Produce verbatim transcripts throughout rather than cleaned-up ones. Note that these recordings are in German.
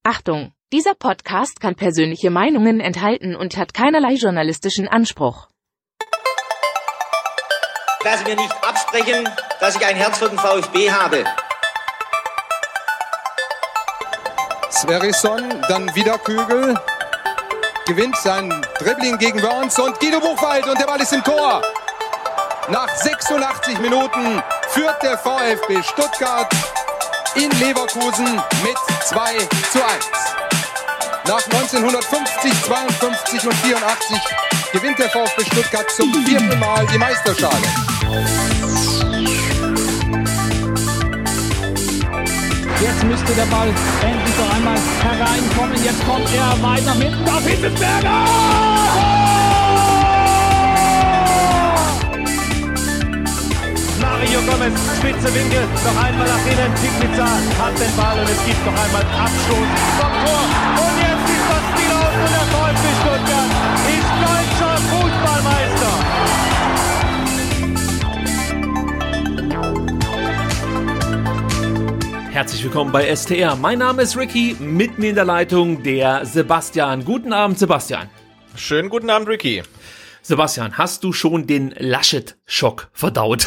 Achtung, dieser Podcast kann persönliche Meinungen enthalten und hat keinerlei journalistischen Anspruch. Ich lasse mir nicht absprechen, dass ich ein Herz für den VfB habe. Sverrisson, dann wieder Kügel, gewinnt sein Dribbling gegen Burns und Guido Buchwald und der Ball ist im Tor. Nach sechsundachtzig Minuten führt der VfB Stuttgart in Leverkusen mit zwei zu eins. Nach neunzehnhundertfünfzig, zweiundfünfzig und vierundachtzig gewinnt der VfB Stuttgart zum vierten Mal die Meisterschale. Jetzt müsste der Ball endlich noch einmal hereinkommen. Jetzt kommt er weit nach hinten auf Hitzelsberger! Mario Gomez, spitze Winkel, noch einmal nach innen. Pizza hat den Ball und es gibt noch einmal Abstoß vom Tor. Und jetzt ist das Spiel aus und der VfB Stuttgart ist deutscher Fußballmeister. Herzlich willkommen bei S T R. Mein Name ist Ricky, mit mir in der Leitung der Sebastian. Guten Abend, Sebastian. Schönen guten Abend, Ricky. Sebastian, hast du schon den Laschet-Schock verdaut?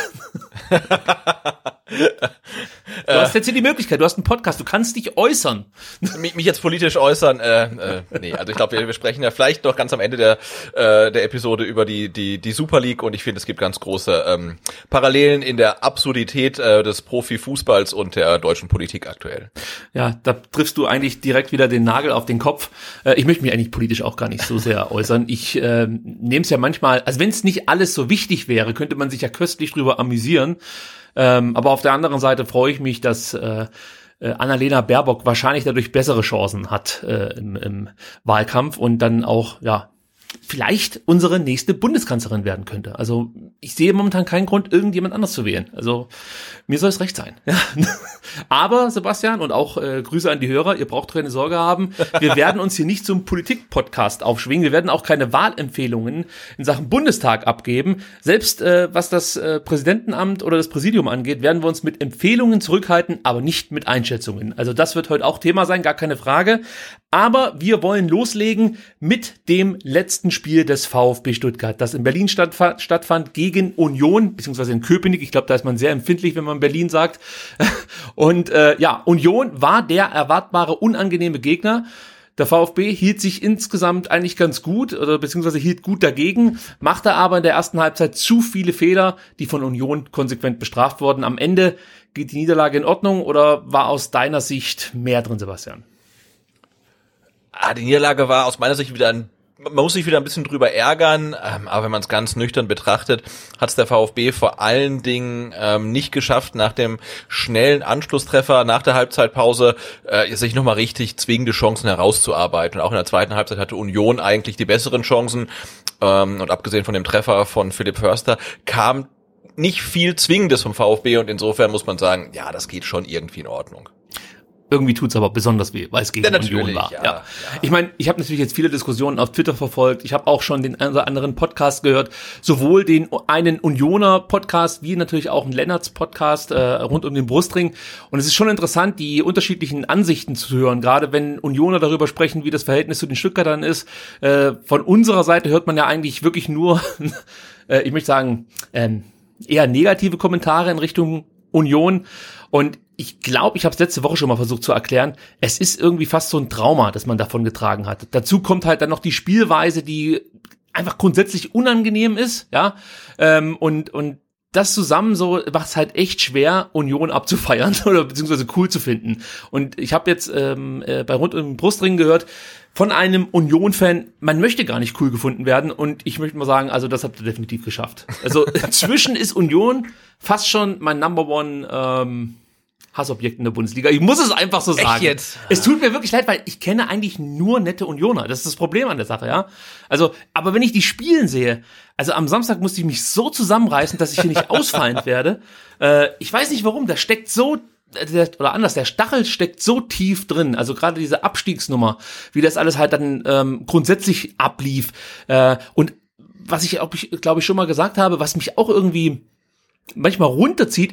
Du hast jetzt hier die Möglichkeit, du hast einen Podcast, du kannst dich äußern. Mich, mich jetzt politisch äußern, äh, äh, nee, also ich glaube, wir, wir sprechen ja vielleicht noch ganz am Ende der äh, der Episode über die die die Super League und ich finde, es gibt ganz große ähm, Parallelen in der Absurdität äh, des Profifußballs und der deutschen Politik aktuell. Ja, da triffst du eigentlich direkt wieder den Nagel auf den Kopf. Äh, ich möchte mich eigentlich politisch auch gar nicht so sehr äußern. Ich äh, nehme es ja manchmal, also wenn es nicht alles so wichtig wäre, könnte man sich ja köstlich drüber amüsieren. Ähm, aber auf der anderen Seite freue ich mich, dass äh, äh, Annalena Baerbock wahrscheinlich dadurch bessere Chancen hat äh, im, im Wahlkampf und dann auch, ja, vielleicht unsere nächste Bundeskanzlerin werden könnte. Also ich sehe momentan keinen Grund, irgendjemand anders zu wählen. Also mir soll es recht sein. Ja. Aber Sebastian und auch äh, Grüße an die Hörer, ihr braucht keine Sorge haben. Wir werden uns hier nicht zum Politik-Podcast aufschwingen. Wir werden auch keine Wahlempfehlungen in Sachen Bundestag abgeben. Selbst äh, was das äh, Präsidentenamt oder das Präsidium angeht, werden wir uns mit Empfehlungen zurückhalten, aber nicht mit Einschätzungen. Also das wird heute auch Thema sein, gar keine Frage. Aber wir wollen loslegen mit dem letzten Spiel des VfB Stuttgart, das in Berlin stattfand, stattfand gegen Union, beziehungsweise in Köpenick. Ich glaube, da ist man sehr empfindlich, wenn man Berlin sagt. Und äh, ja, Union war der erwartbare, unangenehme Gegner. Der VfB hielt sich insgesamt eigentlich ganz gut, oder beziehungsweise hielt gut dagegen, machte aber in der ersten Halbzeit zu viele Fehler, die von Union konsequent bestraft wurden. Am Ende geht die Niederlage in Ordnung oder war aus deiner Sicht mehr drin, Sebastian? Ah, die Niederlage war aus meiner Sicht wieder ein Man muss sich wieder ein bisschen drüber ärgern, ähm, aber wenn man es ganz nüchtern betrachtet, hat es der VfB vor allen Dingen ähm, nicht geschafft, nach dem schnellen Anschlusstreffer, nach der Halbzeitpause, äh, sich nochmal richtig zwingende Chancen herauszuarbeiten. Und auch in der zweiten Halbzeit hatte Union eigentlich die besseren Chancen. Ähm, und abgesehen von dem Treffer von Philipp Förster kam nicht viel Zwingendes vom VfB. Und insofern muss man sagen, ja, das geht schon irgendwie in Ordnung. Irgendwie tut's aber besonders weh, weil es gegen ja, Union war. Ja, ja. ja. Ich meine, ich habe natürlich jetzt viele Diskussionen auf Twitter verfolgt. Ich habe auch schon den einen oder anderen Podcast gehört, sowohl den einen Unioner Podcast wie natürlich auch einen Lennarts Podcast äh, rund um den Brustring. Und es ist schon interessant, die unterschiedlichen Ansichten zu hören, gerade wenn Unioner darüber sprechen, wie das Verhältnis zu den Stuttgartern ist. Äh, von unserer Seite hört man ja eigentlich wirklich nur, äh, ich möchte sagen, ähm, eher negative Kommentare in Richtung Union. Und ich glaube, ich habe es letzte Woche schon mal versucht zu erklären, es ist irgendwie fast so ein Trauma, das man davon getragen hat. Dazu kommt halt dann noch die Spielweise, die einfach grundsätzlich unangenehm ist, ja, ähm, und und das zusammen so macht es halt echt schwer, Union abzufeiern oder beziehungsweise cool zu finden. Und ich habe jetzt ähm, äh, bei Rund um den Brustring gehört von einem Union-Fan, man möchte gar nicht cool gefunden werden. Und ich möchte mal sagen, also das habt ihr definitiv geschafft. Also inzwischen ist Union fast schon mein Number One ähm, Hassobjekt in der Bundesliga. Ich muss es einfach so sagen. Echt jetzt? Es tut mir wirklich leid, weil ich kenne eigentlich nur nette Unioner. Das ist das Problem an der Sache, ja. Also, aber wenn ich die spielen sehe, also am Samstag musste ich mich so zusammenreißen, dass ich hier nicht ausfallend werde. Äh, ich weiß nicht warum, da steckt so, der, oder anders, der Stachel steckt so tief drin. Also gerade diese Abstiegsnummer, wie das alles halt dann ähm, grundsätzlich ablief. Äh, und was ich auch, glaube ich, schon mal gesagt habe, was mich auch irgendwie manchmal runterzieht, ist,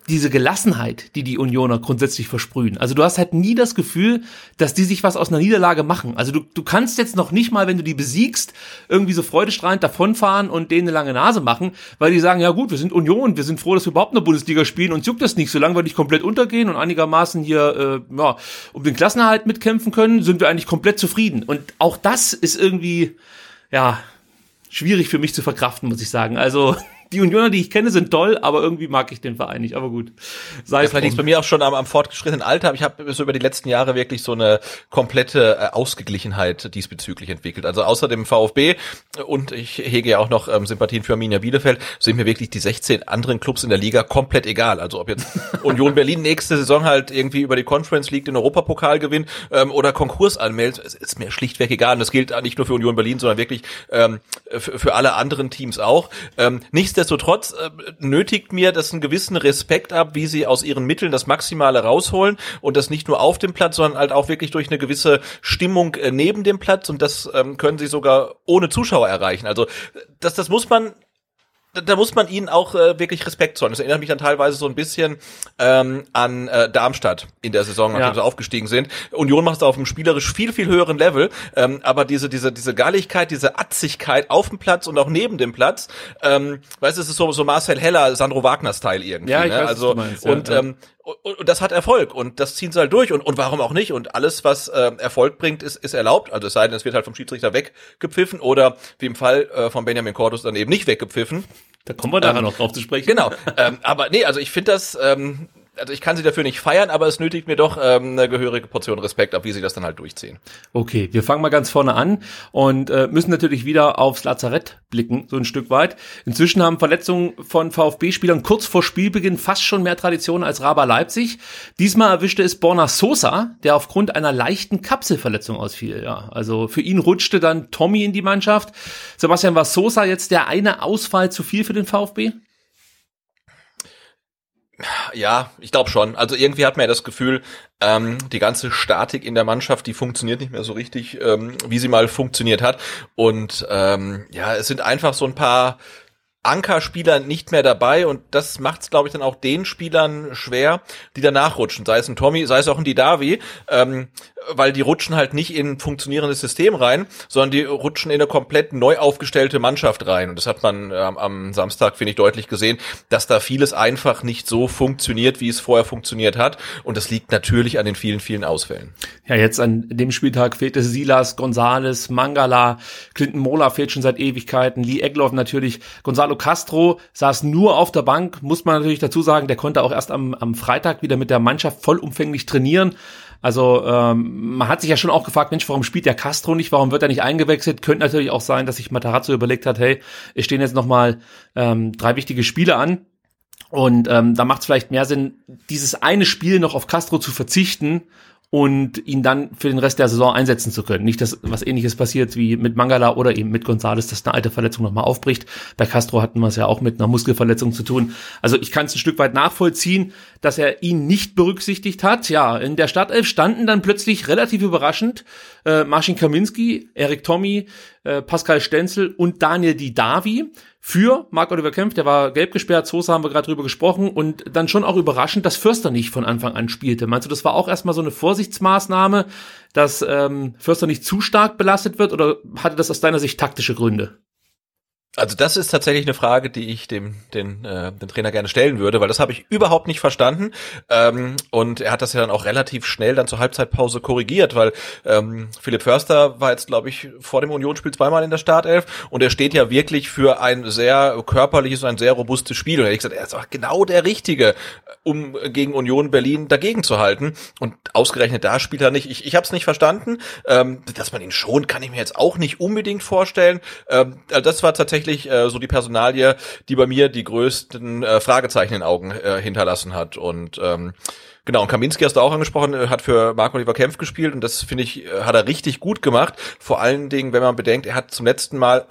diese Gelassenheit, die die Unioner grundsätzlich versprühen. Also du hast halt nie das Gefühl, dass die sich was aus einer Niederlage machen. Also du, du kannst jetzt noch nicht mal, wenn du die besiegst, irgendwie so freudestrahlend davonfahren und denen eine lange Nase machen, weil die sagen, ja gut, wir sind Union, wir sind froh, dass wir überhaupt in der Bundesliga spielen, uns juckt das nicht, solange wir nicht komplett untergehen und einigermaßen hier äh, ja, um den Klassenerhalt mitkämpfen können, sind wir eigentlich komplett zufrieden. Und auch das ist irgendwie, ja, schwierig für mich zu verkraften, muss ich sagen. Also die Unioner, die ich kenne, sind toll, aber irgendwie mag ich den Verein nicht. Aber gut, sei es vielleicht liegt es bei mir auch schon am, am fortgeschrittenen Alter. Ich habe so über die letzten Jahre wirklich so eine komplette äh, Ausgeglichenheit diesbezüglich entwickelt. Also außer dem VfB und ich hege ja auch noch ähm, Sympathien für Arminia Bielefeld, sind mir wirklich die sechzehn anderen Clubs in der Liga komplett egal. Also ob jetzt Union Berlin nächste Saison halt irgendwie über die Conference League den Europapokal gewinnt ähm, oder Konkurs anmeldet, ist mir schlichtweg egal. Und das gilt nicht nur für Union Berlin, sondern wirklich ähm, für, für alle anderen Teams auch. Ähm, nichtsdestotrotz äh, nötigt mir das einen gewissen Respekt ab, wie sie aus ihren Mitteln das Maximale rausholen und das nicht nur auf dem Platz, sondern halt auch wirklich durch eine gewisse Stimmung äh, neben dem Platz und das ähm, können sie sogar ohne Zuschauer erreichen. Also das, das muss man Da, da muss man ihnen auch äh, wirklich Respekt zollen. Das erinnert mich dann teilweise so ein bisschen ähm, an äh, Darmstadt in der Saison, nachdem ja. sie aufgestiegen sind. Union macht es auf einem spielerisch viel, viel höheren Level, ähm, aber diese diese diese Galligkeit, diese Atzigkeit auf dem Platz und auch neben dem Platz, ähm, weißt du, es ist so so Marcel Heller, Sandro Wagner-Style irgendwie. Ja, ich ne? weiß, also was du meinst. Ja, und ja. Ähm, Und, und das hat Erfolg und das ziehen sie halt durch und, und warum auch nicht und alles, was äh, Erfolg bringt, ist, ist erlaubt, also es sei denn, es wird halt vom Schiedsrichter weggepfiffen oder wie im Fall äh, von Benjamin Cordus dann eben nicht weggepfiffen. Da kommen wir nachher ähm, noch drauf zu sprechen. Genau, ähm, aber nee, also ich finde das, ähm, also ich kann sie dafür nicht feiern, aber es nötigt mir doch ähm, eine gehörige Portion Respekt ab, wie sie das dann halt durchziehen. Okay, wir fangen mal ganz vorne an und äh, müssen natürlich wieder aufs Lazarett blicken, so ein Stück weit. Inzwischen haben Verletzungen von VfB-Spielern kurz vor Spielbeginn fast schon mehr Tradition als Raba Leipzig. Diesmal erwischte es Borna Sosa, der aufgrund einer leichten Kapselverletzung ausfiel. Ja, also für ihn rutschte dann Tommy in die Mannschaft. Sebastian, war Sosa jetzt der eine Ausfall zu viel für den VfB? Ja, ich glaube schon. Also irgendwie hat man ja das Gefühl, ähm, die ganze Statik in der Mannschaft, die funktioniert nicht mehr so richtig, ähm, wie sie mal funktioniert hat. Und ähm, ja, es sind einfach so ein paar Ankerspieler nicht mehr dabei und das macht es, glaube ich, dann auch den Spielern schwer, die danach rutschen. Sei es ein Tommy, sei es auch ein Didavi, ähm, weil die rutschen halt nicht in ein funktionierendes System rein, sondern die rutschen in eine komplett neu aufgestellte Mannschaft rein. Und das hat man ähm, am Samstag, finde ich, deutlich gesehen, dass da vieles einfach nicht so funktioniert, wie es vorher funktioniert hat. Und das liegt natürlich an den vielen, vielen Ausfällen. Ja, jetzt an dem Spieltag fehlte Silas, Gonzales, Mangala, Clinton Mola fehlt schon seit Ewigkeiten, Lee Egloff natürlich, Gonzalo Castro saß nur auf der Bank, muss man natürlich dazu sagen, der konnte auch erst am, am Freitag wieder mit der Mannschaft vollumfänglich trainieren. Also ähm, man hat sich ja schon auch gefragt, Mensch, warum spielt der Castro nicht, warum wird er nicht eingewechselt? Könnte natürlich auch sein, dass sich Matarazzo überlegt hat, hey, es stehen jetzt nochmal ähm, drei wichtige Spiele an und ähm, da macht es vielleicht mehr Sinn, dieses eine Spiel noch auf Castro zu verzichten und ihn dann für den Rest der Saison einsetzen zu können. Nicht, dass was Ähnliches passiert wie mit Mangala oder eben mit Gonzales, dass eine alte Verletzung nochmal aufbricht. Bei Castro hatten wir es ja auch mit einer Muskelverletzung zu tun. Also ich kann es ein Stück weit nachvollziehen, dass er ihn nicht berücksichtigt hat. Ja, in der Startelf standen dann plötzlich relativ überraschend äh, Marcin Kaminski, Erik Tommy, äh, Pascal Stenzel und Daniel Didavi. Für Marc-Oliver Kempf, der war gelb gesperrt, Sosa haben wir gerade drüber gesprochen und dann schon auch überraschend, dass Förster nicht von Anfang an spielte. Meinst du, das war auch erstmal so eine Vorsichtsmaßnahme, dass ähm, Förster nicht zu stark belastet wird oder hatte das aus deiner Sicht taktische Gründe? Also das ist tatsächlich eine Frage, die ich dem den äh, den Trainer gerne stellen würde, weil das habe ich überhaupt nicht verstanden ähm, und er hat das ja dann auch relativ schnell dann zur Halbzeitpause korrigiert, weil ähm, Philipp Förster war jetzt, glaube ich, vor dem Unionsspiel zweimal in der Startelf und er steht ja wirklich für ein sehr körperliches und ein sehr robustes Spiel und er hat gesagt, er ist auch genau der Richtige, um gegen Union Berlin dagegen zu halten und ausgerechnet da spielt er nicht. Ich, ich habe es nicht verstanden, ähm, dass man ihn schont, kann ich mir jetzt auch nicht unbedingt vorstellen. Ähm, also das war tatsächlich äh, so die Personalie, die bei mir die größten äh, Fragezeichen in den Augen äh, hinterlassen hat. Und ähm, genau, und Kaminski hast du auch angesprochen, hat für Marc-Oliver Kempf gespielt und das, finde ich, hat er richtig gut gemacht. Vor allen Dingen, wenn man bedenkt, er hat zum letzten Mal am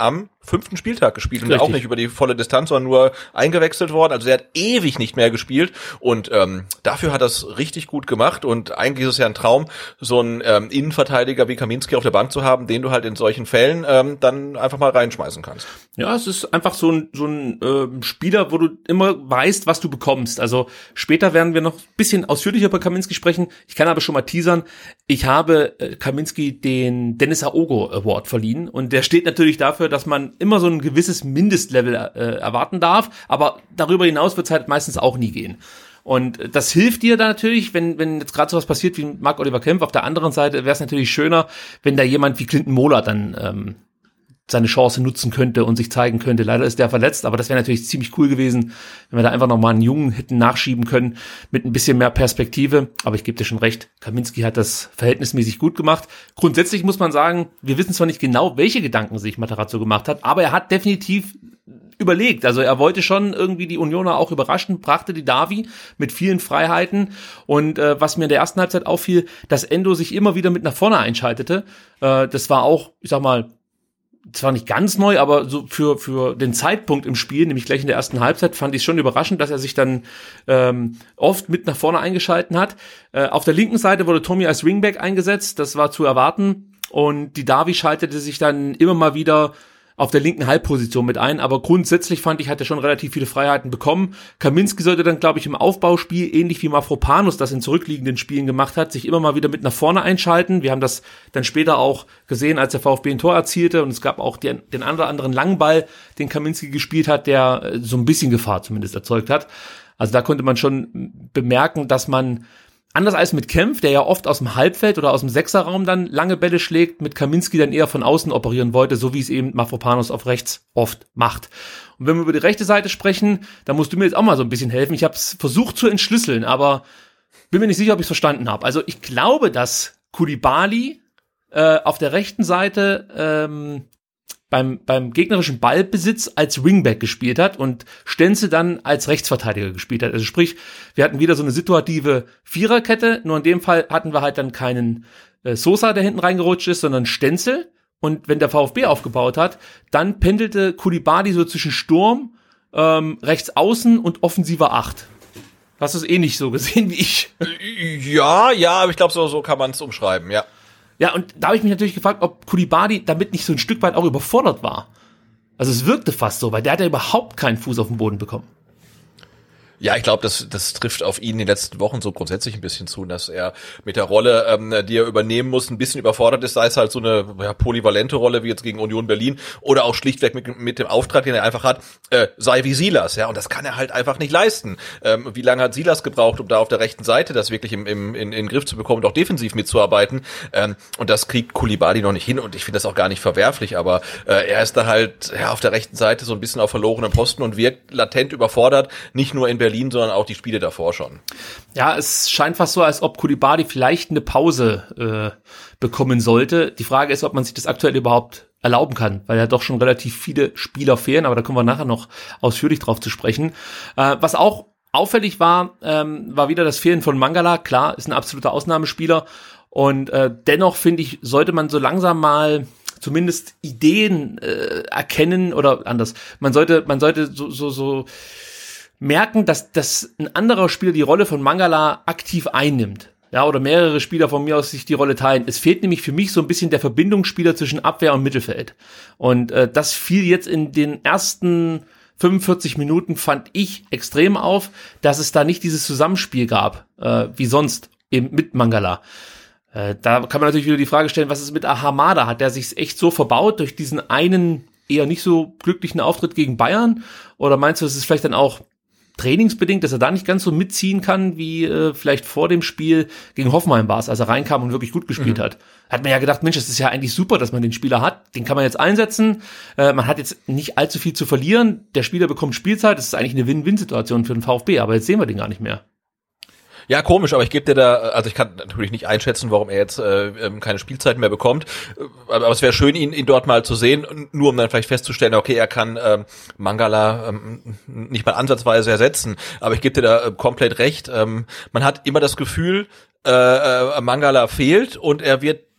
fünften Spieltag gespielt und Richtig. auch nicht über die volle Distanz, sondern nur eingewechselt worden. Also er hat ewig nicht mehr gespielt und ähm, dafür hat er es richtig gut gemacht und eigentlich ist es ja ein Traum, so einen ähm, Innenverteidiger wie Kaminski auf der Bank zu haben, den du halt in solchen Fällen ähm, dann einfach mal reinschmeißen kannst. Ja, es ist einfach so ein so ein äh, Spieler, wo du immer weißt, was du bekommst. Also später werden wir noch ein bisschen ausführlicher über Kaminski sprechen. Ich kann aber schon mal teasern, ich habe äh, Kaminski den Dennis Aogo Award verliehen und der steht natürlich dafür, dass man immer so ein gewisses Mindestlevel äh, erwarten darf, aber darüber hinaus wird es halt meistens auch nie gehen. Und das hilft dir da natürlich, wenn wenn jetzt gerade sowas passiert wie Marc-Oliver Kempf. Auf der anderen Seite wäre es natürlich schöner, wenn da jemand wie Clinton Mohler dann ähm, seine Chance nutzen könnte und sich zeigen könnte. Leider ist der verletzt, aber das wäre natürlich ziemlich cool gewesen, wenn wir da einfach nochmal einen Jungen hätten nachschieben können mit ein bisschen mehr Perspektive. Aber ich gebe dir schon recht, Kaminski hat das verhältnismäßig gut gemacht. Grundsätzlich muss man sagen, wir wissen zwar nicht genau, welche Gedanken sich Matarazzo gemacht hat, aber er hat definitiv überlegt. Also er wollte schon irgendwie die Unioner auch überraschen, brachte die Davi mit vielen Freiheiten und äh, was mir in der ersten Halbzeit auffiel, dass Endo sich immer wieder mit nach vorne einschaltete. Äh, das war auch, ich sag mal, zwar nicht ganz neu, aber so für für den Zeitpunkt im Spiel, nämlich gleich in der ersten Halbzeit, fand ich schon überraschend, dass er sich dann ähm, oft mit nach vorne eingeschalten hat. Äh, auf der linken Seite wurde Tommy als Wingback eingesetzt, das war zu erwarten und die Davi schaltete sich dann immer mal wieder auf der linken Halbposition mit ein, aber grundsätzlich fand ich, hat er schon relativ viele Freiheiten bekommen. Kaminski sollte dann, glaube ich, im Aufbauspiel, ähnlich wie Mavropanos das in zurückliegenden Spielen gemacht hat, sich immer mal wieder mit nach vorne einschalten. Wir haben das dann später auch gesehen, als der VfB ein Tor erzielte und es gab auch den, den einen oder anderen langen Ball, den Kaminski gespielt hat, der so ein bisschen Gefahr zumindest erzeugt hat. Also da konnte man schon bemerken, dass man anders als mit Kempf, der ja oft aus dem Halbfeld oder aus dem Sechserraum dann lange Bälle schlägt, mit Kaminski dann eher von außen operieren wollte, so wie es eben Mavropanos auf rechts oft macht. Und wenn wir über die rechte Seite sprechen, dann musst du mir jetzt auch mal so ein bisschen helfen. Ich habe es versucht zu entschlüsseln, aber bin mir nicht sicher, ob ich es verstanden habe. Also ich glaube, dass Koulibaly äh, auf der rechten Seite ähm, beim beim gegnerischen Ballbesitz als Wingback gespielt hat und Stenzel dann als Rechtsverteidiger gespielt hat. Also sprich, wir hatten wieder so eine situative Viererkette, nur in dem Fall hatten wir halt dann keinen äh, Sosa, der hinten reingerutscht ist, sondern Stenzel. Und wenn der VfB aufgebaut hat, dann pendelte Koulibaly so zwischen Sturm, ähm, rechts außen und offensiver Acht. Hast du es ähnlich so gesehen wie ich? Ja, ja, aber ich glaube, so, so kann man es umschreiben, ja. Ja, und da habe ich mich natürlich gefragt, ob Koulibaly damit nicht so ein Stück weit auch überfordert war. Also es wirkte fast so, weil der hat ja überhaupt keinen Fuß auf den Boden bekommen. Ja, ich glaube, das das trifft auf ihn in den letzten Wochen so grundsätzlich ein bisschen zu, dass er mit der Rolle, ähm, die er übernehmen muss, ein bisschen überfordert ist, sei es halt so eine ja, polyvalente Rolle wie jetzt gegen Union Berlin oder auch schlichtweg mit, mit dem Auftrag, den er einfach hat, äh, sei wie Silas, ja, und das kann er halt einfach nicht leisten. Ähm, wie lange hat Silas gebraucht, um da auf der rechten Seite das wirklich im, im in, in den Griff zu bekommen und auch defensiv mitzuarbeiten? Ähm, und das kriegt Koulibaly noch nicht hin und ich finde das auch gar nicht verwerflich, aber äh, er ist da halt ja auf der rechten Seite so ein bisschen auf verlorenen Posten und wirkt latent überfordert, nicht nur in Berlin, sondern auch die Spiele davor schon. Ja, es scheint fast so, als ob Koulibaly vielleicht eine Pause äh, bekommen sollte. Die Frage ist, ob man sich das aktuell überhaupt erlauben kann, weil ja doch schon relativ viele Spieler fehlen, aber da kommen wir nachher noch ausführlich drauf zu sprechen. Äh, was auch auffällig war, ähm, war wieder das Fehlen von Mangala. Klar, ist ein absoluter Ausnahmespieler und äh, dennoch, finde ich, sollte man so langsam mal zumindest Ideen äh, erkennen oder anders. Man sollte, man sollte so, so, so merken, dass, dass ein anderer Spieler die Rolle von Mangala aktiv einnimmt. Ja, oder mehrere Spieler von mir aus sich die Rolle teilen. Es fehlt nämlich für mich so ein bisschen der Verbindungsspieler zwischen Abwehr und Mittelfeld. Und äh, das fiel jetzt in den ersten fünfundvierzig Minuten, fand ich, extrem auf, dass es da nicht dieses Zusammenspiel gab, äh, wie sonst eben mit Mangala. Äh, da kann man natürlich wieder die Frage stellen, was ist mit Ahamada? Hat der sich echt so verbaut durch diesen einen eher nicht so glücklichen Auftritt gegen Bayern? Oder meinst du, es ist vielleicht dann auch trainingsbedingt, dass er da nicht ganz so mitziehen kann, wie äh, vielleicht vor dem Spiel gegen Hoffenheim war es, als er reinkam und wirklich gut gespielt mhm. hat. Hat man ja gedacht, Mensch, das ist ja eigentlich super, dass man den Spieler hat, den kann man jetzt einsetzen, äh, man hat jetzt nicht allzu viel zu verlieren, der Spieler bekommt Spielzeit, das ist eigentlich eine Win-Win-Situation für den VfB, aber jetzt sehen wir den gar nicht mehr. Ja, komisch, aber ich gebe dir da, also ich kann natürlich nicht einschätzen, warum er jetzt äh, keine Spielzeit mehr bekommt, aber es wäre schön, ihn, ihn dort mal zu sehen, nur um dann vielleicht festzustellen, okay, er kann ähm, Mangala ähm, nicht mal ansatzweise ersetzen, aber ich gebe dir da äh, komplett recht, ähm, man hat immer das Gefühl, äh, äh, Mangala fehlt und er wird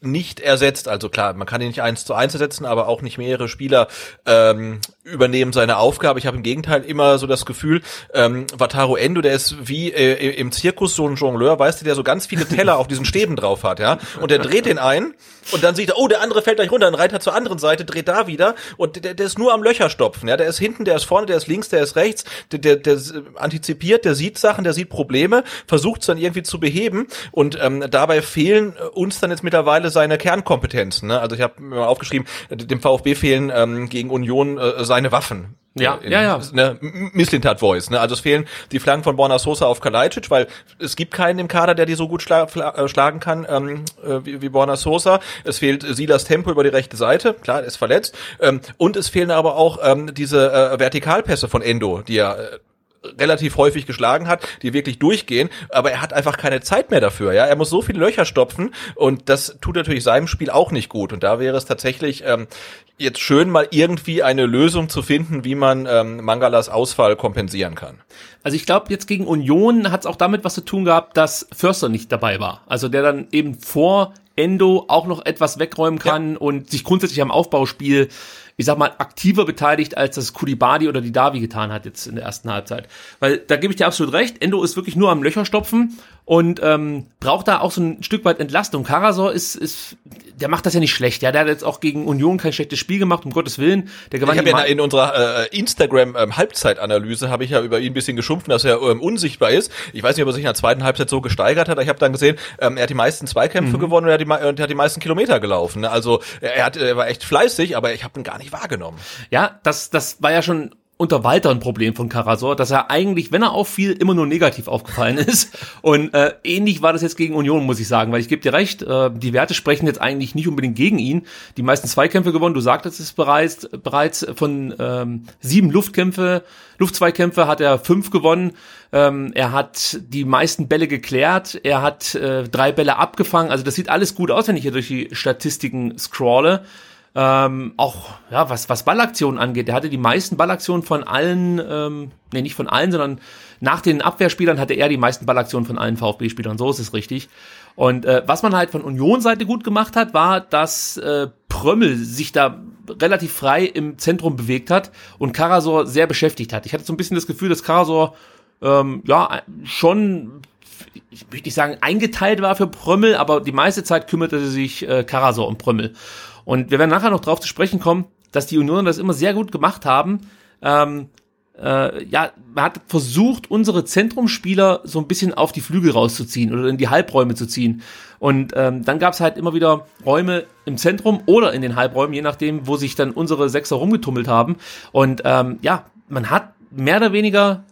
nicht ersetzt. Also klar, man kann ihn nicht eins zu eins ersetzen, aber auch nicht mehrere Spieler ähm, übernehmen seine Aufgabe. Ich habe im Gegenteil immer so das Gefühl, ähm, Wataru Endo, der ist wie äh, im Zirkus so ein Jongleur, weißt du, der so ganz viele Teller auf diesen Stäben drauf hat, ja, und der dreht den ein und dann sieht er, oh, der andere fällt gleich runter, dann reitet er zur anderen Seite, dreht da wieder und der, der ist nur am Löcherstopfen, ja, der ist hinten, der ist vorne, der ist links, der ist rechts, der, der, der antizipiert, der sieht Sachen, der sieht Probleme, versucht es dann irgendwie zu beheben und ähm, dabei fehlen uns dann jetzt mittlerweile seine Kernkompetenzen, ne? Also ich habe mir mal aufgeschrieben, dem VfB fehlen ähm, gegen Union äh, seine Waffen. Ja, in, ja, ja. Ne, Mislintat Voice, ne? Also es fehlen die Flanken von Borna Sosa auf Kalajdzic, weil es gibt keinen im Kader, der die so gut schla- schla- schlagen kann ähm, äh, wie, wie Borna Sosa. Es fehlt Silas Tempo über die rechte Seite, klar, er ist verletzt. Ähm, und es fehlen aber auch ähm, diese äh, Vertikalpässe von Endo, die er äh, relativ häufig geschlagen hat, die wirklich durchgehen, aber er hat einfach keine Zeit mehr dafür, ja, er muss so viele Löcher stopfen und das tut natürlich seinem Spiel auch nicht gut und da wäre es tatsächlich ähm, jetzt schön, mal irgendwie eine Lösung zu finden, wie man ähm, Mangalas Ausfall kompensieren kann. Also ich glaube, jetzt gegen Union hat es auch damit was zu tun gehabt, dass Förster nicht dabei war, also der dann eben vor Endo auch noch etwas wegräumen kann ja. und sich grundsätzlich am Aufbauspiel, ich sag mal, aktiver beteiligt, als das Koulibaly oder die Davi getan hat jetzt in der ersten Halbzeit. Weil da gebe ich dir absolut recht, Endo ist wirklich nur am Löcherstopfen und ähm, braucht da auch so ein Stück weit Entlastung. Karasor ist, ist, der macht das ja nicht schlecht, ja, der hat jetzt auch gegen Union kein schlechtes Spiel gemacht, um Gottes Willen. Der gewann ich habe ja in unserer äh, Instagram-Halbzeitanalyse habe ich ja über ihn ein bisschen geschumpft, dass er ähm, unsichtbar ist. Ich weiß nicht, ob er sich in der zweiten Halbzeit so gesteigert hat, aber ich habe dann gesehen, ähm, er hat die meisten Zweikämpfe mhm. gewonnen und er hat, die, und er hat die meisten Kilometer gelaufen. Ne? Also er, hat, er war echt fleißig, aber ich habe ihn gar nicht wahrgenommen. Ja, das, das war ja schon unter Walter ein Problem von Karasor, dass er eigentlich, wenn er auffiel, immer nur negativ aufgefallen ist. Und äh, ähnlich war das jetzt gegen Union, muss ich sagen, weil ich gebe dir recht, äh, die Werte sprechen jetzt eigentlich nicht unbedingt gegen ihn. Die meisten Zweikämpfe gewonnen, du sagtest es bereits, bereits von ähm, sieben Luftkämpfe, Luftzweikämpfe hat er fünf gewonnen. Ähm, er hat die meisten Bälle geklärt, er hat äh, drei Bälle abgefangen. Also das sieht alles gut aus, wenn ich hier durch die Statistiken scrolle. Ähm, auch ja, was was Ballaktionen angeht, er hatte die meisten Ballaktionen von allen, ähm, nee, nicht von allen, sondern nach den Abwehrspielern hatte er die meisten Ballaktionen von allen VfB-Spielern, so ist es richtig. Und äh, was man halt von Union-Seite gut gemacht hat, war, dass äh, Prömmel sich da relativ frei im Zentrum bewegt hat und Karasor sehr beschäftigt hat. Ich hatte so ein bisschen das Gefühl, dass Karasor ähm, ja schon, ich möchte nicht sagen eingeteilt war für Prömmel, aber die meiste Zeit kümmerte sich äh, Karasor um Prömmel. Und wir werden nachher noch drauf zu sprechen kommen, dass die Unioner das immer sehr gut gemacht haben. Ähm, äh, ja, man hat versucht, unsere Zentrumspieler so ein bisschen auf die Flügel rauszuziehen oder in die Halbräume zu ziehen. Und ähm, dann gab es halt immer wieder Räume im Zentrum oder in den Halbräumen, je nachdem, wo sich dann unsere Sechser rumgetummelt haben. Und ähm, ja, man hat mehr oder weniger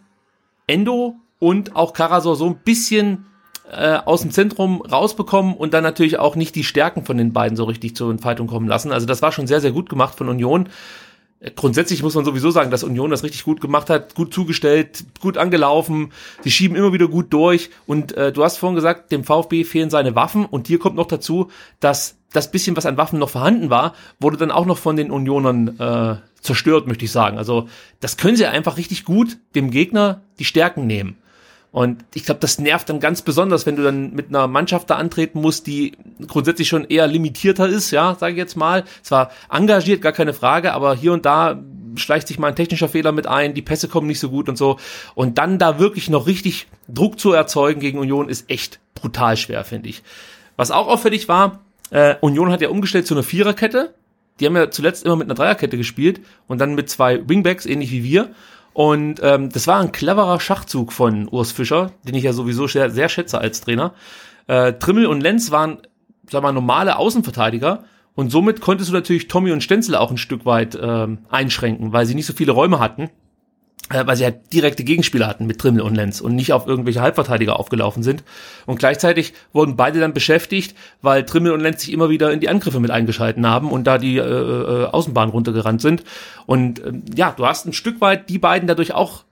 Endo und auch Karasor so ein bisschen Äh, aus dem Zentrum rausbekommen und dann natürlich auch nicht die Stärken von den beiden so richtig zur Entfaltung kommen lassen. Also das war schon sehr, sehr gut gemacht von Union. Äh, grundsätzlich muss man sowieso sagen, dass Union das richtig gut gemacht hat, gut zugestellt, gut angelaufen, sie schieben immer wieder gut durch und äh, du hast vorhin gesagt, dem VfB fehlen seine Waffen und hier kommt noch dazu, dass das bisschen, was an Waffen noch vorhanden war, wurde dann auch noch von den Unionern äh, zerstört, möchte ich sagen. Also das können sie einfach richtig gut dem Gegner die Stärken nehmen. Und ich glaube, das nervt dann ganz besonders, wenn du dann mit einer Mannschaft da antreten musst, die grundsätzlich schon eher limitierter ist, ja, sage ich jetzt mal. Zwar engagiert, gar keine Frage, aber hier und da schleicht sich mal ein technischer Fehler mit ein, die Pässe kommen nicht so gut und so. Und dann da wirklich noch richtig Druck zu erzeugen gegen Union ist echt brutal schwer, finde ich. Was auch auffällig war, äh, Union hat ja umgestellt zu einer Viererkette. Die haben ja zuletzt immer mit einer Dreierkette gespielt und dann mit zwei Wingbacks, ähnlich wie wir. Und ähm, das war ein cleverer Schachzug von Urs Fischer, den ich ja sowieso sehr, sehr schätze als Trainer. Äh, Trimmel und Lenz waren, sag mal, normale Außenverteidiger und somit konntest du natürlich Tommy und Stenzel auch ein Stück weit ähm, einschränken, weil sie nicht so viele Räume hatten, äh, weil sie halt direkte Gegenspieler hatten mit Trimmel und Lenz und nicht auf irgendwelche Halbverteidiger aufgelaufen sind. Und gleichzeitig wurden beide dann beschäftigt, weil Trimmel und Lenz sich immer wieder in die Angriffe mit eingeschalten haben und da die äh, äh, Außenbahn runtergerannt sind. Und äh, ja, du hast ein Stück weit die beiden dadurch auch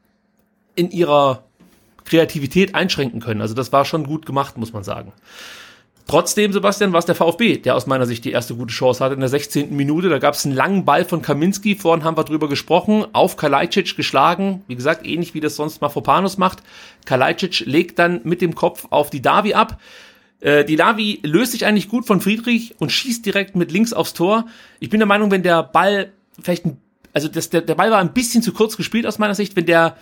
in ihrer Kreativität einschränken können. Also das war schon gut gemacht, muss man sagen. Trotzdem, Sebastian, war es der VfB, der aus meiner Sicht die erste gute Chance hatte in der sechzehnten Minute. Da gab es einen langen Ball von Kaminski, vorhin haben wir drüber gesprochen, auf Kalajdzic geschlagen. Wie gesagt, ähnlich wie das sonst Mafropanos macht. Kalajdzic legt dann mit dem Kopf auf die Davi ab. Äh, Didavi löst sich eigentlich gut von Friedrich und schießt direkt mit links aufs Tor. Ich bin der Meinung, wenn der Ball vielleicht, ein, also das, der, der Ball war ein bisschen zu kurz gespielt aus meiner Sicht, wenn der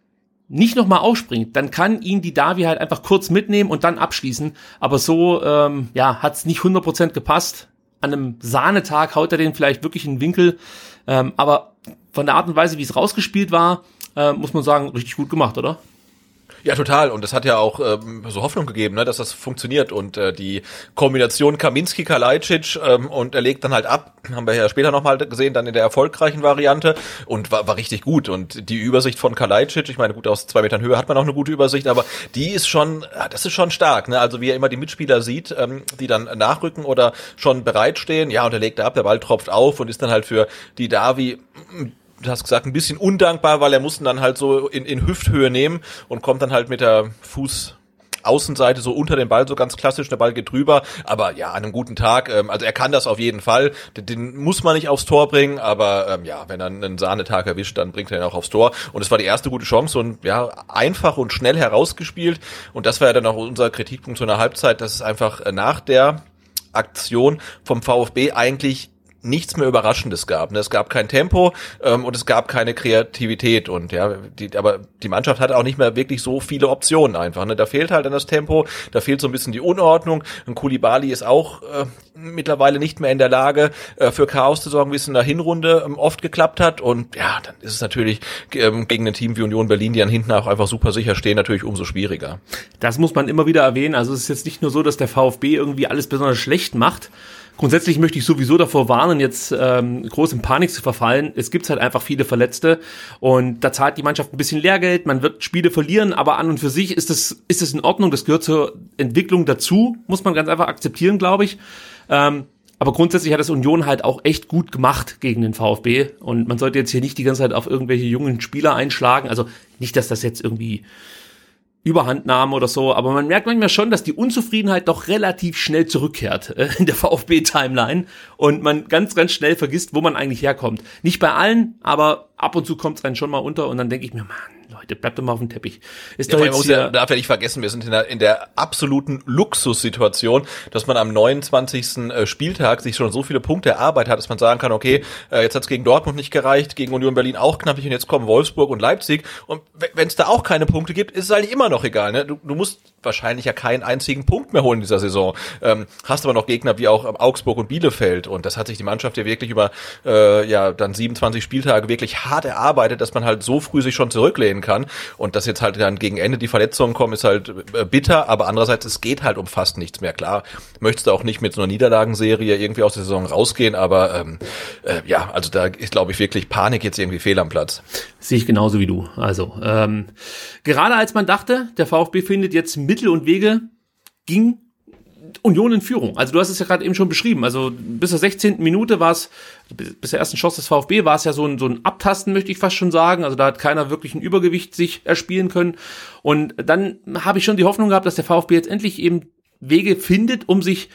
nicht nochmal aufspringt, dann kann ihn Didavi halt einfach kurz mitnehmen und dann abschließen. Aber so, ähm, ja, hat's nicht hundert Prozent gepasst. An einem Sahnetag haut er den vielleicht wirklich in den Winkel. Ähm, aber von der Art und Weise, wie es rausgespielt war, äh, muss man sagen, richtig gut gemacht, oder? Ja, total. Und das hat ja auch ähm, so Hoffnung gegeben, ne, dass das funktioniert. Und äh, die Kombination Kaminski-Kalajdzic ähm, und er legt dann halt ab, haben wir ja später nochmal gesehen, dann in der erfolgreichen Variante und war, war richtig gut. Und die Übersicht von Kalajdzic, ich meine, gut, aus zwei Metern Höhe hat man auch eine gute Übersicht, aber die ist schon, das ist schon stark. Ne? Also wie er immer die Mitspieler sieht, ähm, die dann nachrücken oder schon bereitstehen. Ja, und er legt ab, der Ball tropft auf und ist dann halt für Didavi, du hast gesagt, ein bisschen undankbar, weil er mussten dann halt so in, in Hüfthöhe nehmen und kommt dann halt mit der Fußaußenseite so unter den Ball, so ganz klassisch, der Ball geht drüber, aber ja, an einem guten Tag, ähm, also er kann das auf jeden Fall, den, den muss man nicht aufs Tor bringen, aber ähm, ja, wenn er einen Sahnetag erwischt, dann bringt er ihn auch aufs Tor und es war die erste gute Chance und ja, einfach und schnell herausgespielt und das war ja dann auch unser Kritikpunkt zu einer Halbzeit, dass es einfach nach der Aktion vom VfB eigentlich nichts mehr Überraschendes gab. Es gab kein Tempo ähm, und es gab keine Kreativität und ja, die, aber die Mannschaft hat auch nicht mehr wirklich so viele Optionen einfach. Ne? Da fehlt halt dann das Tempo, da fehlt so ein bisschen die Unordnung. Und Koulibaly ist auch äh, mittlerweile nicht mehr in der Lage, äh, für Chaos zu sorgen, wie es in der Hinrunde ähm, oft geklappt hat. Und ja, dann ist es natürlich ähm, gegen ein Team wie Union Berlin, die dann hinten auch einfach super sicher stehen, natürlich umso schwieriger. Das muss man immer wieder erwähnen. Also es ist jetzt nicht nur so, dass der VfB irgendwie alles besonders schlecht macht. Grundsätzlich möchte ich sowieso davor warnen, jetzt ähm, groß in Panik zu verfallen. Es gibt halt einfach viele Verletzte und da zahlt die Mannschaft ein bisschen Lehrgeld. Man wird Spiele verlieren, aber an und für sich ist es ist es in Ordnung. Das gehört zur Entwicklung dazu, muss man ganz einfach akzeptieren, glaube ich. Ähm, aber grundsätzlich hat das Union halt auch echt gut gemacht gegen den VfB und man sollte jetzt hier nicht die ganze Zeit auf irgendwelche jungen Spieler einschlagen. Also nicht, dass das jetzt irgendwie Überhandnahme oder so, aber man merkt manchmal schon, dass die Unzufriedenheit doch relativ schnell zurückkehrt äh, in der VfB-Timeline und man ganz, ganz schnell vergisst, wo man eigentlich herkommt. Nicht bei allen, aber ab und zu kommt es einen schon mal unter und dann denke ich mir, Mann, Leute, bleibt doch mal auf dem Teppich. Ist ja, doch jetzt jetzt ja, darf ja nicht vergessen, wir sind in der, in der absoluten Luxussituation, dass man am neunundzwanzigsten Spieltag sich schon so viele Punkte erarbeitet hat, dass man sagen kann, okay, jetzt hat es gegen Dortmund nicht gereicht, gegen Union Berlin auch knapp nicht und jetzt kommen Wolfsburg und Leipzig und wenn es da auch keine Punkte gibt, ist es eigentlich immer noch egal. Ne? Du, du musst wahrscheinlich ja keinen einzigen Punkt mehr holen in dieser Saison. Ähm, hast aber noch Gegner wie auch Augsburg und Bielefeld und das hat sich die Mannschaft ja wirklich über äh, ja dann siebenundzwanzig Spieltage wirklich hart erarbeitet, dass man halt so früh sich schon zurücklehnen kann und dass jetzt halt dann gegen Ende die Verletzungen kommen, ist halt äh, bitter, aber andererseits, es geht halt um fast nichts mehr. Klar, möchtest du auch nicht mit so einer Niederlagenserie irgendwie aus der Saison rausgehen, aber ähm, äh, ja, also da ist, glaube ich, wirklich Panik jetzt irgendwie fehl am Platz. Sehe ich genauso wie du. Also, ähm, gerade als man dachte, der VfB findet jetzt Mittel und Wege, ging Union in Führung. Also du hast es ja gerade eben schon beschrieben. Also bis zur sechzehnten Minute war es, bis zur ersten Chance des VfB war es ja so ein, so ein Abtasten, möchte ich fast schon sagen. Also da hat keiner wirklich ein Übergewicht sich erspielen können. Und dann habe ich schon die Hoffnung gehabt, dass der VfB jetzt endlich eben Wege findet, um sich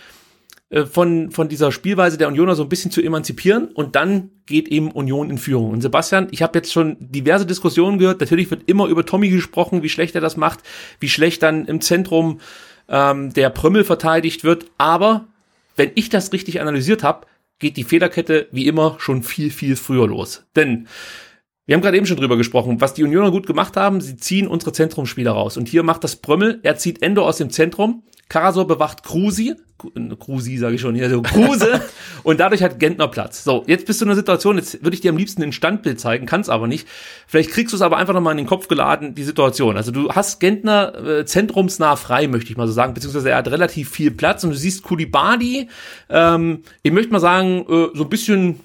von von dieser Spielweise der Unioner so ein bisschen zu emanzipieren und dann geht eben Union in Führung. Und Sebastian, ich habe jetzt schon diverse Diskussionen gehört, natürlich wird immer über Tommy gesprochen, wie schlecht er das macht, wie schlecht dann im Zentrum ähm, der Prömmel verteidigt wird, aber wenn ich das richtig analysiert habe, geht die Fehlerkette wie immer schon viel, viel früher los. Denn wir haben gerade eben schon drüber gesprochen, was die Unioner gut gemacht haben, sie ziehen unsere Zentrumsspieler raus. Und hier macht das Prömmel, er zieht Endo aus dem Zentrum, Karasor bewacht Krusi, Krusi sage ich schon hier, so Kruse und dadurch hat Gentner Platz. So, jetzt bist du in einer Situation, jetzt würde ich dir am liebsten ein Standbild zeigen, kann's aber nicht. Vielleicht kriegst du es aber einfach nochmal in den Kopf geladen, die Situation. Also du hast Gentner äh, zentrumsnah frei, möchte ich mal so sagen, beziehungsweise er hat relativ viel Platz und du siehst Koulibaly, ähm, ich möchte mal sagen, äh, so ein bisschen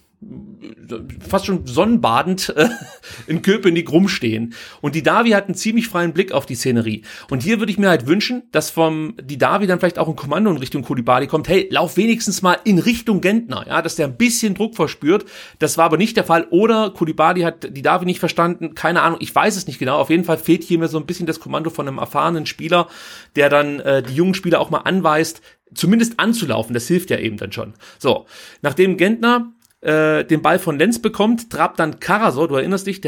fast schon sonnenbadend äh, in Köpenick rumstehen. Und Didavi hat einen ziemlich freien Blick auf die Szenerie. Und hier würde ich mir halt wünschen, dass vom Didavi dann vielleicht auch ein Kommando in Richtung Koulibaly kommt. Hey, lauf wenigstens mal in Richtung Gentner, ja, dass der ein bisschen Druck verspürt. Das war aber nicht der Fall. Oder Koulibaly hat Didavi nicht verstanden. Keine Ahnung, ich weiß es nicht genau. Auf jeden Fall fehlt hier mir so ein bisschen das Kommando von einem erfahrenen Spieler, der dann äh, die jungen Spieler auch mal anweist, zumindest anzulaufen. Das hilft ja eben dann schon. So, nachdem Gentner den Ball von Lenz bekommt, trabt dann Karasor, du erinnerst dich, der hat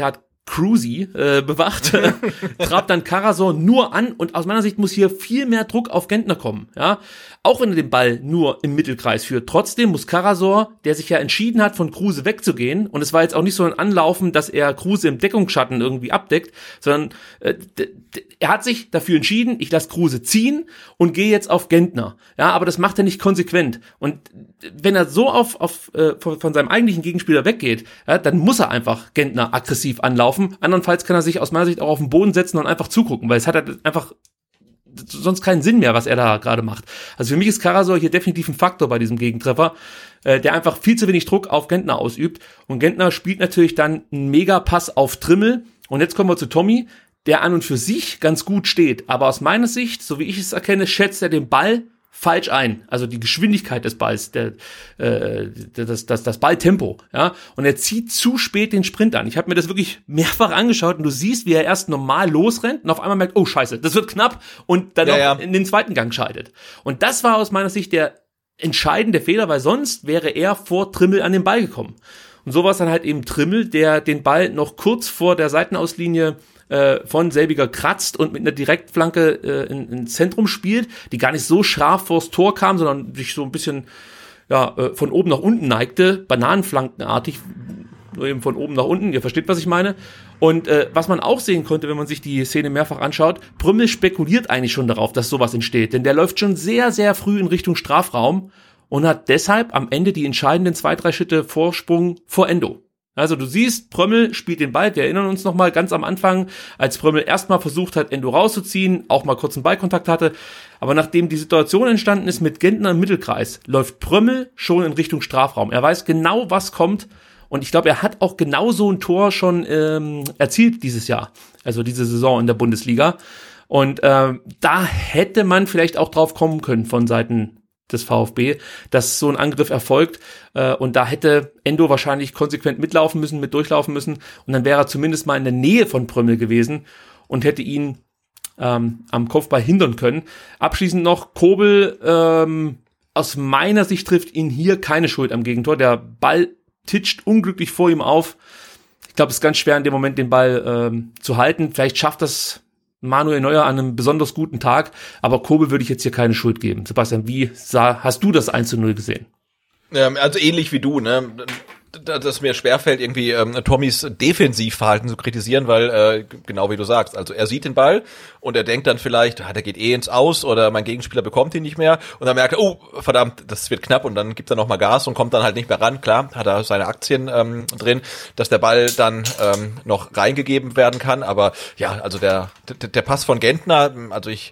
Cruzy äh, bewacht, trabt dann Karasor nur an und aus meiner Sicht muss hier viel mehr Druck auf Gentner kommen, ja, auch wenn er den Ball nur im Mittelkreis führt. Trotzdem muss Karasor, der sich ja entschieden hat, von Kruse wegzugehen, und es war jetzt auch nicht so ein Anlaufen, dass er Kruse im Deckungsschatten irgendwie abdeckt, sondern äh, d- d- er hat sich dafür entschieden, ich lasse Kruse ziehen und gehe jetzt auf Gentner, ja, aber das macht er nicht konsequent, und wenn er so auf, auf äh, von, von seinem eigentlichen Gegenspieler weggeht, ja, dann muss er einfach Gentner aggressiv anlaufen. Andernfalls kann er sich aus meiner Sicht auch auf den Boden setzen und einfach zugucken, weil es hat halt einfach sonst keinen Sinn mehr, was er da gerade macht. Also für mich ist Karasor hier definitiv ein Faktor bei diesem Gegentreffer, äh, der einfach viel zu wenig Druck auf Gentner ausübt. Und Gentner spielt natürlich dann einen Megapass auf Trimmel. Und jetzt kommen wir zu Tommy, der an und für sich ganz gut steht. Aber aus meiner Sicht, so wie ich es erkenne, schätzt er den Ball falsch ein, also die Geschwindigkeit des Balls, der, äh, das, das, das Balltempo, ja, und er zieht zu spät den Sprint an. Ich habe mir das wirklich mehrfach angeschaut und du siehst, wie er erst normal losrennt und auf einmal merkt, oh Scheiße, das wird knapp, und dann ja, auch ja. in den zweiten Gang scheidet. Und das war aus meiner Sicht der entscheidende Fehler, weil sonst wäre er vor Trimmel an den Ball gekommen. Und so war es dann halt eben Trimmel, der den Ball noch kurz vor der Seitenauslinie von selbiger kratzt und mit einer Direktflanke äh, in, ins Zentrum spielt, die gar nicht so scharf vors Tor kam, sondern sich so ein bisschen ja äh, von oben nach unten neigte, bananenflankenartig, nur eben von oben nach unten, ihr versteht, was ich meine. Und äh, was man auch sehen konnte, wenn man sich die Szene mehrfach anschaut, Prömmel spekuliert eigentlich schon darauf, dass sowas entsteht, denn der läuft schon sehr, sehr früh in Richtung Strafraum und hat deshalb am Ende die entscheidenden zwei, drei Schritte Vorsprung vor Endo. Also du siehst, Prömmel spielt den Ball, wir erinnern uns nochmal ganz am Anfang, als Prömmel erstmal versucht hat, Endo rauszuziehen, auch mal kurz einen Ballkontakt hatte, aber nachdem die Situation entstanden ist mit Gentner im Mittelkreis, läuft Prömmel schon in Richtung Strafraum. Er weiß genau, was kommt, und ich glaube, er hat auch genau so ein Tor schon ähm, erzielt dieses Jahr, also diese Saison in der Bundesliga, und ähm, da hätte man vielleicht auch drauf kommen können von Seiten des VfB, dass so ein Angriff erfolgt, äh, und da hätte Endo wahrscheinlich konsequent mitlaufen müssen, mit durchlaufen müssen, und dann wäre er zumindest mal in der Nähe von Prömmel gewesen und hätte ihn ähm, am Kopfball hindern können. Abschließend noch, Kobel, ähm, aus meiner Sicht trifft ihn hier keine Schuld am Gegentor, der Ball titscht unglücklich vor ihm auf. Ich glaube, es ist ganz schwer in dem Moment den Ball ähm, zu halten, vielleicht schafft das Manuel Neuer an einem besonders guten Tag, aber Kobel würde ich jetzt hier keine Schuld geben. Sebastian, wie sah, hast du das eins zu null gesehen? Ähm, also ähnlich wie du, ne? Dass mir schwerfällt, irgendwie ähm, Tommys Defensivverhalten zu kritisieren, weil, äh, genau wie du sagst, also er sieht den Ball und er denkt dann vielleicht, ah, der geht eh ins Aus oder mein Gegenspieler bekommt ihn nicht mehr, und dann merkt er, oh, verdammt, das wird knapp, und dann gibt er nochmal Gas und kommt dann halt nicht mehr ran. Klar, hat er seine Aktien ähm, drin, dass der Ball dann ähm, noch reingegeben werden kann, aber ja, also der, der, der Pass von Gentner, also ich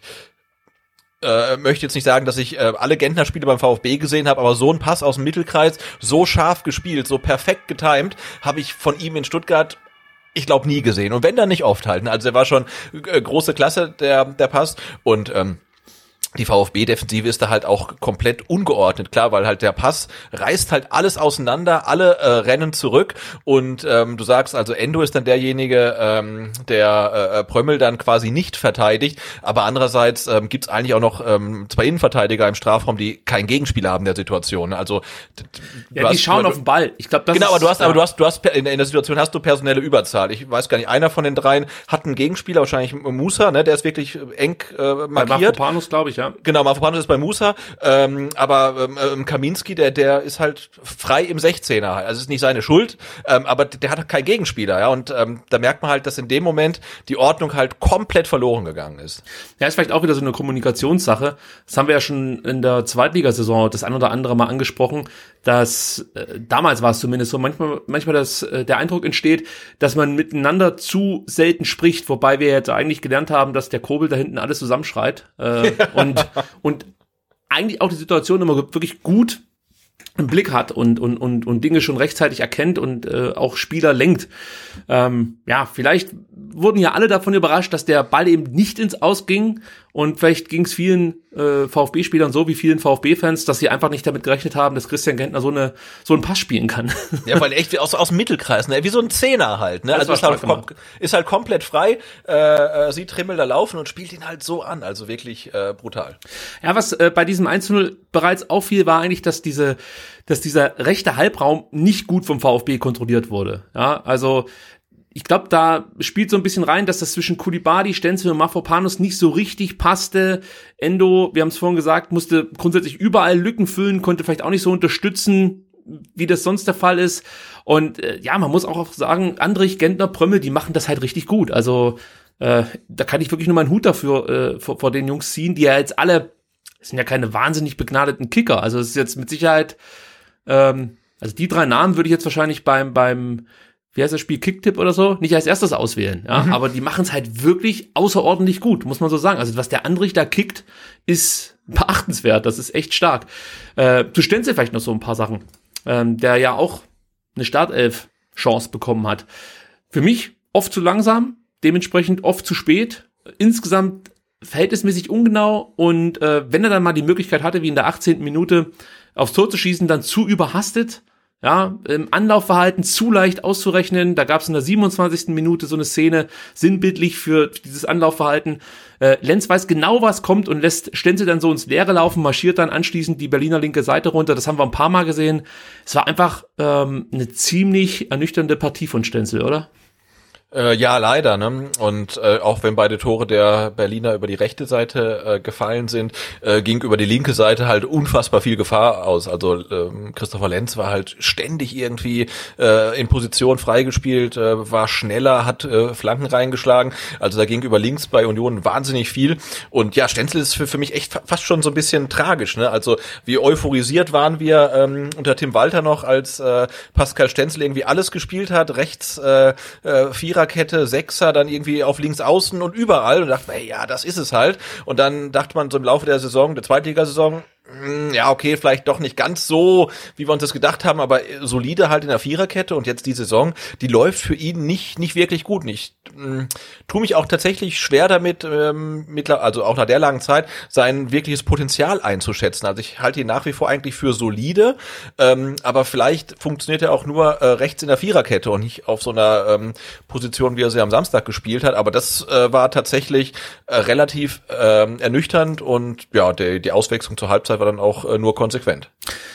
Äh, möchte jetzt nicht sagen, dass ich äh, alle Gentner-Spiele beim VfB gesehen habe, aber so ein Pass aus dem Mittelkreis, so scharf gespielt, so perfekt getimed, habe ich von ihm in Stuttgart, ich glaube, nie gesehen. Und wenn, dann nicht oft halt. Also er war schon äh, große Klasse, der der Pass. Und ähm, die VfB-Defensive ist da halt auch komplett ungeordnet, klar, weil halt der Pass reißt halt alles auseinander, alle äh, rennen zurück, und ähm, du sagst also, Endo ist dann derjenige, ähm, der äh, Prömmel dann quasi nicht verteidigt, aber andererseits ähm, gibt's eigentlich auch noch ähm, zwei Innenverteidiger im Strafraum, die keinen Gegenspieler haben der Situation. Also ja, die hast, schauen du, auf den Ball. Ich glaube, das genau, ist, aber du hast, ja. aber du hast, du hast in, in der Situation hast du personelle Überzahl. Ich weiß gar nicht, einer von den dreien hat einen Gegenspieler, wahrscheinlich Musa, ne, der ist wirklich eng äh, markiert. Bei Mavropanos, glaube ich, ja. Genau, Mavropanos ist bei Musa, ähm, aber ähm, Kaminski, der der ist halt frei im sechzehner, also ist nicht seine Schuld, ähm, aber der hat keinen Gegenspieler, ja, und ähm, da merkt man halt, dass in dem Moment die Ordnung halt komplett verloren gegangen ist. Ja, ist vielleicht auch wieder so eine Kommunikationssache. Das haben wir ja schon in der Zweitligasaison das ein oder andere Mal angesprochen, dass äh, damals war es zumindest so, manchmal manchmal das äh, der Eindruck entsteht, dass man miteinander zu selten spricht, wobei wir jetzt eigentlich gelernt haben, dass der Kobel da hinten alles zusammenschreit äh, und und eigentlich auch die Situation immer wirklich gut im Blick hat und und und und Dinge schon rechtzeitig erkennt und äh, auch Spieler lenkt. Ähm, ja, vielleicht wurden ja alle davon überrascht, dass der Ball eben nicht ins Aus ging, und vielleicht ging es vielen äh, VfB-Spielern so wie vielen VfB-Fans, dass sie einfach nicht damit gerechnet haben, dass Christian Gentner so eine so einen Pass spielen kann. Ja, weil echt aus aus dem Mittelkreis, ne, wie so ein Zehner halt, ne, also ist halt, kom- ist halt komplett frei, äh, sieht Trimmel da laufen und spielt ihn halt so an, also wirklich äh, brutal. Ja, was äh, bei diesem eins zu null bereits auffiel, war eigentlich, dass diese dass dieser rechte Halbraum nicht gut vom VfB kontrolliert wurde. Ja, also ich glaube, da spielt so ein bisschen rein, dass das zwischen Koulibaly, Stenzel und Mavropanos nicht so richtig passte. Endo, wir haben es vorhin gesagt, musste grundsätzlich überall Lücken füllen, konnte vielleicht auch nicht so unterstützen, wie das sonst der Fall ist. Und äh, ja, man muss auch sagen, Andrich, Gentner, Prömmel, die machen das halt richtig gut. Also äh, da kann ich wirklich nur meinen Hut dafür äh, vor, vor den Jungs ziehen, die ja jetzt alle, das sind ja keine wahnsinnig begnadeten Kicker. Also es ist jetzt mit Sicherheit, ähm, also die drei Namen würde ich jetzt wahrscheinlich beim beim wie heißt das Spiel, Kicktipp oder so, nicht als erstes auswählen, ja, mhm. aber die machen es halt wirklich außerordentlich gut, muss man so sagen. Also was der Andrich da kickt, ist beachtenswert, das ist echt stark. Äh, zu Stenzel vielleicht noch so ein paar Sachen, ähm, der ja auch eine Startelf-Chance bekommen hat. Für mich oft zu langsam, dementsprechend oft zu spät, insgesamt verhältnismäßig ungenau und äh, wenn er dann mal die Möglichkeit hatte, wie in der achtzehnten Minute aufs Tor zu schießen, dann zu überhastet. Ja, im Anlaufverhalten zu leicht auszurechnen. Da gab es in der siebenundzwanzigsten Minute so eine Szene, sinnbildlich für dieses Anlaufverhalten. Äh, Lenz weiß genau, was kommt und lässt Stenzel dann so ins Leere laufen, marschiert dann anschließend die Berliner linke Seite runter. Das haben wir ein paar Mal gesehen. Es war einfach ähm, eine ziemlich ernüchternde Partie von Stenzel, oder? Äh, ja, leider, ne? Und äh, auch wenn beide Tore der Berliner über die rechte Seite äh, gefallen sind, äh, ging über die linke Seite halt unfassbar viel Gefahr aus. Also ähm, Christopher Lenz war halt ständig irgendwie äh, in Position freigespielt, äh, war schneller, hat äh, Flanken reingeschlagen. Also da ging über links bei Union wahnsinnig viel. Und ja, Stenzel ist für, für mich echt fa- fast schon so ein bisschen tragisch, ne? Also wie euphorisiert waren wir ähm, unter Tim Walter noch, als äh, Pascal Stenzel irgendwie alles gespielt hat, rechts äh, äh, Vierer Kette, Sechser, dann irgendwie auf links außen und überall und dachte, ey, ja, das ist es halt. Und dann dachte man so im Laufe der Saison, der Zweitligasaison, ja, okay, vielleicht doch nicht ganz so, wie wir uns das gedacht haben, aber solide halt in der Viererkette und jetzt die Saison, die läuft für ihn nicht nicht wirklich gut. Ich mh, tue mich auch tatsächlich schwer damit, ähm, mittler, also auch nach der langen Zeit, sein wirkliches Potenzial einzuschätzen. Also ich halte ihn nach wie vor eigentlich für solide, ähm, aber vielleicht funktioniert er auch nur äh, rechts in der Viererkette und nicht auf so einer ähm, Position, wie er sie am Samstag gespielt hat. Aber das äh, war tatsächlich äh, relativ äh, ernüchternd und ja, die, die Auswechslung zur Halbzeit war dann auch äh, nur konsequent.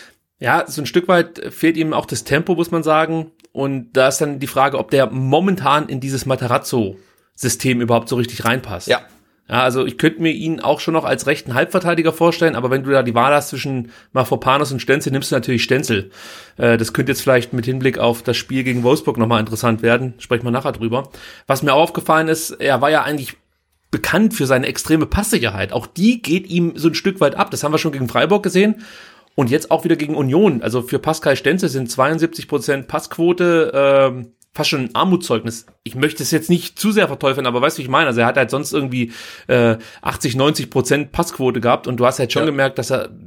Ja, so ein Stück weit fehlt ihm auch das Tempo, muss man sagen. Und da ist dann die Frage, ob der momentan in dieses Matarazzo-System überhaupt so richtig reinpasst. Ja. Ja, also ich könnte mir ihn auch schon noch als rechten Halbverteidiger vorstellen, aber wenn du da die Wahl hast zwischen Mavropanos und Stenzel, nimmst du natürlich Stenzel. Äh, das könnte jetzt vielleicht mit Hinblick auf das Spiel gegen Wolfsburg nochmal interessant werden. Sprechen wir nachher drüber. Was mir auch aufgefallen ist, er war ja eigentlich bekannt für seine extreme Passsicherheit. Auch die geht ihm so ein Stück weit ab. Das haben wir schon gegen Freiburg gesehen und jetzt auch wieder gegen Union. Also für Pascal Stenzel sind zweiundsiebzig Prozent Passquote ähm, fast schon ein Armutszeugnis. Ich möchte es jetzt nicht zu sehr verteufeln, aber weißt du, wie ich meine? Also er hat halt sonst irgendwie äh, achtzig, neunzig Prozent Passquote gehabt und du hast halt schon ja. gemerkt, dass er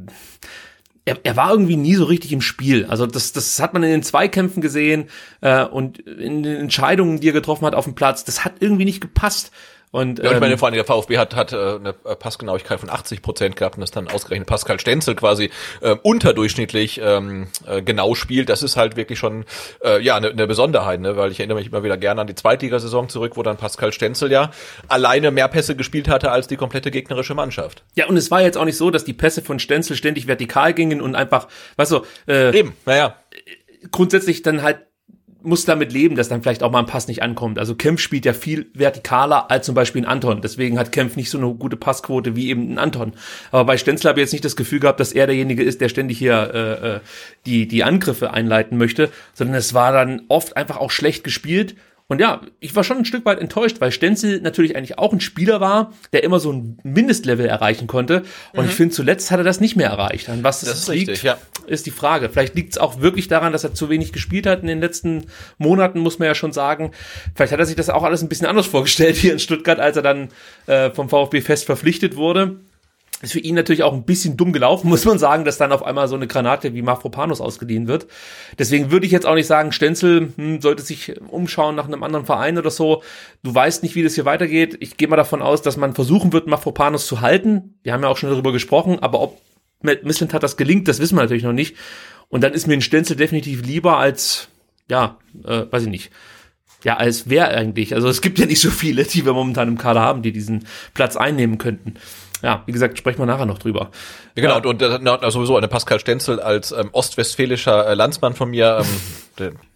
Er, er war irgendwie nie so richtig im Spiel. Also das, das hat man in den Zweikämpfen gesehen äh, und in den Entscheidungen, die er getroffen hat auf dem Platz. Das hat irgendwie nicht gepasst. Und, ja, ich meine, vor allem der VfB hat, hat äh, eine Passgenauigkeit von achtzig Prozent gehabt und das dann ausgerechnet Pascal Stenzel quasi äh, unterdurchschnittlich ähm, äh, genau spielt. Das ist halt wirklich schon äh, ja eine, eine Besonderheit, ne? Weil ich erinnere mich immer wieder gerne an die Zweitligasaison zurück, wo dann Pascal Stenzel ja alleine mehr Pässe gespielt hatte als die komplette gegnerische Mannschaft. Ja, und es war jetzt auch nicht so, dass die Pässe von Stenzel ständig vertikal gingen und einfach, weißt du, äh, eben, naja, grundsätzlich dann halt muss damit leben, dass dann vielleicht auch mal ein Pass nicht ankommt. Also Kempf spielt ja viel vertikaler als zum Beispiel ein Anton. Deswegen hat Kempf nicht so eine gute Passquote wie eben ein Anton. Aber bei Stenzel habe ich jetzt nicht das Gefühl gehabt, dass er derjenige ist, der ständig hier äh, die die Angriffe einleiten möchte, sondern es war dann oft einfach auch schlecht gespielt. Und ja, ich war schon ein Stück weit enttäuscht, weil Stenzel natürlich eigentlich auch ein Spieler war, der immer so ein Mindestlevel erreichen konnte. Und mhm. ich finde, zuletzt hat er das nicht mehr erreicht. An was das, das ist liegt, richtig, ja. ist die Frage. Vielleicht liegt es auch wirklich daran, dass er zu wenig gespielt hat in den letzten Monaten, muss man ja schon sagen. Vielleicht hat er sich das auch alles ein bisschen anders vorgestellt hier in Stuttgart, als er dann äh, vom VfB fest verpflichtet wurde. Ist für ihn natürlich auch ein bisschen dumm gelaufen, muss man sagen, dass dann auf einmal so eine Granate wie Mavropanos ausgeliehen wird. Deswegen würde ich jetzt auch nicht sagen, Stenzel hm, sollte sich umschauen nach einem anderen Verein oder so. Du weißt nicht, wie das hier weitergeht. Ich gehe mal davon aus, dass man versuchen wird, Mavropanos zu halten. Wir haben ja auch schon darüber gesprochen, aber ob mit Mislintat das gelingt, das wissen wir natürlich noch nicht. Und dann ist mir ein Stenzel definitiv lieber als, ja, äh, weiß ich nicht, ja, als wer eigentlich. Also es gibt ja nicht so viele, die wir momentan im Kader haben, die diesen Platz einnehmen könnten. Ja, wie gesagt, sprechen wir nachher noch drüber. Ja, genau, und, und äh, sowieso eine Pascal Stenzel als ähm, ostwestfälischer äh, Landsmann von mir, ähm, der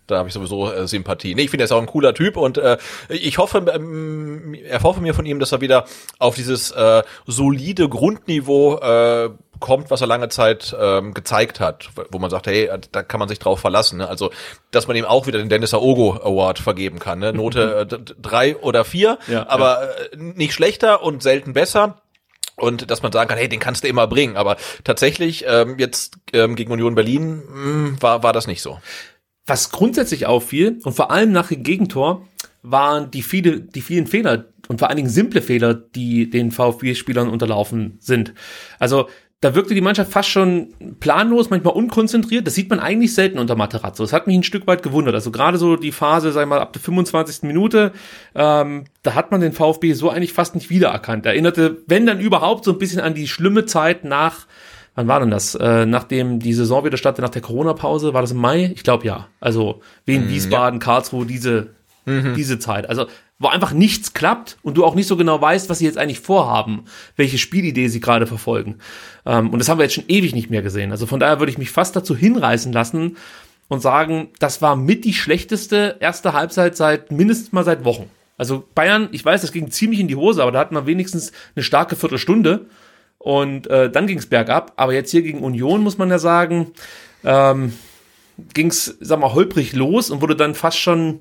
Da habe ich sowieso äh, Sympathie. Nee, ich finde, er ist auch ein cooler Typ und äh, ich hoffe, ähm, erhoffe mir von ihm, dass er wieder auf dieses äh, solide Grundniveau äh, kommt, was er lange Zeit ähm, gezeigt hat, wo man sagt, hey, da kann man sich drauf verlassen. Ne? Also, dass man ihm auch wieder den Dennis Aogo Award vergeben kann. Ne? Note äh, d- drei oder vier, ja, aber ja. Äh, nicht schlechter und selten besser. Und dass man sagen kann, hey, den kannst du immer bringen. Aber tatsächlich, ähm, jetzt ähm, gegen Union Berlin mh, war war das nicht so. Was grundsätzlich auffiel und vor allem nach dem Gegentor waren die viele, die vielen Fehler und vor allen Dingen simple Fehler, die den VfB-Spielern unterlaufen sind. Also da wirkte die Mannschaft fast schon planlos, manchmal unkonzentriert. Das sieht man eigentlich selten unter Materazzo. Das hat mich ein Stück weit gewundert. Also gerade so die Phase, sag ich mal, ab der fünfundzwanzigsten Minute, ähm, da hat man den VfB so eigentlich fast nicht wiedererkannt. Erinnerte, wenn dann überhaupt, so ein bisschen an die schlimme Zeit nach, wann war denn das? Äh, nachdem die Saison wieder startete, nach der Corona-Pause, war das im Mai? Ich glaube ja. Also Wien, mm, Wiesbaden, ja. Karlsruhe, diese mhm. diese Zeit. Also wo einfach nichts klappt und du auch nicht so genau weißt, was sie jetzt eigentlich vorhaben, welche Spielidee sie gerade verfolgen. Ähm, und das haben wir jetzt schon ewig nicht mehr gesehen. Also von daher würde ich mich fast dazu hinreißen lassen und sagen, das war mit die schlechteste erste Halbzeit seit mindestens mal seit Wochen. Also Bayern, ich weiß, das ging ziemlich in die Hose, aber da hat man wenigstens eine starke Viertelstunde. Und äh, dann ging's bergab. Aber jetzt hier gegen Union, muss man ja sagen, ähm, ging's, sag mal, holprig los und wurde dann fast schon,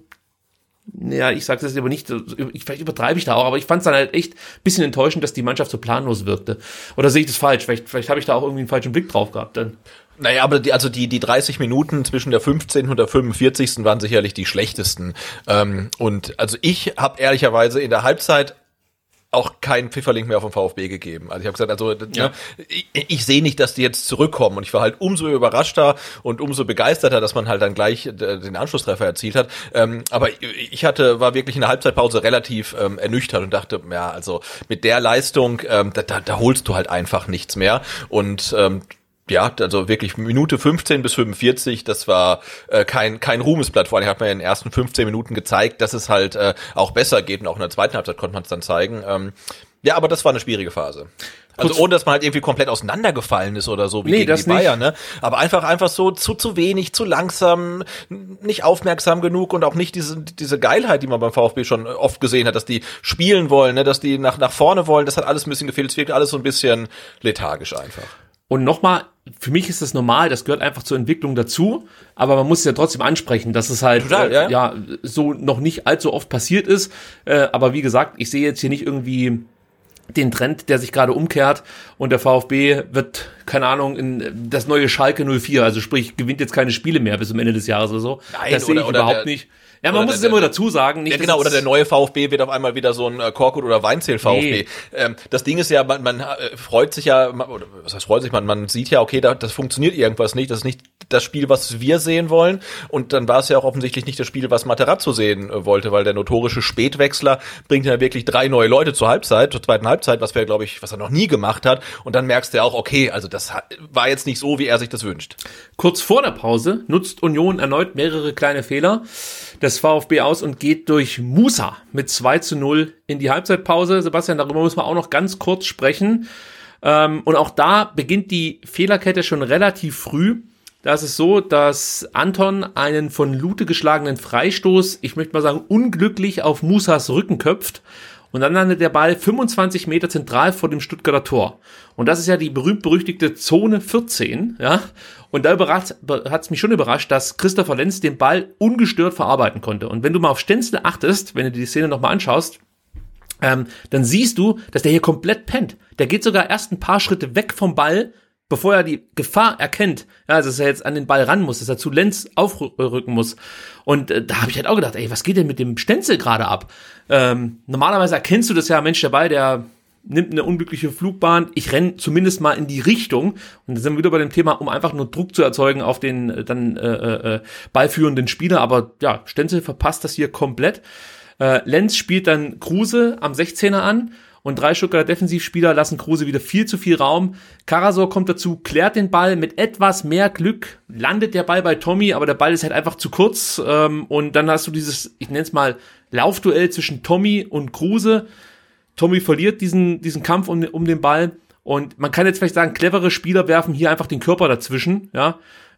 ja, ich sag's jetzt aber nicht, ich, vielleicht übertreibe ich da auch, aber ich fand's dann halt echt ein bisschen enttäuschend, dass die Mannschaft so planlos wirkte. Oder sehe ich das falsch? Vielleicht, vielleicht habe ich da auch irgendwie einen falschen Blick drauf gehabt. Dann. Naja, aber die, also die, die dreißig Minuten zwischen der fünfzehnten und der fünfundvierzigsten waren sicherlich die schlechtesten. Ähm, und also ich habe ehrlicherweise in der Halbzeit auch keinen Pfifferling mehr auf den VfB gegeben. Also ich habe gesagt, also ja. ne, ich, ich sehe nicht, dass die jetzt zurückkommen und ich war halt umso überraschter und umso begeisterter, dass man halt dann gleich den Anschlusstreffer erzielt hat. Ähm, aber ich hatte war wirklich in der Halbzeitpause relativ ähm, ernüchtert und dachte, ja, also mit der Leistung, ähm, da, da, da holst du halt einfach nichts mehr und ähm, ja, also wirklich Minute fünfzehn bis fünfundvierzig, das war äh, kein kein Ruhmesblatt. Vor allem hat man ja in den ersten fünfzehn Minuten gezeigt, dass es halt äh, auch besser geht und auch in der zweiten Halbzeit konnte man es dann zeigen. Ähm, ja, aber das war eine schwierige Phase. Also Kurz. Ohne, dass man halt irgendwie komplett auseinandergefallen ist oder so, wie nee, gegen die Bayern, ne? Aber einfach einfach so zu zu wenig, zu langsam, nicht aufmerksam genug und auch nicht diese diese Geilheit, die man beim VfB schon oft gesehen hat, dass die spielen wollen, ne, dass die nach nach vorne wollen, das hat alles ein bisschen gefehlt. Es wirkt alles so ein bisschen lethargisch einfach. Und nochmal, für mich ist das normal, das gehört einfach zur Entwicklung dazu, aber man muss es ja trotzdem ansprechen, dass es halt Total, äh, ja. ja so noch nicht allzu oft passiert ist. Äh, aber wie gesagt, ich sehe jetzt hier nicht irgendwie den Trend, der sich gerade umkehrt und der VfB wird, keine Ahnung, in das neue Schalke null vier, also sprich, gewinnt jetzt keine Spiele mehr bis zum Ende des Jahres oder so. Nein, das sehe ich oder, überhaupt oder nicht. Ja, man muss es immer dazu sagen. Nicht, ja, genau, oder der neue VfB wird auf einmal wieder so ein äh, Korkut- oder Weinzierl-VfB. Nee. Ähm, das Ding ist ja, man, man äh, freut sich ja, man, oder was heißt freut sich, man, man sieht ja, okay, da, das funktioniert irgendwas nicht, das ist nicht das Spiel, was wir sehen wollen. Und dann war es ja auch offensichtlich nicht das Spiel, was Materazzo sehen äh, wollte, weil der notorische Spätwechsler bringt ja wirklich drei neue Leute zur Halbzeit, zur zweiten Halbzeit, was wir, glaube ich, was er noch nie gemacht hat. Und dann merkst du ja auch, okay, also das war jetzt nicht so, wie er sich das wünscht. Kurz vor der Pause nutzt Union erneut mehrere kleine Fehler des VfB aus und geht durch Musa mit zwei zu null in die Halbzeitpause. Sebastian, darüber müssen wir auch noch ganz kurz sprechen. Ähm, und auch da beginnt die Fehlerkette schon relativ früh. Da ist es so, dass Anton einen von Lute geschlagenen Freistoß, ich möchte mal sagen, unglücklich auf Musas Rücken köpft. Und dann landet der Ball fünfundzwanzig Meter zentral vor dem Stuttgarter Tor. Und das ist ja die berühmt-berüchtigte Zone vierzehn, ja. Und da hat es mich schon überrascht, dass Christopher Lenz den Ball ungestört verarbeiten konnte. Und wenn du mal auf Stenzel achtest, wenn du dir die Szene nochmal anschaust, ähm, dann siehst du, dass der hier komplett pennt. Der geht sogar erst ein paar Schritte weg vom Ball, bevor er die Gefahr erkennt, ja, dass er jetzt an den Ball ran muss, dass er zu Lenz aufrücken muss. Und äh, da habe ich halt auch gedacht, ey, was geht denn mit dem Stenzel gerade ab? Ähm, normalerweise erkennst du das ja, Mensch, der Ball, der nimmt eine unglückliche Flugbahn, ich renn zumindest mal in die Richtung. Und da sind wir wieder bei dem Thema, um einfach nur Druck zu erzeugen auf den äh, dann äh, äh, ballführenden Spieler. Aber ja, Stenzel verpasst das hier komplett. Äh, Lenz spielt dann Kruse am sechzehner an. Und drei Stuttgarter Defensivspieler lassen Kruse wieder viel zu viel Raum. Karasor kommt dazu, klärt den Ball mit etwas mehr Glück, landet der Ball bei Tommy, aber der Ball ist halt einfach zu kurz. Ähm, und dann hast du dieses, ich nenne es mal, Laufduell zwischen Tommy und Kruse. Tommy verliert diesen diesen Kampf um, um den Ball. Und man kann jetzt vielleicht sagen, clevere Spieler werfen hier einfach den Körper dazwischen. Ja,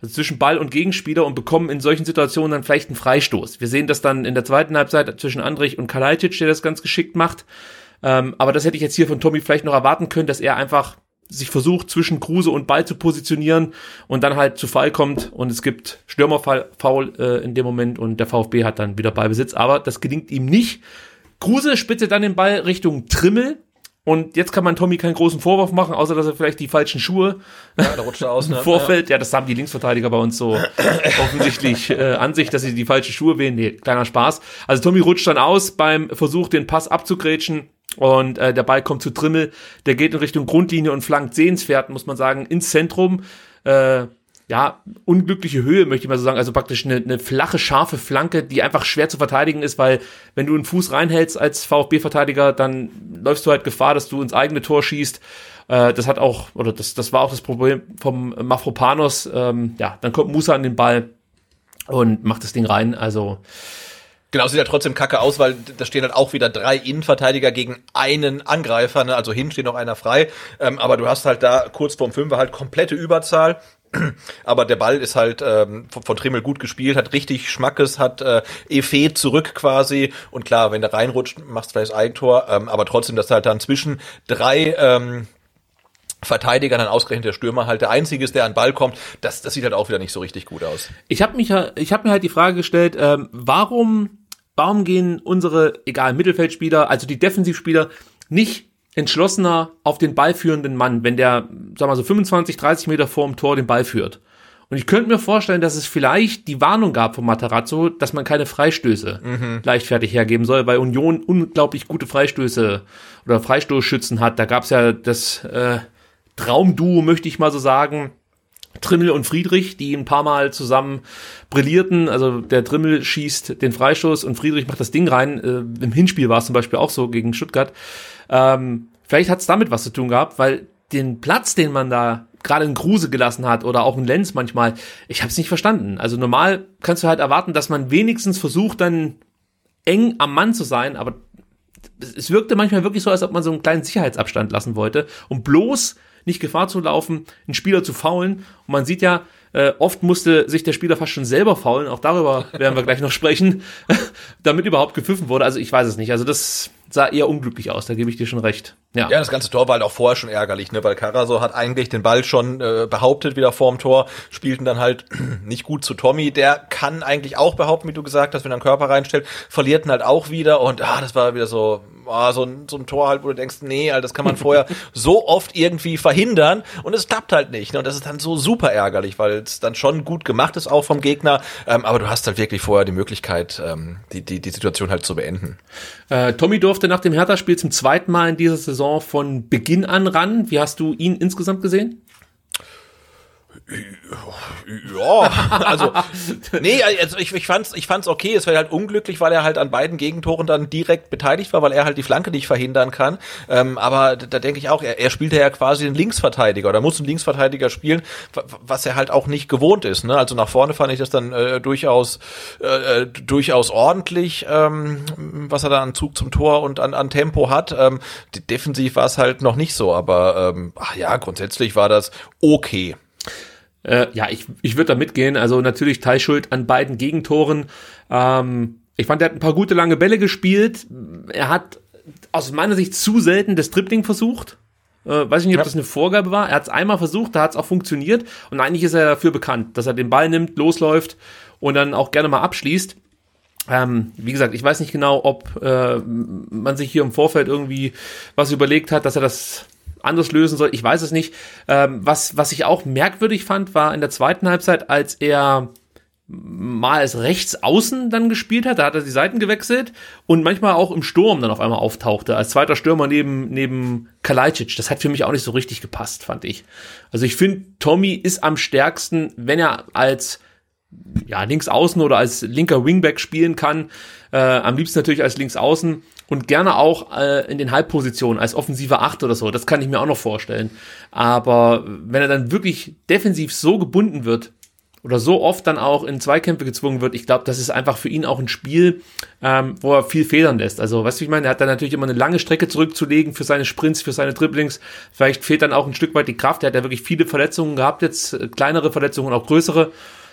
also zwischen Ball und Gegenspieler, und bekommen in solchen Situationen dann vielleicht einen Freistoß. Wir sehen das dann in der zweiten Halbzeit zwischen Andrich und Kalajdzic, der das ganz geschickt macht. Ähm, aber das hätte ich jetzt hier von Tommy vielleicht noch erwarten können, dass er einfach sich versucht, zwischen Kruse und Ball zu positionieren und dann halt zu Fall kommt und es gibt Stürmerfoul äh, in dem Moment und der VfB hat dann wieder Ballbesitz, aber das gelingt ihm nicht. Kruse spitze dann den Ball Richtung Trimmel und jetzt kann man Tommy keinen großen Vorwurf machen, außer dass er vielleicht die falschen Schuhe ja, da rutscht er aus, ne? im Vorfeld, ja. ja, das haben die Linksverteidiger bei uns so offensichtlich äh, an sich, dass sie die falschen Schuhe wählen, nee, kleiner Spaß. Also Tommy rutscht dann aus beim Versuch, den Pass abzugrätschen. Und äh, der Ball kommt zu Trimmel, der geht in Richtung Grundlinie und flankt sehenswert, muss man sagen, ins Zentrum. Äh, ja, unglückliche Höhe, möchte ich mal so sagen, also praktisch eine, eine flache, scharfe Flanke, die einfach schwer zu verteidigen ist, weil wenn du einen Fuß reinhältst als VfB-Verteidiger, dann läufst du halt Gefahr, dass du ins eigene Tor schießt. Äh, das hat auch, oder das, das war auch das Problem vom Mafropanos. Ähm, ja, dann kommt Musa an den Ball und macht das Ding rein, also... Genau, sieht ja trotzdem kacke aus, weil da stehen halt auch wieder drei Innenverteidiger gegen einen Angreifer, ne? Also hinten steht noch einer frei, ähm, aber du hast halt da kurz vorm Fünfer halt komplette Überzahl, aber der Ball ist halt ähm, von, von Trimmel gut gespielt, hat richtig Schmackes, hat äh, Efe zurück quasi und klar, wenn der reinrutscht, machst du vielleicht das Eigentor, ähm, aber trotzdem, dass halt dann zwischen drei ähm, Verteidiger, dann ausgerechnet der Stürmer halt der Einzige ist, der an den Ball kommt, das, das sieht halt auch wieder nicht so richtig gut aus. Ich habe mich, ich habe mir halt die Frage gestellt, ähm, warum Warum gehen unsere, egal, Mittelfeldspieler, also die Defensivspieler, nicht entschlossener auf den ballführenden Mann, wenn der, sagen wir mal so fünfundzwanzig, dreißig Meter vorm Tor den Ball führt? Und ich könnte mir vorstellen, dass es vielleicht die Warnung gab von Matarazzo, dass man keine Freistöße mhm. leichtfertig hergeben soll, weil Union unglaublich gute Freistöße oder Freistoßschützen hat. Da gab's ja das äh, Traumduo, möchte ich mal so sagen, Trimmel und Friedrich, die ein paar Mal zusammen brillierten. Also der Trimmel schießt den Freistoß und Friedrich macht das Ding rein. Äh, Im Hinspiel war es zum Beispiel auch so gegen Stuttgart. Ähm, vielleicht hat es damit was zu tun gehabt, weil den Platz, den man da gerade in Kruse gelassen hat oder auch in Lenz manchmal, ich habe es nicht verstanden. Also normal kannst du halt erwarten, dass man wenigstens versucht, dann eng am Mann zu sein, aber es wirkte manchmal wirklich so, als ob man so einen kleinen Sicherheitsabstand lassen wollte, um bloß nicht Gefahr zu laufen, einen Spieler zu faulen. Und man sieht ja, äh, oft musste sich der Spieler fast schon selber faulen. Auch darüber werden wir gleich noch sprechen, damit überhaupt gepfiffen wurde. Also ich weiß es nicht. Also das sah eher unglücklich aus, da gebe ich dir schon recht. Ja, ja, das ganze Tor war halt auch vorher schon ärgerlich, ne, weil Carazo hat eigentlich den Ball schon äh, behauptet wieder vorm Tor, spielten dann halt nicht gut zu Tommy, der kann eigentlich auch behaupten, wie du gesagt hast, wenn er einen Körper reinstellt, verlierten halt auch wieder und ah, das war wieder so, ah, so, ein, so ein Tor halt, wo du denkst, nee, Alter, das kann man vorher so oft irgendwie verhindern und es klappt halt nicht, ne, und das ist dann so super ärgerlich, weil es dann schon gut gemacht ist auch vom Gegner, ähm, aber du hast halt wirklich vorher die Möglichkeit, ähm, die, die, die Situation halt zu beenden. Äh, Tommy durfte nach dem Hertha-Spiel zum zweiten Mal in dieser Saison von Beginn an ran. Wie hast du ihn insgesamt gesehen? Ja, also nee, also ich, ich fand's ich fand's okay, es war halt unglücklich, weil er halt an beiden Gegentoren dann direkt beteiligt war, weil er halt die Flanke nicht verhindern kann, ähm, aber da, da denke ich auch, er, er spielte ja quasi den Linksverteidiger oder muss einen Linksverteidiger spielen, was er halt auch nicht gewohnt ist, ne? Also nach vorne fand ich das dann äh, durchaus äh, durchaus ordentlich, ähm, was er da an Zug zum Tor und an, an Tempo hat, ähm, defensiv war es halt noch nicht so, aber ähm, ach ja, grundsätzlich war das okay. Äh, ja, ich, ich würde da mitgehen. Also natürlich Teilschuld an beiden Gegentoren. Ähm, ich fand, er hat ein paar gute lange Bälle gespielt. Er hat aus meiner Sicht zu selten das Dribbling versucht. Äh, weiß ich nicht, ob ja. das eine Vorgabe war. Er hat es einmal versucht, da hat es auch funktioniert. Und eigentlich ist er dafür bekannt, dass er den Ball nimmt, losläuft und dann auch gerne mal abschließt. Ähm, wie gesagt, ich weiß nicht genau, ob äh, man sich hier im Vorfeld irgendwie was überlegt hat, dass er das anders lösen soll. Ich weiß es nicht. Ähm, was, was ich auch merkwürdig fand, war in der zweiten Halbzeit, als er mal als Rechtsaußen dann gespielt hat, da hat er die Seiten gewechselt und manchmal auch im Sturm dann auf einmal auftauchte, als zweiter Stürmer neben, neben Kalajdzic. Das hat für mich auch nicht so richtig gepasst, fand ich. Also ich finde, Tommy ist am stärksten, wenn er als ja, Linksaußen oder als linker Wingback spielen kann, äh, am liebsten natürlich als Linksaußen und gerne auch äh, in den Halbpositionen als offensiver Acht oder so, das kann ich mir auch noch vorstellen. Aber wenn er dann wirklich defensiv so gebunden wird oder so oft dann auch in Zweikämpfe gezwungen wird, ich glaube, das ist einfach für ihn auch ein Spiel, ähm, wo er viel federn lässt. Also, weißt du, ich meine, er hat dann natürlich immer eine lange Strecke zurückzulegen für seine Sprints, für seine Dribblings. Vielleicht fehlt dann auch ein Stück weit die Kraft. Er hat ja wirklich viele Verletzungen gehabt jetzt, äh, kleinere Verletzungen und auch größere.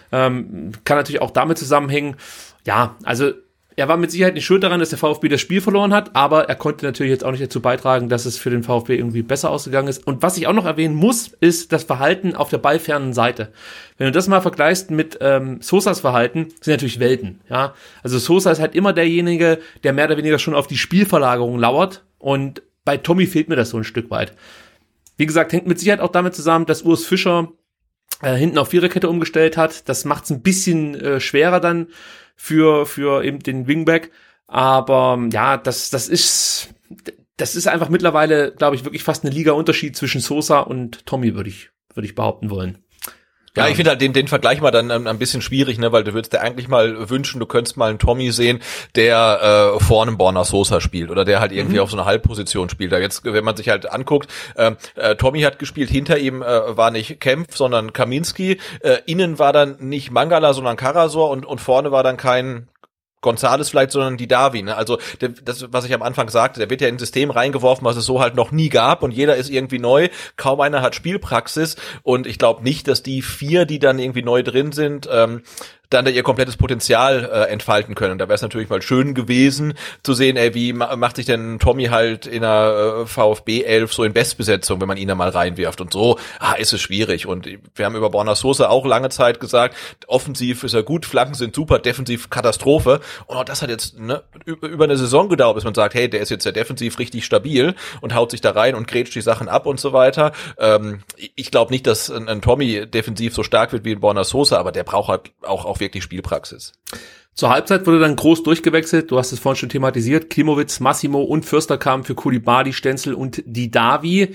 Ähm, kann natürlich auch damit zusammenhängen. Ja, also er war mit Sicherheit nicht schuld daran, dass der VfB das Spiel verloren hat, aber er konnte natürlich jetzt auch nicht dazu beitragen, dass es für den VfB irgendwie besser ausgegangen ist. Und was ich auch noch erwähnen muss, ist das Verhalten auf der ballfernen Seite. Wenn du das mal vergleichst mit ähm, Sosas Verhalten, sind natürlich Welten. Ja, also Sosa ist halt immer derjenige, der mehr oder weniger schon auf die Spielverlagerung lauert, und bei Tommy fehlt mir das so ein Stück weit. Wie gesagt, hängt mit Sicherheit auch damit zusammen, dass Urs Fischer äh, hinten auf Viererkette umgestellt hat. Das macht es ein bisschen äh, schwerer dann für für eben den Wingback, aber ja, das das ist das ist einfach mittlerweile, glaube ich, wirklich fast eine Liga-Unterschied zwischen Sosa und Tommy, würde ich würde ich behaupten wollen. Ja, ich finde halt den, den Vergleich mal dann ähm, ein bisschen schwierig, ne, weil du würdest dir eigentlich mal wünschen, du könntest mal einen Tommy sehen, der äh, vor einem Borna Sosa spielt oder der halt irgendwie mhm. auf so einer Halbposition spielt. Da jetzt, wenn man sich halt anguckt, äh, äh, Tommy hat gespielt, hinter ihm äh, war nicht Kempf, sondern Kaminski, äh, innen war dann nicht Mangala, sondern Karasor, und und vorne war dann kein González vielleicht, sondern die Davi, ne? Also der, das, was ich am Anfang sagte, der wird ja ins System reingeworfen, was es so halt noch nie gab, und jeder ist irgendwie neu, kaum einer hat Spielpraxis, und ich glaube nicht, dass die vier, die dann irgendwie neu drin sind, ähm, dann da ihr komplettes Potenzial äh, entfalten können. Und da wäre es natürlich mal schön gewesen zu sehen, ey, wie ma- macht sich denn Tommy halt in einer äh, VfB elf so in Bestbesetzung, wenn man ihn da mal reinwirft, und so, ah, ist es schwierig. Und wir haben über Borna Sosa auch lange Zeit gesagt, offensiv ist er gut, Flanken sind super, defensiv Katastrophe. Und auch das hat jetzt ne, über eine Saison gedauert, bis man sagt, hey, der ist jetzt ja defensiv richtig stabil und haut sich da rein und grätscht die Sachen ab und so weiter. Ähm, ich glaube nicht, dass ein, ein Tommy defensiv so stark wird wie ein Borna Sosa, aber der braucht halt auch, auch wirklich Spielpraxis. Zur Halbzeit wurde dann groß durchgewechselt. Du hast es vorhin schon thematisiert. Klimowitz, Massimo und Förster kamen für Koulibaly, Stenzel und Didavi.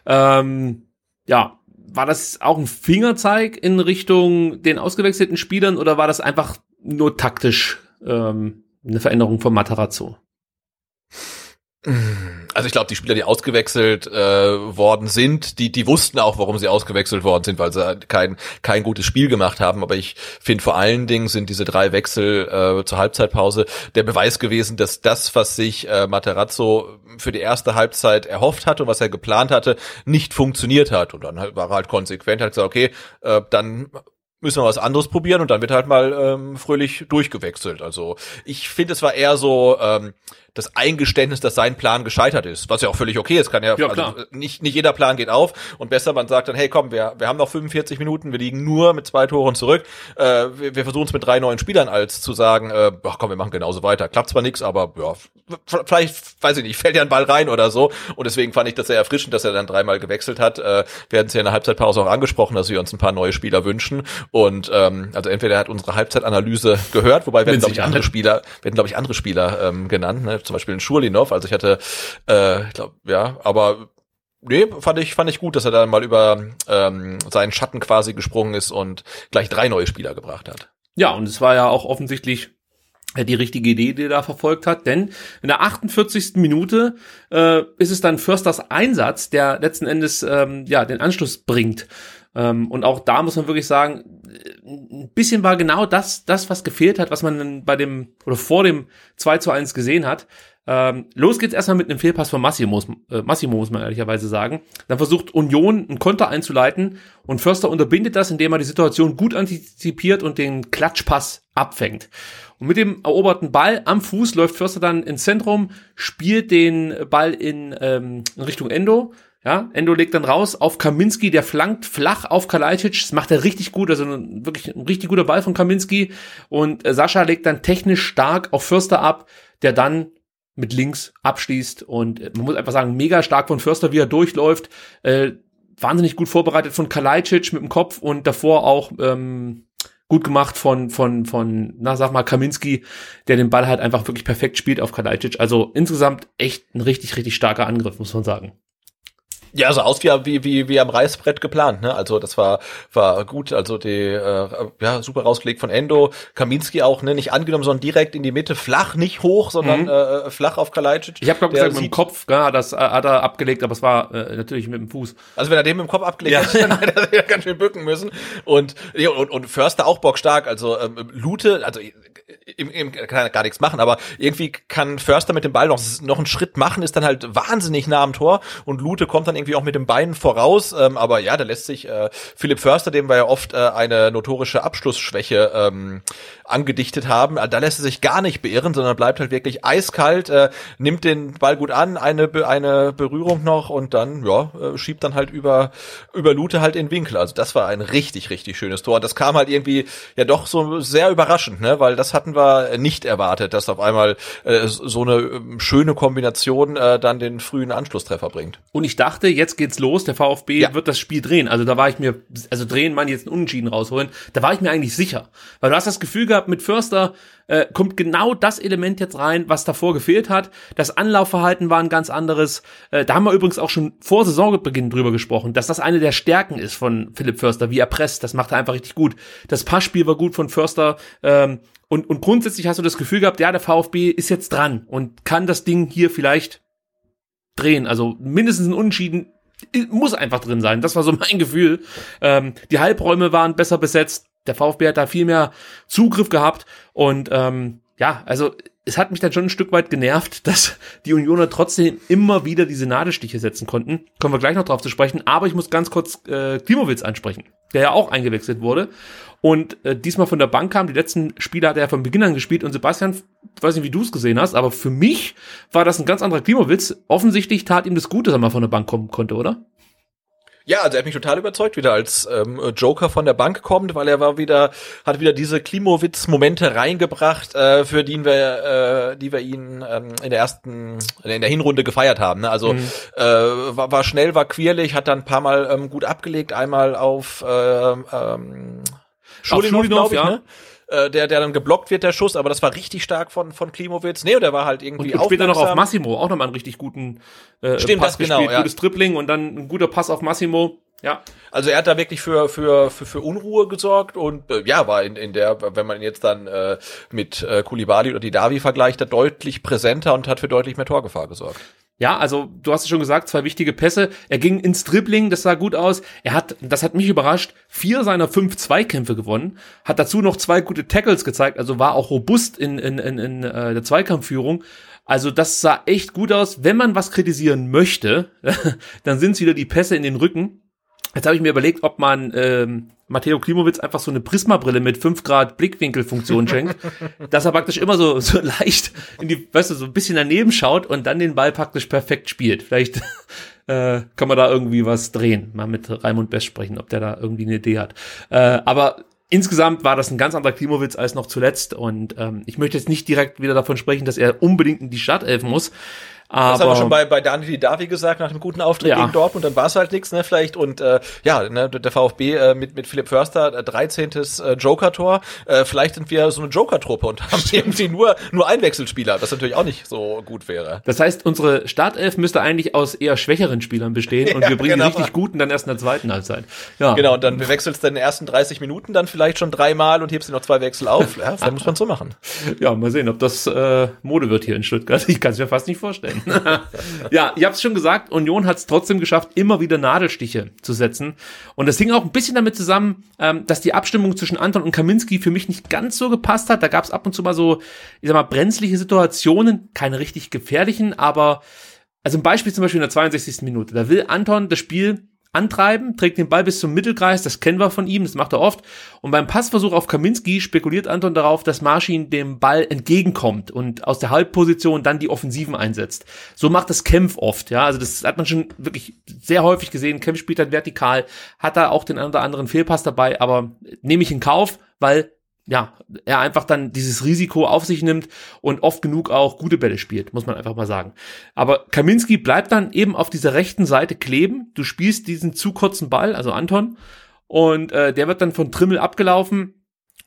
Ähm, ja, war das auch ein Fingerzeig in Richtung den ausgewechselten Spielern, oder war das einfach nur taktisch ähm, eine Veränderung von Matarazzo? Also ich glaube, die Spieler, die ausgewechselt äh, worden sind, die die wussten auch, warum sie ausgewechselt worden sind, weil sie kein kein gutes Spiel gemacht haben. Aber ich finde, vor allen Dingen sind diese drei Wechsel äh, zur Halbzeitpause der Beweis gewesen, dass das, was sich äh, Matarazzo für die erste Halbzeit erhofft hatte und was er geplant hatte, nicht funktioniert hat. Und dann war er halt konsequent, hat gesagt, okay, äh, dann müssen wir was anderes probieren, und dann wird halt mal ähm, fröhlich durchgewechselt. Also ich finde, es war eher so ähm, das Eingeständnis, dass sein Plan gescheitert ist, was ja auch völlig okay ist. Kann ja, ja also nicht nicht jeder Plan geht auf, und besser man sagt dann, hey komm, wir wir haben noch fünfundvierzig Minuten, wir liegen nur mit zwei Toren zurück, äh, wir, wir versuchen es mit drei neuen Spielern, als zu sagen, äh, ach komm, wir machen genauso weiter. Klappt zwar nichts, aber ja, vielleicht, weiß ich nicht, fällt ja ein Ball rein oder so, und deswegen fand ich das sehr erfrischend, dass er dann dreimal gewechselt hat. Äh, wir hatten es ja in der Halbzeitpause auch angesprochen, dass wir uns ein paar neue Spieler wünschen, und ähm, also entweder er hat unsere Halbzeitanalyse gehört, wobei wir hatten, glaube ich, andere Spieler, wir hatten, glaube ich, andere Spieler ähm, genannt, ne? Zum Beispiel einen Schurlinov, also ich hatte, äh, ich glaube, ja, aber nee, fand ich fand ich gut, dass er dann mal über ähm, seinen Schatten quasi gesprungen ist und gleich drei neue Spieler gebracht hat. Ja, und es war ja auch offensichtlich die richtige Idee, die er da verfolgt hat, denn in der achtundvierzigsten Minute äh, ist es dann Försters Einsatz, der letzten Endes ähm, ja den Anschluss bringt. Ähm, und auch da muss man wirklich sagen, ein bisschen war genau das, das was gefehlt hat, was man bei dem oder vor dem zwei zu eins gesehen hat. Ähm, los geht's erstmal mit einem Fehlpass von Massimo, äh, Massimo, muss man ehrlicherweise sagen. Dann versucht Union einen Konter einzuleiten, und Förster unterbindet das, indem er die Situation gut antizipiert und den Klatschpass abfängt. Und mit dem eroberten Ball am Fuß läuft Förster dann ins Zentrum, spielt den Ball in, ähm, in Richtung Endo. Ja, Endo legt dann raus auf Kaminski, der flankt flach auf Kalajdzic. Das macht er richtig gut, also ein, wirklich ein richtig guter Ball von Kaminski. Und äh, Sascha legt dann technisch stark auf Förster ab, der dann mit links abschließt, und man muss einfach sagen, mega stark von Förster, wie er durchläuft, äh, wahnsinnig gut vorbereitet von Kalajdzic mit dem Kopf, und davor auch ähm, gut gemacht von von von na sag mal Kaminski, der den Ball halt einfach wirklich perfekt spielt auf Kalajdzic. Also insgesamt echt ein richtig richtig starker Angriff, muss man sagen. Ja, so aus wie, wie, wie, wie am Reißbrett geplant, ne? Also das war war gut, also die äh, ja super rausgelegt von Endo, Kaminski auch, ne, nicht angenommen, sondern direkt in die Mitte, flach, nicht hoch, sondern mhm. äh, flach auf Kalajdzic. Ich habe glaube gesagt, mit dem Kopf, ja, das hat er abgelegt, aber es war äh, natürlich mit dem Fuß. Also wenn er den mit dem Kopf abgelegt ja. hat, dann hätte er ganz schön bücken müssen. Und ja, und, und Förster auch bockstark, also ähm, Lute, also im, im, kann er gar nichts machen, aber irgendwie kann Förster mit dem Ball noch noch einen Schritt machen, ist dann halt wahnsinnig nah am Tor und Lute kommt dann irgendwie auch mit dem Bein voraus, ähm, aber ja, da lässt sich äh, Philipp Förster, dem wir ja oft äh, eine notorische Abschlussschwäche ähm, angedichtet haben, da lässt er sich gar nicht beirren, sondern bleibt halt wirklich eiskalt, äh, nimmt den Ball gut an, eine eine Berührung noch und dann ja äh, schiebt dann halt über über Lute halt in den Winkel. Also das war ein richtig richtig schönes Tor. Und das kam halt irgendwie ja doch so sehr überraschend, ne, weil das hatten wir nicht erwartet, dass auf einmal äh, so eine äh, schöne Kombination äh, dann den frühen Anschlusstreffer bringt. Und ich dachte, jetzt geht's los, der VfB ja. wird das Spiel drehen. Also da war ich mir, also drehen, man jetzt einen Unentschieden rausholen, da war ich mir eigentlich sicher. Weil du hast das Gefühl gehabt, mit Förster äh, kommt genau das Element jetzt rein, was davor gefehlt hat. Das Anlaufverhalten war ein ganz anderes. Äh, da haben wir übrigens auch schon vor Saisonbeginn drüber gesprochen, dass das eine der Stärken ist von Philipp Förster, wie er presst. Das macht er einfach richtig gut. Das Passspiel war gut von Förster. Ähm, und, und grundsätzlich hast du das Gefühl gehabt, ja, der VfB ist jetzt dran und kann das Ding hier vielleicht drehen. Also mindestens ein Unentschieden muss einfach drin sein. Das war so mein Gefühl. Ähm, die Halbräume waren besser besetzt. Der VfB hat da viel mehr Zugriff gehabt. Und ähm, ja, also es hat mich dann schon ein Stück weit genervt, dass die Unioner trotzdem immer wieder diese Nadelstiche setzen konnten. Kommen wir gleich noch drauf zu sprechen. Aber ich muss ganz kurz äh, Klimowitz ansprechen, der ja auch eingewechselt wurde. Und äh, diesmal von der Bank kam. Die letzten Spiele hat er von Beginn an gespielt. Und Sebastian, ich weiß nicht, wie du es gesehen hast, aber für mich war das ein ganz anderer Klimowitz. Offensichtlich tat ihm das gut, dass er mal von der Bank kommen konnte, oder? Ja, also er hat mich total überzeugt, wie er als ähm, Joker von der Bank kommt, weil er war wieder, hat wieder diese Klimowitz-Momente reingebracht, äh, für die wir, äh, die wir ihn ähm, in der ersten, in der Hinrunde gefeiert haben. Ne? Also mhm. äh, war, war schnell, war quirlig, hat dann ein paar Mal ähm, gut abgelegt, einmal auf äh, ähm, Schulinov, glaube ich, ja. Ne? Der, der dann geblockt wird, der Schuss, aber das war richtig stark von von Klimowitz. Nee, und der war halt irgendwie und, und später noch auf Massimo, auch nochmal einen richtig guten äh, Stimmt, Pass das genau, gespielt, ja. gutes Dribbling und dann ein guter Pass auf Massimo. Ja. Also er hat da wirklich für für für, für Unruhe gesorgt und äh, ja, war in in der, wenn man ihn jetzt dann äh, mit äh, Koulibaly oder Didavi vergleicht, da deutlich präsenter und hat für deutlich mehr Torgefahr gesorgt. Ja, also du hast es schon gesagt, zwei wichtige Pässe. Er ging ins Dribbling, das sah gut aus. Er hat, das hat mich überrascht, vier seiner fünf Zweikämpfe gewonnen, hat dazu noch zwei gute Tackles gezeigt, also war auch robust in in in, in äh, der Zweikampfführung. Also das sah echt gut aus. Wenn man was kritisieren möchte, dann sind es wieder die Pässe in den Rücken. Jetzt habe ich mir überlegt, ob man ähm, Matteo Klimowitz einfach so eine Prismabrille mit fünf Grad Blickwinkelfunktion schenkt, dass er praktisch immer so so leicht in die, weißt du, so ein bisschen daneben schaut und dann den Ball praktisch perfekt spielt. Vielleicht äh, kann man da irgendwie was drehen. Mal mit Raimund Best sprechen, ob der da irgendwie eine Idee hat. Äh, aber insgesamt war das ein ganz anderer Klimowitz als noch zuletzt und ähm, ich möchte jetzt nicht direkt wieder davon sprechen, dass er unbedingt in die Startelf muss. Aber das haben wir schon bei bei Daniel Didavi gesagt, nach dem guten Auftritt ja. gegen Dortmund, dann war es halt nichts, ne, vielleicht. Und äh, ja, ne, der VfB äh, mit mit Philipp Förster, äh, dreizehntes Äh, Joker-Tor. Äh, vielleicht sind wir so eine Joker-Truppe und haben irgendwie nur nur Einwechselspieler, was natürlich auch nicht so gut wäre. Das heißt, unsere Startelf müsste eigentlich aus eher schwächeren Spielern bestehen und ja, wir bringen genau. die richtig guten dann erst in der zweiten Halbzeit. Ja. Genau, und dann wechselst du in den ersten dreißig Minuten dann vielleicht schon dreimal und hebst dir noch zwei Wechsel auf. Ja, das muss man so machen. Ja, mal sehen, ob das äh, Mode wird hier in Stuttgart. Ich kann es mir fast nicht vorstellen. Ja, ich habe es schon gesagt, Union hat es trotzdem geschafft, immer wieder Nadelstiche zu setzen. Und das hing auch ein bisschen damit zusammen, ähm, dass die Abstimmung zwischen Anton und Kaminski für mich nicht ganz so gepasst hat. Da gab es ab und zu mal so, ich sag mal, brenzliche Situationen, keine richtig gefährlichen, aber also ein Beispiel zum Beispiel in der zweiundsechzigsten Minute. Da will Anton das Spiel antreiben, trägt den Ball bis zum Mittelkreis, das kennen wir von ihm, das macht er oft. Und beim Passversuch auf Kaminski spekuliert Anton darauf, dass Marschin dem Ball entgegenkommt und aus der Halbposition dann die Offensiven einsetzt. So macht das Kempf oft, ja, also das hat man schon wirklich sehr häufig gesehen. Kempf spielt dann vertikal, hat da auch den einen oder anderen Fehlpass dabei, aber nehme ich in Kauf, weil ja, er einfach dann dieses Risiko auf sich nimmt und oft genug auch gute Bälle spielt, muss man einfach mal sagen. Aber Kaminski bleibt dann eben auf dieser rechten Seite kleben. Du spielst diesen zu kurzen Ball, also Anton, und äh, der wird dann von Trimmel abgelaufen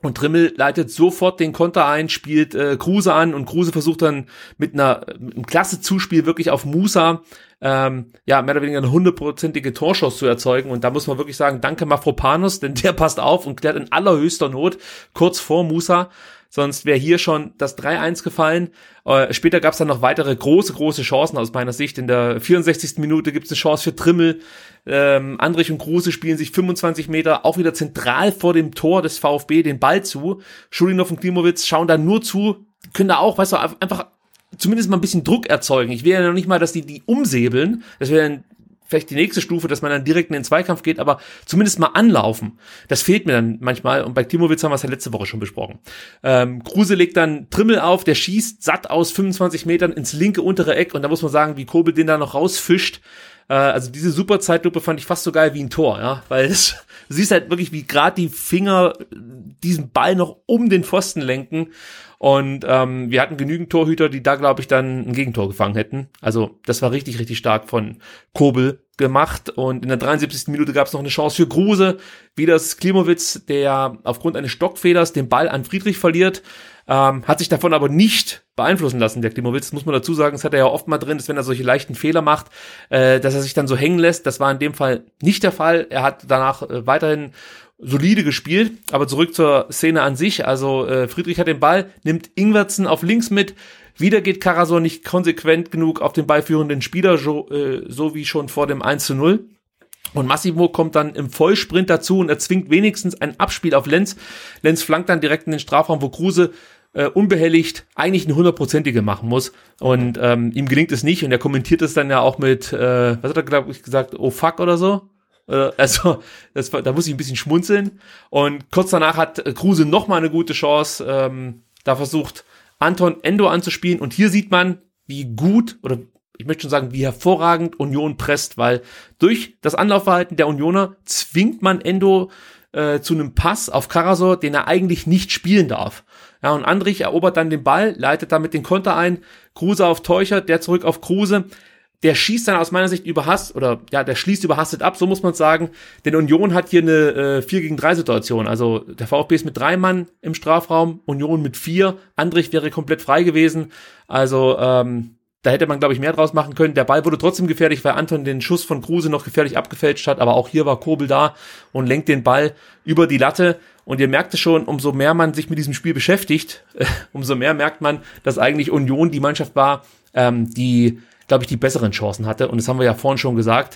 Und Trimmel leitet sofort den Konter ein, spielt äh, Kruse an und Kruse versucht dann mit einer mit einem klasse Zuspiel wirklich auf Musa ähm, ja mehr oder weniger eine hundertprozentige Torchance zu erzeugen. Und da muss man wirklich sagen, danke Mafropanos, denn der passt auf und klärt in allerhöchster Not kurz vor Musa. Sonst wäre hier schon das drei eins gefallen. Äh, später gab es dann noch weitere große, große Chancen aus meiner Sicht. In der vierundsechzigsten Minute gibt es eine Chance für Trimmel. Ähm, Andrich und Kruse spielen sich fünfundzwanzig Meter auch wieder zentral vor dem Tor des VfB den Ball zu. Schulinov und Klimowitz schauen da nur zu, können da auch, weißt du, einfach zumindest mal ein bisschen Druck erzeugen. Ich will ja noch nicht mal, dass die die umsäbeln. Das wäre dann vielleicht die nächste Stufe, dass man dann direkt in den Zweikampf geht, aber zumindest mal anlaufen. Das fehlt mir dann manchmal und bei Klimowitz haben wir es ja letzte Woche schon besprochen. Ähm, Kruse legt dann Trimmel auf, der schießt satt aus fünfundzwanzig Metern ins linke untere Eck und da muss man sagen, wie Kobel den da noch rausfischt. Äh, also diese super Zeitlupe fand ich fast so geil wie ein Tor, ja, weil es, du siehst halt wirklich, wie gerade die Finger diesen Ball noch um den Pfosten lenken. Und ähm, wir hatten genügend Torhüter, die da, glaube ich, dann ein Gegentor gefangen hätten. Also das war richtig, richtig stark von Kobel gemacht. Und in der dreiundsiebzigsten Minute gab es noch eine Chance für Kruse, wie das Klimowitz, der aufgrund eines Stockfehlers den Ball an Friedrich verliert. Ähm, hat sich davon aber nicht beeinflussen lassen, der Klimowitz. Das muss man dazu sagen, das hat er ja oft mal drin, dass wenn er solche leichten Fehler macht, äh, dass er sich dann so hängen lässt. Das war in dem Fall nicht der Fall. Er hat danach äh, weiterhin solide gespielt, aber zurück zur Szene an sich. Also äh, Friedrich hat den Ball, nimmt Ingwertsen auf links mit. Wieder geht Karasor nicht konsequent genug auf den ballführenden Spieler, so, äh, so wie schon vor dem eins zu null. Und Massimo kommt dann im Vollsprint dazu und erzwingt wenigstens ein Abspiel auf Lenz. Lenz flankt dann direkt in den Strafraum, wo Kruse äh, unbehelligt eigentlich eine hundertprozentige machen muss. Und ähm, ihm gelingt es nicht und er kommentiert es dann ja auch mit, äh, was hat er glaub ich gesagt, oh fuck oder so? Also, das war, da muss ich ein bisschen schmunzeln. Und kurz danach hat Kruse nochmal eine gute Chance. Ähm, da versucht Anton Endo anzuspielen. Und hier sieht man, wie gut, oder ich möchte schon sagen, wie hervorragend Union presst, weil durch das Anlaufverhalten der Unioner zwingt man Endo äh, zu einem Pass auf Karasor, den er eigentlich nicht spielen darf. Ja, und Andrich erobert dann den Ball, leitet damit den Konter ein. Kruse auf Teuchert, der zurück auf Kruse. Der schießt dann aus meiner Sicht überhastet, oder ja, der schließt überhastet ab, so muss man sagen. Denn Union hat hier eine äh, vier gegen drei Situation. Also der VfB ist mit drei Mann im Strafraum, Union mit vier. Andrich wäre komplett frei gewesen. Also ähm, da hätte man, glaube ich, mehr draus machen können. Der Ball wurde trotzdem gefährlich, weil Anton den Schuss von Kruse noch gefährlich abgefälscht hat. Aber auch hier war Kobel da und lenkt den Ball über die Latte. Und ihr merkt es schon, umso mehr man sich mit diesem Spiel beschäftigt, äh, umso mehr merkt man, dass eigentlich Union die Mannschaft war, ähm, die glaube ich, die besseren Chancen hatte. Und das haben wir ja vorhin schon gesagt.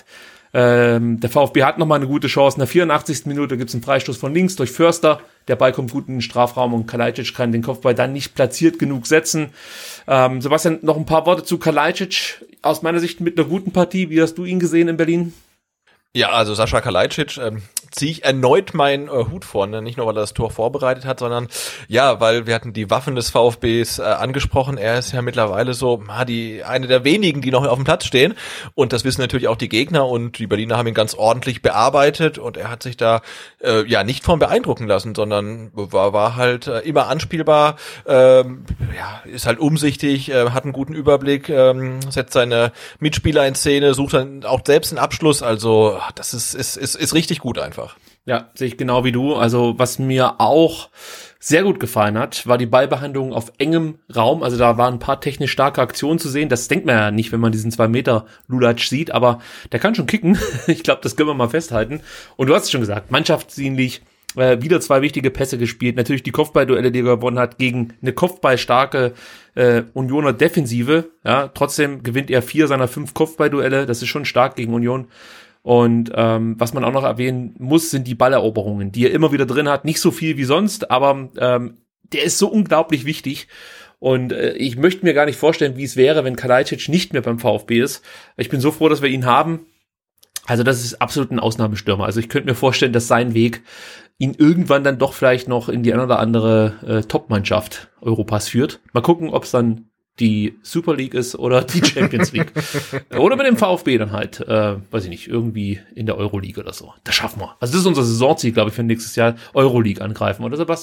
Ähm, der VfB hat nochmal eine gute Chance. In der vierundachtzigsten Minute gibt es einen Freistoß von links durch Förster. Der Ball kommt gut in den Strafraum und Kalajdzic kann den Kopfball dann nicht platziert genug setzen. Ähm, Sebastian, noch ein paar Worte zu Kalajdzic. Aus meiner Sicht mit einer guten Partie. Wie hast du ihn gesehen in Berlin? Ja, also Sascha Kalajdzic ähm, ziehe ich erneut meinen äh, Hut vor, ne? Nicht nur, weil er das Tor vorbereitet hat, sondern ja, weil wir hatten die Waffen des VfBs äh, angesprochen. Er ist ja mittlerweile so ah, die eine der wenigen, die noch auf dem Platz stehen und das wissen natürlich auch die Gegner und die Berliner haben ihn ganz ordentlich bearbeitet und er hat sich da äh, ja nicht von beeindrucken lassen, sondern war, war halt äh, immer anspielbar, ähm, ja, ist halt umsichtig, äh, hat einen guten Überblick, ähm, setzt seine Mitspieler in Szene, sucht dann auch selbst einen Abschluss, also das ist, ist, ist, ist richtig gut einfach. Ja, sehe ich genau wie du. Also was mir auch sehr gut gefallen hat, war die Ballbehandlung auf engem Raum. Also da waren ein paar technisch starke Aktionen zu sehen. Das denkt man ja nicht, wenn man diesen zwei Meter Lulatsch sieht, aber der kann schon kicken. Ich glaube, das können wir mal festhalten. Und du hast es schon gesagt, mannschaftsdienlich, äh, wieder zwei wichtige Pässe gespielt. Natürlich die Kopfballduelle, die er gewonnen hat, gegen eine kopfballstarke äh, Unioner Defensive. Ja, trotzdem gewinnt er vier seiner fünf Kopfballduelle. Das ist schon stark gegen Union. Und ähm, was man auch noch erwähnen muss, sind die Balleroberungen, die er immer wieder drin hat. Nicht so viel wie sonst, aber ähm, der ist so unglaublich wichtig. Und äh, ich möchte mir gar nicht vorstellen, wie es wäre, wenn Kalajdzic nicht mehr beim VfB ist. Ich bin so froh, dass wir ihn haben. Also das ist absolut ein Ausnahmestürmer. Also ich könnte mir vorstellen, dass sein Weg ihn irgendwann dann doch vielleicht noch in die eine oder andere äh, Top-Mannschaft Europas führt. Mal gucken, ob es dann die Super League ist oder die Champions League. Oder mit dem VfB dann halt, äh, weiß ich nicht, irgendwie in der Euroleague oder so. Das schaffen wir. Also das ist unser Saisonziel, glaube ich, für nächstes Jahr. Euroleague angreifen, oder Sebastian?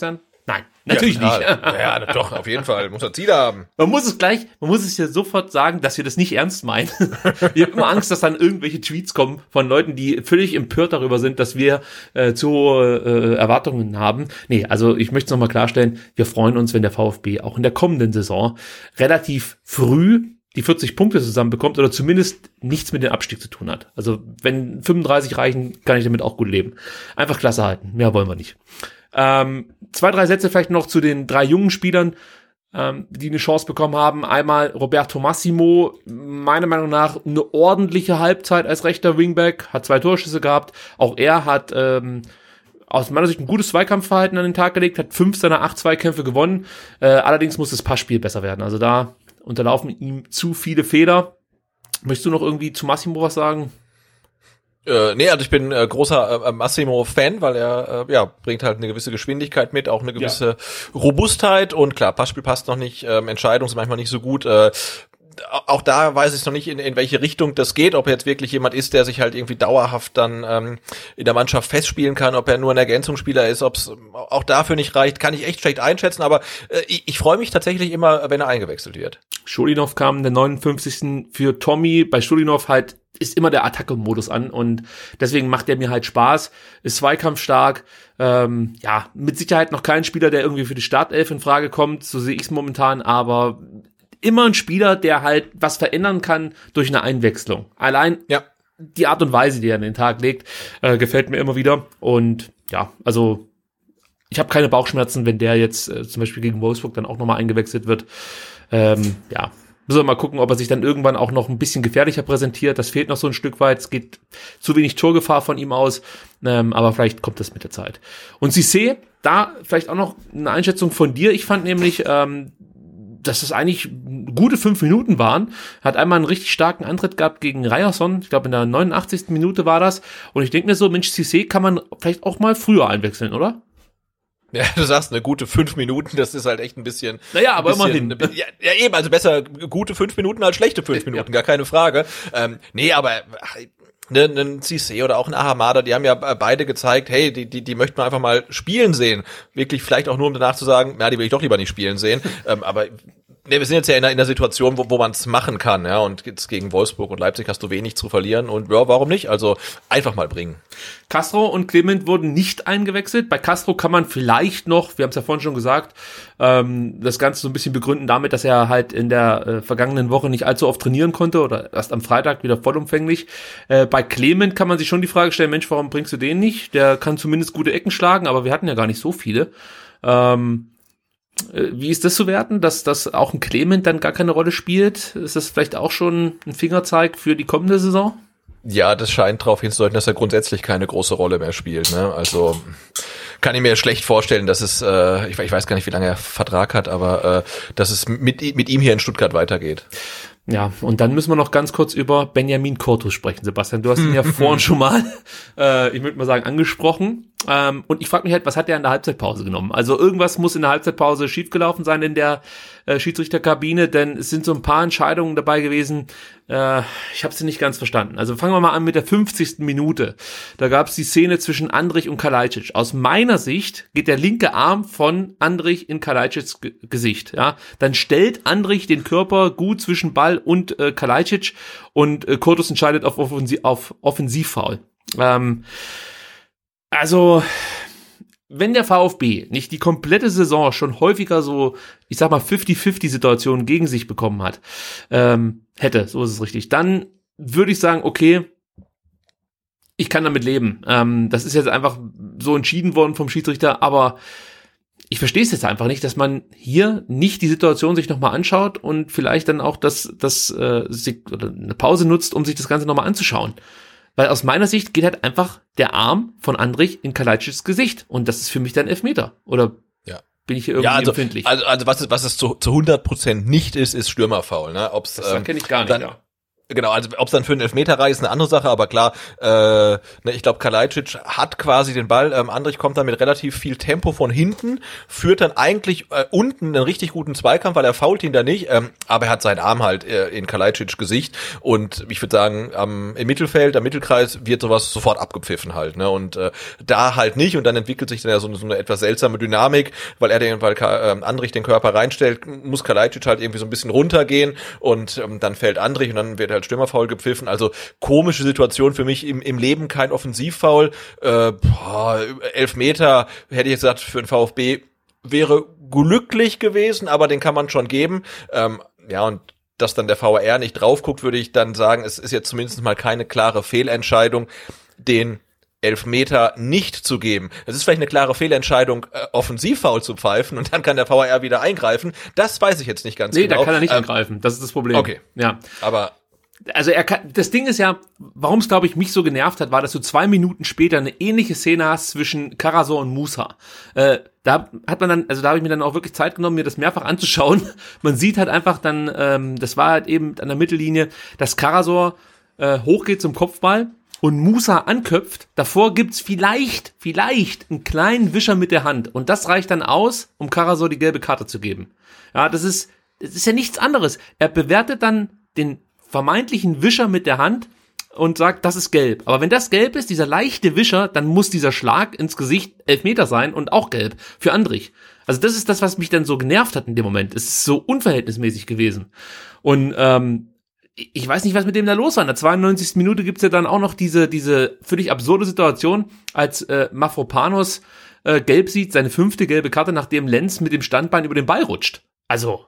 Nein, natürlich ja, nicht. Ja, doch, auf jeden Fall. Muss er Ziele haben. Man muss es gleich, man muss es ja sofort sagen, dass wir das nicht ernst meinen. Wir haben immer Angst, dass dann irgendwelche Tweets kommen von Leuten, die völlig empört darüber sind, dass wir äh, zu äh, Erwartungen haben. Nee, also ich möchte es nochmal klarstellen, wir freuen uns, wenn der VfB auch in der kommenden Saison relativ früh die vierzig Punkte zusammenbekommt oder zumindest nichts mit dem Abstieg zu tun hat. Also wenn fünfunddreißig reichen, kann ich damit auch gut leben. Einfach Klasse halten, mehr wollen wir nicht. Ähm, zwei, drei Sätze vielleicht noch zu den drei jungen Spielern, ähm, die eine Chance bekommen haben. Einmal Roberto Massimo, meiner Meinung nach eine ordentliche Halbzeit als rechter Wingback, hat zwei Torschüsse gehabt. Auch er hat ähm, aus meiner Sicht ein gutes Zweikampfverhalten an den Tag gelegt, hat fünf seiner acht Zweikämpfe gewonnen. Äh, allerdings muss das Passspiel besser werden. Also da unterlaufen ihm zu viele Fehler. Möchtest du noch irgendwie zu Massimo was sagen? Äh, nee, also ich bin äh, großer äh, Massimo-Fan, weil er äh, ja bringt halt eine gewisse Geschwindigkeit mit, auch eine gewisse ja. Robustheit und klar, Passspiel passt noch nicht, ähm, Entscheidungen sind manchmal nicht so gut. Äh, auch da weiß ich noch nicht, in, in welche Richtung das geht, ob er jetzt wirklich jemand ist, der sich halt irgendwie dauerhaft dann ähm, in der Mannschaft festspielen kann, ob er nur ein Ergänzungsspieler ist, ob es auch dafür nicht reicht, kann ich echt schlecht einschätzen, aber äh, ich, ich freue mich tatsächlich immer, wenn er eingewechselt wird. Schulinov kam in der neunundfünfzigsten für Tommy. Bei Schulinov halt ist immer der Attacke-Modus an und deswegen macht er mir halt Spaß, ist zweikampfstark, ähm, ja, mit Sicherheit noch kein Spieler, der irgendwie für die Startelf in Frage kommt, so sehe ich es momentan, aber immer ein Spieler, der halt was verändern kann durch eine Einwechslung. Allein ja. die Art und Weise, die er an den Tag legt, äh, gefällt mir immer wieder und ja, also ich habe keine Bauchschmerzen, wenn der jetzt äh, zum Beispiel gegen Wolfsburg dann auch nochmal eingewechselt wird. Ähm, ja, müssen wir mal gucken, ob er sich dann irgendwann auch noch ein bisschen gefährlicher präsentiert. Das fehlt noch so ein Stück weit. Es geht zu wenig Torgefahr von ihm aus. Ähm, aber vielleicht kommt das mit der Zeit. Und Cissé, da vielleicht auch noch eine Einschätzung von dir. Ich fand nämlich, ähm, dass das eigentlich gute fünf Minuten waren. Hat einmal einen richtig starken Antritt gehabt gegen Ryerson. Ich glaube, in der neunundachtzigsten Minute war das. Und ich denke mir so, Mensch, Cissé kann man vielleicht auch mal früher einwechseln, oder? Ja, du sagst eine gute fünf Minuten, das ist halt echt ein bisschen... Naja, aber bisschen, immerhin. Ja, ja, eben, also besser gute fünf Minuten als schlechte fünf Minuten, ja. Gar keine Frage. Ähm, nee, aber ne, ein Cissé oder auch ein Ahamada, die haben ja beide gezeigt, hey, die, die, die möchten wir einfach mal spielen sehen. Wirklich vielleicht auch nur, um danach zu sagen, ja, die will ich doch lieber nicht spielen sehen. ähm, aber... Ne, wir sind jetzt ja in einer, in einer Situation, wo, wo man es machen kann, ja, und jetzt gegen Wolfsburg und Leipzig hast du wenig zu verlieren und ja, warum nicht? Also einfach mal bringen. Castro und Clement wurden nicht eingewechselt. Bei Castro kann man vielleicht noch, wir haben es ja vorhin schon gesagt, ähm, das Ganze so ein bisschen begründen damit, dass er halt in der äh, vergangenen Woche nicht allzu oft trainieren konnte oder erst am Freitag wieder vollumfänglich. Äh, bei Clement kann man sich schon die Frage stellen, Mensch, warum bringst du den nicht? Der kann zumindest gute Ecken schlagen, aber wir hatten ja gar nicht so viele. Ähm, Wie ist das zu werten, dass das auch ein Clement dann gar keine Rolle spielt? Ist das vielleicht auch schon ein Fingerzeig für die kommende Saison? Ja, das scheint darauf hinzudeuten, dass er grundsätzlich keine große Rolle mehr spielt. Ne? Also kann ich mir schlecht vorstellen, dass es, äh, ich, ich weiß gar nicht, wie lange er Vertrag hat, aber äh, dass es mit, mit ihm hier in Stuttgart weitergeht. Ja, und dann müssen wir noch ganz kurz über Benjamin Cortus sprechen, Sebastian. Du hast ihn ja vorhin schon mal, äh, ich würde mal sagen, angesprochen. Ähm, und ich frage mich halt, was hat er in der Halbzeitpause genommen? Also irgendwas muss in der Halbzeitpause schiefgelaufen sein in der äh, Schiedsrichterkabine, denn es sind so ein paar Entscheidungen dabei gewesen, äh, ich habe sie nicht ganz verstanden. Also fangen wir mal an mit der fünfzigsten Minute. Da gab es die Szene zwischen Andrich und Kalajdzic. Aus meiner Sicht geht der linke Arm von Andrich in Kalajdzics G- Gesicht. Ja, dann stellt Andrich den Körper gut zwischen Ball und äh, Kalajdzic und äh, Cortus entscheidet auf, Offensiv- auf Offensivfoul. Ähm, also, wenn der VfB nicht die komplette Saison schon häufiger so, ich sag mal, fünfzig fünfzig Situationen gegen sich bekommen hat, ähm, hätte, so ist es richtig, dann würde ich sagen, okay, ich kann damit leben. Ähm, das ist jetzt einfach so entschieden worden vom Schiedsrichter, aber ich verstehe es jetzt einfach nicht, dass man hier nicht die Situation sich nochmal anschaut und vielleicht dann auch das, das äh, oder eine Pause nutzt, um sich das Ganze nochmal anzuschauen. Weil aus meiner Sicht geht halt einfach der Arm von Andrich in Kalajdzics Gesicht. Und das ist für mich dann Elfmeter. Oder ja. bin ich hier irgendwie ja, also, empfindlich? Also, also was es, was es zu, zu hundert Prozent nicht ist, ist Stürmerfoul. Ne? Ob's, das ähm, kenne ich gar nicht, dann, ja. Genau, also ob es dann für einen Elfmeter reicht, ist eine andere Sache, aber klar, äh, ne, ich glaube, Kalajdzic hat quasi den Ball, ähm, Andrich kommt dann mit relativ viel Tempo von hinten, führt dann eigentlich äh, unten einen richtig guten Zweikampf, weil er fault ihn da nicht, ähm, aber er hat seinen Arm halt äh, in Kalajdzic Gesicht und ich würde sagen, ähm, im Mittelfeld, am Mittelkreis wird sowas sofort abgepfiffen halt, ne, und äh, da halt nicht und dann entwickelt sich dann ja so eine, so eine etwas seltsame Dynamik, weil er den, weil äh, Andrich den Körper reinstellt, muss Kalajdzic halt irgendwie so ein bisschen runtergehen und ähm, dann fällt Andrich und dann wird halt Stürmerfoul gepfiffen, also komische Situation für mich, im, im Leben kein Offensivfoul, äh, boah, Elfmeter, hätte ich jetzt gesagt, für den VfB wäre glücklich gewesen, aber den kann man schon geben, ähm, ja, und dass dann der V A R nicht drauf guckt, würde ich dann sagen, es ist jetzt zumindest mal keine klare Fehlentscheidung, den Elfmeter nicht zu geben. Es ist vielleicht eine klare Fehlentscheidung, äh, Offensivfoul zu pfeifen und dann kann der V A R wieder eingreifen. Das weiß ich jetzt nicht ganz nee, genau. Nee, da kann er nicht ähm, eingreifen. Das ist das Problem. Okay. Ja. Aber also er kann, das Ding ist ja, warum es, glaube ich, mich so genervt hat, war, dass du zwei Minuten später eine ähnliche Szene hast zwischen Karasor und Musa. Äh, da hat man dann, also da habe ich mir dann auch wirklich Zeit genommen, mir das mehrfach anzuschauen. Man sieht halt einfach dann, ähm, das war halt eben an der Mittellinie, dass Karasor äh, hochgeht zum Kopfball und Musa anköpft. Davor gibt's vielleicht, vielleicht einen kleinen Wischer mit der Hand. Und das reicht dann aus, um Karasor die gelbe Karte zu geben. Ja, das ist, das ist ja nichts anderes. Er bewertet dann den vermeintlichen Wischer mit der Hand und sagt, das ist gelb. Aber wenn das gelb ist, dieser leichte Wischer, dann muss dieser Schlag ins Gesicht Elfmeter sein und auch gelb für Andrich. Also das ist das, was mich dann so genervt hat in dem Moment. Es ist so unverhältnismäßig gewesen. Und ähm, ich weiß nicht, was mit dem da los war. In der zweiundneunzigsten Minute gibt's ja dann auch noch diese diese völlig absurde Situation, als äh, Mafropanos äh, gelb sieht, seine fünfte gelbe Karte, nachdem Lenz mit dem Standbein über den Ball rutscht. Also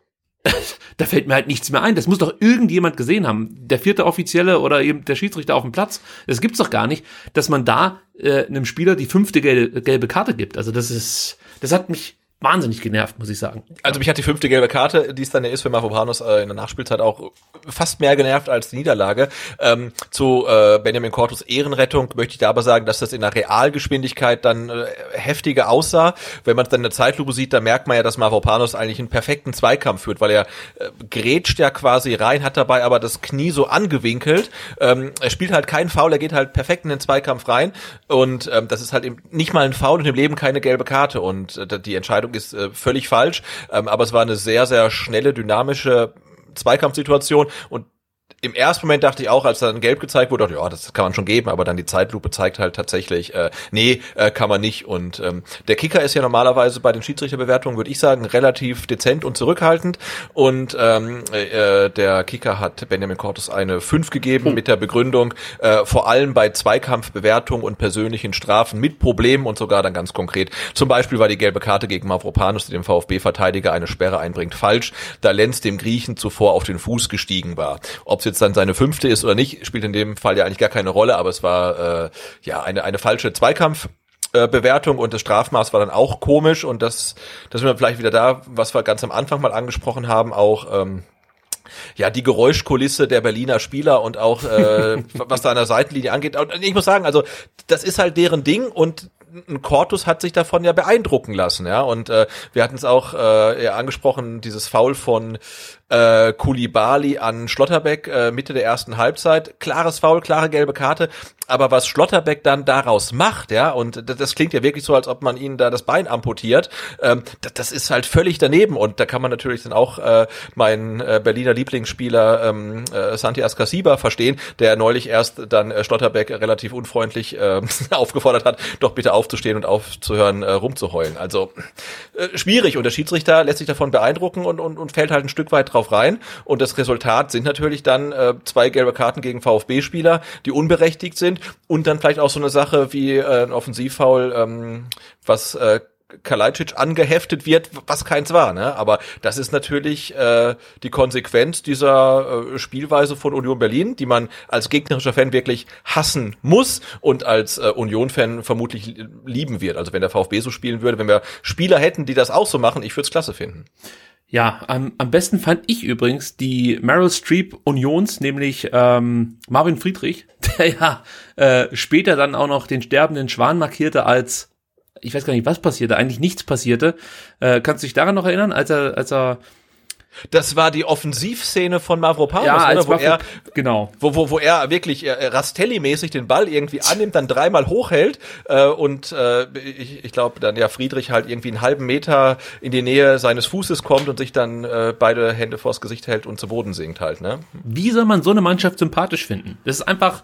da fällt mir halt nichts mehr ein. Das muss doch irgendjemand gesehen haben. Der vierte Offizielle oder eben der Schiedsrichter auf dem Platz. Das gibt's doch gar nicht, dass man da äh, einem Spieler die fünfte gelbe, gelbe Karte gibt. Also das ist, das hat mich wahnsinnig genervt, muss ich sagen. Also mich hat die fünfte gelbe Karte, die es dann ja ist für Mavropanos äh, in der Nachspielzeit auch fast mehr genervt als die Niederlage. Ähm, zu äh, Benjamin Cortus Ehrenrettung möchte ich da aber sagen, dass das in der Realgeschwindigkeit dann äh, heftiger aussah. Wenn man es dann in der Zeitlupe sieht, dann merkt man ja, dass Mavropanos eigentlich einen perfekten Zweikampf führt, weil er äh, grätscht ja quasi rein, hat dabei aber das Knie so angewinkelt. Ähm, er spielt halt keinen Foul, er geht halt perfekt in den Zweikampf rein und ähm, das ist halt eben nicht mal ein Foul und im Leben keine gelbe Karte und äh, die Entscheidung ist äh, völlig falsch, ähm, aber es war eine sehr, sehr schnelle, dynamische Zweikampfsituation und im ersten Moment dachte ich auch, als dann gelb gezeigt wurde, ja, das kann man schon geben, aber dann die Zeitlupe zeigt halt tatsächlich, äh, nee, äh, kann man nicht. Und ähm, der Kicker ist ja normalerweise bei den Schiedsrichterbewertungen, würde ich sagen, relativ dezent und zurückhaltend. Und ähm, äh, der Kicker hat Benjamin Cortus eine fünf gegeben mit der Begründung, äh, vor allem bei Zweikampfbewertung und persönlichen Strafen mit Problemen und sogar dann ganz konkret. Zum Beispiel war die gelbe Karte gegen Mavropanos, die dem VfB-Verteidiger eine Sperre einbringt, falsch, da Lenz dem Griechen zuvor auf den Fuß gestiegen war. Ob es jetzt dann seine fünfte ist oder nicht, spielt in dem Fall ja eigentlich gar keine Rolle, aber es war äh, ja eine eine falsche Zweikampfbewertung äh, und das Strafmaß war dann auch komisch und das das sind wir vielleicht wieder da, was wir ganz am Anfang mal angesprochen haben, auch ähm, ja, die Geräuschkulisse der Berliner Spieler und auch äh, was da an der Seitenlinie angeht. Und ich muss sagen, also das ist halt deren Ding und ein Cortus hat sich davon ja beeindrucken lassen, ja, und äh, wir hatten es auch äh, ja, angesprochen, dieses Foul von äh, Koulibaly an Schlotterbeck äh, Mitte der ersten Halbzeit, klares Foul, klare gelbe Karte, aber was Schlotterbeck dann daraus macht, ja, und das, das klingt ja wirklich so, als ob man ihnen da das Bein amputiert, ähm, das, das ist halt völlig daneben und da kann man natürlich dann auch äh, meinen äh, Berliner Lieblingsspieler ähm, äh, Santi Ascasiba verstehen, der neulich erst dann äh, Schlotterbeck relativ unfreundlich äh, aufgefordert hat, doch bitte aufzustehen und aufzuhören, äh, rumzuheulen. Also äh, schwierig und der Schiedsrichter lässt sich davon beeindrucken und, und, und fällt halt ein Stück weit drauf rein und das Resultat sind natürlich dann äh, zwei gelbe Karten gegen VfB-Spieler, die unberechtigt sind und dann vielleicht auch so eine Sache wie äh, ein Offensivfoul, ähm, was äh, Kalajdzic angeheftet wird, was keins war, ne? Aber das ist natürlich äh, die Konsequenz dieser äh, Spielweise von Union Berlin, die man als gegnerischer Fan wirklich hassen muss und als äh, Union-Fan vermutlich lieben wird. Also wenn der VfB so spielen würde, wenn wir Spieler hätten, die das auch so machen, ich würde es klasse finden. Ja, am, am besten fand ich übrigens die Meryl Streep Unions, nämlich ähm, Marvin Friedrich, der ja äh, später dann auch noch den sterbenden Schwan markierte als, ich weiß gar nicht, was passierte, eigentlich nichts passierte. Äh, kannst du dich daran noch erinnern, als er, als er Das war die Offensivszene von Mavropanos, ja, oder? Wo war er, genau. Wo, wo, wo er wirklich äh, Rastelli-mäßig den Ball irgendwie annimmt, dann dreimal hochhält äh, und äh, ich, ich glaube dann ja Friedrich halt irgendwie einen halben Meter in die Nähe seines Fußes kommt und sich dann äh, beide Hände vors Gesicht hält und zu Boden sinkt halt, ne? Wie soll man so eine Mannschaft sympathisch finden? Das ist einfach...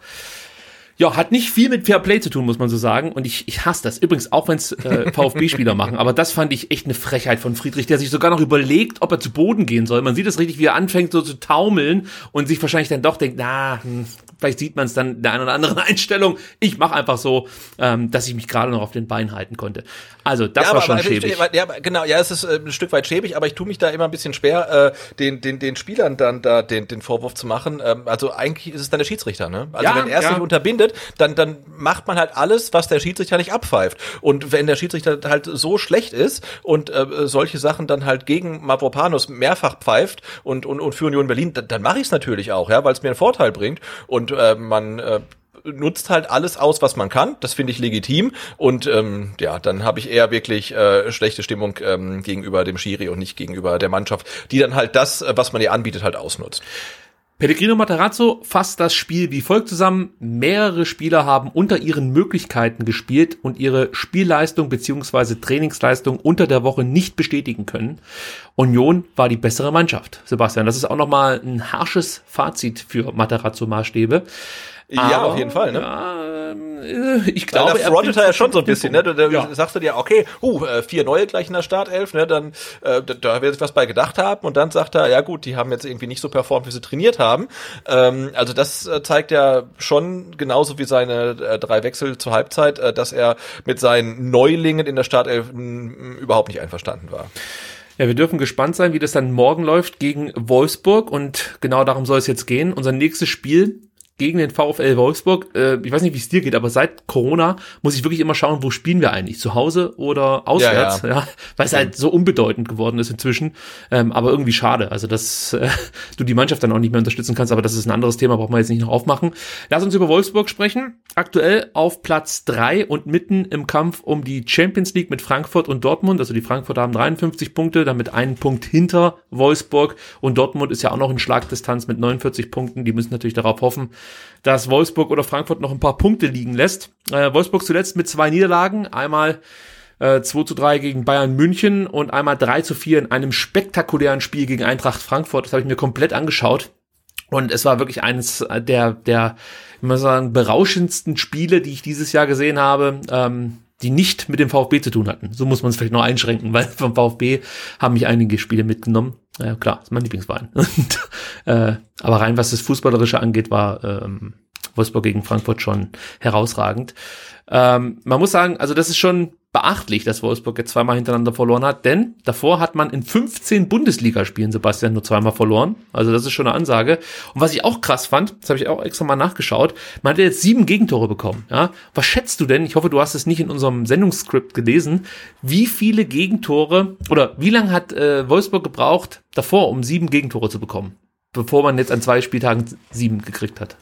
Ja, hat nicht viel mit Fairplay zu tun, muss man so sagen. Und ich, ich hasse das. Übrigens, auch wenn es äh, VfB-Spieler machen. Aber das fand ich echt eine Frechheit von Friedrich, der sich sogar noch überlegt, ob er zu Boden gehen soll. Man sieht es richtig, wie er anfängt so zu taumeln und sich wahrscheinlich dann doch denkt, na, hm, vielleicht sieht man es dann in der einen oder anderen Einstellung. Ich mache einfach so, ähm, dass ich mich gerade noch auf den Beinen halten konnte. Also, das ja, war aber, schon aber, schäbig. Ja, genau, ja, es ist äh, ein Stück weit schäbig, aber ich tue mich da immer ein bisschen schwer, äh, den, den, den Spielern dann da den, den Vorwurf zu machen. Ähm, also eigentlich ist es dann der Schiedsrichter, ne? Also ja, wenn er es ja. nicht unterbindet, dann, dann macht man halt alles, was der Schiedsrichter nicht abpfeift. Und wenn der Schiedsrichter halt so schlecht ist und äh, solche Sachen dann halt gegen Mavropanos mehrfach pfeift und, und, und für Union Berlin, dann, dann mache ich es natürlich auch, ja, weil es mir einen Vorteil bringt. Und äh, man äh, nutzt halt alles aus, was man kann. Das finde ich legitim. Und ähm, ja, dann habe ich eher wirklich äh, schlechte Stimmung ähm, gegenüber dem Schiri und nicht gegenüber der Mannschaft, die dann halt das, was man ihr anbietet, halt ausnutzt. Pellegrino Matarazzo fasst das Spiel wie folgt zusammen. Mehrere Spieler haben unter ihren Möglichkeiten gespielt und ihre Spielleistung bzw. Trainingsleistung unter der Woche nicht bestätigen können. Union war die bessere Mannschaft. Sebastian, das ist auch nochmal ein harsches Fazit für Matarazzo-Maßstäbe. Ja, aber, auf jeden Fall, ne? Ja, ich glaube, da frontet er ja schon so ein bisschen, ne? Da, da ja. sagst du dir, okay, uh, vier neue gleich in der Startelf, ne? Dann äh, da, da wird sich was bei gedacht haben und dann sagt er, ja gut, die haben jetzt irgendwie nicht so performt, wie sie trainiert haben. Ähm, also das äh, zeigt ja schon genauso wie seine äh, drei Wechsel zur Halbzeit, äh, dass er mit seinen Neulingen in der Startelf m, überhaupt nicht einverstanden war. Ja, wir dürfen gespannt sein, wie das dann morgen läuft gegen Wolfsburg und genau darum soll es jetzt gehen. Unser nächstes Spiel gegen den VfL Wolfsburg. Äh, ich weiß nicht, wie es dir geht, aber seit Corona muss ich wirklich immer schauen, wo spielen wir eigentlich? Zu Hause oder auswärts? Ja, ja. Ja, weil es halt so unbedeutend geworden ist inzwischen. Ähm, aber irgendwie schade. Also, dass äh, du die Mannschaft dann auch nicht mehr unterstützen kannst, aber das ist ein anderes Thema, brauchen wir jetzt nicht noch aufmachen. Lass uns über Wolfsburg sprechen. Aktuell auf Platz drei und mitten im Kampf um die Champions League mit Frankfurt und Dortmund. Also die Frankfurter haben dreiundfünfzig Punkte, damit einen Punkt hinter Wolfsburg. Und Dortmund ist ja auch noch in Schlagdistanz mit neunundvierzig Punkten. Die müssen natürlich darauf hoffen, dass Wolfsburg oder Frankfurt noch ein paar Punkte liegen lässt. Äh, Wolfsburg zuletzt mit zwei Niederlagen. Einmal äh, zwei zu drei gegen Bayern München und einmal drei zu vier in einem spektakulären Spiel gegen Eintracht Frankfurt. Das habe ich mir komplett angeschaut. Und es war wirklich eines der, der, ich muss sagen, berauschendsten Spiele, die ich dieses Jahr gesehen habe, ähm, die nicht mit dem VfB zu tun hatten. So muss man es vielleicht noch einschränken, weil vom VfB haben mich einige Spiele mitgenommen. Ja, klar, ist mein Lieblingsverein. Und, äh, aber rein, was das Fußballerische angeht, war ähm, Wolfsburg gegen Frankfurt schon herausragend. Ähm, man muss sagen, also das ist schon beachtlich, dass Wolfsburg jetzt zweimal hintereinander verloren hat, denn davor hat man in fünfzehn Bundesligaspielen, Sebastian, nur zweimal verloren. Also das ist schon eine Ansage. Und was ich auch krass fand, das habe ich auch extra mal nachgeschaut, man hat jetzt sieben Gegentore bekommen. Ja? Was schätzt du denn, ich hoffe, du hast es nicht in unserem Sendungsskript gelesen, wie viele Gegentore oder wie lange hat äh, Wolfsburg gebraucht davor, um sieben Gegentore zu bekommen, bevor man jetzt an zwei Spieltagen sieben gekriegt hat?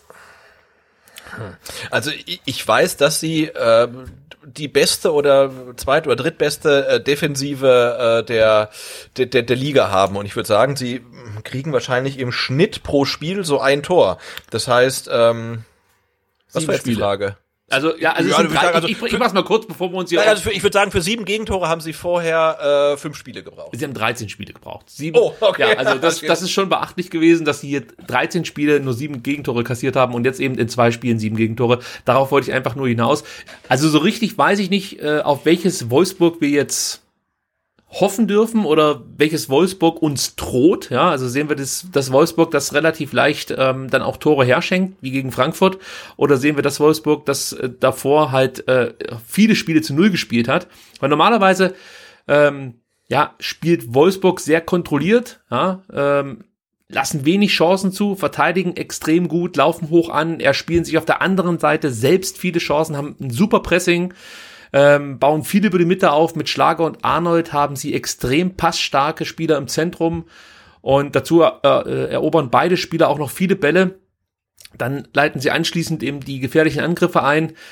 Also ich, ich weiß, dass sie äh, die beste oder zweit- oder drittbeste äh, Defensive äh, der, der, der, der Liga haben. Und ich würde sagen, sie kriegen wahrscheinlich im Schnitt pro Spiel so ein Tor. Das heißt, ähm, was Sieben war jetzt Spiele. die Frage? Also, ja, also, Ja, es sind ich drei, sag, also ich, ich, ich für- mach's mal kurz, bevor wir uns hier... Nein, also für, ich würde sagen, für sieben Gegentore haben sie vorher äh, fünf Spiele gebraucht. Sie haben dreizehn Spiele gebraucht. Sieben, Oh, okay. Ja, also das, Okay. das ist schon beachtlich gewesen, dass sie hier dreizehn Spiele nur sieben Gegentore kassiert haben und jetzt eben in zwei Spielen sieben Gegentore. Darauf wollte ich einfach nur hinaus. Also so richtig weiß ich nicht, äh, auf welches Wolfsburg wir jetzt hoffen dürfen oder welches Wolfsburg uns droht. Ja, also sehen wir das, das Wolfsburg, das relativ leicht ähm, dann auch Tore herschenkt, wie gegen Frankfurt, oder sehen wir das Wolfsburg, das äh, davor halt äh, viele Spiele zu Null gespielt hat. Weil normalerweise ähm, ja, spielt Wolfsburg sehr kontrolliert, ja, ähm, lassen wenig Chancen zu, verteidigen extrem gut, laufen hoch an, erspielen sich auf der anderen Seite selbst viele Chancen, haben ein super Pressing, ähm, bauen viel über die Mitte auf. Mit Schlager und Arnold haben sie extrem passstarke Spieler im Zentrum und dazu äh, erobern beide Spieler auch noch viele Bälle. Dann leiten sie anschließend eben die gefährlichen Angriffe ein.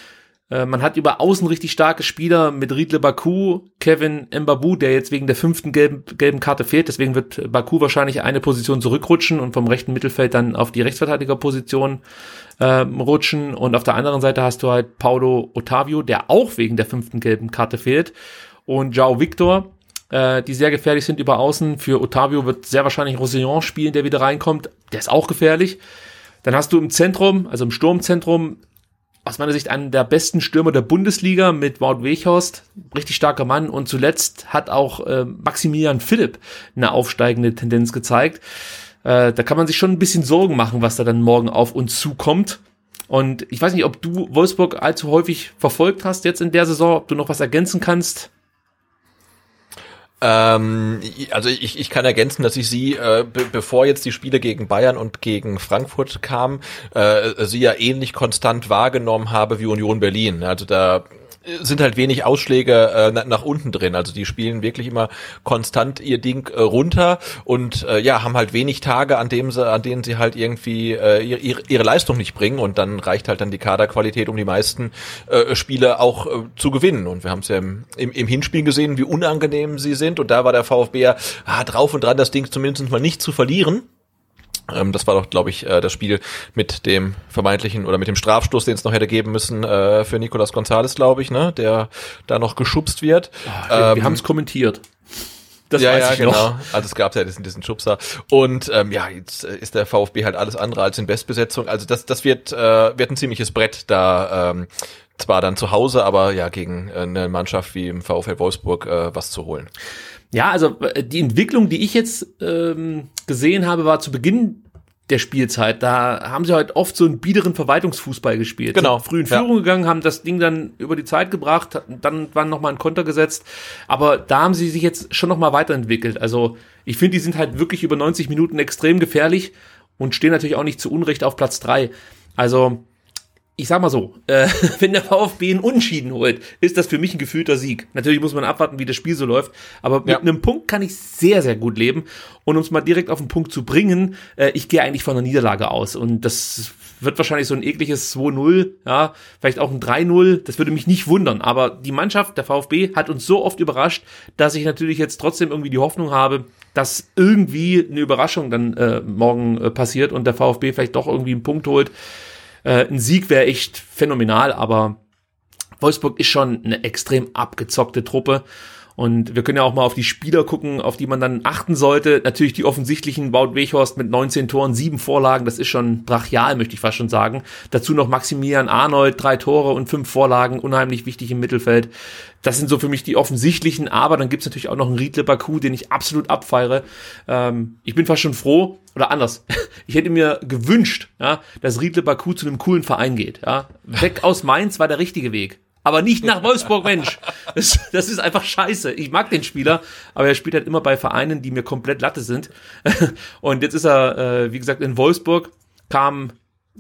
Äh, man hat über außen richtig starke Spieler mit Riedle Baku, Kevin Mbabou, der jetzt wegen der fünften gelben, gelben Karte fehlt. Deswegen wird Baku wahrscheinlich eine Position zurückrutschen und vom rechten Mittelfeld dann auf die Rechtsverteidigerposition äh, rutschen. Und auf der anderen Seite hast du halt Paulo Otavio, der auch wegen der fünften gelben Karte fehlt. Und João Victor, äh, die sehr gefährlich sind über außen. Für Otavio wird sehr wahrscheinlich Roussillon spielen, der wieder reinkommt. Der ist auch gefährlich. Dann hast du im Zentrum, also im Sturmzentrum, aus meiner Sicht einen der besten Stürmer der Bundesliga mit Wout Weghorst. Richtig starker Mann. Und zuletzt hat auch äh, Maximilian Philipp eine aufsteigende Tendenz gezeigt. Äh, da kann man sich schon ein bisschen Sorgen machen, was da dann morgen auf uns zukommt. Und ich weiß nicht, ob du Wolfsburg allzu häufig verfolgt hast jetzt in der Saison, ob du noch was ergänzen kannst. Ähm, also ich, ich kann ergänzen, dass ich sie, äh, be- bevor jetzt die Spiele gegen Bayern und gegen Frankfurt kamen, äh, sie ja ähnlich konstant wahrgenommen habe wie Union Berlin. Also da sind halt wenig Ausschläge äh, nach, nach unten drin. Also die spielen wirklich immer konstant ihr Ding äh, runter und äh, ja, haben halt wenig Tage, an dem sie, an denen sie halt irgendwie äh, ihre, ihre Leistung nicht bringen, und dann reicht halt dann die Kaderqualität, um die meisten äh, Spiele auch äh, zu gewinnen. Und wir haben es ja im, im, im Hinspiel gesehen, wie unangenehm sie sind, und da war der VfB ja ah, drauf und dran, das Ding zumindest mal nicht zu verlieren. Das war doch, glaube ich, das Spiel mit dem vermeintlichen oder mit dem Strafstoß, den es noch hätte geben müssen für Nicolas González, glaube ich, ne, der da noch geschubst wird. Oh, wir ähm, wir haben es kommentiert. Das ja, weiß ja, ich genau. Noch. Also es gab ja diesen, diesen Schubser. Und ähm, ja, jetzt ist der VfB halt alles andere als in Bestbesetzung. Also das, das wird, äh, wird ein ziemliches Brett da. Ähm, zwar dann zu Hause, aber ja gegen eine Mannschaft wie im VfL Wolfsburg äh, was zu holen. Ja, also die Entwicklung, die ich jetzt ähm, gesehen habe, war zu Beginn der Spielzeit. Da haben sie halt oft so einen biederen Verwaltungsfußball gespielt. Genau. Sind früh in Führung ja. gegangen, haben das Ding dann über die Zeit gebracht, dann waren nochmal ein Konter gesetzt. Aber da haben sie sich jetzt schon nochmal weiterentwickelt. Also ich finde, die sind halt wirklich über neunzig Minuten extrem gefährlich und stehen natürlich auch nicht zu Unrecht auf Platz drei. Also ich sag mal so, äh, wenn der VfB einen Unentschieden holt, ist das für mich ein gefühlter Sieg. Natürlich muss man abwarten, wie das Spiel so läuft, aber mit ja. einem Punkt kann ich sehr, sehr gut leben. Und um es mal direkt auf den Punkt zu bringen, äh, ich gehe eigentlich von einer Niederlage aus. Und das wird wahrscheinlich so ein ekliges zwei null, ja, vielleicht auch ein drei null, das würde mich nicht wundern. Aber die Mannschaft, der VfB, hat uns so oft überrascht, dass ich natürlich jetzt trotzdem irgendwie die Hoffnung habe, dass irgendwie eine Überraschung dann äh, morgen äh, passiert und der VfB vielleicht doch irgendwie einen Punkt holt. Äh, ein Sieg wäre echt phänomenal, aber Wolfsburg ist schon eine extrem abgezockte Truppe. Und wir können ja auch mal auf die Spieler gucken, auf die man dann achten sollte. Natürlich die offensichtlichen, Wout Weghorst mit neunzehn Toren, sieben Vorlagen, das ist schon brachial, möchte ich fast schon sagen. Dazu noch Maximilian Arnold, drei Tore und fünf Vorlagen, unheimlich wichtig im Mittelfeld. Das sind so für mich die offensichtlichen, aber dann gibt's natürlich auch noch einen Riedle Baku, den ich absolut abfeiere. Ähm, ich bin fast schon froh, oder anders, ich hätte mir gewünscht, ja, dass Riedle Baku zu einem coolen Verein geht. Ja. Weg aus Mainz war der richtige Weg. Aber nicht nach Wolfsburg, Mensch. Das, das ist einfach scheiße. Ich mag den Spieler, aber er spielt halt immer bei Vereinen, die mir komplett Latte sind. Und jetzt ist er, äh, wie gesagt, in Wolfsburg, kam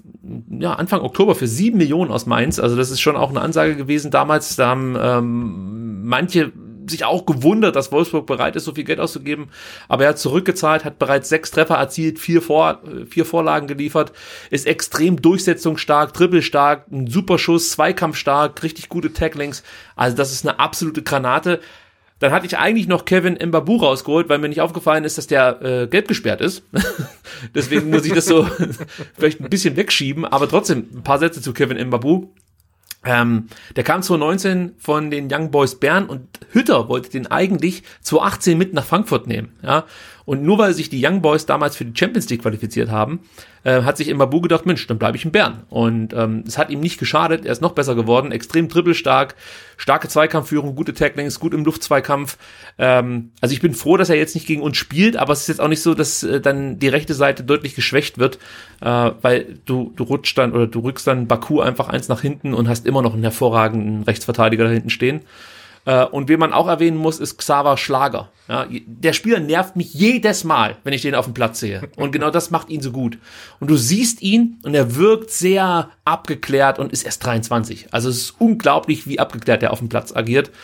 ja Anfang Oktober für sieben Millionen aus Mainz. Also das ist schon auch eine Ansage gewesen damals. Da haben ähm, manche sich auch gewundert, dass Wolfsburg bereit ist, so viel Geld auszugeben. Aber er hat zurückgezahlt, hat bereits sechs Treffer erzielt, vier, Vor- vier Vorlagen geliefert, ist extrem durchsetzungsstark, dribbelstark, ein super Schuss, zweikampfstark, richtig gute Tacklings. Also das ist eine absolute Granate. Dann hatte ich eigentlich noch Kevin Mbabou rausgeholt, weil mir nicht aufgefallen ist, dass der äh, gelb gesperrt ist. Deswegen muss ich das so vielleicht ein bisschen wegschieben. Aber trotzdem ein paar Sätze zu Kevin Mbabou. Ähm, der kam zwanzig neunzehn von den Young Boys Bern und Hütter wollte den eigentlich zwanzig achtzehn mit nach Frankfurt nehmen, ja. Und nur weil sich die Young Boys damals für die Champions League qualifiziert haben, äh, hat sich Mbabou gedacht, Mensch, dann bleibe ich in Bern. Und ähm, es hat ihm nicht geschadet, er ist noch besser geworden, extrem dribbelstark, starke Zweikampfführung, gute Tacklings, gut im Luftzweikampf. Ähm, also ich bin froh, dass er jetzt nicht gegen uns spielt, aber es ist jetzt auch nicht so, dass äh, dann die rechte Seite deutlich geschwächt wird, äh, weil du du rutschst dann oder du rückst dann Baku einfach eins nach hinten und hast immer noch einen hervorragenden Rechtsverteidiger da hinten stehen. Uh, und wen man auch erwähnen muss, ist Xaver Schlager. Ja, der Spieler nervt mich jedes Mal, wenn ich den auf dem Platz sehe. Und genau das macht ihn so gut. Und du siehst ihn und er wirkt sehr abgeklärt und ist erst dreiundzwanzig. Also es ist unglaublich, wie abgeklärt er auf dem Platz agiert.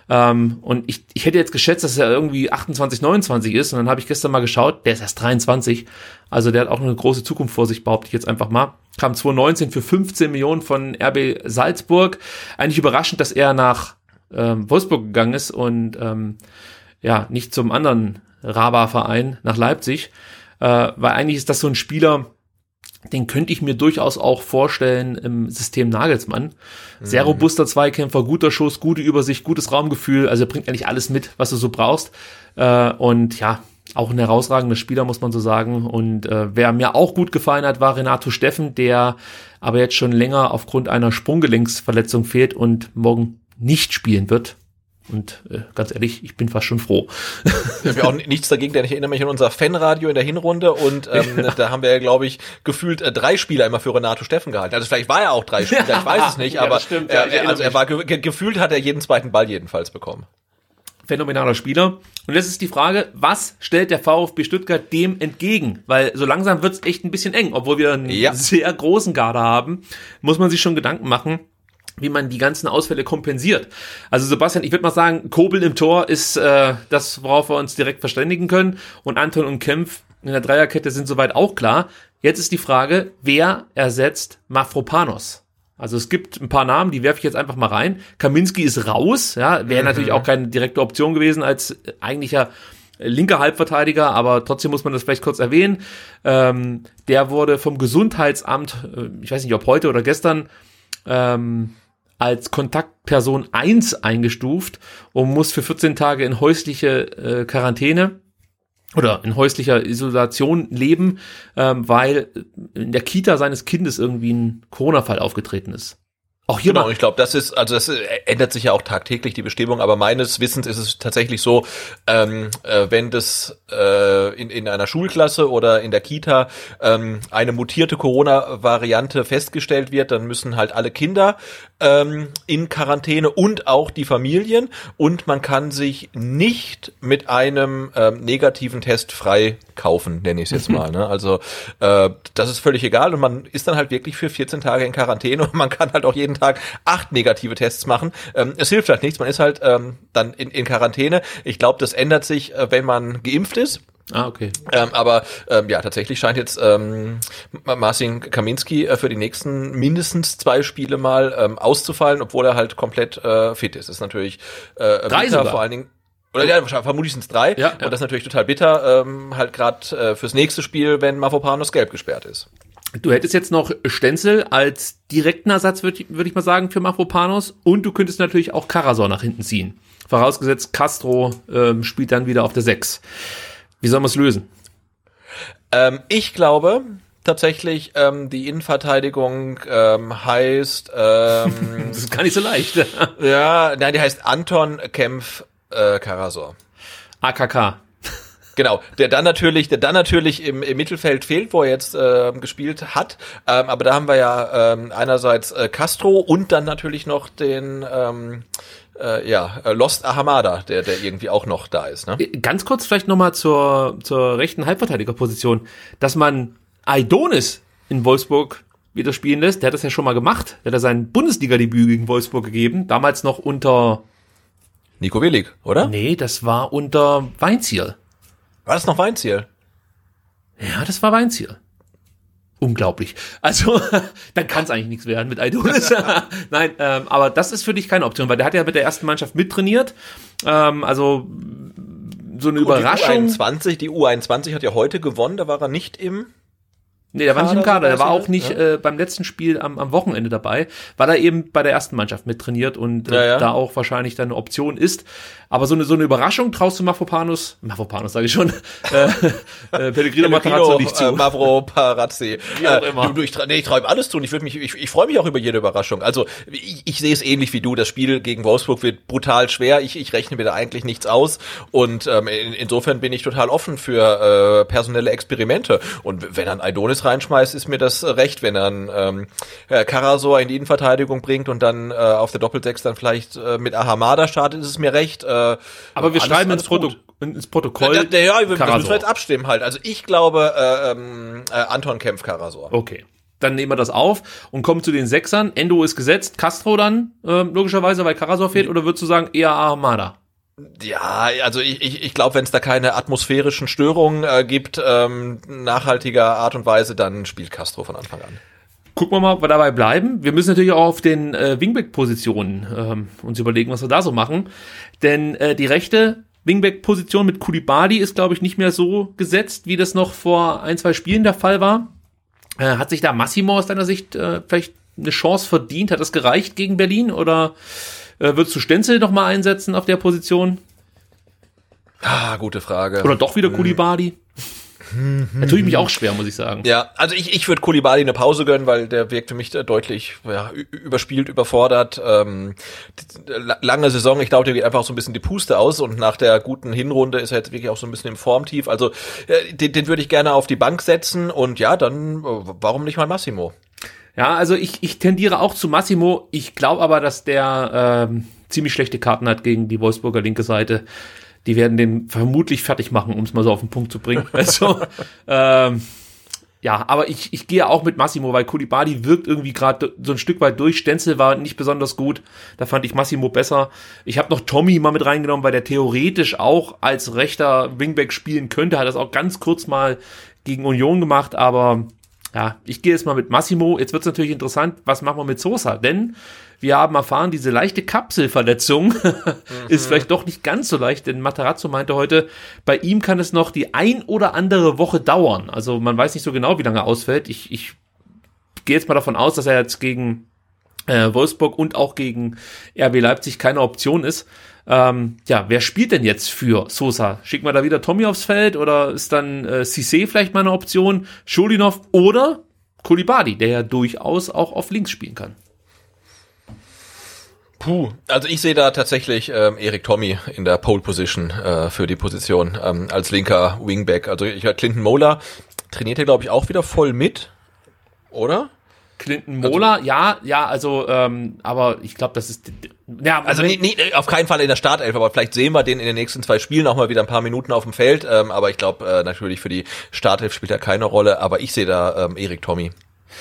Ähm, und ich, ich hätte jetzt geschätzt, dass er irgendwie achtundzwanzig, neunundzwanzig ist. Und dann habe ich gestern mal geschaut, der ist erst dreiundzwanzig. Also der hat auch eine große Zukunft vor sich, behaupte ich jetzt einfach mal. Kam zwanzig neunzehn für fünfzehn Millionen von R B Salzburg. Eigentlich überraschend, dass er nach ähm, Wolfsburg gegangen ist und ähm, ja nicht zum anderen Raba-Verein nach Leipzig. Äh, weil eigentlich ist das so ein Spieler, den könnte ich mir durchaus auch vorstellen im System Nagelsmann. Sehr robuster Zweikämpfer, guter Schuss, gute Übersicht, gutes Raumgefühl. Also er bringt eigentlich alles mit, was du so brauchst. Äh, und ja, auch ein herausragender Spieler, muss man so sagen. Und äh, wer mir auch gut gefallen hat, war Renato Steffen, der aber jetzt schon länger aufgrund einer Sprunggelenksverletzung fehlt und morgen nicht spielen wird. Und äh, ganz ehrlich, ich bin fast schon froh. Ich habe ja auch nichts dagegen, denn ich erinnere mich an unser Fanradio in der Hinrunde und ähm, ja. da haben wir ja, glaube ich, gefühlt äh, drei Spieler immer für Renato Steffen gehalten. Also vielleicht war er auch drei Spieler, ich weiß es nicht, ja, aber stimmt, ja, er, also er war ge- ge- gefühlt hat er jeden zweiten Ball jedenfalls bekommen. Phänomenaler Spieler. Und jetzt ist die Frage, was stellt der VfB Stuttgart dem entgegen? Weil so langsam wird's echt ein bisschen eng, obwohl wir einen ja. sehr großen Kader haben, muss man sich schon Gedanken machen, wie man die ganzen Ausfälle kompensiert. Also Sebastian, ich würde mal sagen, Kobel im Tor ist äh, das, worauf wir uns direkt verständigen können. Und Anton und Kempf in der Dreierkette sind soweit auch klar. Jetzt ist die Frage, wer ersetzt Mavropanos? Also es gibt ein paar Namen, die werfe ich jetzt einfach mal rein. Kaminski ist raus, ja, wäre mhm. natürlich auch keine direkte Option gewesen als eigentlicher linker Halbverteidiger, aber trotzdem muss man das vielleicht kurz erwähnen. Ähm, der wurde vom Gesundheitsamt, ich weiß nicht, ob heute oder gestern, ähm, als Kontaktperson eins eingestuft und muss für vierzehn Tage in häusliche äh, Quarantäne oder in häuslicher Isolation leben, ähm, weil in der Kita seines Kindes irgendwie ein Corona-Fall aufgetreten ist. Auch hier genau, und ich glaube, das ist, also das ändert sich ja auch tagtäglich, die Bestimmung, aber meines Wissens ist es tatsächlich so, ähm, äh, wenn das äh, in, in einer Schulklasse oder in der Kita ähm, eine mutierte Corona-Variante festgestellt wird, dann müssen halt alle Kinder ähm, in Quarantäne und auch die Familien und man kann sich nicht mit einem ähm, negativen Test frei kaufen, nenne ich es jetzt mal. Ne? Also äh, das ist völlig egal und man ist dann halt wirklich für vierzehn Tage in Quarantäne und man kann halt auch jeden Tag acht negative Tests machen. Ähm, es hilft halt nichts, man ist halt ähm, dann in, in Quarantäne. Ich glaube, das ändert sich, äh, wenn man geimpft ist. Ah, okay. Ähm, aber ähm, ja, tatsächlich scheint jetzt ähm, Marcin Kaminski äh, für die nächsten mindestens zwei Spiele mal ähm, auszufallen, obwohl er halt komplett äh, fit ist. Das ist natürlich äh, drei bitter, sogar. Vor allen Dingen. Oder ja, vermutlich sind es drei. Ja, ja. Und das ist natürlich total bitter, ähm, halt gerade äh, fürs nächste Spiel, wenn Mavropanos gelb gesperrt ist. Du hättest jetzt noch Stenzel als direkten Ersatz, würde würd ich mal sagen, für Mavropanos. Und du könntest natürlich auch Karasor nach hinten ziehen. Vorausgesetzt, Castro ähm, spielt dann wieder auf der sechs. Wie soll man es lösen? Ähm, ich glaube tatsächlich, ähm, die Innenverteidigung ähm, heißt... Ähm, das ist gar nicht so leicht. ja, nein, die heißt Anton Kempf äh, Karasor. A K K. Genau, der dann natürlich, der dann natürlich im, im Mittelfeld fehlt, wo er jetzt äh, gespielt hat. Ähm, aber da haben wir ja ähm, einerseits äh, Castro und dann natürlich noch den ähm, äh, ja Lost Ahamada, der der irgendwie auch noch da ist. Ne? Ganz kurz vielleicht nochmal zur zur rechten Halbverteidigerposition, dass man Aidonis in Wolfsburg wieder spielen lässt. Der hat das ja schon mal gemacht. Der hat ja sein Bundesliga-Debüt gegen Wolfsburg gegeben, damals noch unter Nico Willig, oder? Nee, das war unter Weinzierl. War das noch Weinzierl? Ja, das war Weinzierl. Unglaublich. Also, dann kann es eigentlich nichts werden mit Aidonis. Nein, ähm, aber das ist für dich keine Option, weil der hat ja mit der ersten Mannschaft mittrainiert. Ähm, also so eine Und Überraschung. Die U einundzwanzig, die U einundzwanzig hat ja heute gewonnen, da war er nicht im Nee, der war nicht im Kader, der war auch nicht ja. äh, beim letzten Spiel am, am Wochenende dabei, weil er eben bei der ersten Mannschaft mittrainiert und äh, ja, ja. da auch wahrscheinlich dann eine Option ist. Aber so eine so eine Überraschung traust du Mavropanos, Mavropanos sage ich schon, äh, äh, Pellegrino Matarazzo nicht zu. Äh, Mavroparazzi. Wie auch äh, immer. Du, du, ich, nee, ich träume alles tun. Ich würde mich, ich, ich freue mich auch über jede Überraschung. Also ich, ich sehe es ähnlich wie du. Das Spiel gegen Wolfsburg wird brutal schwer. Ich, ich rechne mir da eigentlich nichts aus und ähm, in, insofern bin ich total offen für äh, personelle Experimente. Und wenn er einen Aidonis reinschmeißt, ist mir das recht. Wenn er einen ähm, Karasor in die Innenverteidigung bringt und dann äh, auf der Doppelsechs dann vielleicht äh, mit Ahamada startet, ist es mir recht. Äh, Aber wir alles, schreiben alles ins, Proto- ins Protokoll. Ja, ja, ja, das Karasor. müssen wir jetzt abstimmen halt. Also ich glaube äh, ähm, äh, Anton Kempf Karasor. Okay. dann nehmen wir das auf und kommen zu den Sechsern. Endo ist gesetzt, Castro dann, äh, logischerweise, weil Karasor fehlt, oder würdest du sagen, eher Ahamada? Ja, also ich, ich, ich glaube, wenn es da keine atmosphärischen Störungen äh, gibt, ähm, nachhaltiger Art und Weise, dann spielt Castro von Anfang an. Gucken wir mal, ob wir dabei bleiben. Wir müssen natürlich auch auf den äh, Wingback-Positionen ähm, uns überlegen, was wir da so machen. Denn äh, die rechte Wingback-Position mit Koulibaly ist, glaube ich, nicht mehr so gesetzt, wie das noch vor ein, zwei Spielen der Fall war. Äh, hat sich da Massimo aus deiner Sicht äh, vielleicht eine Chance verdient? Hat das gereicht gegen Berlin? Oder äh, würdest du Stenzel noch mal einsetzen auf der Position? Ah, gute Frage. Oder doch wieder Koulibaly? Da tue ich mich auch schwer, muss ich sagen. Ja, also ich, ich würde Koulibaly eine Pause gönnen, weil der wirkt für mich deutlich ja, überspielt, überfordert. Ähm, lange Saison, ich glaube, der geht einfach so ein bisschen die Puste aus und nach der guten Hinrunde ist er jetzt wirklich auch so ein bisschen im Formtief. Also äh, den, den würde ich gerne auf die Bank setzen und ja, dann warum nicht mal Massimo? Ja, also ich, ich tendiere auch zu Massimo. Ich glaube aber, dass der ähm, ziemlich schlechte Karten hat gegen die Wolfsburger linke Seite. Die werden den vermutlich fertig machen, um es mal so auf den Punkt zu bringen. Also, ähm, ja, aber ich, ich gehe auch mit Massimo, weil Koulibaly wirkt irgendwie gerade so ein Stück weit durch. Stenzel war nicht besonders gut. Da fand ich Massimo besser. Ich habe noch Tommy mal mit reingenommen, weil der theoretisch auch als rechter Wingback spielen könnte. Hat das auch ganz kurz mal gegen Union gemacht, aber ja, ich gehe jetzt mal mit Massimo. Jetzt wird es natürlich interessant, was machen wir mit Sosa? Denn wir haben erfahren, diese leichte Kapselverletzung mhm. ist vielleicht doch nicht ganz so leicht, denn Matarazzo meinte heute, bei ihm kann es noch die ein oder andere Woche dauern. Also man weiß nicht so genau, wie lange er ausfällt. Ich, ich gehe jetzt mal davon aus, dass er jetzt gegen äh, Wolfsburg und auch gegen R B Leipzig keine Option ist. Ähm, ja, wer spielt denn jetzt für Sosa? Schicken wir da wieder Tommy aufs Feld oder ist dann äh, Cissé vielleicht mal eine Option? Schulinov oder Koulibaly, der ja durchaus auch auf links spielen kann. Puh, also ich sehe da tatsächlich ähm, Erik Tommy in der Pole Position äh, für die Position ähm, als linker Wingback. Also ich Clinton Mola trainiert ja, glaube ich, auch wieder voll mit, oder? Clinton Mola, also, ja, ja, also, ähm, aber ich glaube, das ist, ja, also nicht, nicht, auf keinen Fall in der Startelf, aber vielleicht sehen wir den in den nächsten zwei Spielen auch mal wieder ein paar Minuten auf dem Feld. Ähm, aber ich glaube, äh, natürlich für die Startelf spielt er keine Rolle. Aber ich sehe da ähm, Erik Tommy.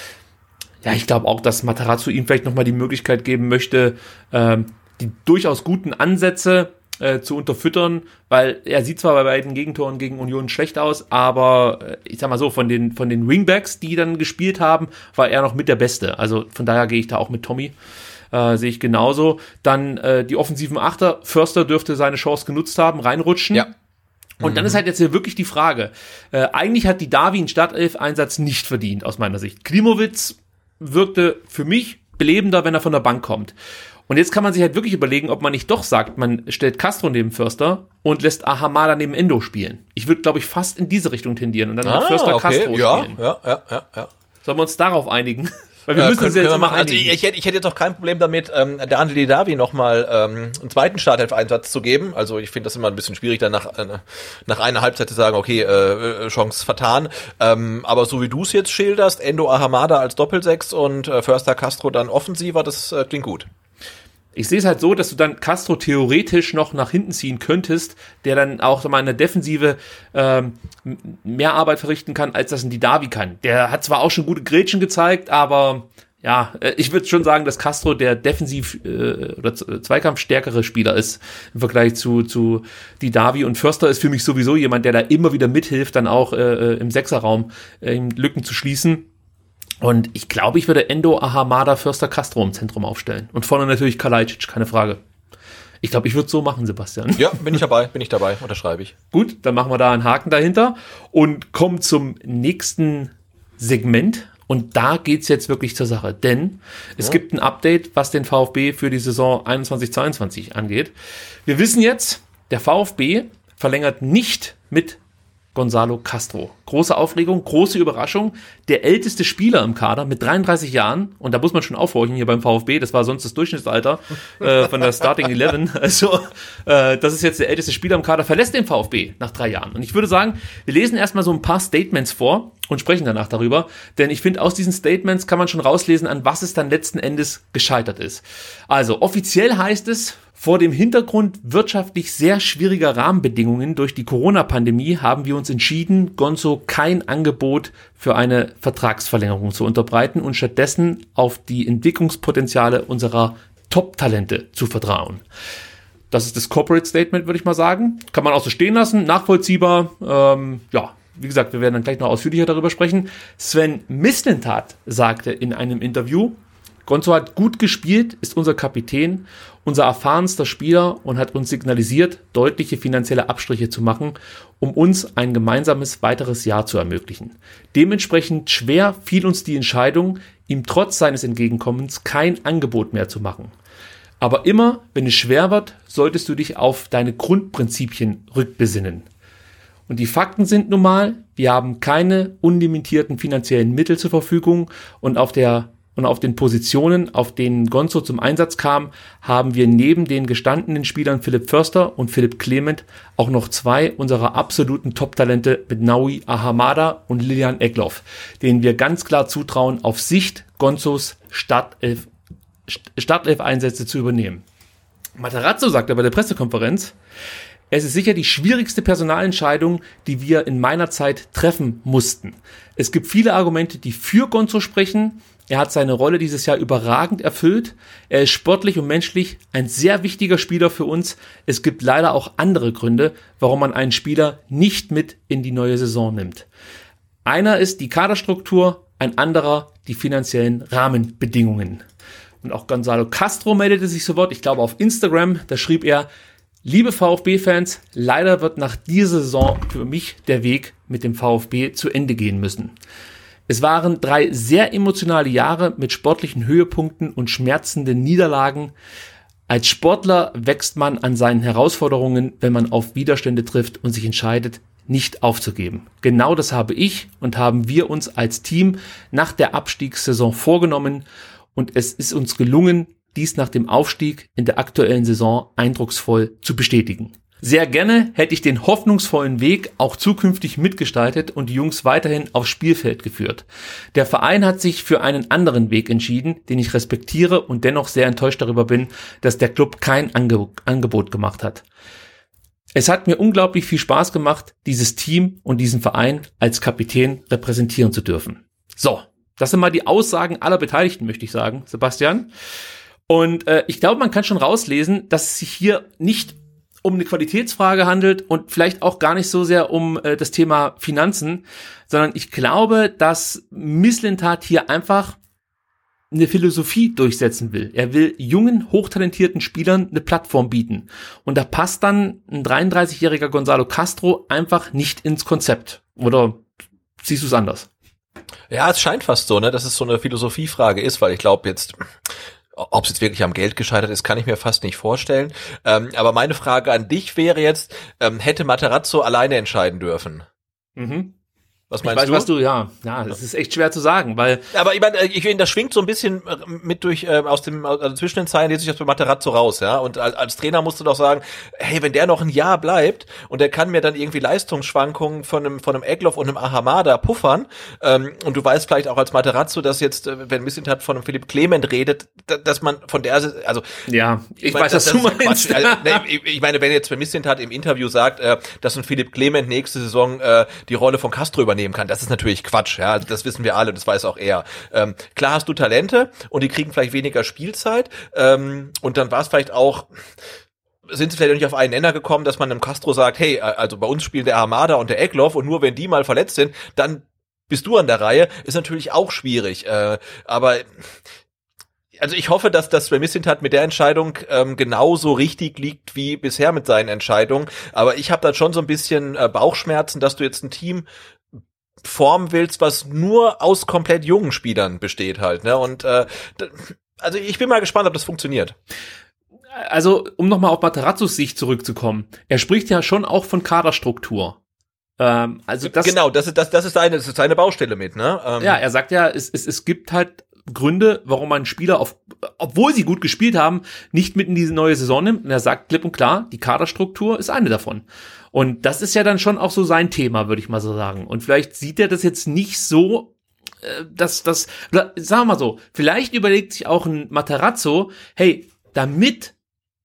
Ja, ich glaube auch, dass Matarazzo ihm vielleicht nochmal die Möglichkeit geben möchte, ähm, die durchaus guten Ansätze äh, zu unterfüttern, weil er sieht zwar bei beiden Gegentoren gegen Union schlecht aus, aber äh, ich sag mal so, von den von den Wingbacks, die dann gespielt haben, war er noch mit der Beste. Also von daher gehe ich da auch mit Tommy, äh, sehe ich genauso. Dann äh, die offensiven Achter, Förster dürfte seine Chance genutzt haben, reinrutschen. Ja. Und dann ist halt jetzt hier wirklich die Frage, äh, eigentlich hat die Davi einen Startelf-Einsatz nicht verdient, aus meiner Sicht. Klimowitz wirkte für mich belebender, wenn er von der Bank kommt. Und jetzt kann man sich halt wirklich überlegen, ob man nicht doch sagt, man stellt Castro neben Förster und lässt Ahamada neben Endo spielen. Ich würde, glaube ich, fast in diese Richtung tendieren und dann ah, mit Förster okay. Castro ja, spielen. Ja, ja, ja, ja. Sollen wir uns darauf einigen? Weil wir Ja, müssen können, uns jetzt können wir mal machen. Also einigen. ich, ich, hätte, ich hätte jetzt auch kein Problem damit, ähm, der André Davi nochmal ähm, einen zweiten Startelf-Einsatz zu geben. Also ich finde das immer ein bisschen schwierig, dann nach, äh, nach einer Halbzeit zu sagen, okay, äh, Chance vertan. Ähm, aber so wie du es jetzt schilderst, Endo Ahamada als Doppelsechs und äh, Förster Castro dann offensiver, das äh, klingt gut. Ich sehe es halt so, dass du dann Castro theoretisch noch nach hinten ziehen könntest, der dann auch so mal in der Defensive ähm, mehr Arbeit verrichten kann, als das ein Didavi kann. Der hat zwar auch schon gute Grätschen gezeigt, aber ja, ich würde schon sagen, dass Castro der defensiv äh, oder zweikampfstärkere Spieler ist im Vergleich zu zu Didavi, und Förster ist für mich sowieso jemand, der da immer wieder mithilft, dann auch äh, im Sechserraum äh, Lücken zu schließen. Und ich glaube, ich würde Endo, Ahamada, Förster, Castro im Zentrum aufstellen. Und vorne natürlich Kalajdzic, keine Frage. Ich glaube, ich würde es so machen, Sebastian. Ja, bin ich dabei, bin ich dabei, unterschreibe ich. Gut, dann machen wir da einen Haken dahinter und kommen zum nächsten Segment. Und da geht's jetzt wirklich zur Sache. Denn es ja. gibt ein Update, was den VfB für die Saison einundzwanzig zweiundzwanzig angeht. Wir wissen jetzt, der VfB verlängert nicht mit Gonzalo Castro. Große Aufregung, große Überraschung. Der älteste Spieler im Kader mit dreiunddreißig Jahren, und da muss man schon aufhorchen hier beim VfB, das war sonst das Durchschnittsalter äh, von der Starting Eleven. Also äh, das ist jetzt der älteste Spieler im Kader, verlässt den VfB nach drei Jahren. Und ich würde sagen, wir lesen erstmal so ein paar Statements vor und sprechen danach darüber, denn ich finde, aus diesen Statements kann man schon rauslesen, an was es dann letzten Endes gescheitert ist. Also offiziell heißt es, Vor dem Hintergrund wirtschaftlich sehr schwieriger Rahmenbedingungen durch die Corona-Pandemie haben wir uns entschieden, Gonzo kein Angebot für eine Vertragsverlängerung zu unterbreiten und stattdessen auf die Entwicklungspotenziale unserer Top-Talente zu vertrauen. Das ist das Corporate Statement, würde ich mal sagen. Kann man auch so stehen lassen, nachvollziehbar. Ähm, ja, wie gesagt, wir werden dann gleich noch ausführlicher darüber sprechen. Sven Mislintat sagte in einem Interview, Gonzo hat gut gespielt, ist unser Kapitän, unser erfahrenster Spieler und hat uns signalisiert, deutliche finanzielle Abstriche zu machen, um uns ein gemeinsames weiteres Jahr zu ermöglichen. Dementsprechend schwer fiel uns die Entscheidung, ihm trotz seines Entgegenkommens kein Angebot mehr zu machen. Aber immer, wenn es schwer wird, solltest du dich auf deine Grundprinzipien rückbesinnen. Und die Fakten sind nun mal, wir haben keine unlimitierten finanziellen Mittel zur Verfügung und auf der Und auf den Positionen, auf denen Gonzo zum Einsatz kam, haben wir neben den gestandenen Spielern Philipp Förster und Philipp Clement auch noch zwei unserer absoluten Top-Talente mit Naui Ahamada und Lilian Egloff, denen wir ganz klar zutrauen, auf Sicht Gonzos Startelf, Startelf-Einsätze zu übernehmen. Matarazzo sagte bei der Pressekonferenz, es ist sicher die schwierigste Personalentscheidung, die wir in meiner Zeit treffen mussten. Es gibt viele Argumente, die für Gonzo sprechen. Er hat seine Rolle dieses Jahr überragend erfüllt. Er ist sportlich und menschlich ein sehr wichtiger Spieler für uns. Es gibt leider auch andere Gründe, warum man einen Spieler nicht mit in die neue Saison nimmt. Einer ist die Kaderstruktur, ein anderer die finanziellen Rahmenbedingungen. Und auch Gonzalo Castro meldete sich zu Wort, ich glaube auf Instagram, da schrieb er, liebe VfB-Fans, leider wird nach dieser Saison für mich der Weg mit dem VfB zu Ende gehen müssen. Es waren drei sehr emotionale Jahre mit sportlichen Höhepunkten und schmerzenden Niederlagen. Als Sportler wächst man an seinen Herausforderungen, wenn man auf Widerstände trifft und sich entscheidet, nicht aufzugeben. Genau das habe ich und haben wir uns als Team nach der Abstiegssaison vorgenommen und es ist uns gelungen, dies nach dem Aufstieg in der aktuellen Saison eindrucksvoll zu bestätigen. Sehr gerne hätte ich den hoffnungsvollen Weg auch zukünftig mitgestaltet und die Jungs weiterhin aufs Spielfeld geführt. Der Verein hat sich für einen anderen Weg entschieden, den ich respektiere und dennoch sehr enttäuscht darüber bin, dass der Club kein Ange- Angebot gemacht hat. Es hat mir unglaublich viel Spaß gemacht, dieses Team und diesen Verein als Kapitän repräsentieren zu dürfen. So, das sind mal die Aussagen aller Beteiligten, möchte ich sagen, Sebastian. Und äh, ich glaube, man kann schon rauslesen, dass es sich hier nicht um eine Qualitätsfrage handelt und vielleicht auch gar nicht so sehr um äh, das Thema Finanzen, sondern ich glaube, dass Mislintat hier einfach eine Philosophie durchsetzen will. Er will jungen, hochtalentierten Spielern eine Plattform bieten. Und da passt dann ein dreiunddreißigjähriger Gonzalo Castro einfach nicht ins Konzept. Oder siehst du es anders? Ja, es scheint fast so, ne, dass es so eine Philosophiefrage ist, weil ich glaube jetzt, ob es jetzt wirklich am Geld gescheitert ist, kann ich mir fast nicht vorstellen. Ähm, aber meine Frage an dich wäre jetzt, ähm, hätte Matarazzo alleine entscheiden dürfen? Mhm. Was meinst ich weiß, du? Was du? Ja, ja, das ist echt schwer zu sagen, weil. Aber ich meine, ich finde, das schwingt so ein bisschen mit durch äh, aus dem also zwischen den Zeilen lese ich das bei Matarazzo raus, ja. Und als, als Trainer musst du doch sagen, hey, wenn der noch ein Jahr bleibt und der kann mir dann irgendwie Leistungsschwankungen von einem von einem Egloff und einem Ahamada puffern, ähm, und du weißt vielleicht auch als Matarazzo, dass jetzt, wenn Mislintat von einem Philipp Clement redet, dass man von der, also ja, ich, ich meine, weiß, was du meinst. Also, nee, ich, ich meine, wenn jetzt Mislintat im Interview sagt, äh, dass ein Philipp Clement nächste Saison äh, die Rolle von Castro übernehmen kann. Das ist natürlich Quatsch, ja, also das wissen wir alle, das weiß auch er. Ähm, klar hast du Talente und die kriegen vielleicht weniger Spielzeit ähm, und dann war es vielleicht auch, sind sie vielleicht nicht auf einen Nenner gekommen, dass man einem Castro sagt, hey, also bei uns spielen der Ahamada und der Egloff und nur wenn die mal verletzt sind, dann bist du an der Reihe, ist natürlich auch schwierig, äh, aber also ich hoffe, dass das Sven Mislintat mit der Entscheidung ähm, genauso richtig liegt wie bisher mit seinen Entscheidungen. Aber ich habe dann schon so ein bisschen äh, Bauchschmerzen, dass du jetzt ein Team formen willst, was nur aus komplett jungen Spielern besteht halt. Ne? Und äh, also ich bin mal gespannt, ob das funktioniert. Also um nochmal auf Matarazzos Sicht zurückzukommen, er spricht ja schon auch von Kaderstruktur. Ähm, also das, genau, das ist das, das ist seine, das ist seine Baustelle mit. Ne? Ähm, ja, er sagt ja, es, es, es gibt halt Gründe, warum man Spieler, auf, obwohl sie gut gespielt haben, nicht mit in diese neue Saison nimmt. Und er sagt klipp und klar, die Kaderstruktur ist eine davon. Und das ist ja dann schon auch so sein Thema, würde ich mal so sagen. Und vielleicht sieht er das jetzt nicht so, äh, dass das, oder sagen wir mal so, vielleicht überlegt sich auch ein Matarazzo, hey, damit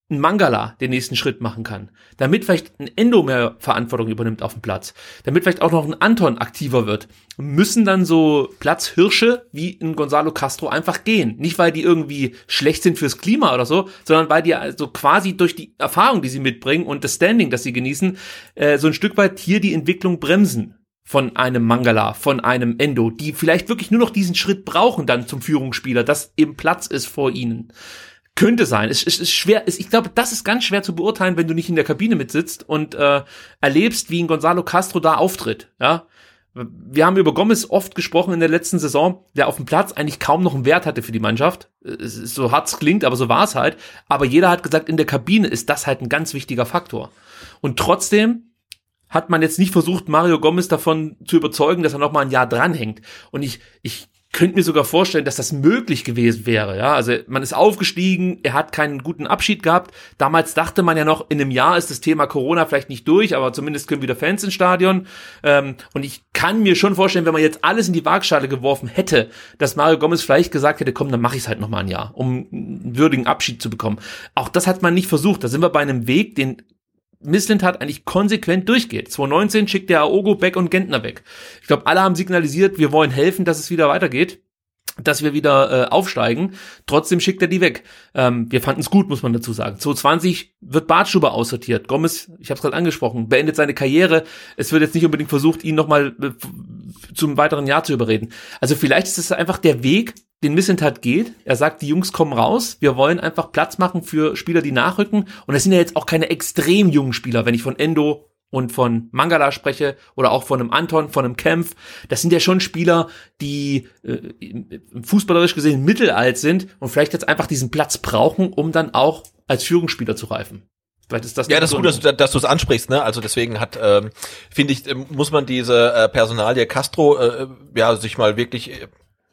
ein Mangala den nächsten Schritt machen kann, damit vielleicht ein Endo mehr Verantwortung übernimmt auf dem Platz, damit vielleicht auch noch ein Anton aktiver wird, müssen dann so Platzhirsche wie ein Gonzalo Castro einfach gehen. Nicht, weil die irgendwie schlecht sind fürs Klima oder so, sondern weil die also quasi durch die Erfahrung, die sie mitbringen und das Standing, das sie genießen, äh, so ein Stück weit hier die Entwicklung bremsen von einem Mangala, von einem Endo, die vielleicht wirklich nur noch diesen Schritt brauchen dann zum Führungsspieler, dass eben Platz ist vor ihnen. Könnte sein. Es, es ist schwer. Es, ich glaube, das ist ganz schwer zu beurteilen, wenn du nicht in der Kabine mitsitzt und äh, erlebst, wie ein Gonzalo Castro da auftritt. Ja, wir haben über Gomez oft gesprochen in der letzten Saison, der auf dem Platz eigentlich kaum noch einen Wert hatte für die Mannschaft. Es ist so hart es klingt, aber so war es halt. Aber jeder hat gesagt, in der Kabine ist das halt ein ganz wichtiger Faktor. Und trotzdem hat man jetzt nicht versucht, Mario Gomez davon zu überzeugen, dass er noch mal ein Jahr dranhängt. Und ich ich könnte mir sogar vorstellen, dass das möglich gewesen wäre. Ja, also man ist aufgestiegen, er hat keinen guten Abschied gehabt. Damals dachte man ja noch, in einem Jahr ist das Thema Corona vielleicht nicht durch, aber zumindest können wieder Fans ins Stadion. Ähm, und ich kann mir schon vorstellen, wenn man jetzt alles in die Waagschale geworfen hätte, dass Mario Gomez vielleicht gesagt hätte, komm, dann mache ich es halt noch mal ein Jahr, um einen würdigen Abschied zu bekommen. Auch das hat man nicht versucht. Da sind wir bei einem Weg, den Mislintat eigentlich konsequent durchgeht. zwanzig neunzehn schickt der Aogo, Beck und Gentner weg. Ich glaube, alle haben signalisiert, wir wollen helfen, dass es wieder weitergeht, dass wir wieder äh, aufsteigen. Trotzdem schickt er die weg. Ähm, wir fanden es gut, muss man dazu sagen. zwanzig zwanzig wird Bartstuber aussortiert. Gomez, ich habe es gerade angesprochen, beendet seine Karriere. Es wird jetzt nicht unbedingt versucht, ihn nochmal äh, zum weiteren Jahr zu überreden. Also vielleicht ist es einfach der Weg, den Mislintat geht. Er sagt, die Jungs kommen raus. Wir wollen einfach Platz machen für Spieler, die nachrücken. Und das sind ja jetzt auch keine extrem jungen Spieler, wenn ich von Endo und von Mangala spreche oder auch von einem Anton, von einem Kempf. Das sind ja schon Spieler, die äh, fußballerisch gesehen mittelalt sind und vielleicht jetzt einfach diesen Platz brauchen, um dann auch als Führungsspieler zu reifen. Vielleicht ist das ja, das ist gut, dass, dass du es ansprichst, ne? Also deswegen hat, ähm, finde ich, muss man diese äh, Personalie Castro äh, ja sich mal wirklich äh,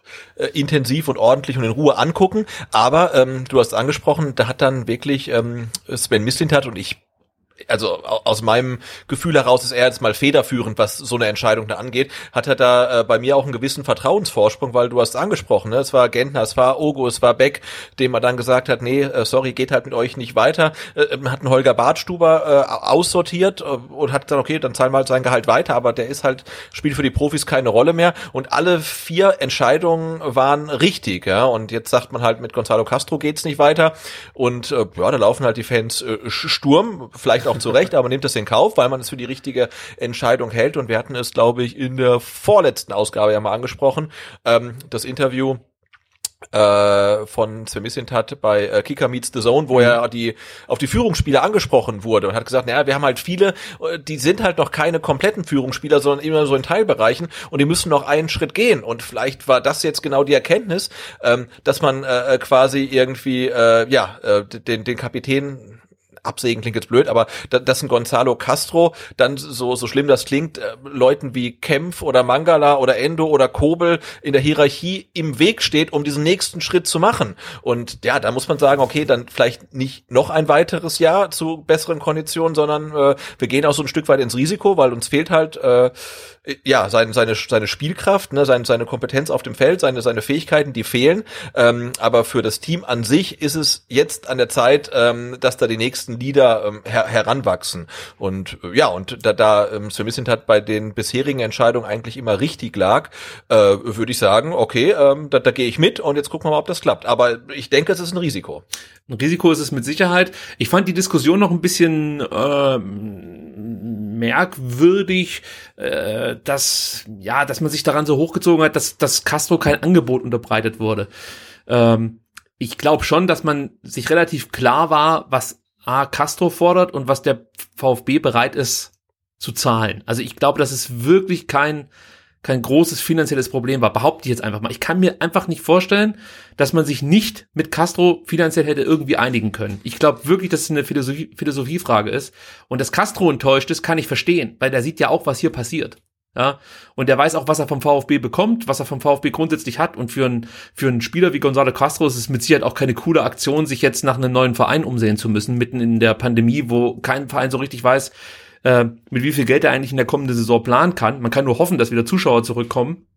intensiv und ordentlich und in Ruhe angucken. Aber ähm, du hast angesprochen, da hat dann wirklich ähm, Sven Mislintat, und ich also aus meinem Gefühl heraus ist er jetzt mal federführend, was so eine Entscheidung da angeht, hat er da äh, bei mir auch einen gewissen Vertrauensvorsprung, weil du hast angesprochen, ne? Es war Gentner, es war Ogo, es war Beck, dem er dann gesagt hat, nee, äh, sorry, geht halt mit euch nicht weiter. Äh, hat einen Holger Bartstuber äh, aussortiert äh, und hat gesagt, okay, dann zahlen wir halt sein Gehalt weiter, aber der ist halt, spielt für die Profis keine Rolle mehr, und alle vier Entscheidungen waren richtig, ja, und jetzt sagt man halt, mit Gonzalo Castro geht's nicht weiter, und äh, ja, da laufen halt die Fans äh, Sturm, vielleicht auch zu Recht, aber nimmt das in Kauf, weil man es für die richtige Entscheidung hält. Und wir hatten es, glaube ich, in der vorletzten Ausgabe ja mal angesprochen, ähm, das Interview äh, von Sven Mislintat bei äh, Kicker Meets the Zone, wo er die auf die Führungsspieler angesprochen wurde und hat gesagt, naja, wir haben halt viele, die sind halt noch keine kompletten Führungsspieler, sondern immer so in Teilbereichen, und die müssen noch einen Schritt gehen. Und vielleicht war das jetzt genau die Erkenntnis, ähm, dass man äh, quasi irgendwie äh, ja äh, den den Kapitän absägen klingt jetzt blöd, aber dass ein Gonzalo Castro dann, so so schlimm das klingt, äh, Leuten wie Kempf oder Mangala oder Endo oder Kobel in der Hierarchie im Weg steht, um diesen nächsten Schritt zu machen. Und ja, da muss man sagen, okay, dann vielleicht nicht noch ein weiteres Jahr zu besseren Konditionen, sondern äh, wir gehen auch so ein Stück weit ins Risiko, weil uns fehlt halt äh, ja seine seine seine Spielkraft, ne, seine seine Kompetenz auf dem Feld, seine seine Fähigkeiten, die fehlen. Ähm, aber für das Team an sich ist es jetzt an der Zeit, ähm, dass da die nächsten Lieder ähm, her- heranwachsen. Und äh, ja, und da da ähm, Sven Mislintat bei den bisherigen Entscheidungen eigentlich immer richtig lag, äh, würde ich sagen, okay, ähm, da, da gehe ich mit, und jetzt gucken wir mal, ob das klappt. Aber ich denke, es ist ein Risiko. Ein Risiko ist es mit Sicherheit. Ich fand die Diskussion noch ein bisschen äh, merkwürdig, äh, dass ja, dass man sich daran so hochgezogen hat, dass dass Castro kein Angebot unterbreitet wurde. Ähm, ich glaube schon, dass man sich relativ klar war, was A, Castro fordert und was der VfB bereit ist zu zahlen. Also ich glaube, dass es wirklich kein kein großes finanzielles Problem war, behaupte ich jetzt einfach mal. Ich kann mir einfach nicht vorstellen, dass man sich nicht mit Castro finanziell hätte irgendwie einigen können. Ich glaube wirklich, dass es eine Philosophie, Philosophiefrage ist. Und dass Castro enttäuscht ist, kann ich verstehen, weil der sieht ja auch, was hier passiert. Ja, und der weiß auch, was er vom VfB bekommt, was er vom VfB grundsätzlich hat. Und für einen für einen Spieler wie Gonzalo Castro ist es mit Sicherheit auch keine coole Aktion, sich jetzt nach einem neuen Verein umsehen zu müssen, mitten in der Pandemie, wo kein Verein so richtig weiß, äh, mit wie viel Geld er eigentlich in der kommenden Saison planen kann. Man kann nur hoffen, dass wieder Zuschauer zurückkommen.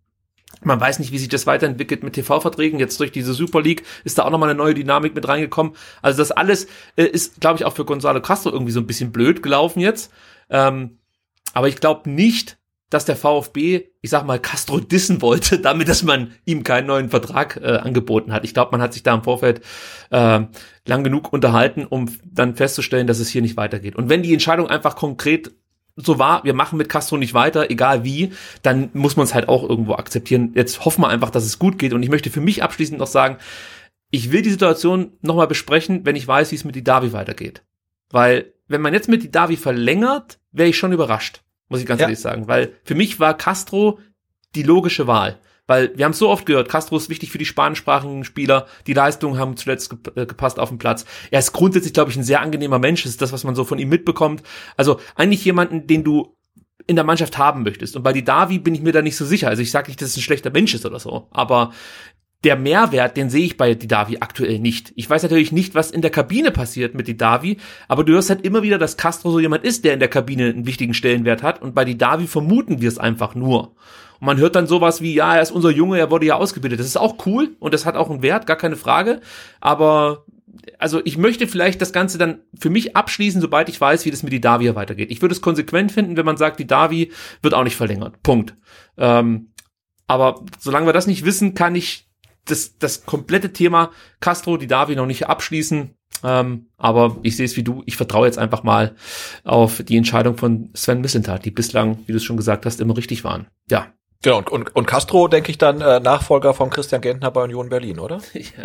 Man weiß nicht, wie sich das weiterentwickelt mit T V-Verträgen. Jetzt durch diese Super League ist da auch nochmal eine neue Dynamik mit reingekommen. Also das alles äh, ist, glaube ich, auch für Gonzalo Castro irgendwie so ein bisschen blöd gelaufen jetzt. Ähm, aber ich glaube nicht, dass der VfB, ich sag mal, Castro dissen wollte, damit, dass man ihm keinen neuen Vertrag äh, angeboten hat. Ich glaube, man hat sich da im Vorfeld äh, lang genug unterhalten, um dann festzustellen, dass es hier nicht weitergeht. Und wenn die Entscheidung einfach konkret so war, wir machen mit Castro nicht weiter, egal wie, dann muss man es halt auch irgendwo akzeptieren. Jetzt hoffen wir einfach, dass es gut geht. Und ich möchte für mich abschließend noch sagen, ich will die Situation nochmal besprechen, wenn ich weiß, wie es mit Didavi weitergeht. Weil, wenn man jetzt mit Didavi verlängert, wäre ich schon überrascht, muss ich ganz ja. ehrlich sagen. Weil für mich war Castro die logische Wahl. Weil wir haben es so oft gehört, Castro ist wichtig für die spanischsprachigen Spieler, die Leistungen haben zuletzt gep- äh, gepasst auf dem Platz. Er ist grundsätzlich, glaube ich, ein sehr angenehmer Mensch, das ist das, was man so von ihm mitbekommt. Also eigentlich jemanden, den du in der Mannschaft haben möchtest. Und bei Didavi bin ich mir da nicht so sicher. Also ich sage nicht, dass es ein schlechter Mensch ist oder so, aber der Mehrwert, den sehe ich bei Didavi aktuell nicht. Ich weiß natürlich nicht, was in der Kabine passiert mit Didavi, aber du hörst halt immer wieder, dass Castro so jemand ist, der in der Kabine einen wichtigen Stellenwert hat, und bei Didavi vermuten wir es einfach nur. Und man hört dann sowas wie, ja, er ist unser Junge, er wurde ja ausgebildet. Das ist auch cool und das hat auch einen Wert, gar keine Frage. Aber also ich möchte vielleicht das Ganze dann für mich abschließen, sobald ich weiß, wie das mit Didavi weitergeht. Ich würde es konsequent finden, wenn man sagt, Didavi wird auch nicht verlängert. Punkt. Ähm, aber solange wir das nicht wissen, kann ich das, das komplette Thema Castro, Didavi noch nicht abschließen. Ähm, aber ich sehe es wie du. Ich vertraue jetzt einfach mal auf die Entscheidung von Sven Mislintat, die bislang, wie du es schon gesagt hast, immer richtig waren. Ja. Genau, und, und, und Castro, denke ich, dann äh, Nachfolger von Christian Gentner bei Union Berlin, oder?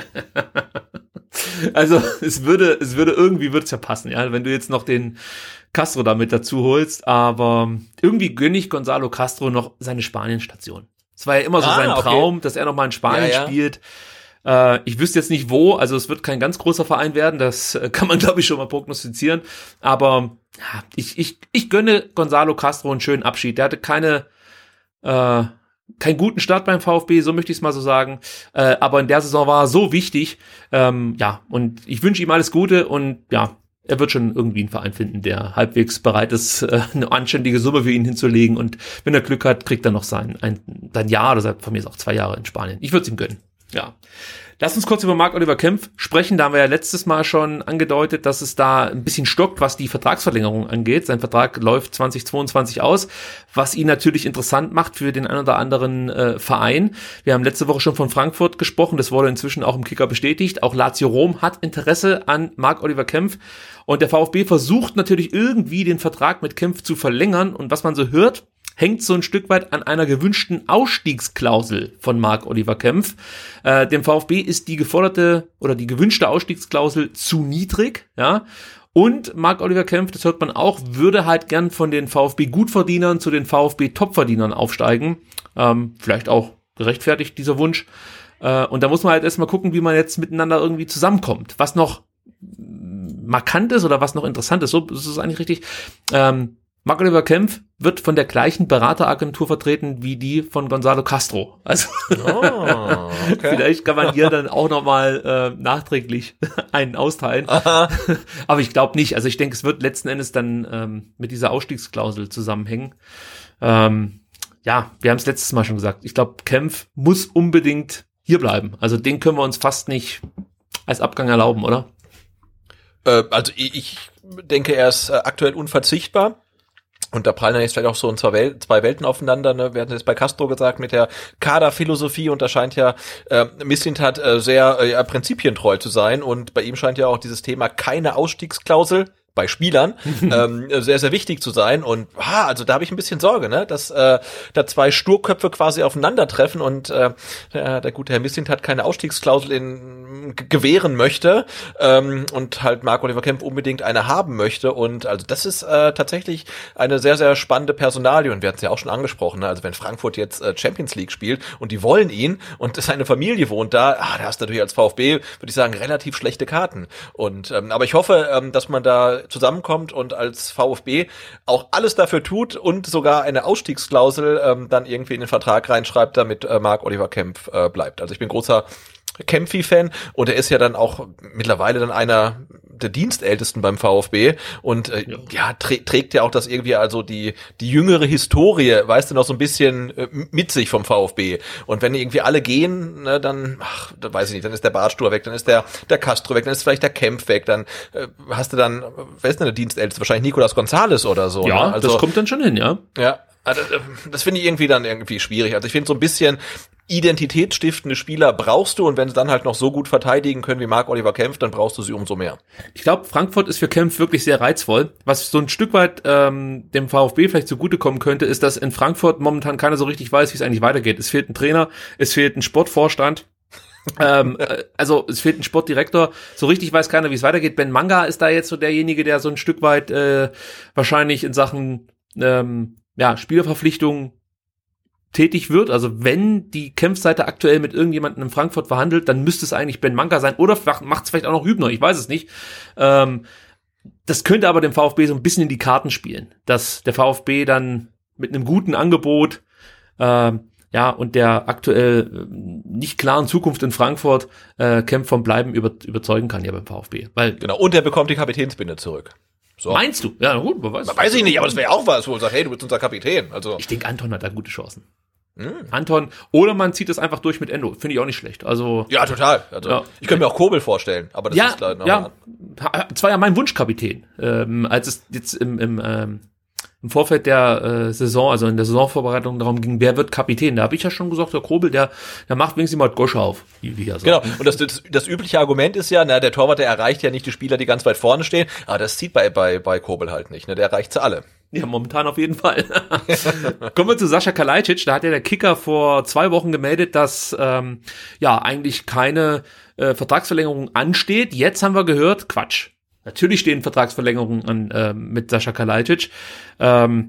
Also es würde, es würde irgendwie würde es ja passen, ja, wenn du jetzt noch den Castro damit dazu holst, aber irgendwie gönne ich Gonzalo Castro noch seine Spanien-Station. Es war ja immer so ah, sein okay. Traum, dass er noch mal in Spanien ja, ja. spielt. Äh, ich wüsste jetzt nicht wo, also es wird kein ganz großer Verein werden, das äh, kann man, glaube ich, schon mal prognostizieren, aber ja, ich, ich, ich gönne Gonzalo Castro einen schönen Abschied. Der hatte keine Äh, keinen guten Start beim VfB, so möchte ich es mal so sagen, äh, aber in der Saison war er so wichtig, ähm, ja, und ich wünsche ihm alles Gute und ja, er wird schon irgendwie einen Verein finden, der halbwegs bereit ist, äh, eine anständige Summe für ihn hinzulegen, und wenn er Glück hat, kriegt er noch sein, ein, ein Jahr oder von mir ist auch zwei Jahre in Spanien. Ich würde es ihm gönnen, ja. Lass uns kurz über Marc-Oliver Kempf sprechen. Da haben wir ja letztes Mal schon angedeutet, dass es da ein bisschen stockt, was die Vertragsverlängerung angeht. Sein Vertrag läuft zwanzig zweiundzwanzig aus, was ihn natürlich interessant macht für den einen oder anderen äh, Verein. Wir haben letzte Woche schon von Frankfurt gesprochen. Das wurde inzwischen auch im Kicker bestätigt. Auch Lazio Rom hat Interesse an Marc-Oliver Kempf. Und der VfB versucht natürlich irgendwie den Vertrag mit Kempf zu verlängern. Und was man so hört, hängt so ein Stück weit an einer gewünschten Ausstiegsklausel von Marc-Oliver Kempf. Äh, dem VfB ist die geforderte oder die gewünschte Ausstiegsklausel zu niedrig, ja. Und Marc-Oliver Kempf, das hört man auch, würde halt gern von den VfB-Gutverdienern zu den VfB-Topverdienern aufsteigen. Ähm, vielleicht auch gerechtfertigt, dieser Wunsch. Äh, und da muss man halt erstmal gucken, wie man jetzt miteinander irgendwie zusammenkommt. Was noch markant ist oder was noch interessant ist, so ist es eigentlich richtig. Ähm, Marc-Oliver Kempf wird von der gleichen Berateragentur vertreten wie die von Gonzalo Castro. Also oh, okay. Vielleicht kann man hier dann auch nochmal äh, nachträglich einen austeilen. Aha. Aber ich glaube nicht. Also ich denke, es wird letzten Endes dann ähm, mit dieser Ausstiegsklausel zusammenhängen. Ähm, ja, wir haben es letztes Mal schon gesagt. Ich glaube, Kempf muss unbedingt hier bleiben. Also den können wir uns fast nicht als Abgang erlauben, oder? Äh, also ich, ich denke, er ist äh, aktuell unverzichtbar. Und da prallen dann jetzt vielleicht auch so zwei, Wel- zwei Welten aufeinander. Ne? Wir hatten jetzt bei Castro gesagt mit der Kaderphilosophie, und da scheint ja äh, Mislintat äh, sehr äh, ja, prinzipientreu zu sein. Und bei ihm scheint ja auch dieses Thema keine Ausstiegsklausel bei Spielern ähm, sehr, sehr wichtig zu sein. Und ah, also da habe ich ein bisschen Sorge, ne, dass äh, da zwei Sturköpfe quasi aufeinandertreffen und äh, der, der gute Herr Mislintat keine Ausstiegsklausel in, g- gewähren möchte ähm, und halt Marc-Oliver Kempf unbedingt eine haben möchte. Und also das ist äh, tatsächlich eine sehr, sehr spannende Personalie. Und wir hatten es ja auch schon angesprochen, ne? Also wenn Frankfurt jetzt äh, Champions League spielt und die wollen ihn und seine Familie wohnt da, ah, da hast du natürlich als VfB, würde ich sagen, relativ schlechte Karten. Und ähm, aber ich hoffe, ähm, dass man da zusammenkommt und als VfB auch alles dafür tut und sogar eine Ausstiegsklausel ähm, dann irgendwie in den Vertrag reinschreibt, damit äh, Marc-Oliver Kempf äh, bleibt. Also ich bin großer Kempfi-Fan und er ist ja dann auch mittlerweile dann einer der Dienstältesten beim VfB und äh, ja, ja trä- trägt ja auch das irgendwie also die die jüngere Historie, weißt du, noch so ein bisschen äh, mit sich vom VfB. Und wenn irgendwie alle gehen, ne, dann, ach, da weiß ich nicht, dann ist der Bartstur weg, dann ist der der Castro weg, dann ist vielleicht der Kempf weg, dann äh, hast du dann, wer ist denn der Dienstälteste? Wahrscheinlich Nicolas González oder so. Ja, ne? Also, das kommt dann schon hin, ja. Ja, also, das finde ich irgendwie dann irgendwie schwierig. Also ich finde so ein bisschen identitätsstiftende Spieler brauchst du und wenn sie dann halt noch so gut verteidigen können wie Marc-Oliver Kempf, dann brauchst du sie umso mehr. Ich glaube, Frankfurt ist für Kempf wirklich sehr reizvoll. Was so ein Stück weit ähm, dem VfB vielleicht zugutekommen könnte, ist, dass in Frankfurt momentan keiner so richtig weiß, wie es eigentlich weitergeht. Es fehlt ein Trainer, es fehlt ein Sportvorstand. ähm, also es fehlt ein Sportdirektor, so richtig weiß keiner, wie es weitergeht. Ben Manga ist da jetzt so derjenige, der so ein Stück weit äh, wahrscheinlich in Sachen ähm, ja, Spielerverpflichtungen tätig wird. Also wenn die Kempfseite aktuell mit irgendjemandem in Frankfurt verhandelt, dann müsste es eigentlich Ben Manga sein oder macht es vielleicht auch noch Hübner, ich weiß es nicht. Ähm, das könnte aber dem VfB so ein bisschen in die Karten spielen, dass der VfB dann mit einem guten Angebot ähm, ja, und der aktuell nicht klaren Zukunft in Frankfurt äh, Kempf vom Bleiben über, überzeugen kann ja beim VfB. Weil genau, und er bekommt die Kapitänsbinde zurück. So. Meinst du? Ja, gut, man weiß. Weiß ich nicht, aber das wäre auch was, wo man sagt, hey, du bist unser Kapitän. Also ich denke, Anton hat da gute Chancen. Hm. Anton, oder man zieht es einfach durch mit Endo. Finde ich auch nicht schlecht. Also ja, total. Also, ja. Ich könnte mir auch Kobel vorstellen, aber das ja, ist leider noch ja, das war ja mein Wunschkapitän. Ähm, als es jetzt im, im, ähm, im Vorfeld der äh, Saison, also in der Saisonvorbereitung darum ging, wer wird Kapitän. Da habe ich ja schon gesagt, der Kobel, der, der macht wenigstens mal Gosch auf. Wie, wie er sagt. Genau, und das, das, das übliche Argument ist ja, na, der Torwart, der erreicht ja nicht die Spieler, die ganz weit vorne stehen, aber das zieht bei, bei, bei Kobel halt nicht, ne? Der erreicht sie alle. Ja, momentan auf jeden Fall. Kommen wir zu Sascha Kalajdzic. Da hat ja der Kicker vor zwei Wochen gemeldet, dass ähm, ja eigentlich keine äh, Vertragsverlängerung ansteht. Jetzt haben wir gehört, Quatsch. Natürlich stehen Vertragsverlängerungen an äh, mit Sascha Kalajdzic. Ähm,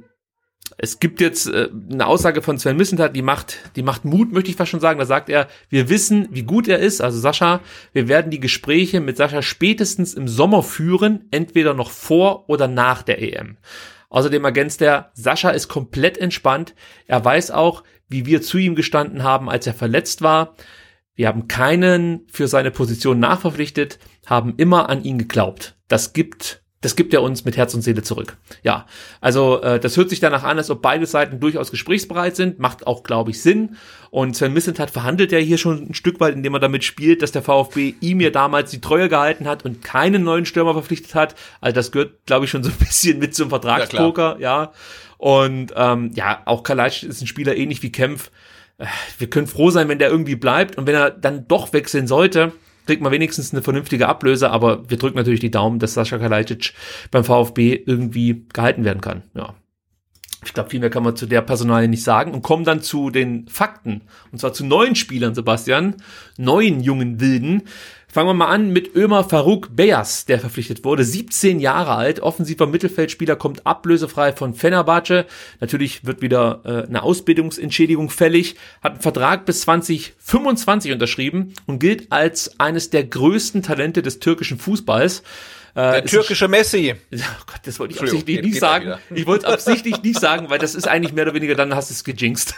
es gibt jetzt äh, eine Aussage von Sven Mislintat, die macht, die macht Mut, möchte ich fast schon sagen. Da sagt er, wir wissen, wie gut er ist, also Sascha. Wir werden die Gespräche mit Sascha spätestens im Sommer führen, entweder noch vor oder nach der E M. Außerdem ergänzt er, Sascha ist komplett entspannt. Er weiß auch, wie wir zu ihm gestanden haben, als er verletzt war. Wir haben keinen für seine Position nachverpflichtet, haben immer an ihn geglaubt. Das gibt, das gibt er uns mit Herz und Seele zurück. Ja, also äh, das hört sich danach an, als ob beide Seiten durchaus gesprächsbereit sind. Macht auch, glaube ich, Sinn. Und Sven Mislintat verhandelt ja hier schon ein Stück weit, indem er damit spielt, dass der VfB ihm ja damals die Treue gehalten hat und keinen neuen Stürmer verpflichtet hat. Also das gehört, glaube ich, schon so ein bisschen mit zum Vertragspoker. Ja, ja. Und ähm, ja, auch Kalajdzic ist ein Spieler ähnlich wie Kempf. Wir können froh sein, wenn der irgendwie bleibt. Und wenn er dann doch wechseln sollte, kriegt man wenigstens eine vernünftige Ablöse. Aber wir drücken natürlich die Daumen, dass Sascha Kalajdzic beim VfB irgendwie gehalten werden kann. Ja. Ich glaube, viel mehr kann man zu der Personalie nicht sagen und kommen dann zu den Fakten. Und zwar zu neuen Spielern, Sebastian. Neuen jungen Wilden. Fangen wir mal an mit Ömer Faruk Beyaz, der verpflichtet wurde. siebzehn Jahre alt, offensiver Mittelfeldspieler, kommt ablösefrei von Fenerbahce. Natürlich wird wieder äh, eine Ausbildungsentschädigung fällig. Hat einen Vertrag bis zwanzig fünfundzwanzig unterschrieben und gilt als eines der größten Talente des türkischen Fußballs. Der türkische Messi. Oh Gott, das wollte ich absichtlich nicht sagen. Ich wollte es absichtlich nicht sagen, weil das ist eigentlich mehr oder weniger, dann hast du es gejinxt.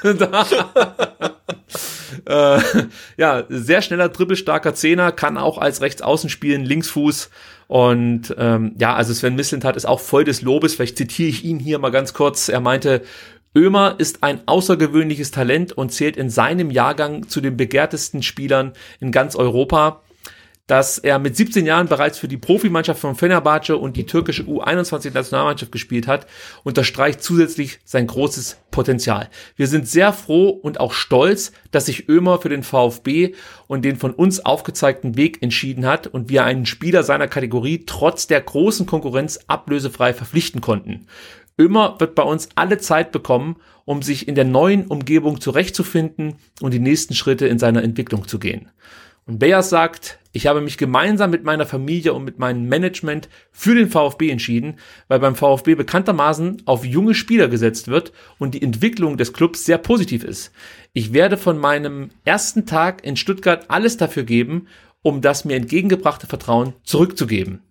äh, ja, sehr schneller, dribbelstarker Zehner, kann auch als Rechtsaußen spielen, Linksfuß. Und ähm, ja, also Sven Mislintat ist auch voll des Lobes. Vielleicht zitiere ich ihn hier mal ganz kurz. Er meinte, Ömer ist ein außergewöhnliches Talent und zählt in seinem Jahrgang zu den begehrtesten Spielern in ganz Europa. Dass er mit siebzehn Jahren bereits für die Profimannschaft von Fenerbahce und die türkische U einundzwanzig-Nationalmannschaft gespielt hat, unterstreicht zusätzlich sein großes Potenzial. Wir sind sehr froh und auch stolz, dass sich Ömer für den VfB und den von uns aufgezeigten Weg entschieden hat und wir einen Spieler seiner Kategorie trotz der großen Konkurrenz ablösefrei verpflichten konnten. Ömer wird bei uns alle Zeit bekommen, um sich in der neuen Umgebung zurechtzufinden und die nächsten Schritte in seiner Entwicklung zu gehen. Und Beyaz sagt, ich habe mich gemeinsam mit meiner Familie und mit meinem Management für den VfB entschieden, weil beim VfB bekanntermaßen auf junge Spieler gesetzt wird und die Entwicklung des Clubs sehr positiv ist. Ich werde von meinem ersten Tag in Stuttgart alles dafür geben, um das mir entgegengebrachte Vertrauen zurückzugeben.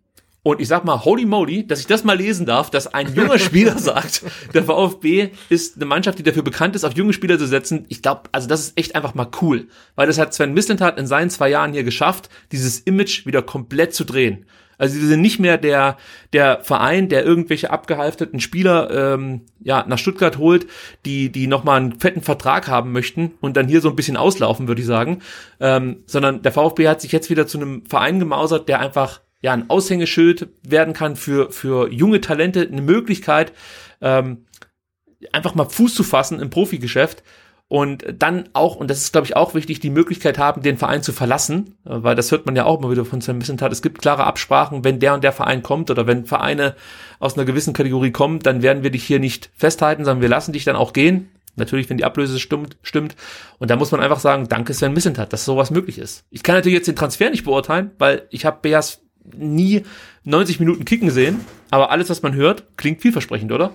Und ich sag mal, holy moly, dass ich das mal lesen darf, dass ein junger Spieler sagt, der VfB ist eine Mannschaft, die dafür bekannt ist, auf junge Spieler zu setzen. Ich glaube, also das ist echt einfach mal cool. Weil das hat Sven Mislintat in seinen zwei Jahren hier geschafft, dieses Image wieder komplett zu drehen. Also sie sind nicht mehr der der Verein, der irgendwelche abgehalfterten Spieler ähm, ja nach Stuttgart holt, die die nochmal einen fetten Vertrag haben möchten und dann hier so ein bisschen auslaufen, würde ich sagen. Ähm, sondern der VfB hat sich jetzt wieder zu einem Verein gemausert, der einfach ja ein Aushängeschild werden kann für für junge Talente, eine Möglichkeit, ähm, einfach mal Fuß zu fassen im Profigeschäft und dann auch, und das ist glaube ich auch wichtig, die Möglichkeit haben, den Verein zu verlassen, weil das hört man ja auch immer wieder von Sven Mislintat. Es gibt klare Absprachen, wenn der und der Verein kommt oder wenn Vereine aus einer gewissen Kategorie kommen, dann werden wir dich hier nicht festhalten, sondern wir lassen dich dann auch gehen. Natürlich, wenn die Ablöse stimmt, stimmt. Und da muss man einfach sagen, danke Sven Mislintat, dass sowas möglich ist. Ich kann natürlich jetzt den Transfer nicht beurteilen, weil ich habe Beas nie neunzig Minuten kicken sehen, aber alles, was man hört, klingt vielversprechend, oder?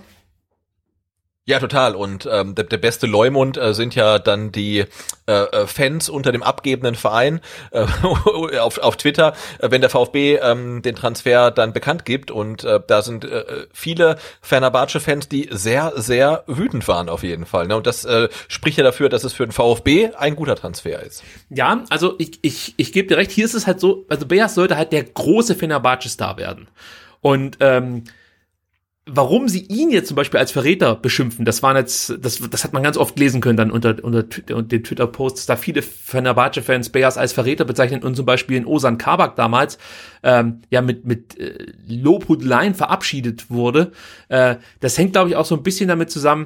Ja, total. Und ähm, der, der beste Leumund äh, sind ja dann die äh, Fans unter dem abgebenden Verein äh, auf, auf Twitter, äh, wenn der VfB ähm, den Transfer dann bekannt gibt. Und äh, da sind äh, viele Fenerbahce-Fans, die sehr, sehr wütend waren auf jeden Fall. Ne? Und das äh, spricht ja dafür, dass es für den VfB ein guter Transfer ist. Ja, also ich ich ich gebe dir recht, hier ist es halt so, also Beas sollte halt der große Fenerbahce-Star werden. Und ähm, warum sie ihn jetzt zum Beispiel als Verräter beschimpfen, das waren jetzt, das, das hat man ganz oft lesen können dann unter, unter den Twitter-Posts, da viele Fenerbahce-Fans Beas als Verräter bezeichnen und zum Beispiel in Ozan Kabak damals ähm, ja mit mit äh, Lobhudeleien verabschiedet wurde. Äh, das hängt, glaube ich, auch so ein bisschen damit zusammen,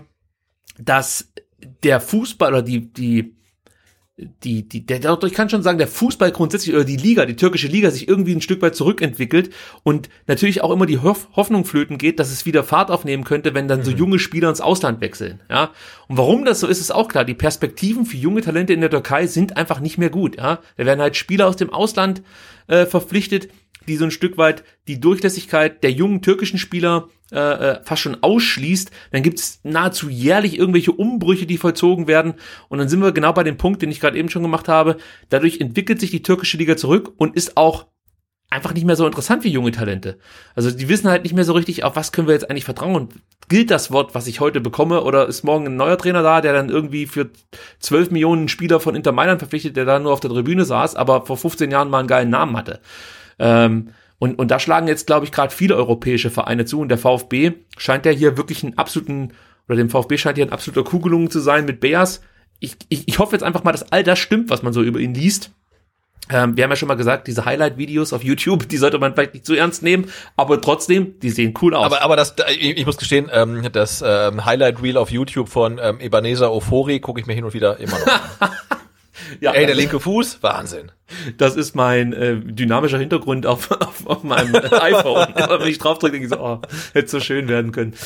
dass der Fußball oder die die die, die, der, ich kann schon sagen, der Fußball grundsätzlich oder die Liga, die türkische Liga sich irgendwie ein Stück weit zurückentwickelt und natürlich auch immer die Hoff, Hoffnung flöten geht, dass es wieder Fahrt aufnehmen könnte, wenn dann so junge Spieler ins Ausland wechseln, ja. Und warum das so ist, ist auch klar. Die Perspektiven für junge Talente in der Türkei sind einfach nicht mehr gut, ja. Da werden halt Spieler aus dem Ausland äh, verpflichtet, die so ein Stück weit die Durchlässigkeit der jungen türkischen Spieler äh, fast schon ausschließt. Dann gibt's nahezu jährlich irgendwelche Umbrüche, die vollzogen werden. Und dann sind wir genau bei dem Punkt, den ich gerade eben schon gemacht habe. Dadurch entwickelt sich die türkische Liga zurück und ist auch einfach nicht mehr so interessant wie junge Talente. Also die wissen halt nicht mehr so richtig, auf was können wir jetzt eigentlich vertrauen. Und gilt das Wort, was ich heute bekomme, oder ist morgen ein neuer Trainer da, der dann irgendwie für zwölf Millionen Spieler von Inter Mailand verpflichtet, der da nur auf der Tribüne saß, aber vor fünfzehn Jahren mal einen geilen Namen hatte. Ähm, und, und da schlagen jetzt, glaube ich, gerade viele europäische Vereine zu und der VfB scheint ja hier wirklich einen absoluten, oder dem VfB scheint hier ein absoluter Kugelung zu sein mit Beas. Ich, ich, ich hoffe jetzt einfach mal, dass all das stimmt, was man so über ihn liest. Ähm, wir haben ja schon mal gesagt, diese Highlight-Videos auf YouTube, die sollte man vielleicht nicht zu ernst nehmen, aber trotzdem, die sehen cool aus. Aber aber das, ich, ich muss gestehen, ähm, das ähm, Highlight-Reel auf YouTube von ähm, Ebenezer Ofori gucke ich mir hin und wieder immer noch an. Ja, ey, der linke Fuß, Wahnsinn. Das ist mein äh, dynamischer Hintergrund auf, auf, auf meinem iPhone. Wenn ich drauf drücke, denke ich so, oh, hätte so schön werden können.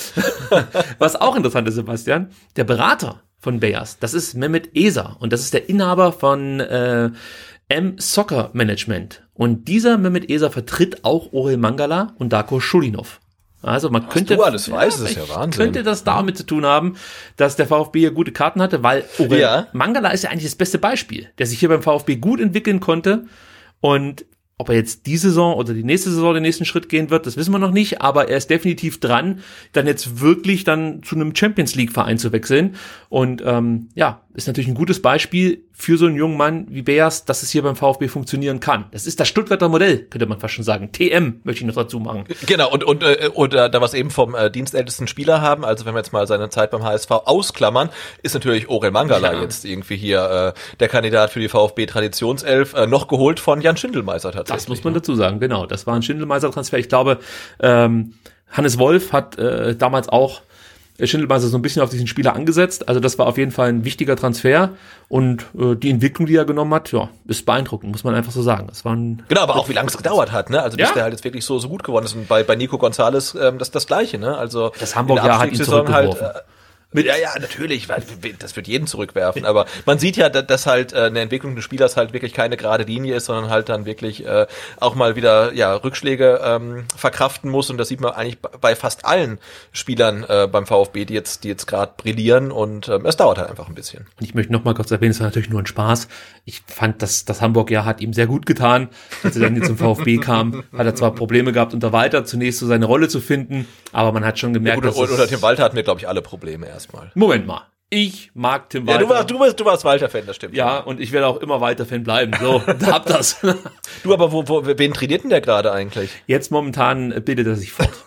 Was auch interessant ist, Sebastian, der Berater von Beas, das ist Mehmet Eser und das ist der Inhaber von äh, M-Soccer Management. Und dieser Mehmet Eser vertritt auch Orel Mangala und Darko Schulinov. Also man Was könnte, du alles weißt, ist ja Wahnsinn. Könnte das damit zu tun haben, dass der VfB hier gute Karten hatte, weil Orel ja. Mangala ist ja eigentlich das beste Beispiel, der sich hier beim VfB gut entwickeln konnte und ob er jetzt die Saison oder die nächste Saison den nächsten Schritt gehen wird, das wissen wir noch nicht, aber er ist definitiv dran, dann jetzt wirklich dann zu einem Champions League Verein zu wechseln und ähm, ja, ist natürlich ein gutes Beispiel für so einen jungen Mann wie Beas, dass es hier beim VfB funktionieren kann. Das ist das Stuttgarter Modell, könnte man fast schon sagen. T M möchte ich noch dazu machen. Genau, und und äh, und äh, da was eben vom äh, dienstältesten Spieler haben, also wenn wir jetzt mal seine Zeit beim H S V ausklammern, ist natürlich Orel Mangala ja. jetzt irgendwie hier äh, der Kandidat für die VfB-Traditionself, äh, noch geholt von Jan Schindelmeiser tatsächlich. Das muss man dazu sagen, genau. Das war ein Schindelmeiser-Transfer. Ich glaube, ähm, Hannes Wolf hat äh, damals auch Schindelmeiser so ein bisschen auf diesen Spieler angesetzt. Also das war auf jeden Fall ein wichtiger Transfer und äh, die Entwicklung, die er genommen hat, ja, ist beeindruckend, muss man einfach so sagen. Das war ein genau, aber auch wie lange es gedauert hat, ne? Also bis ja. der halt jetzt wirklich so so gut geworden ist und bei bei Nico Gonzalez ähm, das das Gleiche, ne? Also das Hamburg-Jahr hat ihn zurückgeworfen. Halt, äh, Mit ja, ja, natürlich, weil das wird jeden zurückwerfen, aber man sieht ja, dass halt äh, eine Entwicklung des Spielers halt wirklich keine gerade Linie ist, sondern halt dann wirklich äh, auch mal wieder ja Rückschläge ähm, verkraften muss, und das sieht man eigentlich bei fast allen Spielern äh, beim VfB, die jetzt die jetzt gerade brillieren, und ähm, es dauert halt einfach ein bisschen. Und ich möchte noch mal kurz erwähnen, es war natürlich nur ein Spaß. Ich fand, dass das Hamburg-Jahr hat ihm sehr gut getan. Als er dann hier zum VfB kam, hat er zwar Probleme gehabt, unter Walter zunächst so seine Rolle zu finden, aber man hat schon gemerkt, ja, gut, dass unter Tim Walter hatten wir, glaube ich, alle Probleme erstmal. Moment mal. Ich mag Tim Walter. Ja, du warst, du warst, du warst Walter-Fan, das stimmt. Ja, und ich werde auch immer Walter-Fan bleiben. So, hab das. Du, aber wo, wo, wen trainiert denn der gerade eigentlich? Jetzt momentan bildet er sich fort.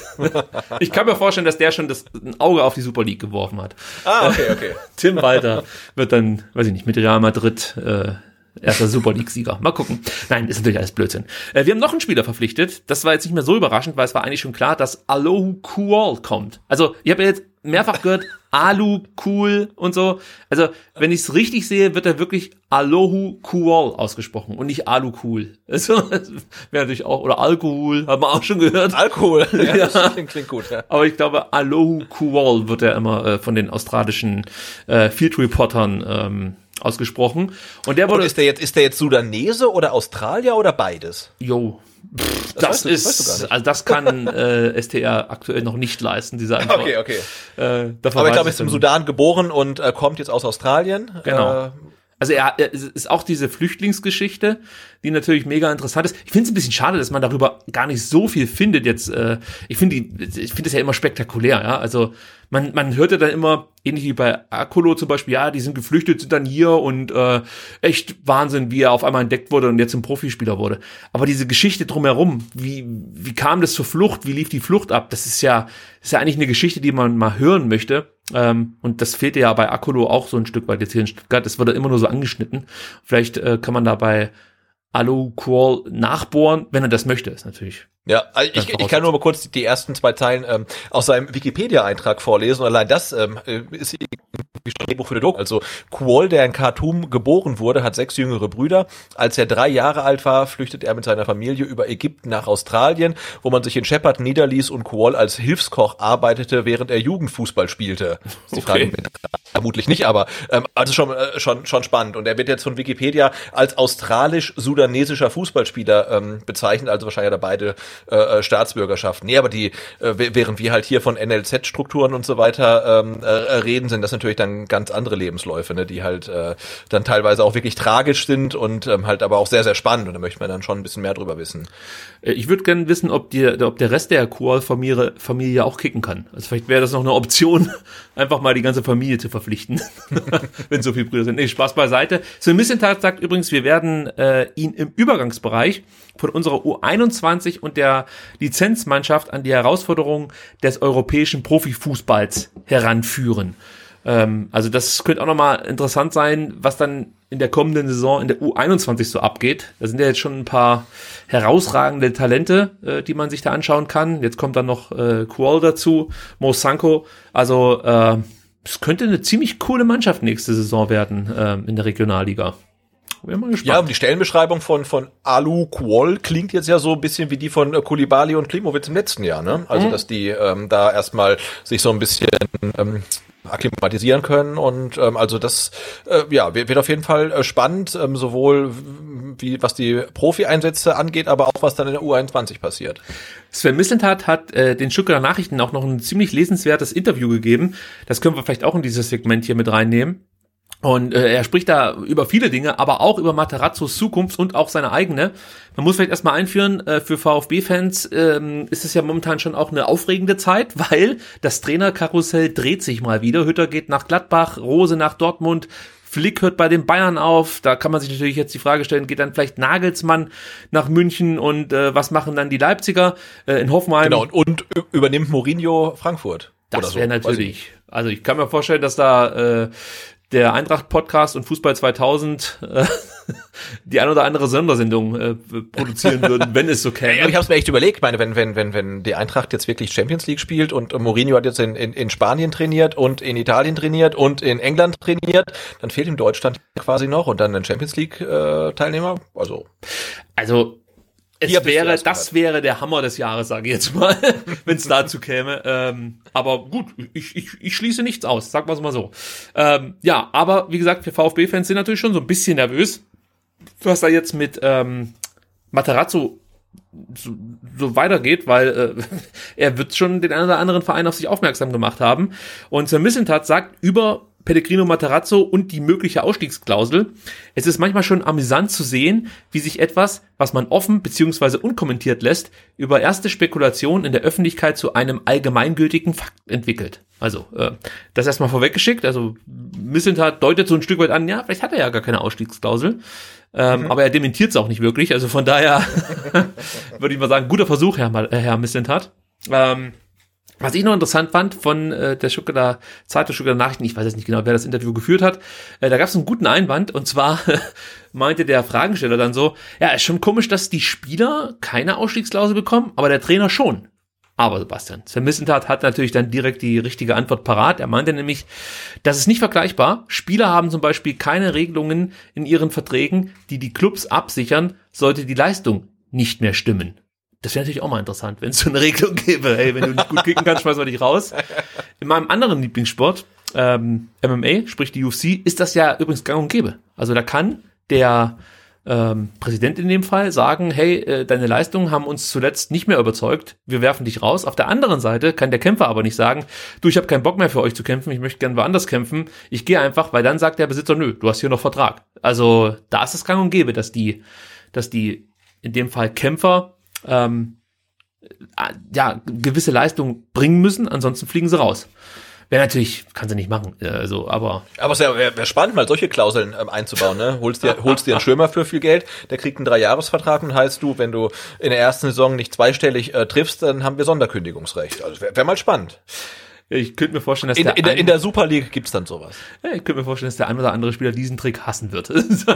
Ich kann mir vorstellen, dass der schon das ein Auge auf die Super League geworfen hat. Ah, okay, okay. Tim Walter wird dann, weiß ich nicht, mit Real Madrid äh, erster Super League-Sieger. Mal gucken. Nein, ist natürlich alles Blödsinn. Äh, wir haben noch einen Spieler verpflichtet. Das war jetzt nicht mehr so überraschend, weil es war eigentlich schon klar, dass Alou Kuol kommt. Also, ich habe ja jetzt mehrfach gehört, Alu cool und so. Also, wenn ich es richtig sehe, wird er wirklich Alou Kuol ausgesprochen und nicht Alu cool. Also, wäre natürlich auch, oder Alkohol, haben wir auch schon gehört. Alkohol, ja, ja. Das klingt, klingt gut, ja. Aber ich glaube, Alou Kuol wird er immer äh, von den australischen äh, Field Reportern ähm, ausgesprochen. Und der wurde. Und ist der jetzt, ist der jetzt Sudanese oder Australier oder beides? Jo. Pff, das, das, weißt du, ist, das, weißt du gar nicht. Also das kann äh, S T R aktuell noch nicht leisten, diese Antwort. Okay, okay. Äh, Aber ich glaube, er ist im Sudan geboren und äh, kommt jetzt aus Australien. Genau. Äh, Also er, er ist auch diese Flüchtlingsgeschichte, die natürlich mega interessant ist. Ich finde es ein bisschen schade, dass man darüber gar nicht so viel findet jetzt. Äh, ich finde die, ich finde es ja immer spektakulär, ja. Also man man hört ja dann immer, ähnlich wie bei Akolo zum Beispiel, ja, die sind geflüchtet, sind dann hier und äh, echt Wahnsinn, wie er auf einmal entdeckt wurde und jetzt ein Profispieler wurde. Aber diese Geschichte drumherum, wie wie kam das zur Flucht, wie lief die Flucht ab? Das ist ja ist ja eigentlich eine Geschichte, die man mal hören möchte. Ähm, und das fehlte ja bei Akolo auch so ein Stück weit jetzt hier in Stuttgart. Das wurde immer nur so angeschnitten. Vielleicht äh, kann man da bei Alou Kuol nachbohren, wenn er das möchte, ist natürlich. Ja, also ich, ich kann nur mal kurz die ersten zwei Zeilen ähm, aus seinem Wikipedia-Eintrag vorlesen. Und allein das ähm, ist ein Drehbuch für den Doku. Also Kuol, der in Khartoum geboren wurde, hat sechs jüngere Brüder. Als er drei Jahre alt war, flüchtet er mit seiner Familie über Ägypten nach Australien, wo man sich in Shepparton niederließ und Kuol als Hilfskoch arbeitete, während er Jugendfußball spielte. Das ist die Frage, okay. Vermutlich nicht, aber ähm, also schon äh, schon schon spannend. Und er wird jetzt von Wikipedia als australisch-sudanesischer Fußballspieler ähm, bezeichnet, also wahrscheinlich hat er beide Äh, Staatsbürgerschaft. Nee, aber die, äh, während wir halt hier von N L Z-Strukturen und so weiter ähm, äh, reden, sind das natürlich dann ganz andere Lebensläufe, ne, die halt äh, dann teilweise auch wirklich tragisch sind und ähm, halt aber auch sehr, sehr spannend. Und da möchte man dann schon ein bisschen mehr drüber wissen. Ich würde gerne wissen, ob die, ob der Rest der Kuol-Familie Familie auch kicken kann. Also vielleicht wäre das noch eine Option, einfach mal die ganze Familie zu verpflichten, wenn so viele Brüder sind. Nee, Spaß beiseite. Sven Mislintat sagt übrigens, wir werden äh, ihn im Übergangsbereich von unserer U einundzwanzig und der Lizenzmannschaft an die Herausforderungen des europäischen Profifußballs heranführen. Ähm, also das könnte auch nochmal interessant sein, was dann in der kommenden Saison in der U einundzwanzig so abgeht. Da sind ja jetzt schon ein paar herausragende Talente, äh, die man sich da anschauen kann. Jetzt kommt dann noch äh, Kuol dazu, Mo Sanko. Also äh, es könnte eine ziemlich coole Mannschaft nächste Saison werden äh, in der Regionalliga. Bin mal gespannt. Ja, und die Stellenbeschreibung von von Alou Kuol klingt jetzt ja so ein bisschen wie die von äh, Koulibaly und Klimowitz im letzten Jahr, ne? Also, mhm. dass die ähm, da erstmal sich so ein bisschen ähm, akklimatisieren können und ähm, also das äh, ja wird auf jeden Fall äh, spannend, ähm, sowohl wie was die Profi-Einsätze angeht, aber auch was dann in der U einundzwanzig passiert. Sven Mislintat hat äh, den Stuttgarter Nachrichten auch noch ein ziemlich lesenswertes Interview gegeben. Das können wir vielleicht auch in dieses Segment hier mit reinnehmen. Und äh, er spricht da über viele Dinge, aber auch über Matarazzos Zukunft und auch seine eigene. Man muss vielleicht erstmal einführen, äh, für VfB-Fans ähm, ist es ja momentan schon auch eine aufregende Zeit, weil das Trainerkarussell dreht sich mal wieder. Hütter geht nach Gladbach, Rose nach Dortmund, Flick hört bei den Bayern auf. Da kann man sich natürlich jetzt die Frage stellen, geht dann vielleicht Nagelsmann nach München und äh, was machen dann die Leipziger äh, in Hoffenheim? Genau, und, und übernimmt Mourinho Frankfurt. Das wäre so, natürlich, also ich kann mir vorstellen, dass da äh, der Eintracht-Podcast und Fußball zweitausend äh, die ein oder andere Sondersendung äh, produzieren würden, wenn es so käme. Ja, ich habe es mir echt überlegt, ich meine, wenn wenn wenn wenn die Eintracht jetzt wirklich Champions League spielt und Mourinho hat jetzt in, in in Spanien trainiert und in Italien trainiert und in England trainiert, dann fehlt ihm Deutschland quasi noch und dann ein Champions League äh, Teilnehmer, also also Es Hier wäre, das, das wäre der Hammer des Jahres, sage ich jetzt mal, wenn es dazu käme. Ähm, aber gut, ich, ich, ich schließe nichts aus, sagen wir es mal so. Ähm, ja, aber wie gesagt, wir VfB-Fans sind natürlich schon so ein bisschen nervös, was da jetzt mit ähm, Matarazzo so, so weitergeht, weil äh, er wird schon den einen oder anderen Verein auf sich aufmerksam gemacht haben. Und Sir Mislintat sagt über Pellegrino Matarazzo und die mögliche Ausstiegsklausel: Es ist manchmal schon amüsant zu sehen, wie sich etwas, was man offen bzw. unkommentiert lässt, über erste Spekulationen in der Öffentlichkeit zu einem allgemeingültigen Fakt entwickelt. Also, äh, das erstmal vorweggeschickt. Also, Mislintat deutet so ein Stück weit an, ja, vielleicht hat er ja gar keine Ausstiegsklausel. Ähm, mhm. Aber er dementiert es auch nicht wirklich. Also von daher würde ich mal sagen, guter Versuch, Herr, äh, Herr Mislintat. Ähm, Was ich noch interessant fand von äh, der Stuttgarter Zeitung, Stuttgarter Nachrichten, ich weiß jetzt nicht genau, wer das Interview geführt hat, äh, da gab es einen guten Einwand, und zwar meinte der Fragensteller dann so, ja, ist schon komisch, dass die Spieler keine Ausstiegsklausel bekommen, aber der Trainer schon. Aber Sebastian, Sir Mislintat hat natürlich dann direkt die richtige Antwort parat. Er meinte nämlich, das ist nicht vergleichbar. Spieler haben zum Beispiel keine Regelungen in ihren Verträgen, die die Clubs absichern, sollte die Leistung nicht mehr stimmen. Das wäre natürlich auch mal interessant, wenn es so eine Regelung gäbe. Hey, wenn du nicht gut kicken kannst, schmeiß mal dich raus. In meinem anderen Lieblingssport, ähm, M M A, sprich die U F C, ist das ja übrigens gang und gäbe. Also da kann der ähm, Präsident in dem Fall sagen, hey, äh, deine Leistungen haben uns zuletzt nicht mehr überzeugt, wir werfen dich raus. Auf der anderen Seite kann der Kämpfer aber nicht sagen, du, ich habe keinen Bock mehr für euch zu kämpfen, ich möchte gerne woanders kämpfen, ich gehe einfach, weil dann sagt der Besitzer, nö, du hast hier noch Vertrag. Also da ist es gang und gäbe, dass die, dass die in dem Fall Kämpfer ähm, ja gewisse Leistungen bringen müssen, ansonsten fliegen sie raus. Wäre natürlich, kann sie nicht machen, also, aber. Aber es wäre wär, wär spannend, mal solche Klauseln ähm, einzubauen, ne? Holst dir, holst dir einen Stürmer für viel Geld, der kriegt einen Dreijahresvertrag und heißt du, wenn du in der ersten Saison nicht zweistellig äh, triffst, dann haben wir Sonderkündigungsrecht. Also wäre wär mal spannend. Ich könnte mir vorstellen, dass in, der in, der, in der Super League gibt's dann sowas. Ja, ich könnte mir vorstellen, dass der ein oder andere Spieler diesen Trick hassen wird.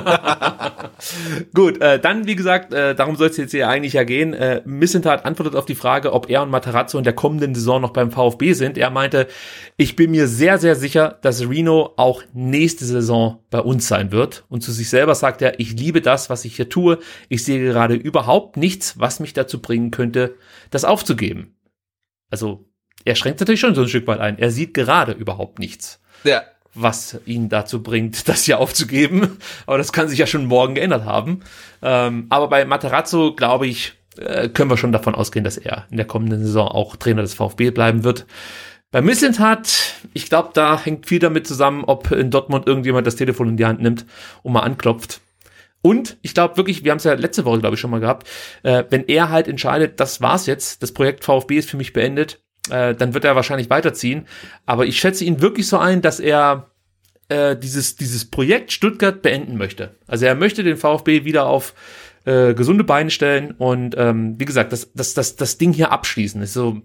Gut, äh, dann wie gesagt, äh, darum soll es jetzt hier eigentlich ja gehen. Äh, Mislintat antwortet auf die Frage, ob er und Matarazzo in der kommenden Saison noch beim VfB sind. Er meinte, ich bin mir sehr, sehr sicher, dass Rino auch nächste Saison bei uns sein wird. Und zu sich selber sagt er, ich liebe das, was ich hier tue. Ich sehe gerade überhaupt nichts, was mich dazu bringen könnte, das aufzugeben. Also er schränkt natürlich schon so ein Stück weit ein. Er sieht gerade überhaupt nichts, ja, was ihn dazu bringt, das hier aufzugeben. Aber das kann sich ja schon morgen geändert haben. Ähm, aber bei Matarazzo, glaube ich, äh, können wir schon davon ausgehen, dass er in der kommenden Saison auch Trainer des VfB bleiben wird. Bei Mislintat, ich glaube, da hängt viel damit zusammen, ob in Dortmund irgendjemand das Telefon in die Hand nimmt und mal anklopft. Und ich glaube wirklich, wir haben es ja letzte Woche, glaube ich, schon mal gehabt, äh, wenn er halt entscheidet, das war's jetzt, das Projekt VfB ist für mich beendet, äh, dann wird er wahrscheinlich weiterziehen. Aber ich schätze ihn wirklich so ein, dass er äh, dieses dieses Projekt Stuttgart beenden möchte. Also er möchte den VfB wieder auf äh, gesunde Beine stellen und ähm, wie gesagt, das, das, das, das Ding hier abschließen. Ist so,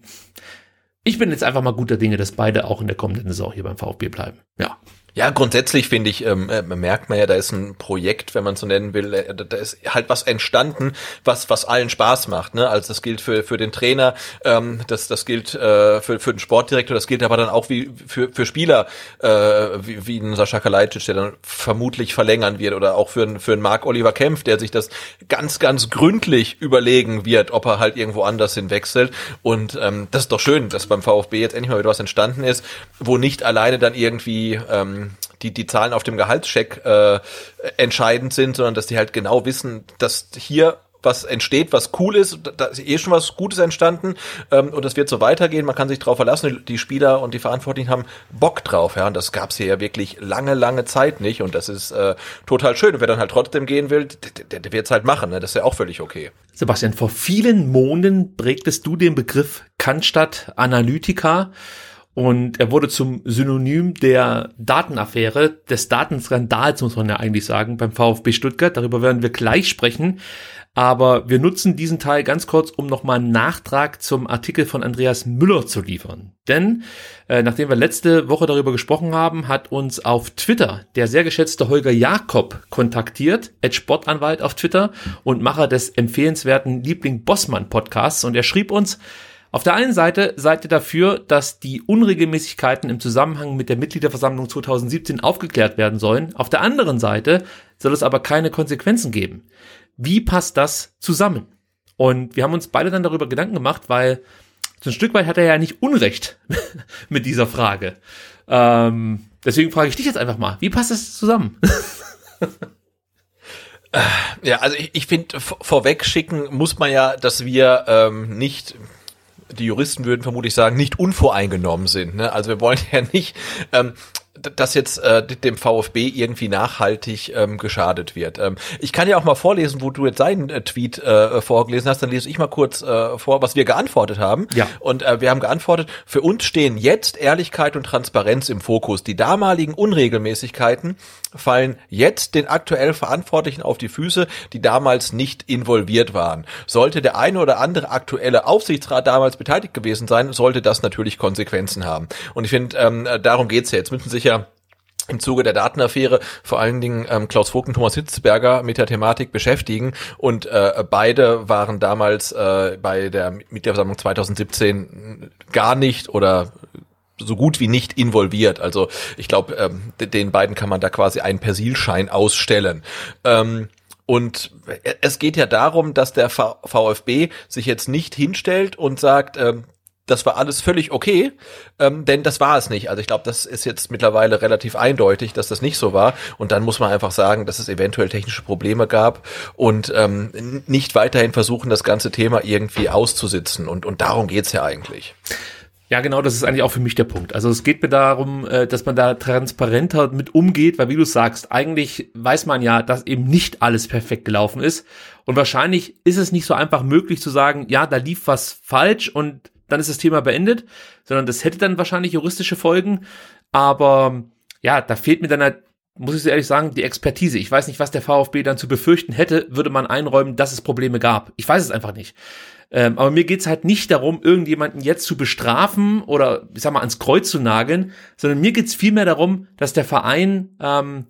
ich bin jetzt einfach mal guter Dinge, dass beide auch in der kommenden Saison hier beim VfB bleiben. Ja. Ja, grundsätzlich finde ich, ähm, äh, merkt man ja, da ist ein Projekt, wenn man es so nennen will, äh, da ist halt was entstanden, was was allen Spaß macht, ne? Also das gilt für für den Trainer, ähm, das das gilt äh, für für den Sportdirektor, das gilt aber dann auch wie für für Spieler äh, wie, wie ein Sascha Kalajdzic, der dann vermutlich verlängern wird, oder auch für einen für einen Marc-Oliver Kempf, der sich das ganz ganz gründlich überlegen wird, ob er halt irgendwo anders hin wechselt. Und ähm, das ist doch schön, dass beim VfB jetzt endlich mal wieder was entstanden ist, wo nicht alleine dann irgendwie ähm, die die Zahlen auf dem Gehaltscheck äh, entscheidend sind, sondern dass die halt genau wissen, dass hier was entsteht, was cool ist, da ist eh schon was Gutes entstanden, ähm, und das wird so weitergehen, man kann sich drauf verlassen, die Spieler und die Verantwortlichen haben Bock drauf, ja, und das gab's hier ja wirklich lange, lange Zeit nicht, und das ist äh, total schön, und wer dann halt trotzdem gehen will, der, der, der wird's halt machen, ne? Das ist ja auch völlig okay. Sebastian, vor vielen Monaten prägtest du den Begriff Cannstatt Analytica, und er wurde zum Synonym der Datenaffäre, des Datenskandals, muss man ja eigentlich sagen, beim VfB Stuttgart. Darüber werden wir gleich sprechen. Aber wir nutzen diesen Teil ganz kurz, um nochmal einen Nachtrag zum Artikel von Andreas Müller zu liefern. Denn äh, nachdem wir letzte Woche darüber gesprochen haben, hat uns auf Twitter der sehr geschätzte Holger Jakob kontaktiert, at Sportanwalt auf Twitter und Macher des empfehlenswerten Liebling-Bossmann-Podcasts. Und er schrieb uns: Auf der einen Seite seid ihr dafür, dass die Unregelmäßigkeiten im Zusammenhang mit der Mitgliederversammlung zwanzig siebzehn aufgeklärt werden sollen. Auf der anderen Seite soll es aber keine Konsequenzen geben. Wie passt das zusammen? Und wir haben uns beide dann darüber Gedanken gemacht, weil so ein Stück weit hat er ja nicht Unrecht mit dieser Frage. Ähm, deswegen frage ich dich jetzt einfach mal, wie passt das zusammen? Ja, also ich, ich finde, vorweg schicken muss man ja, dass wir ähm, nicht, die Juristen würden vermutlich sagen, nicht unvoreingenommen sind. Ne? Also wir wollen ja nicht, ähm, dass jetzt äh, dem VfB irgendwie nachhaltig ähm, geschadet wird. Ähm, ich kann ja auch mal vorlesen, wo du jetzt seinen äh, Tweet äh, vorgelesen hast, dann lese ich mal kurz äh, vor, was wir geantwortet haben. Ja. Und äh, wir haben geantwortet, für uns stehen jetzt Ehrlichkeit und Transparenz im Fokus. Die damaligen Unregelmäßigkeiten fallen jetzt den aktuell Verantwortlichen auf die Füße, die damals nicht involviert waren. Sollte der eine oder andere aktuelle Aufsichtsrat damals beteiligt gewesen sein, sollte das natürlich Konsequenzen haben. Und ich finde, ähm, darum geht's ja. Jetzt müssen sich ja im Zuge der Datenaffäre vor allen Dingen ähm, Klaus Vogt und Thomas Hitzberger mit der Thematik beschäftigen und äh, beide waren damals äh, bei der Mitgliederversammlung zwanzig siebzehn gar nicht oder so gut wie nicht involviert. Also ich glaube, ähm, den beiden kann man da quasi einen Persilschein ausstellen. Ähm, und es geht ja darum, dass der VfB sich jetzt nicht hinstellt und sagt, ähm, das war alles völlig okay, ähm, denn das war es nicht. Also ich glaube, das ist jetzt mittlerweile relativ eindeutig, dass das nicht so war. Und dann muss man einfach sagen, dass es eventuell technische Probleme gab und ähm, nicht weiterhin versuchen, das ganze Thema irgendwie auszusitzen. Und, und darum geht's ja eigentlich. Ja, genau, das ist eigentlich auch für mich der Punkt. Also es geht mir darum, dass man da transparenter mit umgeht, weil wie du sagst, eigentlich weiß man ja, dass eben nicht alles perfekt gelaufen ist. Und wahrscheinlich ist es nicht so einfach möglich zu sagen, ja, da lief was falsch und dann ist das Thema beendet, sondern das hätte dann wahrscheinlich juristische Folgen. Aber ja, da fehlt mir dann halt, muss ich so ehrlich sagen, die Expertise. Ich weiß nicht, was der VfB dann zu befürchten hätte, würde man einräumen, dass es Probleme gab. Ich weiß es einfach nicht. Ähm, aber mir geht's halt nicht darum, irgendjemanden jetzt zu bestrafen oder, ich sag mal, ans Kreuz zu nageln, sondern mir geht's vielmehr darum, dass der Verein ähm,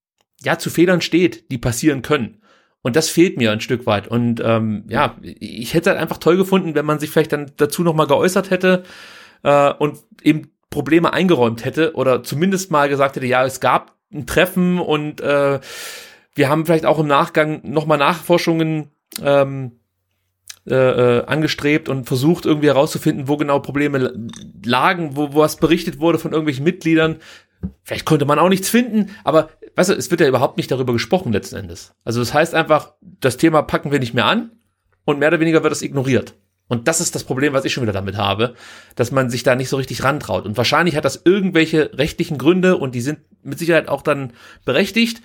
ja zu Fehlern steht, die passieren können. Und das fehlt mir ein Stück weit. Und ähm, ja, ich hätte es halt einfach toll gefunden, wenn man sich vielleicht dann dazu nochmal geäußert hätte äh, und eben Probleme eingeräumt hätte oder zumindest mal gesagt hätte, ja, es gab ein Treffen und äh, wir haben vielleicht auch im Nachgang nochmal Nachforschungen ähm, äh, äh, angestrebt und versucht irgendwie herauszufinden, wo genau Probleme lagen, wo, wo was berichtet wurde von irgendwelchen Mitgliedern. Vielleicht konnte man auch nichts finden, aber weißt du, es wird ja überhaupt nicht darüber gesprochen letzten Endes. Also das heißt einfach, das Thema packen wir nicht mehr an und mehr oder weniger wird es ignoriert. Und das ist das Problem, was ich schon wieder damit habe, dass man sich da nicht so richtig rantraut. Und wahrscheinlich hat das irgendwelche rechtlichen Gründe und die sind mit Sicherheit auch dann berechtigt.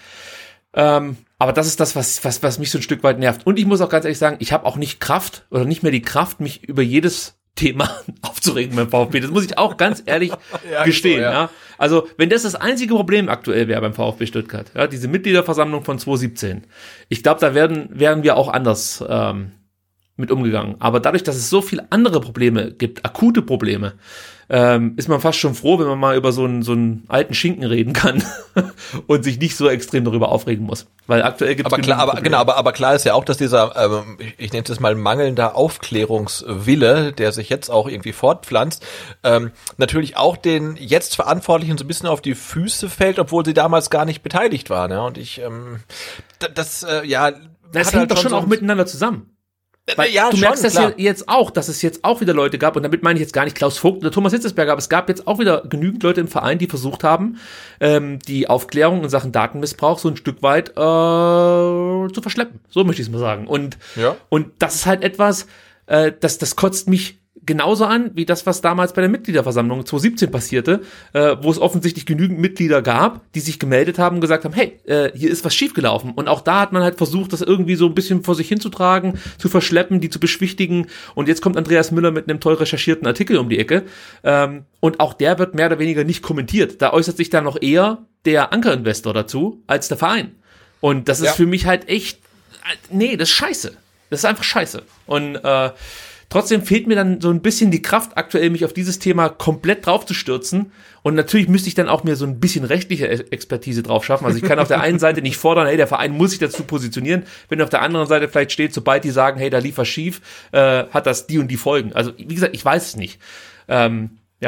Ähm, aber das ist das, was, was, was mich so ein Stück weit nervt. Und ich muss auch ganz ehrlich sagen, ich habe auch nicht Kraft oder nicht mehr die Kraft, mich über jedes Thema aufzuregen beim VfB. Das muss ich auch ganz ehrlich ja, gestehen. So, ja. Ja. Also wenn das das einzige Problem aktuell wäre beim VfB Stuttgart, ja, diese Mitgliederversammlung von zwanzig siebzehn, ich glaube, da werden wären wir auch anders ähm, mit umgegangen. Aber dadurch, dass es so viele andere Probleme gibt, akute Probleme, ähm, ist man fast schon froh, wenn man mal über so einen so einen alten Schinken reden kann und sich nicht so extrem darüber aufregen muss. Weil aktuell gibt es aber klar, aber genau, aber aber klar ist ja auch, dass dieser, ähm, ich, ich nenne es mal mangelnder Aufklärungswille, der sich jetzt auch irgendwie fortpflanzt, ähm, natürlich auch den jetzt Verantwortlichen so ein bisschen auf die Füße fällt, obwohl sie damals gar nicht beteiligt waren. Ja? Und ich, ähm, das, äh, ja, das hängt halt doch schon so auch miteinander zusammen. Weil ja, du schon, merkst das klar. ja jetzt auch, dass es jetzt auch wieder Leute gab, und damit meine ich jetzt gar nicht Klaus Vogt oder Thomas Hitzesberger, aber es gab jetzt auch wieder genügend Leute im Verein, die versucht haben, ähm, die Aufklärung in Sachen Datenmissbrauch so ein Stück weit äh, zu verschleppen. So möchte ich es mal sagen. Und, ja. und das ist halt etwas, äh, das, das kotzt mich genauso an, wie das, was damals bei der Mitgliederversammlung zwanzig siebzehn passierte, äh, wo es offensichtlich genügend Mitglieder gab, die sich gemeldet haben und gesagt haben, hey, äh, hier ist was schiefgelaufen. Und auch da hat man halt versucht, das irgendwie so ein bisschen vor sich hinzutragen, zu verschleppen, die zu beschwichtigen. Und jetzt kommt Andreas Müller mit einem toll recherchierten Artikel um die Ecke. Ähm, und auch der wird mehr oder weniger nicht kommentiert. Da äußert sich dann noch eher der Ankerinvestor dazu, als der Verein. Und das ist ja. für mich halt echt, nee, das ist scheiße. Das ist einfach scheiße. Und äh, trotzdem fehlt mir dann so ein bisschen die Kraft aktuell, mich auf dieses Thema komplett drauf zu stürzen. Und natürlich müsste ich dann auch mir so ein bisschen rechtliche Expertise drauf schaffen. Also ich kann auf der einen Seite nicht fordern, hey, der Verein muss sich dazu positionieren. Wenn auf der anderen Seite vielleicht steht, sobald die sagen, hey, da lief was schief, äh, hat das die und die Folgen. Also wie gesagt, ich weiß es nicht. Ähm, ja,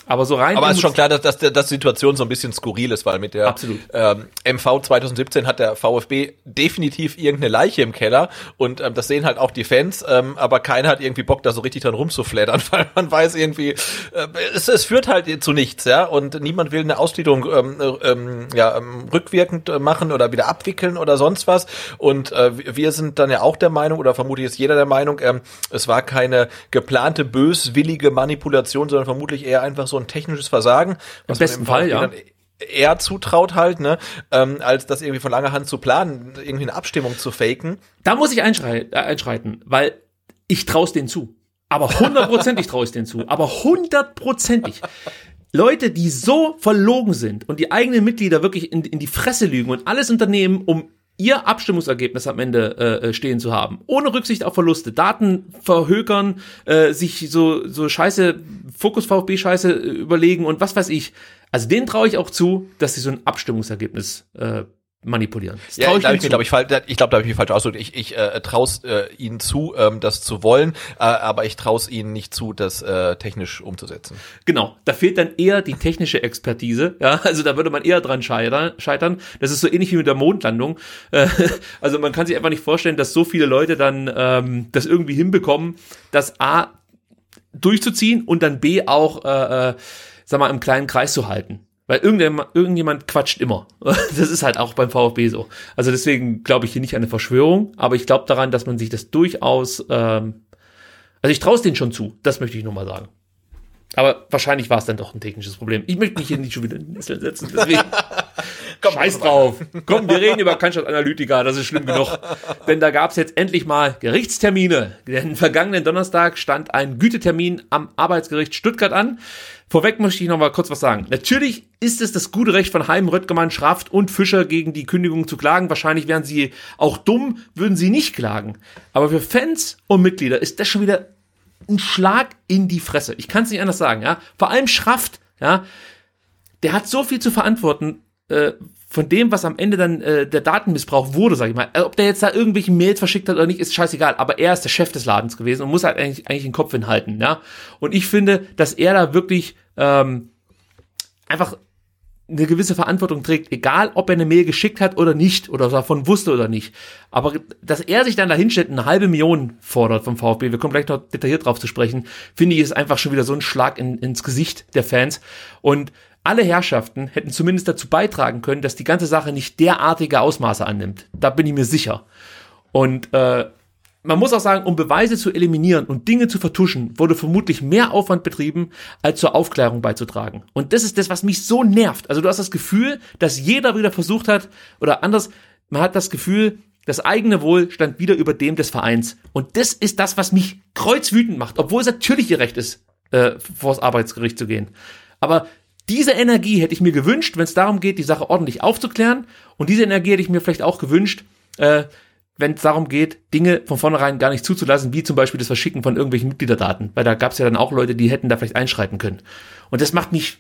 Aber so rein. Aber es ist schon klar, dass, dass, dass die Situation so ein bisschen skurril ist, weil mit der Absolut. Ähm, M V zwanzig siebzehn hat der VfB definitiv irgendeine Leiche im Keller und ähm, das sehen halt auch die Fans, ähm, aber keiner hat irgendwie Bock, da so richtig dran rumzuflattern, weil man weiß irgendwie, äh, es, es führt halt zu nichts, ja, und niemand will eine Ausgliederung ähm, ähm, ja, ähm, rückwirkend machen oder wieder abwickeln oder sonst was und äh, wir sind dann ja auch der Meinung, oder vermutlich ist jeder der Meinung, ähm, es war keine geplante, böswillige Manipulation, sondern vermutlich eher einfach so ein technisches Versagen, was im besten Fall, ja, eher zutraut halt, ne, ähm, als das irgendwie von langer Hand zu planen, irgendwie eine Abstimmung zu faken. Da muss ich einschreiten, äh, einschreiten, weil ich trau's denen zu. Aber hundertprozentig traue ich denen zu. Aber hundertprozentig. Leute, die so verlogen sind und die eigenen Mitglieder wirklich in, in die Fresse lügen und alles unternehmen, um ihr Abstimmungsergebnis am Ende äh, stehen zu haben, ohne Rücksicht auf Verluste, Daten verhökern, äh, sich so so Scheiße, Fokus VfB Scheiße äh, überlegen und was weiß ich. Also denen traue ich auch zu, dass sie so ein Abstimmungsergebnis äh, manipulieren. Das ja, ich glaube, ich, glaub, ich, ich glaube, da habe ich mich falsch ausgedrückt. Ich, ich äh, traue äh, ihnen zu, ähm, das zu wollen, äh, aber ich traue es ihnen nicht zu, das äh, technisch umzusetzen. Genau, da fehlt dann eher die technische Expertise. Ja, also da würde man eher dran scheitern. scheitern. Das ist so ähnlich wie mit der Mondlandung. Äh, also man kann sich einfach nicht vorstellen, dass so viele Leute dann ähm, das irgendwie hinbekommen, das A durchzuziehen und dann B auch, äh, äh, sag mal, im kleinen Kreis zu halten. Weil irgendjemand, irgendjemand quatscht immer. Das ist halt auch beim VfB so. Also deswegen glaube ich hier nicht an eine Verschwörung, aber ich glaube daran, dass man sich das durchaus, ähm, also ich traue es denen schon zu, das möchte ich nur mal sagen. Aber wahrscheinlich war es dann doch ein technisches Problem. Ich möchte mich hier nicht schon wieder in den Nessel setzen, deswegen Komm, scheiß drauf. Komm, wir reden über Cannstatt Analytica, das ist schlimm genug. Denn da gab es jetzt endlich mal Gerichtstermine. Den vergangenen Donnerstag stand ein Gütetermin am Arbeitsgericht Stuttgart an. Vorweg möchte ich noch mal kurz was sagen. Natürlich ist es das gute Recht von Heim, Röttgermann, Schraft und Fischer gegen die Kündigung zu klagen. Wahrscheinlich wären sie auch dumm, würden sie nicht klagen. Aber für Fans und Mitglieder ist das schon wieder ein Schlag in die Fresse. Ich kann es nicht anders sagen, ja. Vor allem Schraft, ja. Der hat so viel zu verantworten, äh, von dem, was am Ende dann äh, der Datenmissbrauch wurde, sag ich mal. Ob der jetzt da irgendwelche Mails verschickt hat oder nicht, ist scheißegal. Aber er ist der Chef des Ladens gewesen und muss halt eigentlich, eigentlich den Kopf hinhalten, ja. Und ich finde, dass er da wirklich ähm, einfach eine gewisse Verantwortung trägt, egal ob er eine Mail geschickt hat oder nicht, oder davon wusste oder nicht. Aber dass er sich dann da hinstellt, eine halbe Million fordert vom VfB, wir kommen gleich noch detailliert drauf zu sprechen, finde ich, ist einfach schon wieder so ein Schlag in, ins Gesicht der Fans. Und alle Herrschaften hätten zumindest dazu beitragen können, dass die ganze Sache nicht derartige Ausmaße annimmt. Da bin ich mir sicher. Und äh, man muss auch sagen, um Beweise zu eliminieren und Dinge zu vertuschen, wurde vermutlich mehr Aufwand betrieben, als zur Aufklärung beizutragen. Und das ist das, was mich so nervt. Also du hast das Gefühl, dass jeder wieder versucht hat, oder anders, man hat das Gefühl, das eigene Wohl stand wieder über dem des Vereins. Und das ist das, was mich kreuzwütend macht, obwohl es natürlich ihr Recht ist, äh, vor das Arbeitsgericht zu gehen. Aber diese Energie hätte ich mir gewünscht, wenn es darum geht, die Sache ordentlich aufzuklären. Und diese Energie hätte ich mir vielleicht auch gewünscht, äh, wenn es darum geht, Dinge von vornherein gar nicht zuzulassen, wie zum Beispiel das Verschicken von irgendwelchen Mitgliederdaten. Weil da gab es ja dann auch Leute, die hätten da vielleicht einschreiten können. Und das macht mich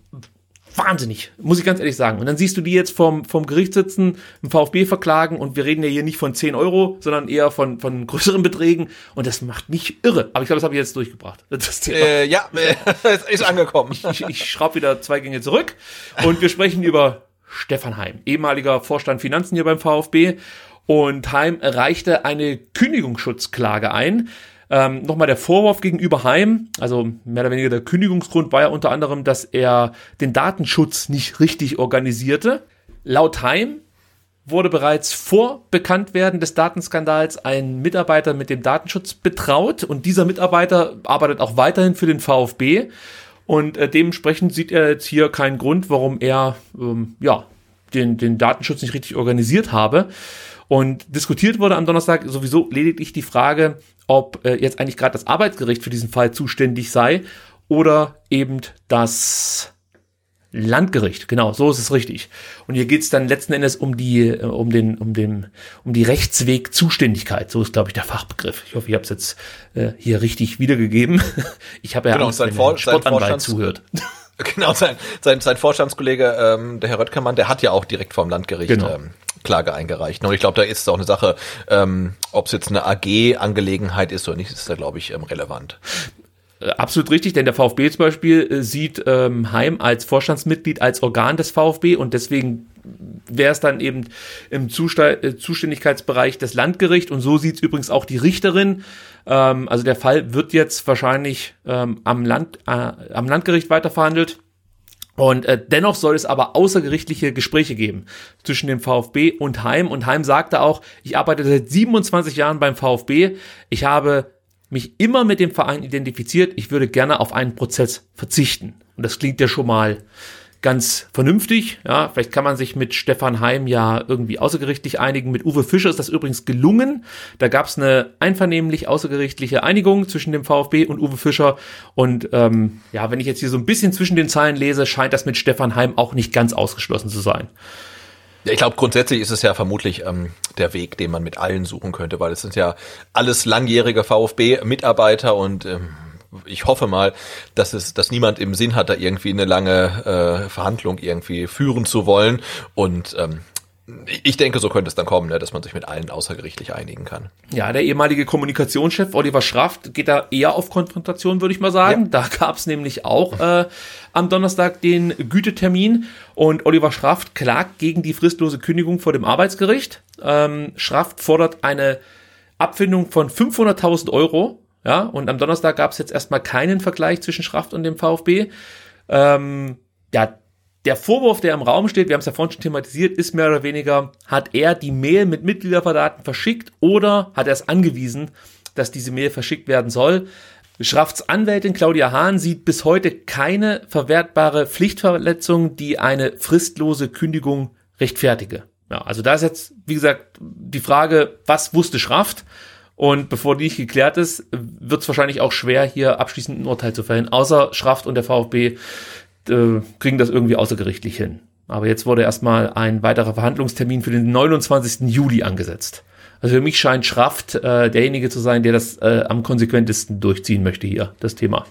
wahnsinnig, muss ich ganz ehrlich sagen. Und dann siehst du die jetzt vorm, vorm Gericht sitzen, im VfB verklagen, und wir reden ja hier nicht von zehn Euro, sondern eher von, von größeren Beträgen. Und das macht mich irre. Aber ich glaube, das habe ich jetzt durchgebracht. Das Thema. Äh, ja, es ist angekommen. Ich, ich, ich schraube wieder zwei Gänge zurück. Und wir sprechen über Stefan Heim, ehemaliger Vorstand Finanzen hier beim VfB. Und Heim reichte eine Kündigungsschutzklage ein. Ähm, nochmal der Vorwurf gegenüber Heim, also mehr oder weniger der Kündigungsgrund war ja unter anderem, dass er den Datenschutz nicht richtig organisierte. Laut Heim wurde bereits vor Bekanntwerden des Datenskandals ein Mitarbeiter mit dem Datenschutz betraut, und dieser Mitarbeiter arbeitet auch weiterhin für den VfB, und äh, dementsprechend sieht er jetzt hier keinen Grund, warum er ähm, ja den, den Datenschutz nicht richtig organisiert habe. Und diskutiert wurde am Donnerstag sowieso lediglich die Frage, ob äh, jetzt eigentlich gerade das Arbeitsgericht für diesen Fall zuständig sei oder eben das Landgericht. Genau, so ist es richtig. Und hier geht es dann letzten Endes um die, äh, um den, um den, um die Rechtswegzuständigkeit. So ist, glaube ich, der Fachbegriff. Ich hoffe, ich habe es jetzt äh, hier richtig wiedergegeben. Ich habe ja genau, Angst, sein wenn Vor- der Sportanwalt sein zuhört. Genau, sein, sein, sein Vorstandskollege, ähm, der Herr Röttgermann, der hat ja auch direkt vom Landgericht Genau. ähm, Klage eingereicht. Und ich glaube, da ist es auch eine Sache, ähm, ob es jetzt eine A G-Angelegenheit ist oder nicht, ist da, glaube ich, ähm, relevant. äh, absolut richtig, denn der VfB zum Beispiel äh, sieht ähm, Heim als Vorstandsmitglied, als Organ des VfB und deswegen wäre es dann eben im Zusta- äh, Zuständigkeitsbereich des Landgerichts und so sieht es übrigens auch die Richterin. Ähm, also der Fall wird jetzt wahrscheinlich ähm, am Land äh, am Landgericht weiterverhandelt. Und äh, dennoch soll es aber außergerichtliche Gespräche geben zwischen dem VfB und Heim. Und Heim sagte auch, ich arbeite seit siebenundzwanzig Jahren beim VfB. Ich habe mich immer mit dem Verein identifiziert. Ich würde gerne auf einen Prozess verzichten. Und das klingt ja schon mal ganz vernünftig. Ja, vielleicht kann man sich mit Stefan Heim ja irgendwie außergerichtlich einigen. Mit Uwe Fischer ist das übrigens gelungen. Da gab es eine einvernehmlich außergerichtliche Einigung zwischen dem VfB und Uwe Fischer. Und ähm, ja, wenn ich jetzt hier so ein bisschen zwischen den Zeilen lese, scheint das mit Stefan Heim auch nicht ganz ausgeschlossen zu sein. Ja, ich glaube, grundsätzlich ist es ja vermutlich ähm, der Weg, den man mit allen suchen könnte, weil es sind ja alles langjährige VfB-Mitarbeiter und ähm, ich hoffe mal, dass es, dass niemand im Sinn hat, da irgendwie eine lange äh, Verhandlung irgendwie führen zu wollen. Und ähm, ich denke, so könnte es dann kommen, ne, dass man sich mit allen außergerichtlich einigen kann. Ja, der ehemalige Kommunikationschef Oliver Schraft geht da eher auf Konfrontation, würde ich mal sagen. Ja. Da gab es nämlich auch äh, am Donnerstag den Gütetermin und Oliver Schraft klagt gegen die fristlose Kündigung vor dem Arbeitsgericht. Ähm, Schraft fordert eine Abfindung von fünfhunderttausend Euro. Ja, und am Donnerstag gab es jetzt erstmal keinen Vergleich zwischen Schraft und dem VfB. Ähm, ja, der Vorwurf, der im Raum steht, wir haben es ja vorhin schon thematisiert, ist mehr oder weniger, hat er die Mail mit Mitgliederdaten verschickt oder hat er es angewiesen, dass diese Mail verschickt werden soll? Schrafts Anwältin Claudia Hahn sieht bis heute keine verwertbare Pflichtverletzung, die eine fristlose Kündigung rechtfertige. Ja, also da ist jetzt, wie gesagt, die Frage, was wusste Schraft? Und bevor die nicht geklärt ist, wird es wahrscheinlich auch schwer, hier abschließend ein Urteil zu fällen. Außer Schraft und der VfB äh, kriegen das irgendwie außergerichtlich hin. Aber jetzt wurde erstmal ein weiterer Verhandlungstermin für den neunundzwanzigsten Juli angesetzt. Also für mich scheint Schraft äh, derjenige zu sein, der das äh, am konsequentesten durchziehen möchte hier, das Thema.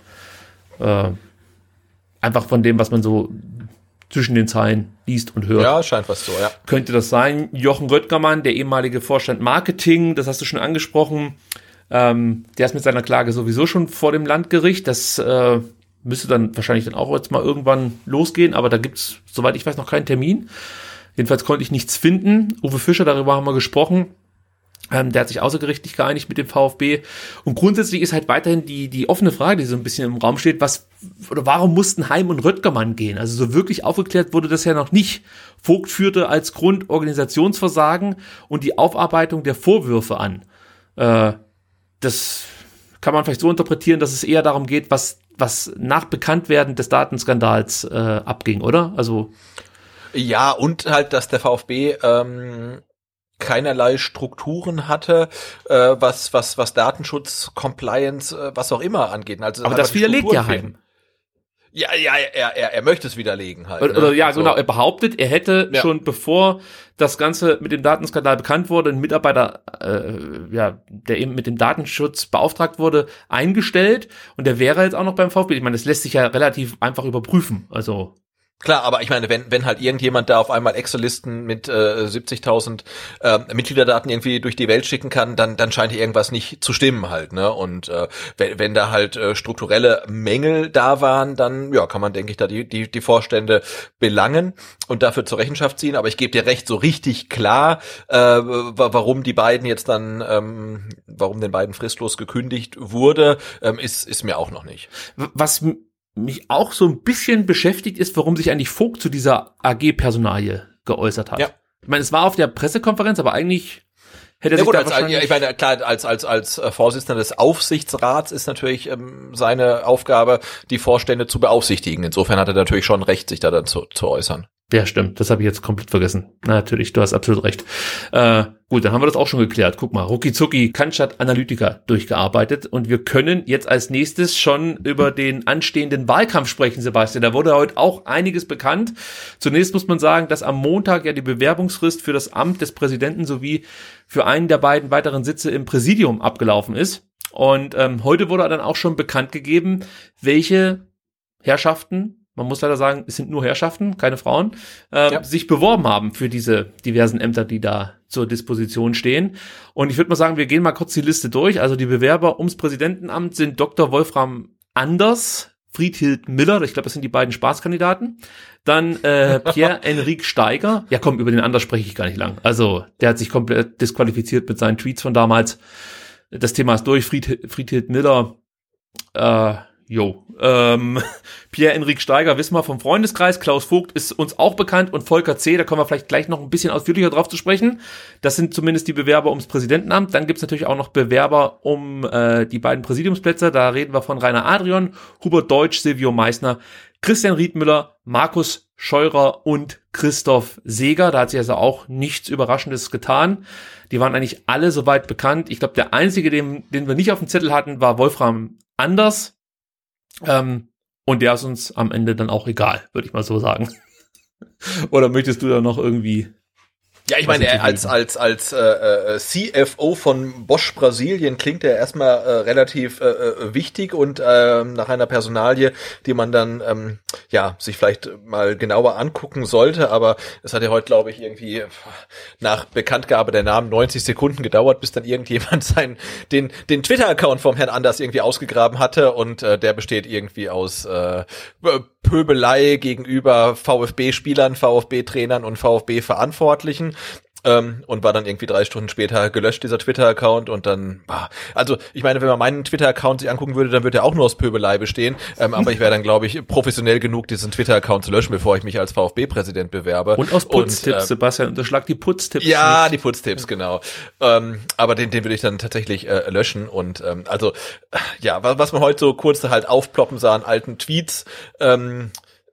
Äh, einfach von dem, was man so zwischen den Zeilen liest und hört. Ja, scheint was so, ja. Könnte das sein. Jochen Röttgermann, der ehemalige Vorstand Marketing, das hast du schon angesprochen, ähm, der ist mit seiner Klage sowieso schon vor dem Landgericht. Das äh, müsste dann wahrscheinlich dann auch jetzt mal irgendwann losgehen, aber da gibt's, soweit ich weiß, noch keinen Termin. Jedenfalls konnte ich nichts finden. Uwe Fischer, darüber haben wir gesprochen. Ähm, der hat sich außergerichtlich geeinigt mit dem VfB. Und grundsätzlich ist halt weiterhin die, die offene Frage, die so ein bisschen im Raum steht, was, oder warum mussten Heim und Röttgermann gehen? Also so wirklich aufgeklärt wurde das ja noch nicht. Vogt führte als Grund Organisationsversagen und die Aufarbeitung der Vorwürfe an. Äh, das kann man vielleicht so interpretieren, dass es eher darum geht, was, was nach Bekanntwerden des Datenskandals äh, abging, oder? Also. Ja, und halt, dass der VfB, ähm, keinerlei Strukturen hatte, äh, was was was Datenschutz, Compliance, äh, was auch immer angeht. Also aber das widerlegt ja Heim. Ja, ja, er er er möchte es widerlegen halt. Oder, ne? oder ja, also, genau. Er behauptet, er hätte ja. schon bevor das Ganze mit dem Datenskandal bekannt wurde, einen Mitarbeiter, äh, ja, der eben mit dem Datenschutz beauftragt wurde, eingestellt und der wäre jetzt auch noch beim VfB. Ich meine, das lässt sich ja relativ einfach überprüfen. Also klar, aber ich meine, wenn wenn halt irgendjemand da auf einmal Excel-Listen mit äh, siebzigtausend äh, Mitgliederdaten irgendwie durch die Welt schicken kann, dann dann scheint irgendwas nicht zu stimmen halt, ne? Und äh, wenn, wenn da halt äh, strukturelle Mängel da waren, dann ja, kann man, denke ich, da die die die Vorstände belangen und dafür zur Rechenschaft ziehen. Aber ich gebe dir recht, so richtig klar, äh, warum die beiden jetzt dann, ähm, warum den beiden fristlos gekündigt wurde, ähm, ist ist mir auch noch nicht. Was mich auch so ein bisschen beschäftigt ist, warum sich eigentlich Vogt zu dieser A G-Personalie geäußert hat. Ja. Ich meine, es war auf der Pressekonferenz, aber eigentlich hätte er ja, sich gut, da als, wahrscheinlich... Ich meine, klar, als als als Vorsitzender des Aufsichtsrats ist natürlich ähm, seine Aufgabe, die Vorstände zu beaufsichtigen. Insofern hat er natürlich schon Recht, sich da dann zu, zu äußern. Ja, stimmt. Das habe ich jetzt komplett vergessen. Na, natürlich, du hast absolut recht. Äh, gut, dann haben wir das auch schon geklärt. Guck mal, rucki-zucki, Cannstatt Analytica durchgearbeitet und wir können jetzt als nächstes schon über den anstehenden Wahlkampf sprechen, Sebastian. Da wurde heute auch einiges bekannt. Zunächst muss man sagen, dass am Montag ja die Bewerbungsfrist für das Amt des Präsidenten sowie für einen der beiden weiteren Sitze im Präsidium abgelaufen ist. Und ähm, heute wurde dann auch schon bekannt gegeben, welche Herrschaften, man muss leider sagen, es sind nur Herrschaften, keine Frauen, äh, ja. sich beworben haben für diese diversen Ämter, die da zur Disposition stehen. Und ich würde mal sagen, wir gehen mal kurz die Liste durch. Also die Bewerber ums Präsidentenamt sind Doktor Wolfram Anders, Friedhild Miller, ich glaube, das sind die beiden Spaßkandidaten. Dann äh, Pierre-Enrique Steiger. Ja komm, über den Anders spreche ich gar nicht lang. Also der hat sich komplett disqualifiziert mit seinen Tweets von damals. Das Thema ist durch. Fried, Friedhild Miller, äh, jo. Ähm, Pierre-Enrique Steiger, wissen wir vom Freundeskreis. Klaus Vogt ist uns auch bekannt und Volker C., da kommen wir vielleicht gleich noch ein bisschen ausführlicher drauf zu sprechen. Das sind zumindest die Bewerber ums Präsidentenamt. Dann gibt's natürlich auch noch Bewerber um äh, die beiden Präsidiumsplätze. Da reden wir von Rainer Adrian, Hubert Deutsch, Silvio Meissner, Christian Riedmüller, Markus Scheurer und Christoph Seeger. Da hat sich also auch nichts Überraschendes getan. Die waren eigentlich alle soweit bekannt. Ich glaube, der einzige, den, den wir nicht auf dem Zettel hatten, war Wolfram Anders. Ähm, und der ist uns am Ende dann auch egal, würde ich mal so sagen. Oder möchtest du da noch irgendwie... Ja, ich meine, er als als als äh, C F O von Bosch Brasilien klingt er erstmal äh, relativ äh, wichtig und äh, nach einer Personalie, die man dann ähm, ja sich vielleicht mal genauer angucken sollte. Aber es hat ja heute, glaube ich, irgendwie nach Bekanntgabe der Namen neunzig Sekunden gedauert, bis dann irgendjemand seinen den den Twitter-Account vom Herrn Anders irgendwie ausgegraben hatte und äh, der besteht irgendwie aus äh, Pöbelei gegenüber VfB-Spielern, VfB-Trainern und VfB-Verantwortlichen. Ähm, und war dann irgendwie drei Stunden später gelöscht, dieser Twitter-Account, und dann, bah, also ich meine, wenn man meinen Twitter-Account sich angucken würde, dann würde er auch nur aus Pöbelei bestehen, ähm, aber ich wäre dann, glaube ich, professionell genug, diesen Twitter-Account zu löschen, bevor ich mich als VfB-Präsident bewerbe. Und aus Putztipps, und, äh, Sebastian, unterschlag die Putztipps. Ja, nicht. Die Putztipps, genau. Ähm, aber den, den würde ich dann tatsächlich äh, löschen und ähm, also, ja, was, was man heute so kurz halt aufploppen sah an alten Tweets, ähm,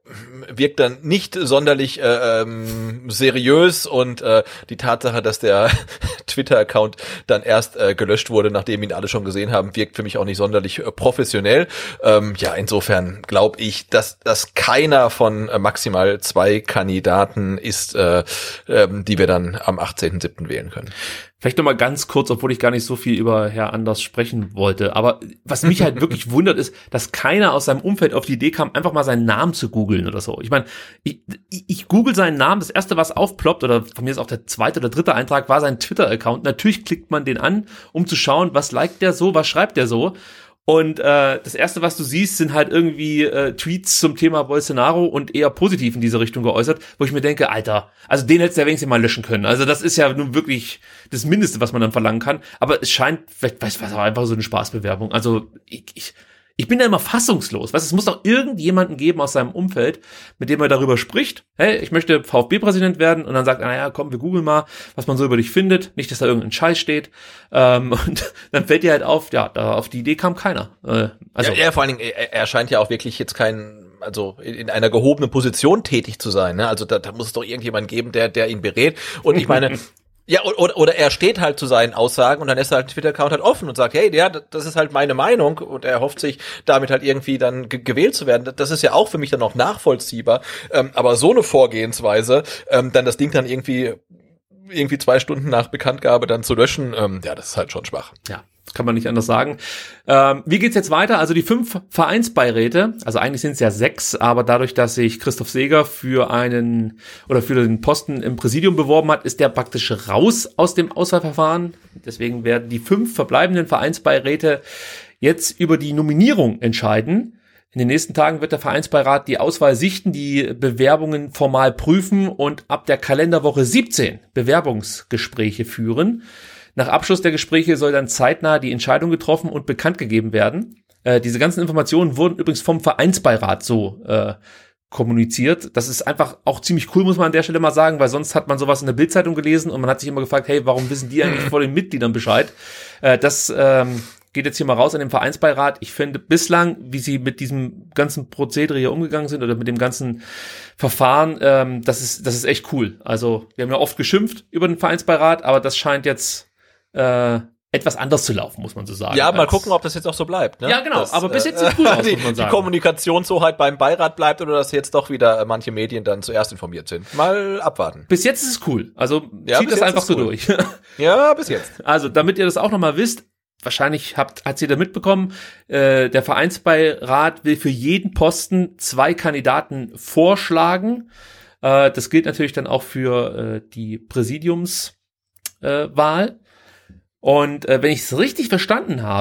wirkt dann nicht sonderlich äh, ähm, seriös und äh, die Tatsache, dass der Twitter-Account dann erst äh, gelöscht wurde, nachdem ihn alle schon gesehen haben, wirkt für mich auch nicht sonderlich äh, professionell. Ähm, ja, insofern glaube ich, dass dass keiner von äh, maximal zwei Kandidaten ist, äh, äh, die wir dann am achtzehnten siebten wählen können. Vielleicht noch mal ganz kurz, obwohl ich gar nicht so viel über Herr Anders sprechen wollte. Aber was mich halt wirklich wundert, ist, dass keiner aus seinem Umfeld auf die Idee kam, einfach mal seinen Namen zu googeln oder so. Ich meine, ich, ich google seinen Namen, das erste, was aufploppt, oder von mir ist auch der zweite oder dritte Eintrag, war sein Twitter-Account. Natürlich klickt man den an, um zu schauen, was liked der so, was schreibt der so. Und äh, das erste, was du siehst, sind halt irgendwie äh, Tweets zum Thema Bolsonaro und eher positiv in diese Richtung geäußert, wo ich mir denke, Alter, also den hättest du ja wenigstens mal löschen können. Also das ist ja nun wirklich das Mindeste, was man dann verlangen kann. Aber es scheint, vielleicht weiß was, einfach so eine Spaßbewerbung. Also ich, ich Ich bin da immer fassungslos. Was, es muss doch irgendjemanden geben aus seinem Umfeld, mit dem er darüber spricht. Hey, ich möchte VfB-Präsident werden. Und dann sagt er, naja, komm, wir googeln mal, was man so über dich findet. Nicht, dass da irgendein Scheiß steht. Ähm, und dann fällt dir halt auf, ja, da auf die Idee kam keiner. Äh, also ja, ja, vor allen Dingen, er, er scheint ja auch wirklich jetzt kein, also in einer gehobenen Position tätig zu sein. Ne? Also da, da muss es doch irgendjemanden geben, der, der ihn berät. Und ich meine, ja, oder, oder er steht halt zu seinen Aussagen und dann ist halt ein Twitter-Account halt offen und sagt, hey, ja, das ist halt meine Meinung, und er hofft sich damit halt irgendwie dann ge- gewählt zu werden. Das ist ja auch für mich dann auch nachvollziehbar. Ähm, aber so eine Vorgehensweise, ähm, dann das Ding dann irgendwie irgendwie zwei Stunden nach Bekanntgabe dann zu löschen, ähm, ja, das ist halt schon schwach. Ja, kann man nicht anders sagen. Ähm, wie geht's jetzt weiter? Also die fünf Vereinsbeiräte, also eigentlich sind es ja sechs, aber dadurch, dass sich Christoph Seeger für einen oder für den Posten im Präsidium beworben hat, ist der praktisch raus aus dem Auswahlverfahren. Deswegen werden die fünf verbleibenden Vereinsbeiräte jetzt über die Nominierung entscheiden. In den nächsten Tagen wird der Vereinsbeirat die Auswahl sichten, die Bewerbungen formal prüfen und ab der Kalenderwoche siebzehn Bewerbungsgespräche führen. Nach Abschluss der Gespräche soll dann zeitnah die Entscheidung getroffen und bekannt gegeben werden. Äh, diese ganzen Informationen wurden übrigens vom Vereinsbeirat so äh, kommuniziert. Das ist einfach auch ziemlich cool, muss man an der Stelle mal sagen, weil sonst hat man sowas in der Bild-Zeitung gelesen und man hat sich immer gefragt, hey, warum wissen die eigentlich vor den Mitgliedern Bescheid? Äh, das ähm, geht jetzt hier mal raus an den Vereinsbeirat. Ich finde bislang, wie sie mit diesem ganzen Prozedere hier umgegangen sind oder mit dem ganzen Verfahren, ähm, das ist das ist echt cool. Also wir haben ja oft geschimpft über den Vereinsbeirat, aber das scheint jetzt äh, etwas anders zu laufen, muss man so sagen. Ja, mal gucken, ob das jetzt auch so bleibt. Ne? Ja, genau, das, aber bis äh, jetzt sieht gut aus, die, muss man sagen. Die Kommunikationshoheit beim Beirat bleibt oder dass jetzt doch wieder äh, manche Medien dann zuerst informiert sind. Mal abwarten. Bis jetzt ist es cool. Also ja, zieht das einfach so cool. durch. Ja, bis jetzt. Also, damit ihr das auch nochmal wisst, wahrscheinlich habt, hat jeder mitbekommen, äh, der Vereinsbeirat will für jeden Posten zwei Kandidaten vorschlagen. Äh, das gilt natürlich dann auch für äh, die Präsidiumswahl. Äh, Und äh, wenn ich es richtig verstanden habe,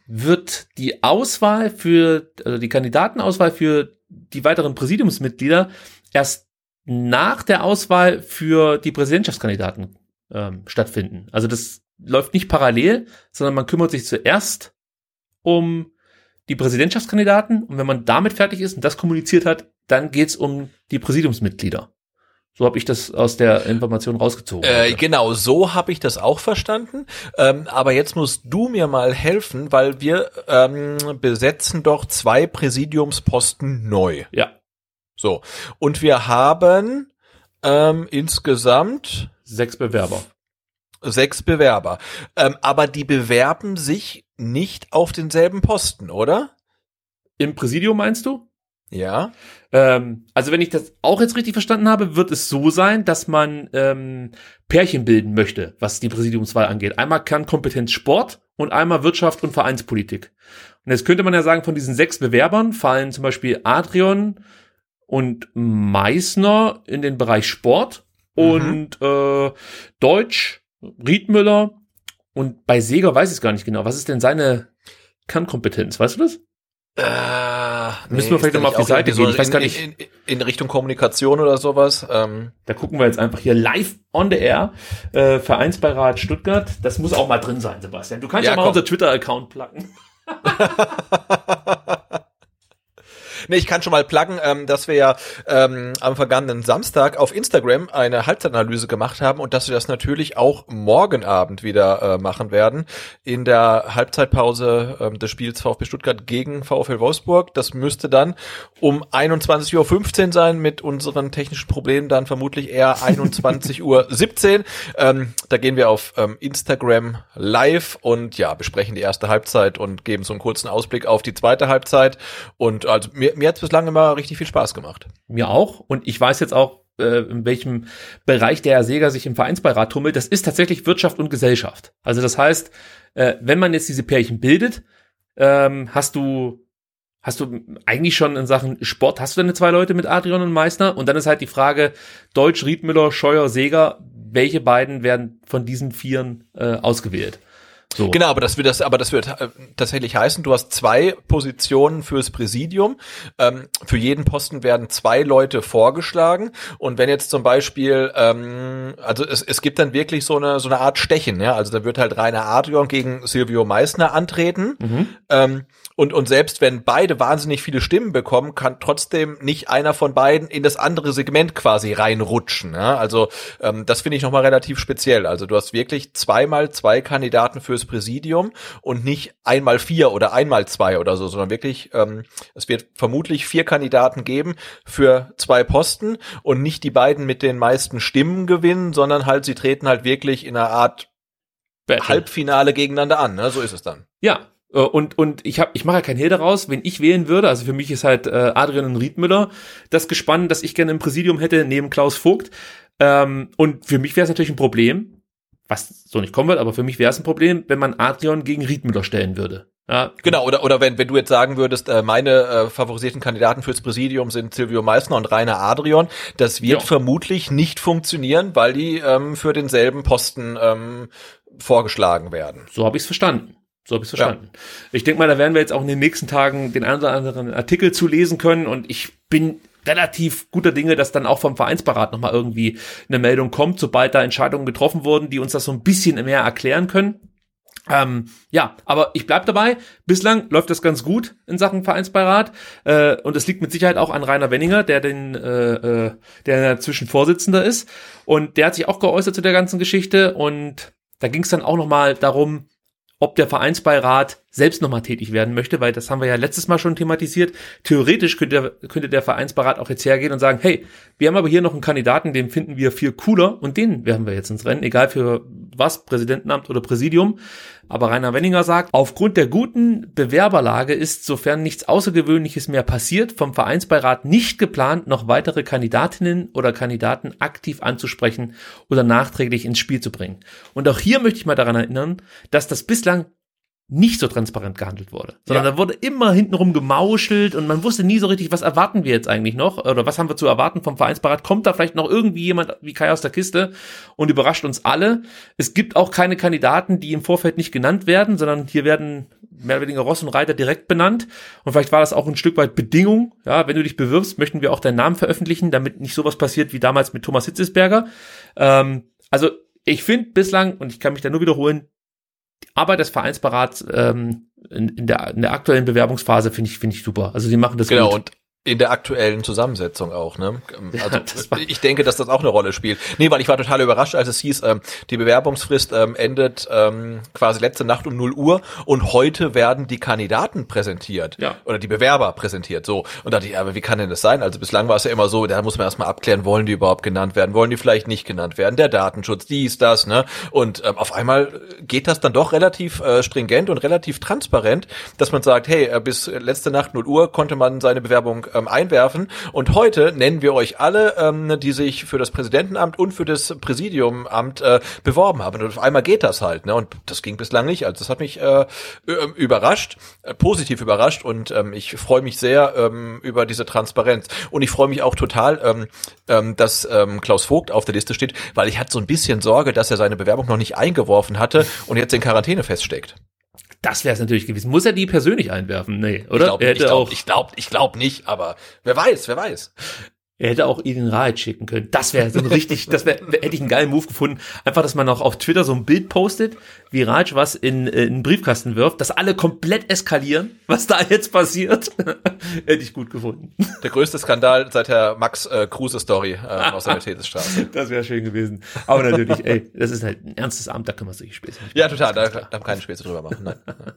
wird die Auswahl für, also die Kandidatenauswahl für die weiteren Präsidiumsmitglieder erst nach der Auswahl für die Präsidentschaftskandidaten ähm, stattfinden. Also das läuft nicht parallel, sondern man kümmert sich zuerst um die Präsidentschaftskandidaten und wenn man damit fertig ist und das kommuniziert hat, dann geht's um die Präsidiumsmitglieder. So habe ich das aus der Information rausgezogen. Äh, genau, so habe ich das auch verstanden. Ähm, aber jetzt musst du mir mal helfen, weil wir ähm, besetzen doch zwei Präsidiumsposten neu. Ja. So. Und wir haben ähm, insgesamt Sechs Bewerber. Sechs Bewerber. Ähm, aber die bewerben sich nicht auf denselben Posten, oder? Im Präsidium meinst du? Ja. Ähm, also wenn ich das auch jetzt richtig verstanden habe, wird es so sein, dass man ähm, Pärchen bilden möchte, was die Präsidiumswahl angeht. Einmal Kernkompetenz Sport und einmal Wirtschaft und Vereinspolitik. Und jetzt könnte man ja sagen, von diesen sechs Bewerbern fallen zum Beispiel Adrian und Meissner in den Bereich Sport mhm. und äh, Deutsch, Riedmüller und bei Seeger weiß ich es gar nicht genau. Was ist denn seine Kernkompetenz? Weißt du das? Äh, Müssen nee, wir vielleicht nochmal auf die Seite gehen. Ich weiß in, gar nicht. In, in, in Richtung Kommunikation oder sowas. Ähm. Da gucken wir jetzt einfach hier live on the air. Äh, Vereinsbeirat Stuttgart. Das muss auch mal drin sein, Sebastian. Du kannst ja, ja mal komm. unser Twitter-Account pluggen. Nee, ich kann schon mal pluggen, ähm, dass wir ja ähm, am vergangenen Samstag auf Instagram eine Halbzeitanalyse gemacht haben und dass wir das natürlich auch morgen Abend wieder äh, machen werden in der Halbzeitpause ähm, des Spiels VfB Stuttgart gegen VfL Wolfsburg. Das müsste dann um einundzwanzig Uhr fünfzehn sein, mit unseren technischen Problemen dann vermutlich eher einundzwanzig Uhr siebzehn. Ähm, da gehen wir auf ähm, Instagram live und ja, besprechen die erste Halbzeit und geben so einen kurzen Ausblick auf die zweite Halbzeit. Und also mir Mir hat es bislang immer richtig viel Spaß gemacht. Mir auch. Und ich weiß jetzt auch, äh, in welchem Bereich der Herr Seeger sich im Vereinsbeirat tummelt. Das ist tatsächlich Wirtschaft und Gesellschaft. Also das heißt, äh, wenn man jetzt diese Pärchen bildet, ähm, hast du hast du eigentlich schon in Sachen Sport, hast du deine zwei Leute mit Adrian und Meissner? Und dann ist halt die Frage, Deutsch, Riedmüller, Scheuer, Seeger, welche beiden werden von diesen Vieren äh, ausgewählt? So. Genau, aber das wird das, aber das wird äh, tatsächlich heißen, du hast zwei Positionen fürs Präsidium. Ähm, für jeden Posten werden zwei Leute vorgeschlagen. Und wenn jetzt zum Beispiel, ähm, also es, es gibt dann wirklich so eine so eine Art Stechen, ja. Also da wird halt Rainer Adrian gegen Silvio Meissner antreten. Mhm. Ähm, und und selbst wenn beide wahnsinnig viele Stimmen bekommen, kann trotzdem nicht einer von beiden in das andere Segment quasi reinrutschen. Ja? Also ähm, das finde ich nochmal relativ speziell. Also du hast wirklich zweimal zwei Kandidaten fürs Präsidium und nicht einmal vier oder einmal zwei oder so, sondern wirklich, ähm, es wird vermutlich vier Kandidaten geben für zwei Posten und nicht die beiden mit den meisten Stimmen gewinnen, sondern halt sie treten halt wirklich in einer Art Battle. Halbfinale gegeneinander an. Ne? So ist es dann. Ja. Und und ich hab, ich mache ja kein Hehl daraus, wenn ich wählen würde, also für mich ist halt äh, Adrian und Riedmüller das Gespann, das ich gerne im Präsidium hätte, neben Klaus Vogt. Ähm, und für mich wäre es natürlich ein Problem, was so nicht kommen wird, aber für mich wäre es ein Problem, wenn man Adrian gegen Riedmüller stellen würde. Ja. Genau, oder oder wenn wenn du jetzt sagen würdest, äh, meine äh, favorisierten Kandidaten fürs Präsidium sind Silvio Meissner und Rainer Adrian, das wird ja. vermutlich nicht funktionieren, weil die ähm, für denselben Posten ähm, vorgeschlagen werden. So habe ich es verstanden. So habe ich es verstanden. Ja. Ich denke mal, da werden wir jetzt auch in den nächsten Tagen den einen oder anderen Artikel zu lesen können und ich bin relativ guter Dinge, dass dann auch vom Vereinsbeirat nochmal irgendwie eine Meldung kommt, sobald da Entscheidungen getroffen wurden, die uns das so ein bisschen mehr erklären können. Ähm, ja, aber ich bleib dabei. Bislang läuft das ganz gut in Sachen Vereinsbeirat äh, und es liegt mit Sicherheit auch an Rainer Wenninger, der den, äh, äh, der inzwischen Vorsitzender ist und der hat sich auch geäußert zu der ganzen Geschichte und da ging es dann auch nochmal darum, ob der Vereinsbeirat selbst nochmal tätig werden möchte, weil das haben wir ja letztes Mal schon thematisiert. Theoretisch könnte der, könnte der Vereinsbeirat auch jetzt hergehen und sagen, hey, wir haben aber hier noch einen Kandidaten, den finden wir viel cooler und den werfen wir jetzt ins Rennen, egal für was, Präsidentenamt oder Präsidium. Aber Rainer Wenninger sagt, aufgrund der guten Bewerberlage ist, sofern nichts Außergewöhnliches mehr passiert, vom Vereinsbeirat nicht geplant, noch weitere Kandidatinnen oder Kandidaten aktiv anzusprechen oder nachträglich ins Spiel zu bringen. Und auch hier möchte ich mal daran erinnern, dass das bislang nicht so transparent gehandelt wurde, sondern ja. da wurde immer hintenrum gemauschelt und man wusste nie so richtig, was erwarten wir jetzt eigentlich noch oder was haben wir zu erwarten vom Vereinsbeirat, kommt da vielleicht noch irgendwie jemand wie Kai aus der Kiste und überrascht uns alle. Es gibt auch keine Kandidaten, die im Vorfeld nicht genannt werden, sondern hier werden mehr oder weniger Ross und Reiter direkt benannt und vielleicht war das auch ein Stück weit Bedingung, ja, wenn du dich bewirbst, möchten wir auch deinen Namen veröffentlichen, damit nicht sowas passiert wie damals mit Thomas Hitzelsberger. Ähm, also ich finde bislang, und ich kann mich da nur wiederholen, die Arbeit des Vereinsbeirats ähm, in, in, der, in der aktuellen Bewerbungsphase finde ich finde ich super. Also die machen das genau, gut. Und in der aktuellen Zusammensetzung auch, ne? Also ja, ich denke, dass das auch eine Rolle spielt. Nee, weil ich war total überrascht, als es hieß, ähm, die Bewerbungsfrist ähm, endet ähm, quasi letzte Nacht um null Uhr und heute werden die Kandidaten präsentiert. Ja. Oder die Bewerber präsentiert, so. Und da dachte ich, aber wie kann denn das sein? Also bislang war es ja immer so, da muss man erstmal abklären, wollen die überhaupt genannt werden, wollen die vielleicht nicht genannt werden, der Datenschutz, dies, das, ne? Und ähm, auf einmal geht das dann doch relativ äh, stringent und relativ transparent, dass man sagt, hey, äh, bis letzte Nacht null Uhr konnte man seine Bewerbung ähm, einwerfen und heute nennen wir euch alle, ähm, die sich für das Präsidentenamt und für das Präsidiumamt äh, beworben haben. Und auf einmal geht das halt, ne? Und das ging bislang nicht. Also das hat mich äh, überrascht, äh, positiv überrascht und ähm, ich freue mich sehr ähm, über diese Transparenz. Und ich freue mich auch total, ähm, ähm, dass ähm, Klaus Vogt auf der Liste steht, weil ich hatte so ein bisschen Sorge, dass er seine Bewerbung noch nicht eingeworfen hatte und jetzt in Quarantäne feststeckt. Das wäre es natürlich gewesen. Muss er die persönlich einwerfen? Nee, oder? Ich glaube, ich glaube, ich glaube, ich glaube nicht, aber wer weiß, wer weiß. Er hätte auch Edin Raid schicken können. Das wäre so ein richtig, das wäre, hätte ich einen geilen Move gefunden. Einfach, dass man auch auf Twitter so ein Bild postet, wie Raid was in, in einen Briefkasten wirft, dass alle komplett eskalieren, was da jetzt passiert. Hätte ich gut gefunden. Der größte Skandal seit der Max äh, Kruse Story äh, aus der Mercedesstraße. Das wäre schön gewesen. Aber natürlich, ey, das ist halt ein ernstes Amt, da können wir solche Späße machen. Ja, total, da darf man keine Späße drüber machen. Nein.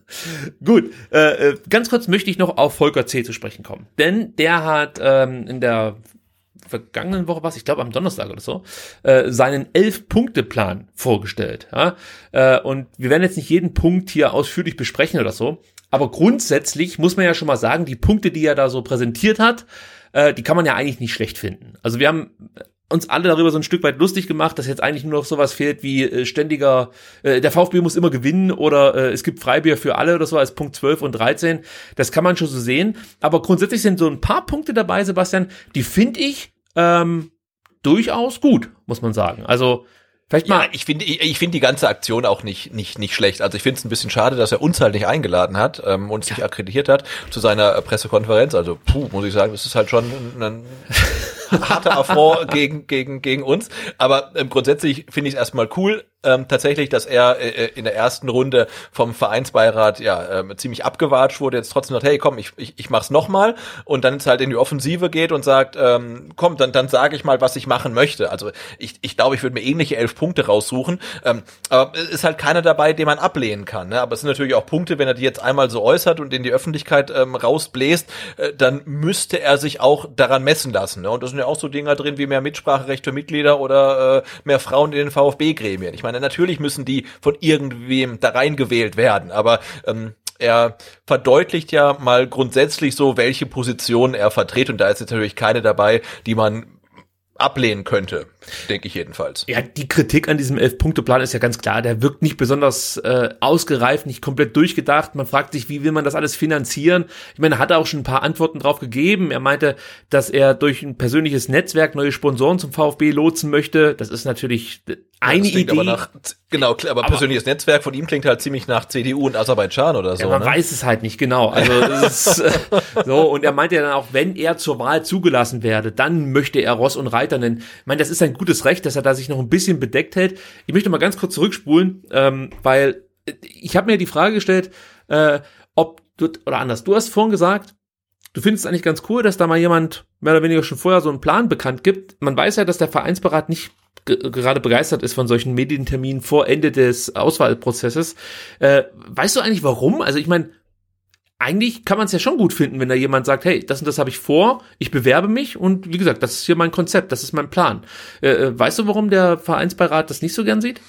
Gut, äh, ganz kurz möchte ich noch auf Volker C. zu sprechen kommen. Denn der hat ähm, in der vergangenen Woche was, ich glaube am Donnerstag oder so, äh, seinen Elf-Punkte-Plan vorgestellt. Ja? Äh, und wir werden jetzt nicht jeden Punkt hier ausführlich besprechen oder so, aber grundsätzlich muss man ja schon mal sagen, die Punkte, die er da so präsentiert hat, äh, die kann man ja eigentlich nicht schlecht finden. Also wir haben uns alle darüber so ein Stück weit lustig gemacht, dass jetzt eigentlich nur noch sowas fehlt wie äh, ständiger, äh, der VfB muss immer gewinnen oder äh, es gibt Freibier für alle oder so als Punkt zwölf und dreizehn. Das kann man schon so sehen. Aber grundsätzlich sind so ein paar Punkte dabei, Sebastian, die finde ich ähm, durchaus gut, muss man sagen. Also vielleicht mal. Ja, ich finde, ich, ich finde die ganze Aktion auch nicht nicht nicht schlecht. Also ich finde es ein bisschen schade, dass er uns halt nicht eingeladen hat ähm, und sich akkreditiert hat zu seiner Pressekonferenz. Also puh, muss ich sagen, das ist halt schon ein, ein harter Affront gegen gegen gegen uns. Aber ähm, grundsätzlich finde ich es erstmal cool. Ähm, tatsächlich, dass er äh, in der ersten Runde vom Vereinsbeirat ja äh, ziemlich abgewatscht wurde, jetzt trotzdem sagt, hey komm, ich ich, ich mach's nochmal und dann jetzt halt in die Offensive geht und sagt, ähm, komm, dann dann sage ich mal, was ich machen möchte. Also ich ich glaube, ich würde mir ähnliche elf Punkte raussuchen, ähm, aber es ist halt keiner dabei, den man ablehnen kann, ne? Aber es sind natürlich auch Punkte, wenn er die jetzt einmal so äußert und in die Öffentlichkeit ähm, rausbläst, äh, dann müsste er sich auch daran messen lassen, ne? Und da sind ja auch so Dinger drin wie mehr Mitspracherecht für Mitglieder oder äh, mehr Frauen in den VfB-Gremien. Ich meine, natürlich müssen die von irgendwem da reingewählt werden, aber ähm, er verdeutlicht ja mal grundsätzlich so, welche Positionen er vertritt und da ist jetzt natürlich keine dabei, die man ablehnen könnte, denke ich jedenfalls. Ja, die Kritik an diesem Elf-Punkte-Plan ist ja ganz klar, der wirkt nicht besonders äh, ausgereift, nicht komplett durchgedacht. Man fragt sich, wie will man das alles finanzieren? Ich meine, er hat auch schon ein paar Antworten drauf gegeben. Er meinte, dass er durch ein persönliches Netzwerk neue Sponsoren zum VfB lotsen möchte. Das ist natürlich eine ja, Idee. Aber nach, genau, aber, aber persönliches Netzwerk von ihm klingt halt ziemlich nach C D U und Aserbaidschan oder so. Ja, man ne? weiß es halt nicht genau. Also es ist, äh, so, und er meinte ja dann auch, wenn er zur Wahl zugelassen werde, dann möchte er Ross und Reiter nennen. Ich meine, das ist ein gutes Recht, dass er da sich noch ein bisschen bedeckt hält. Ich möchte mal ganz kurz zurückspulen, ähm, weil ich habe mir die Frage gestellt, äh, ob du, oder anders, du hast vorhin gesagt, du findest es eigentlich ganz cool, dass da mal jemand mehr oder weniger schon vorher so einen Plan bekannt gibt. Man weiß ja, dass der Vereinsberat nicht g- gerade begeistert ist von solchen Medienterminen vor Ende des Auswahlprozesses. Äh, weißt du eigentlich warum? Also ich meine, eigentlich kann man es ja schon gut finden, wenn da jemand sagt, hey, das und das habe ich vor, ich bewerbe mich und wie gesagt, das ist hier mein Konzept, das ist mein Plan. Äh, weißt du, warum der Vereinsbeirat das nicht so gern sieht?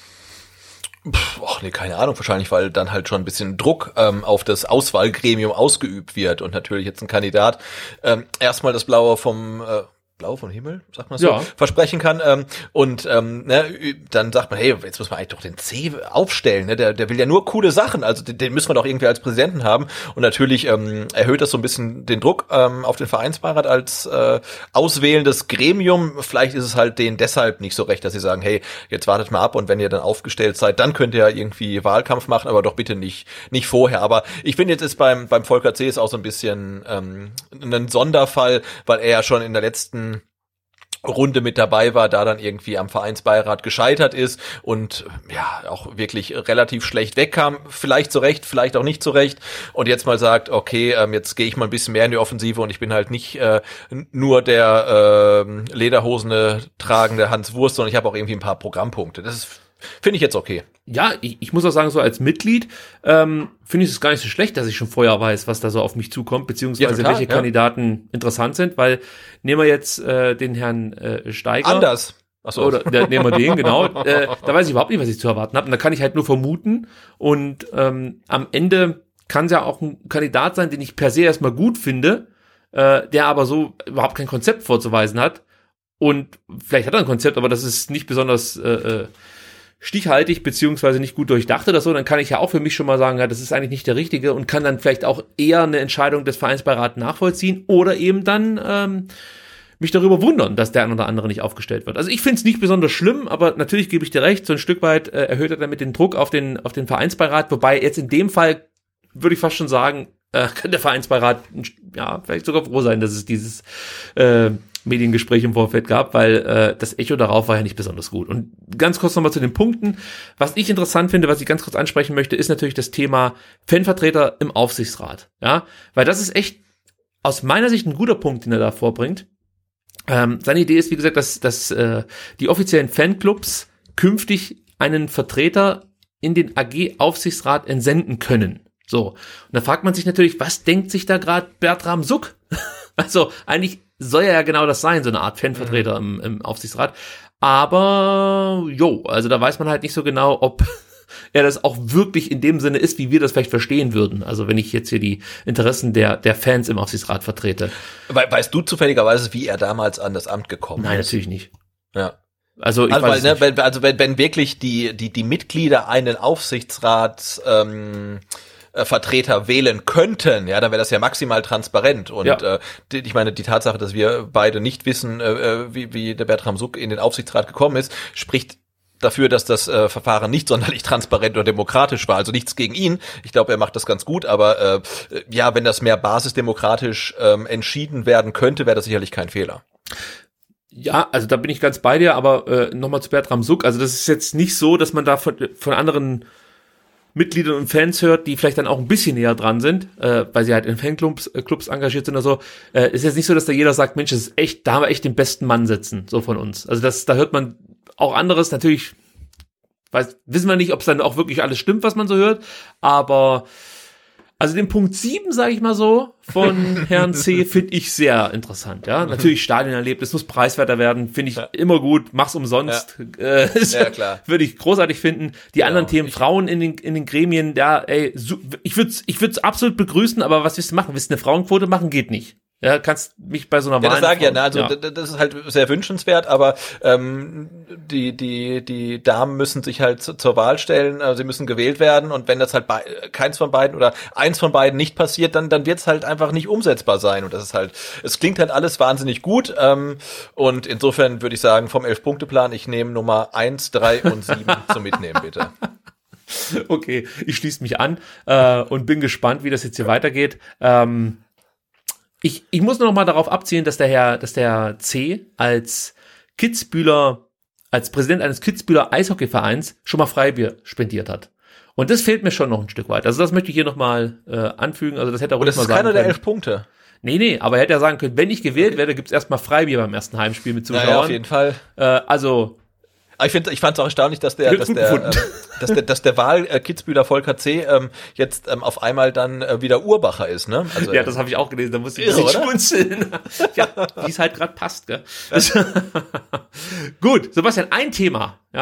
Puh, ach nee, keine Ahnung, wahrscheinlich, weil dann halt schon ein bisschen Druck ähm, auf das Auswahlgremium ausgeübt wird und natürlich jetzt ein Kandidat ähm, erstmal das Blaue vom äh, blau vom Himmel, sagt man so, ja. versprechen kann. Ähm, und ähm, ne, dann sagt man, hey, jetzt muss man eigentlich doch den C aufstellen. Ne? Der, der will ja nur coole Sachen, also den, den müssen wir doch irgendwie als Präsidenten haben. Und natürlich ähm, erhöht das so ein bisschen den Druck ähm, auf den Vereinsbeirat als äh, auswählendes Gremium. Vielleicht ist es halt denen deshalb nicht so recht, dass sie sagen, hey, jetzt wartet mal ab und wenn ihr dann aufgestellt seid, dann könnt ihr irgendwie Wahlkampf machen, aber doch bitte nicht nicht vorher. Aber ich finde, jetzt ist beim beim Volker C. ist auch so ein bisschen ähm, ein Sonderfall, weil er ja schon in der letzten Runde mit dabei war, da dann irgendwie am Vereinsbeirat gescheitert ist und ja auch wirklich relativ schlecht wegkam, vielleicht zurecht, vielleicht auch nicht zurecht und jetzt mal sagt, okay, ähm, jetzt gehe ich mal ein bisschen mehr in die Offensive und ich bin halt nicht äh, nur der äh, Lederhosene tragende Hans Wurst, sondern ich habe auch irgendwie ein paar Programmpunkte. Das ist, finde ich jetzt okay. Ja, ich, ich muss auch sagen, so als Mitglied ähm, finde ich es gar nicht so schlecht, dass ich schon vorher weiß, was da so auf mich zukommt, beziehungsweise ja, total, welche ja. Kandidaten interessant sind, weil nehmen wir jetzt äh, den Herrn äh, Steiger. Anders. Ach so. Oder der, nehmen wir den, genau. äh, da weiß ich überhaupt nicht, was ich zu erwarten habe. Und da kann ich halt nur vermuten. Und ähm, am Ende kann es ja auch ein Kandidat sein, den ich per se erstmal gut finde, äh, der aber so überhaupt kein Konzept vorzuweisen hat. Und vielleicht hat er ein Konzept, aber das ist nicht besonders äh, äh, stichhaltig beziehungsweise nicht gut durchdacht oder so, dann kann ich ja auch für mich schon mal sagen, ja, das ist eigentlich nicht der Richtige und kann dann vielleicht auch eher eine Entscheidung des Vereinsbeirats nachvollziehen oder eben dann ähm, mich darüber wundern, dass der ein oder andere nicht aufgestellt wird. Also ich finde es nicht besonders schlimm, aber natürlich gebe ich dir recht, so ein Stück weit äh, erhöht er damit den Druck auf den auf den Vereinsbeirat, wobei jetzt in dem Fall würde ich fast schon sagen, äh, kann der Vereinsbeirat ja vielleicht sogar froh sein, dass es dieses äh, Mediengespräch im Vorfeld gab, weil äh, das Echo darauf war ja nicht besonders gut. Und ganz kurz nochmal zu den Punkten. Was ich interessant finde, was ich ganz kurz ansprechen möchte, ist natürlich das Thema Fanvertreter im Aufsichtsrat. Ja, weil das ist echt aus meiner Sicht ein guter Punkt, den er da vorbringt. Ähm, seine Idee ist, wie gesagt, dass, dass äh, die offiziellen Fanclubs künftig einen Vertreter in den A G-Aufsichtsrat entsenden können. So, und da fragt man sich natürlich, was denkt sich da gerade Bertram Suck? Also eigentlich soll ja genau das sein, so eine Art Fanvertreter mhm. im, im Aufsichtsrat. Aber, jo, also da weiß man halt nicht so genau, ob er das auch wirklich in dem Sinne ist, wie wir das vielleicht verstehen würden. Also wenn ich jetzt hier die Interessen der der Fans im Aufsichtsrat vertrete. We- weißt du zufälligerweise, wie er damals an das Amt gekommen Nein, ist? Nein, natürlich nicht. Ja. Also, ich also, weiß weil, nicht. Ne, wenn, also wenn, wenn wirklich die die die Mitglieder einen Aufsichtsrat ähm, Vertreter wählen könnten, ja, dann wäre das ja maximal transparent. Und ja. äh, die, ich meine, die Tatsache, dass wir beide nicht wissen, äh, wie, wie der Bertram Suck in den Aufsichtsrat gekommen ist, spricht dafür, dass das äh, Verfahren nicht sonderlich transparent oder demokratisch war. Also nichts gegen ihn. Ich glaube, er macht das ganz gut. Aber äh, ja, wenn das mehr basisdemokratisch ähm, entschieden werden könnte, wäre das sicherlich kein Fehler. Ja, also da bin ich ganz bei dir. Aber äh, nochmal zu Bertram Suck. Also das ist jetzt nicht so, dass man da von, von anderen Mitgliedern und Fans hört, die vielleicht dann auch ein bisschen näher dran sind, äh, weil sie halt in Fanclubs äh, Clubs engagiert sind oder so. Äh, ist jetzt nicht so, dass da jeder sagt, Mensch, das ist echt, da haben wir echt den besten Mann sitzen, so von uns. Also das, da hört man auch anderes. Natürlich weiß, wissen wir nicht, ob es dann auch wirklich alles stimmt, was man so hört, aber also den Punkt sieben, sage ich mal so, von Herrn C. finde ich sehr interessant. Ja, natürlich Stadionerlebnis muss preiswerter werden, finde ich ja. immer gut. Mach's umsonst, ja, äh, ja klar. Würde ich großartig finden. Die ja, anderen Themen, Frauen in den in den Gremien, ja, ey, so, ich würde ich würde es absolut begrüßen, aber was willst du machen? Willst du eine Frauenquote machen? Geht nicht. Ja, kannst mich bei so einer ja, Wahl. Das sage ich ja, ne? Also ja. das ist halt sehr wünschenswert, aber ähm, die die die Damen müssen sich halt zu, zur Wahl stellen, also sie müssen gewählt werden und wenn das halt bei, keins von beiden oder eins von beiden nicht passiert, dann dann wird's halt einfach nicht umsetzbar sein und das ist halt, es klingt halt alles wahnsinnig gut ähm, und insofern würde ich sagen, vom Elf-Punkte-Plan, ich nehme Nummer eins, drei und sieben zum Mitnehmen, bitte. Okay, ich schließe mich an äh, und bin gespannt, wie das jetzt hier weitergeht. Ähm, Ich, ich muss nur noch mal darauf abzielen, dass der Herr, dass der C. als Kitzbüheler, als Präsident eines Kitzbüheler Eishockeyvereins schon mal Freibier spendiert hat. Und das fehlt mir schon noch ein Stück weit. Also das möchte ich hier noch mal äh, anfügen. Also das hätte er ruhig mal sagen können. Das ist keiner der elf Punkte. Nee, nee, aber er hätte ja sagen können, wenn ich gewählt werde, gibt's erstmal Freibier beim ersten Heimspiel mit Zuschauern. Ja, ja, auf jeden Fall. Äh, also Ich finde, ich fand es auch erstaunlich, dass der, dass der, ähm, dass der, dass der Wahl äh, Kitzbüheler Volker C. Ähm, jetzt ähm, auf einmal dann äh, wieder Urbacher ist, ne? Also, ja, das habe ich auch gelesen. Da musste ich ein bisschen schmunzeln. Ja, wie es halt gerade passt, gell? Gut, Sebastian, ein Thema, ja,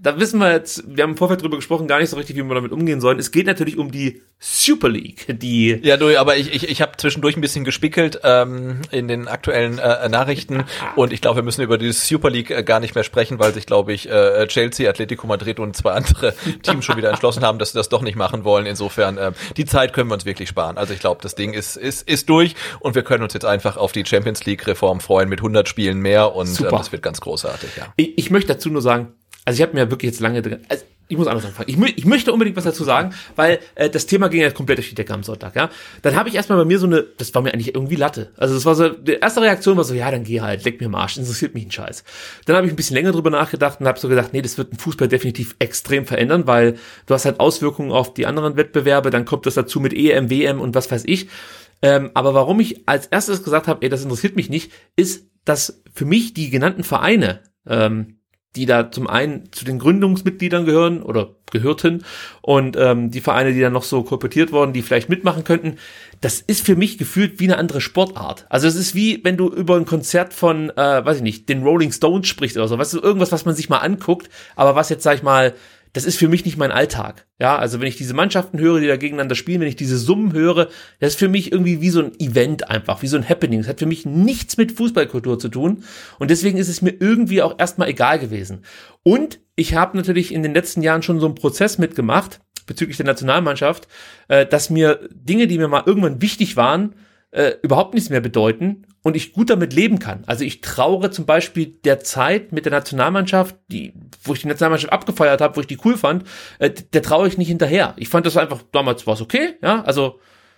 da wissen wir jetzt, wir haben im Vorfeld drüber gesprochen, gar nicht so richtig, wie wir damit umgehen sollen. Es geht natürlich um die Super League, die... Ja, du, aber ich, ich, ich habe zwischendurch ein bisschen gespickelt ähm, in den aktuellen äh, Nachrichten und ich glaube, wir müssen über die Super League äh, gar nicht mehr sprechen, weil sich, glaube ich, äh, Chelsea, Atletico Madrid und zwei andere Teams schon wieder entschlossen haben, dass sie das doch nicht machen wollen. Insofern, äh, die Zeit können wir uns wirklich sparen. Also ich glaube, das Ding ist, ist, ist durch und wir können uns jetzt einfach auf die Champions League-Reform freuen mit hundert Spielen mehr und äh, das wird ganz großartig, ja. Ich, ich möchte dazu nur sagen, also ich habe mir wirklich jetzt lange drin, also ich muss anders anfangen. Ich, ich möchte unbedingt was dazu sagen, weil äh, das Thema ging ja komplett durch die Decke am Sonntag, ja. Dann habe ich erstmal bei mir so eine, das war mir eigentlich irgendwie Latte. Also das war so, die erste Reaktion war so, ja, dann geh halt, leck mir am Arsch, interessiert mich ein Scheiß. Dann habe ich ein bisschen länger drüber nachgedacht und habe so gedacht, nee, das wird den Fußball definitiv extrem verändern, weil du hast halt Auswirkungen auf die anderen Wettbewerbe, dann kommt das dazu mit E M, W M und was weiß ich. Ähm, aber warum ich als erstes gesagt habe, ey, das interessiert mich nicht, ist, dass für mich die genannten Vereine, ähm, die da zum einen zu den Gründungsmitgliedern gehören oder gehörten und ähm, die Vereine, die dann noch so kolportiert wurden, die vielleicht mitmachen könnten, das ist für mich gefühlt wie eine andere Sportart. Also es ist wie, wenn du über ein Konzert von, äh, weiß ich nicht, den Rolling Stones sprichst oder so, weißt du, irgendwas, was man sich mal anguckt, aber was jetzt, sag ich mal, das ist für mich nicht mein Alltag. Ja, also wenn ich diese Mannschaften höre, die da gegeneinander spielen, wenn ich diese Summen höre, das ist für mich irgendwie wie so ein Event einfach, wie so ein Happening. Das hat für mich nichts mit Fußballkultur zu tun und deswegen ist es mir irgendwie auch erstmal egal gewesen. Und ich habe natürlich in den letzten Jahren schon so einen Prozess mitgemacht bezüglich der Nationalmannschaft, äh, dass mir Dinge, die mir mal irgendwann wichtig waren, äh, überhaupt nichts mehr bedeuten und ich gut damit leben kann. Also ich trauere zum Beispiel der Zeit mit der Nationalmannschaft, die, wo ich die Nationalmannschaft abgefeiert habe, wo ich die cool fand, äh, der traue ich nicht hinterher. Ich fand das einfach, damals war es okay, ja, also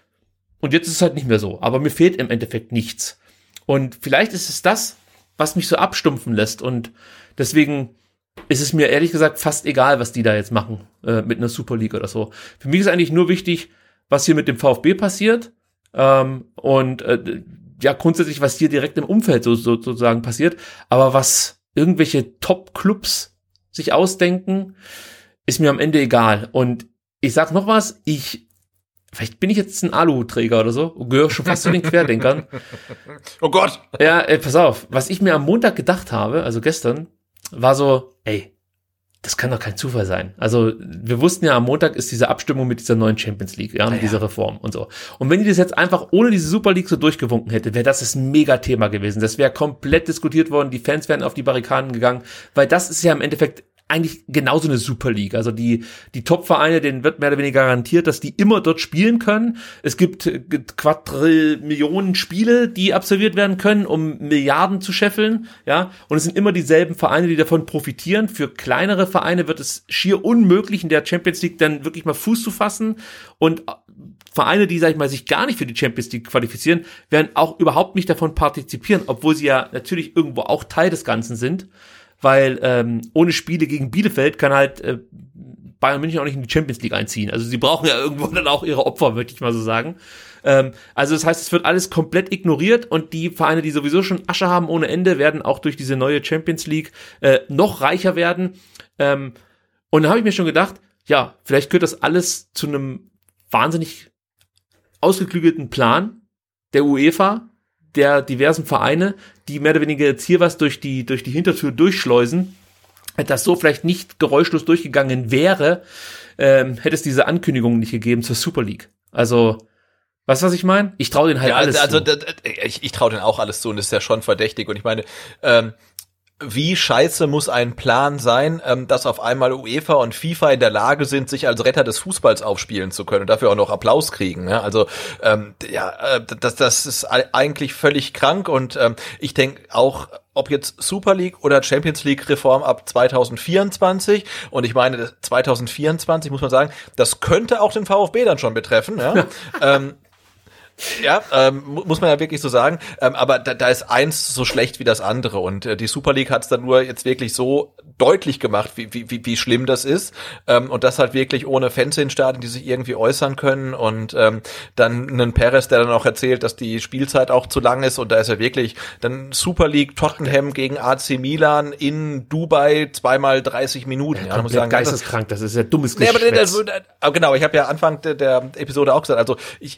und jetzt ist es halt nicht mehr so. Aber mir fehlt im Endeffekt nichts. Und vielleicht ist es das, was mich so abstumpfen lässt und deswegen ist es mir ehrlich gesagt fast egal, was die da jetzt machen äh, mit einer Super League oder so. Für mich ist eigentlich nur wichtig, was hier mit dem VfB passiert, Ähm, und äh, ja, grundsätzlich, was hier direkt im Umfeld so, so sozusagen passiert, aber was irgendwelche Top-Clubs sich ausdenken, ist mir am Ende egal. Und ich sag noch was, ich, vielleicht bin ich jetzt ein Alu-Träger oder so, gehöre schon fast zu den Querdenkern. Oh Gott! Ja, ey, pass auf, was ich mir am Montag gedacht habe, also gestern, war so, ey, das kann doch kein Zufall sein. Also wir wussten ja, am Montag ist diese Abstimmung mit dieser neuen Champions League, ja, mit ja, dieser Reform und so. Und wenn die das jetzt einfach ohne diese Super League so durchgewunken hätte, wäre das das Mega-Thema gewesen. Das wäre komplett diskutiert worden, die Fans wären auf die Barrikaden gegangen, weil das ist ja im Endeffekt eigentlich genauso eine Super League. Also die die Top-Vereine, denen wird mehr oder weniger garantiert, dass die immer dort spielen können. Es gibt Quadrillionen Spiele, die absolviert werden können, um Milliarden zu scheffeln. Ja, und es sind immer dieselben Vereine, die davon profitieren. Für kleinere Vereine wird es schier unmöglich, in der Champions League dann wirklich mal Fuß zu fassen. Und Vereine, die, sag ich mal, sich gar nicht für die Champions League qualifizieren, werden auch überhaupt nicht davon partizipieren, obwohl sie ja natürlich irgendwo auch Teil des Ganzen sind. Weil ähm, ohne Spiele gegen Bielefeld kann halt äh, Bayern München auch nicht in die Champions League einziehen. Also sie brauchen ja irgendwo dann auch ihre Opfer, möchte ich mal so sagen. Ähm, also das heißt, es wird alles komplett ignoriert und die Vereine, die sowieso schon Asche haben ohne Ende, werden auch durch diese neue Champions League äh, noch reicher werden. Ähm, und da habe ich mir schon gedacht, ja, vielleicht gehört das alles zu einem wahnsinnig ausgeklügelten Plan der UEFA, der diversen Vereine, die mehr oder weniger jetzt hier was durch die durch die Hintertür durchschleusen, das so vielleicht nicht geräuschlos durchgegangen wäre, ähm, hätte es diese Ankündigung nicht gegeben zur Super League. Also, weißt du, was ich meine? Ich traue denen halt ja, alles also, zu. Also ich, ich traue denen auch alles zu und das ist ja schon verdächtig. Und ich meine, ähm, wie scheiße muss ein Plan sein, ähm, dass auf einmal UEFA und FIFA in der Lage sind, sich als Retter des Fußballs aufspielen zu können und dafür auch noch Applaus kriegen. Ja? Also ähm, ja, äh, das, das ist eigentlich völlig krank und ähm, ich denke auch, ob jetzt Super League oder Champions League Reform ab zwanzig vierundzwanzig und ich meine zwanzig vierundzwanzig muss man sagen, das könnte auch den VfB dann schon betreffen. Ja. ähm, Ja, ähm, muss man ja wirklich so sagen. Ähm, aber da, da ist eins so schlecht wie das andere. Und äh, die Super League hat es dann nur jetzt wirklich so deutlich gemacht, wie, wie, wie schlimm das ist. Ähm, und das halt wirklich ohne Fans in Stadien, die sich irgendwie äußern können. Und ähm, dann einen Perez, der dann auch erzählt, dass die Spielzeit auch zu lang ist. Und da ist ja wirklich dann Super League Tottenham gegen A C Milan in Dubai zweimal dreißig Minuten. Ja, ja, muss ich sagen, geisteskrank, das ist ja dummes nee, Geschwätz. aber, aber genau, ich habe ja Anfang der, der Episode auch gesagt, also ich, ich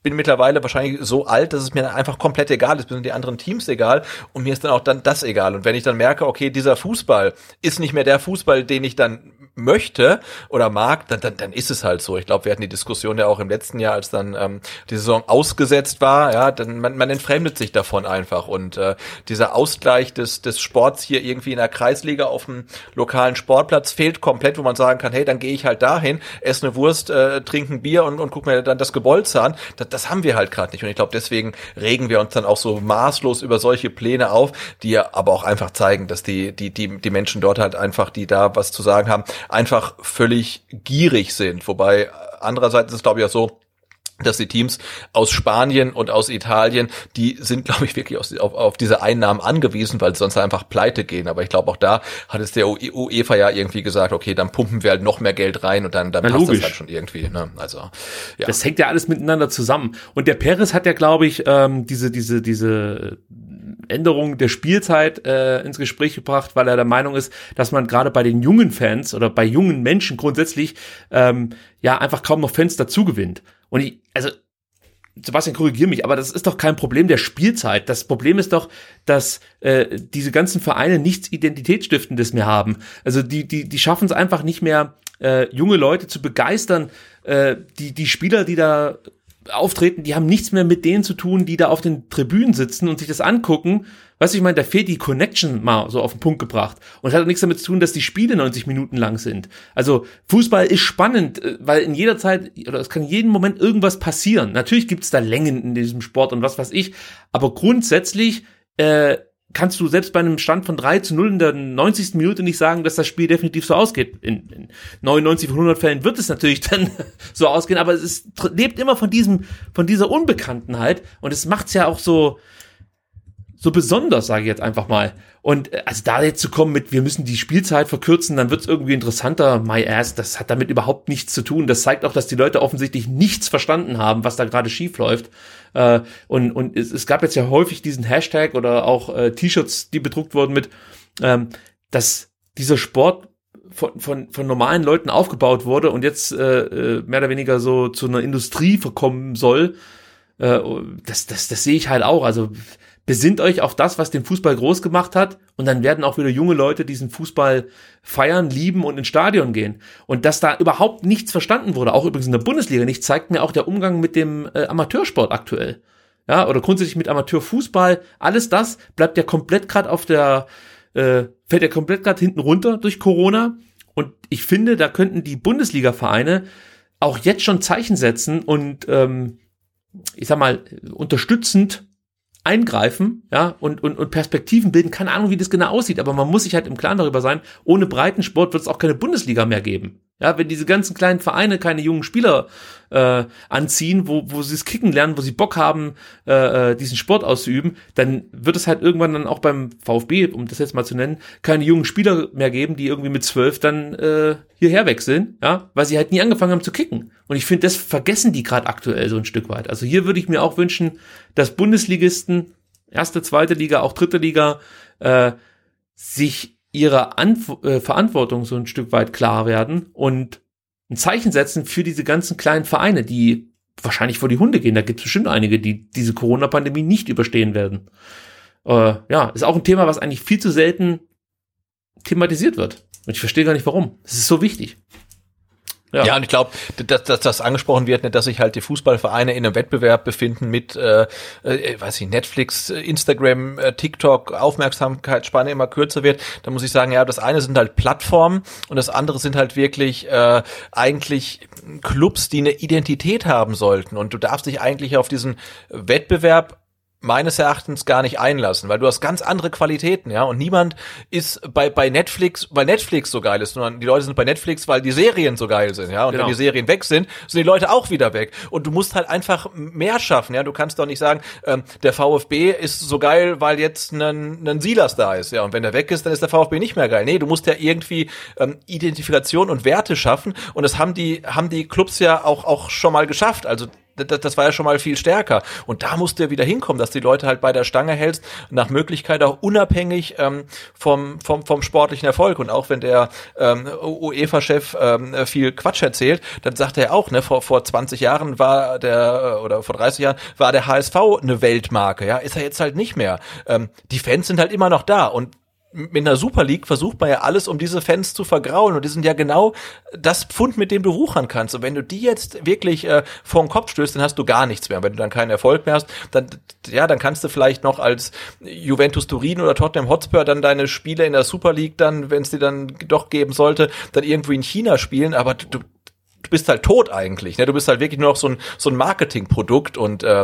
bin mittlerweile wahrscheinlich so alt, dass es mir einfach komplett egal ist, mir sind die anderen Teams egal und mir ist dann auch dann das egal. Und wenn ich dann merke, okay, dieser Fußball ist nicht mehr der Fußball, den ich dann möchte oder mag, dann, dann, dann ist es halt so. Ich glaube, wir hatten die Diskussion ja auch im letzten Jahr, als dann ähm, die Saison ausgesetzt war, ja, dann man, man entfremdet sich davon einfach und äh, dieser Ausgleich des des Sports hier irgendwie in der Kreisliga auf dem lokalen Sportplatz fehlt komplett, wo man sagen kann, hey, dann gehe ich halt dahin, esse eine Wurst, äh, trinke ein Bier und, und guck mir dann das Gebolze an. Das, das haben wir halt gerade nicht und ich glaube, deswegen regen wir uns dann auch so maßlos über solche Pläne auf, die ja aber auch einfach zeigen, dass die die die die Menschen dort halt einfach, die da was zu sagen haben, einfach völlig gierig sind. Wobei andererseits ist es, glaube ich, auch so, dass die Teams aus Spanien und aus Italien, die sind, glaube ich, wirklich aus, auf, auf diese Einnahmen angewiesen, weil sie sonst einfach pleite gehen. Aber ich glaube, auch da hat es der UEFA ja irgendwie gesagt, okay, dann pumpen wir halt noch mehr Geld rein und dann, dann passt logisch. Das halt schon irgendwie. Ne? Also, ja. Das hängt ja alles miteinander zusammen. Und der Perez hat ja, glaube ich, ähm, diese diese diese Änderung der Spielzeit äh, ins Gespräch gebracht, weil er der Meinung ist, dass man gerade bei den jungen Fans oder bei jungen Menschen grundsätzlich ähm, ja einfach kaum noch Fans dazu gewinnt. Und ich, also Sebastian, korrigier mich, aber das ist doch kein Problem der Spielzeit. Das Problem ist doch, dass äh, diese ganzen Vereine nichts Identitätsstiftendes mehr haben. Also die die die schaffen es einfach nicht mehr, äh, junge Leute zu begeistern. Äh, die die Spieler, die da auftreten, die haben nichts mehr mit denen zu tun, die da auf den Tribünen sitzen und sich das angucken. Weißt du, ich meine, da fehlt die Connection mal so auf den Punkt gebracht. Und es hat auch nichts damit zu tun, dass die Spiele neunzig Minuten lang sind. Also Fußball ist spannend, weil in jeder Zeit, oder es kann jeden Moment irgendwas passieren. Natürlich gibt es da Längen in diesem Sport und was weiß ich, aber grundsätzlich äh, kannst du selbst bei einem Stand von drei zu null in der neunzigsten Minute nicht sagen, dass das Spiel definitiv so ausgeht. In, in neunundneunzig von hundert Fällen wird es natürlich dann so ausgehen, aber es ist, lebt immer von diesem, von dieser Unbekanntenheit und es macht's ja auch so, so besonders, sage ich jetzt einfach mal. Und also da jetzt zu kommen mit, wir müssen die Spielzeit verkürzen, dann wird's irgendwie interessanter, my ass, das hat damit überhaupt nichts zu tun. Das zeigt auch, dass die Leute offensichtlich nichts verstanden haben, was da gerade schief läuft. Äh, und und es, es gab jetzt ja häufig diesen Hashtag oder auch äh, T-Shirts, die bedruckt wurden mit, ähm, dass dieser Sport von, von, von normalen Leuten aufgebaut wurde und jetzt äh, mehr oder weniger so zu einer Industrie verkommen soll. Äh, das, das, das sehe ich halt auch. Also besinnt euch auf das, was den Fußball groß gemacht hat und dann werden auch wieder junge Leute diesen Fußball feiern, lieben und ins Stadion gehen. Und dass da überhaupt nichts verstanden wurde, auch übrigens in der Bundesliga nicht, zeigt mir auch der Umgang mit dem äh, Amateursport aktuell. Ja, oder grundsätzlich mit Amateurfußball. Alles das bleibt ja komplett gerade auf der, äh, fällt ja komplett gerade hinten runter durch Corona. Und ich finde, da könnten die Bundesliga-Vereine auch jetzt schon Zeichen setzen und, ähm, ich sag mal, unterstützend eingreifen, ja, und, und, und Perspektiven bilden. Keine Ahnung, wie das genau aussieht, aber man muss sich halt im Klaren darüber sein, ohne Breitensport wird es auch keine Bundesliga mehr geben. Ja, wenn diese ganzen kleinen Vereine keine jungen Spieler äh, anziehen, wo, wo sie es kicken lernen, wo sie Bock haben, äh, diesen Sport auszuüben, dann wird es halt irgendwann dann auch beim VfB, um das jetzt mal zu nennen, keine jungen Spieler mehr geben, die irgendwie mit zwölf dann äh, hierher wechseln, ja, weil sie halt nie angefangen haben zu kicken. Und ich finde, das vergessen die gerade aktuell so ein Stück weit. Also hier würde ich mir auch wünschen, dass Bundesligisten, erste, zweite Liga, auch dritte Liga, äh, sich ihrer Anf- äh, Verantwortung so ein Stück weit klar werden und ein Zeichen setzen für diese ganzen kleinen Vereine, die wahrscheinlich vor die Hunde gehen. Da gibt es bestimmt einige, die diese Corona-Pandemie nicht überstehen werden. Äh, ja, ist auch ein Thema, was eigentlich viel zu selten thematisiert wird. Und ich verstehe gar nicht, warum. Es ist so wichtig. Ja. ja, und ich glaube, dass, dass das angesprochen wird, nicht, dass sich halt die Fußballvereine in einem Wettbewerb befinden mit, äh, äh, weiß ich, Netflix, Instagram, äh, TikTok, Aufmerksamkeitsspanne immer kürzer wird. Da muss ich sagen, ja, das eine sind halt Plattformen und das andere sind halt wirklich äh, eigentlich Clubs, die eine Identität haben sollten. Und du darfst dich eigentlich auf diesen Wettbewerb meines Erachtens gar nicht einlassen, weil du hast ganz andere Qualitäten, ja, und niemand ist bei bei Netflix, weil Netflix so geil ist, sondern die Leute sind bei Netflix, weil die Serien so geil sind, ja, und genau. Wenn die Serien weg sind, sind die Leute auch wieder weg und du musst halt einfach mehr schaffen, ja, du kannst doch nicht sagen, ähm, der VfB ist so geil, weil jetzt ein, ein Silas da ist, ja, und wenn der weg ist, dann ist der VfB nicht mehr geil. Nee, du musst ja irgendwie ähm, Identifikation und Werte schaffen und das haben die haben die Clubs ja auch auch schon mal geschafft, also das, das war ja schon mal viel stärker. Und da musst du ja wieder hinkommen, dass die Leute halt bei der Stange hältst, nach Möglichkeit auch unabhängig ähm, vom, vom, vom sportlichen Erfolg. Und auch wenn der ähm, UEFA-Chef ähm, viel Quatsch erzählt, dann sagt er auch, ne, vor, vor zwanzig Jahren war der, oder vor dreißig Jahren war der H S V eine Weltmarke, ja, ist er jetzt halt nicht mehr. Ähm, die Fans sind halt immer noch da und mit einer Super League versucht man ja alles, um diese Fans zu vergraulen, und die sind ja genau das Pfund, mit dem du wuchern kannst. Und wenn du die jetzt wirklich äh, vor den Kopf stößt, dann hast du gar nichts mehr. Und wenn du dann keinen Erfolg mehr hast, dann ja, dann kannst du vielleicht noch als Juventus Turin oder Tottenham Hotspur dann deine Spiele in der Super League dann, wenn es die dann doch geben sollte, dann irgendwie in China spielen, aber du, du bist halt tot eigentlich, ne? Du bist halt wirklich nur noch so ein so ein Marketingprodukt, und äh,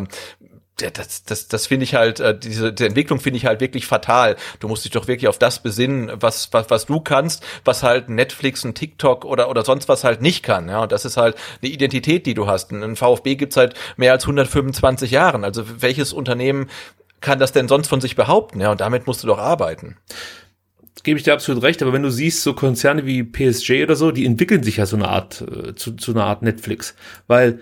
das das das finde ich halt, äh, diese, diese Entwicklung finde ich halt wirklich fatal. Du musst dich doch wirklich auf das besinnen, was was was du kannst, was halt Netflix, ein TikTok oder oder sonst was halt nicht kann, ja, und das ist halt eine Identität, die du hast. Ein VfB gibt's seit mehr als hundertfünfundzwanzig Jahren. Also welches Unternehmen kann das denn sonst von sich behaupten, ja, und damit musst du doch arbeiten. Gebe ich dir absolut recht, aber wenn du siehst, so Konzerne wie P S G oder so, die entwickeln sich ja so eine Art, äh, zu, zu einer Art Netflix, weil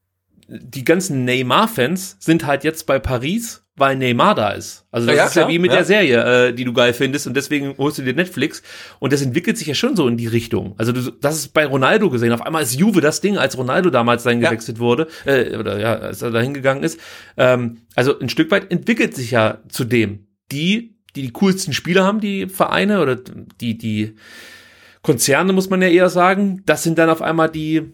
die ganzen Neymar-Fans sind halt jetzt bei Paris, weil Neymar da ist. Also das ja, ist ja klar, wie mit ja. der Serie, äh, die du geil findest, und deswegen holst du dir Netflix, und das entwickelt sich ja schon so in die Richtung. Also du, das ist bei Ronaldo gesehen. Auf einmal ist Juve das Ding, als Ronaldo damals dahin ja. gewechselt wurde, äh, oder ja, als er dahin gegangen ist. Ähm, also ein Stück weit entwickelt sich ja zu dem, die die die coolsten Spieler haben, die Vereine oder die die Konzerne, muss man ja eher sagen, das sind dann auf einmal die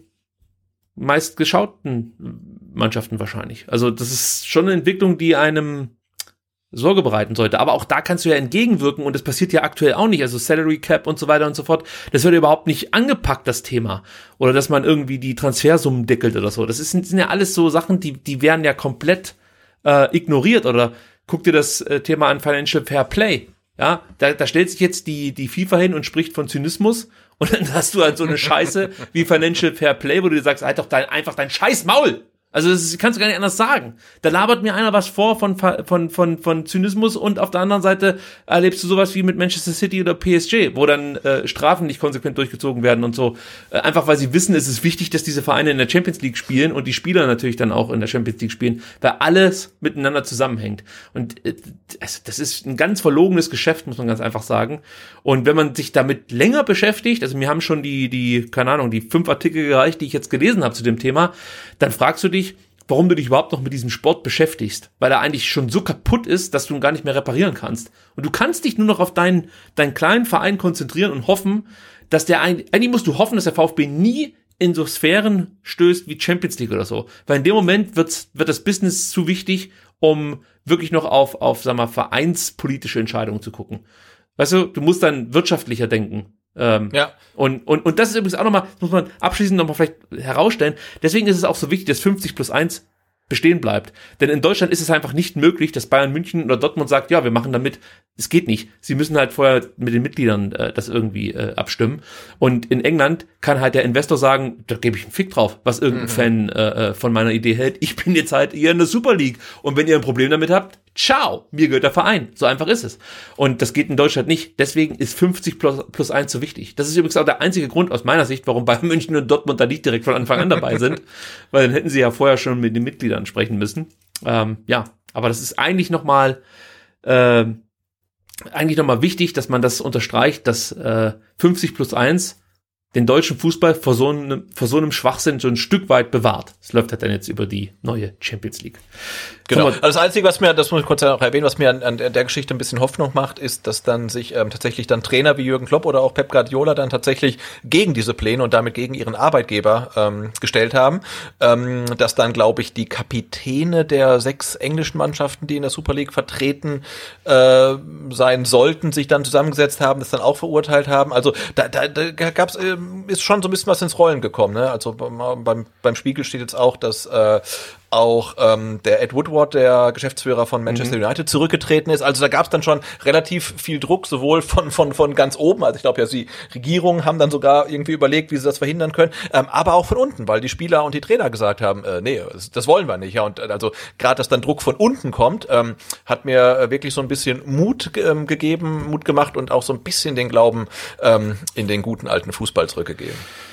meistgeschauten Mannschaften wahrscheinlich. Also das ist schon eine Entwicklung, die einem Sorge bereiten sollte. Aber auch da kannst du ja entgegenwirken, und das passiert ja aktuell auch nicht. Also Salary Cap und so weiter und so fort, das wird überhaupt nicht angepackt, das Thema. Oder dass man irgendwie die Transfersummen deckelt oder so. Das ist, sind ja alles so Sachen, die die werden ja komplett äh, ignoriert. Oder guck dir das äh, Thema an Financial Fair Play. Ja, da, da stellt sich jetzt die die FIFA hin und spricht von Zynismus, und dann hast du halt so eine Scheiße wie Financial Fair Play, wo du dir sagst, halt doch dein, einfach dein scheiß Maul. Also das ist, kannst du gar nicht anders sagen. Da labert mir einer was vor von von von von Zynismus, und auf der anderen Seite erlebst du sowas wie mit Manchester City oder P S G, wo dann äh, Strafen nicht konsequent durchgezogen werden und so. Äh, einfach weil sie wissen, es ist wichtig, dass diese Vereine in der Champions League spielen und die Spieler natürlich dann auch in der Champions League spielen, weil alles miteinander zusammenhängt. Und äh, also das ist ein ganz verlogenes Geschäft, muss man ganz einfach sagen. Und wenn man sich damit länger beschäftigt, also mir haben schon die die keine Ahnung die fünf Artikel gereicht, die ich jetzt gelesen habe zu dem Thema, dann fragst du dich, warum du dich überhaupt noch mit diesem Sport beschäftigst, weil er eigentlich schon so kaputt ist, dass du ihn gar nicht mehr reparieren kannst. Und du kannst dich nur noch auf deinen, deinen kleinen Verein konzentrieren und hoffen, dass der, eigentlich musst du hoffen, dass der VfB nie in so Sphären stößt wie Champions League oder so. Weil in dem Moment wird's, wird das Business zu wichtig, um wirklich noch auf, auf, sag mal, vereinspolitische Entscheidungen zu gucken. Weißt du, du musst dann wirtschaftlicher denken. Ähm, ja. Und, und, und das ist übrigens auch nochmal, muss man abschließend nochmal vielleicht herausstellen, deswegen ist es auch so wichtig, dass fünfzig plus eins bestehen bleibt. Denn in Deutschland ist es einfach nicht möglich, dass Bayern München oder Dortmund sagt, ja, wir machen damit. Es geht nicht. Sie müssen halt vorher mit den Mitgliedern äh, das irgendwie äh, abstimmen. Und in England kann halt der Investor sagen, da gebe ich einen Fick drauf, was irgendein mhm. Fan äh, von meiner Idee hält. Ich bin jetzt halt hier in der Super League. Und wenn ihr ein Problem damit habt, ciao, mir gehört der Verein. So einfach ist es. Und das geht in Deutschland nicht. Deswegen ist fünfzig plus eins so wichtig. Das ist übrigens auch der einzige Grund aus meiner Sicht, warum Bayern München und Dortmund da nicht direkt von Anfang an dabei sind. Weil dann hätten sie ja vorher schon mit den Mitgliedern sprechen müssen. Ähm, ja, aber das ist eigentlich nochmal äh, eigentlich nochmal wichtig, dass man das unterstreicht, dass äh, fünfzig plus eins den deutschen Fußball vor so einem, vor so einem Schwachsinn so ein Stück weit bewahrt. Es läuft halt dann jetzt über die neue Champions League. Genau. Also das Einzige, was mir, das muss ich kurz noch erwähnen, was mir an, an der Geschichte ein bisschen Hoffnung macht, ist, dass dann sich ähm, tatsächlich dann Trainer wie Jürgen Klopp oder auch Pep Guardiola dann tatsächlich gegen diese Pläne und damit gegen ihren Arbeitgeber ähm, gestellt haben. Ähm, dass dann, glaube ich, die Kapitäne der sechs englischen Mannschaften, die in der Super League vertreten äh, sein sollten, sich dann zusammengesetzt haben, das dann auch verurteilt haben. Also da, da, da gab's äh, ist schon so ein bisschen was ins Rollen gekommen. Ne? Also beim, beim Spiegel steht jetzt auch, dass äh, auch ähm, der Ed Woodward, der Geschäftsführer von Manchester mhm. United, zurückgetreten ist. Also da gab es dann schon relativ viel Druck, sowohl von von von ganz oben, also ich glaube ja, die Regierungen haben dann sogar irgendwie überlegt, wie sie das verhindern können, ähm, aber auch von unten, weil die Spieler und die Trainer gesagt haben, äh, nee, das, das wollen wir nicht. Ja, und also gerade, dass dann Druck von unten kommt, ähm, hat mir wirklich so ein bisschen Mut ähm, gegeben, Mut gemacht und auch so ein bisschen den Glauben ähm, in den guten alten Fußball zurückgegeben.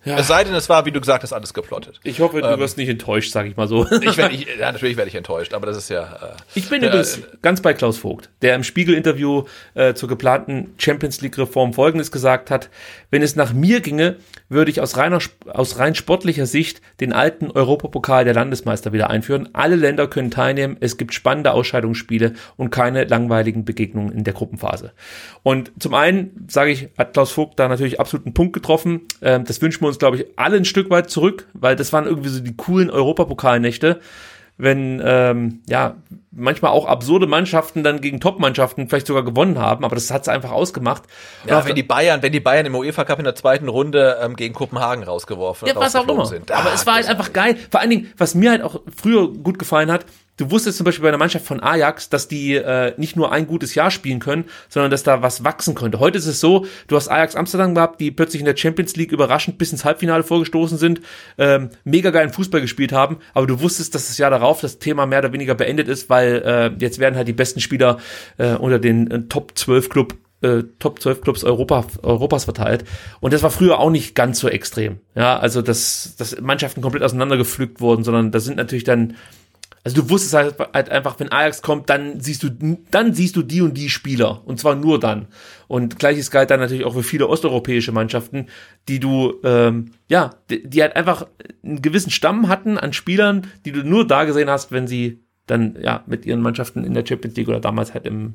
Ja. Es sei denn, es war, wie du gesagt hast, alles geplottet. Ich hoffe, du ähm, wirst nicht enttäuscht, sag ich mal so. Ich werd, ich, ja, natürlich werde ich enttäuscht, aber das ist ja... Äh, ich bin der, übrigens äh, ganz bei Klaus Vogt, der im Spiegel-Interview äh, zur geplanten Champions-League-Reform Folgendes gesagt hat: Wenn es nach mir ginge, würde ich aus reiner, aus rein sportlicher Sicht den alten Europapokal der Landesmeister wieder einführen. Alle Länder können teilnehmen, es gibt spannende Ausscheidungsspiele und keine langweiligen Begegnungen in der Gruppenphase. Und zum einen, sage ich, hat Klaus Vogt da natürlich absolut einen Punkt getroffen. Ähm, das wünschen wir uns, glaube ich, alle ein Stück weit zurück, weil das waren irgendwie so die coolen Europapokalnächte, wenn ähm, ja manchmal auch absurde Mannschaften dann gegen Top-Mannschaften vielleicht sogar gewonnen haben, aber das hat's einfach ausgemacht. Ja, wenn die Bayern, wenn die Bayern im UEFA Cup in der zweiten Runde ähm, gegen Kopenhagen rausgeworfen ja, was auch immer. sind. Aber ah, es war halt einfach geil. Vor allen Dingen, was mir halt auch früher gut gefallen hat, du wusstest zum Beispiel bei einer Mannschaft von Ajax, dass die äh, nicht nur ein gutes Jahr spielen können, sondern dass da was wachsen könnte. Heute ist es so, du hast Ajax Amsterdam gehabt, die plötzlich in der Champions League überraschend bis ins Halbfinale vorgestoßen sind, ähm, mega geilen Fußball gespielt haben, aber du wusstest, dass das Jahr darauf das Thema mehr oder weniger beendet ist, weil äh, jetzt werden halt die besten Spieler äh, unter den äh, Top zwölf Club äh, Top zwölf Clubs Europa, Europas verteilt. Und das war früher auch nicht ganz so extrem. Ja, also dass, dass Mannschaften komplett auseinandergepflückt wurden, sondern da sind natürlich dann, also du wusstest halt, halt einfach, wenn Ajax kommt, dann siehst du, dann siehst du die und die Spieler. Und zwar nur dann. Und gleiches galt dann natürlich auch für viele osteuropäische Mannschaften, die du, ähm, ja, die, die halt einfach einen gewissen Stamm hatten an Spielern, die du nur da gesehen hast, wenn sie dann, ja, mit ihren Mannschaften in der Champions League oder damals halt im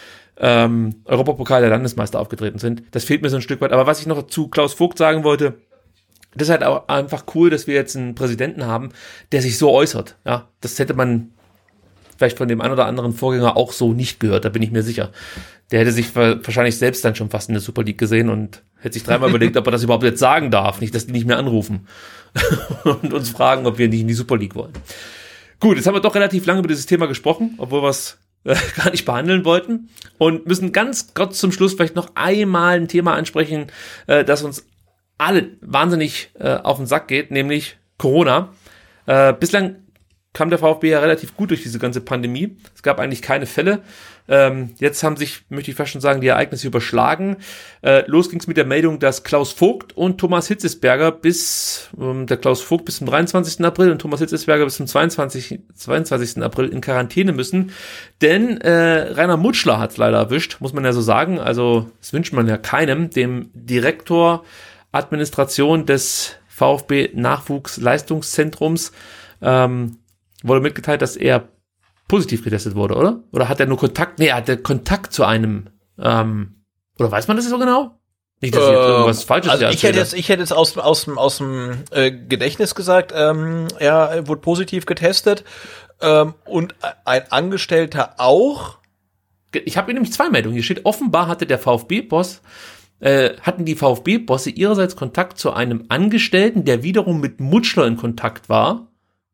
ähm, Europapokal der Landesmeister aufgetreten sind. Das fehlt mir so ein Stück weit. Aber was ich noch zu Klaus Vogt sagen wollte, das ist halt auch einfach cool, dass wir jetzt einen Präsidenten haben, der sich so äußert. Ja, das hätte man vielleicht von dem einen oder anderen Vorgänger auch so nicht gehört, da bin ich mir sicher. Der hätte sich wahrscheinlich selbst dann schon fast in der Super League gesehen und hätte sich dreimal überlegt, ob er das überhaupt jetzt sagen darf. Nicht, dass die nicht mehr anrufen und uns fragen, ob wir nicht in die Super League wollen. Gut, jetzt haben wir doch relativ lange über dieses Thema gesprochen, obwohl wir es äh, gar nicht behandeln wollten und müssen ganz kurz zum Schluss vielleicht noch einmal ein Thema ansprechen, äh, das uns alle wahnsinnig äh, auf den Sack geht, nämlich Corona. Äh, bislang kam der VfB ja relativ gut durch diese ganze Pandemie. Es gab eigentlich keine Fälle. Ähm, jetzt haben sich, möchte ich fast schon sagen, die Ereignisse überschlagen. Äh, los ging es mit der Meldung, dass Klaus Vogt und Thomas Hitzesberger bis, ähm, der Klaus Vogt bis zum dreiundzwanzigsten April und Thomas Hitzesberger bis zum zweiundzwanzigsten April in Quarantäne müssen. Denn äh, Rainer Mutschler hat es leider erwischt, muss man ja so sagen. Also das wünscht man ja keinem, dem Direktor Administration des VfB Nachwuchsleistungszentrums ähm, wurde mitgeteilt, dass er positiv getestet wurde, oder? Oder hat er nur Kontakt? Nee, er hatte Kontakt zu einem, ähm, oder weiß man das so genau? Nicht, dass ich jetzt irgendwas äh, Falsches also ich hätte jetzt, ich hätte jetzt aus, aus, aus dem äh, Gedächtnis gesagt, ähm, er wurde positiv getestet ähm, und ein Angestellter auch. Ich habe hier nämlich zwei Meldungen. Hier steht, offenbar hatte der VfB-Boss Äh, hatten die VfB-Bosse ihrerseits Kontakt zu einem Angestellten, der wiederum mit Mutschler in Kontakt war.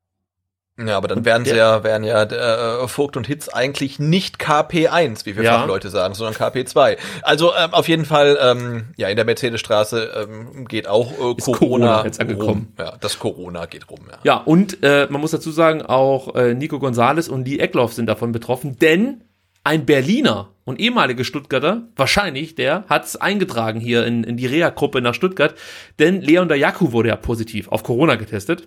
Ja, aber dann wären sie ja, wären ja äh, Vogt und Hitz eigentlich nicht K P eins, wie wir ja. Fachleute sagen, sondern K P zwei. Also ähm, auf jeden Fall, ähm, ja, in der Mercedesstraße ähm, geht auch äh, Corona, Corona jetzt angekommen. Rum. Ja, das Corona geht rum. Ja, ja und äh, man muss dazu sagen, auch äh, Nico Gonzalez und Lee Eckloff sind davon betroffen, denn ein Berliner und ehemalige Stuttgarter, wahrscheinlich der, hat's eingetragen hier in, in die Reha-Gruppe nach Stuttgart, denn Leon Dayaku wurde ja positiv auf Corona getestet.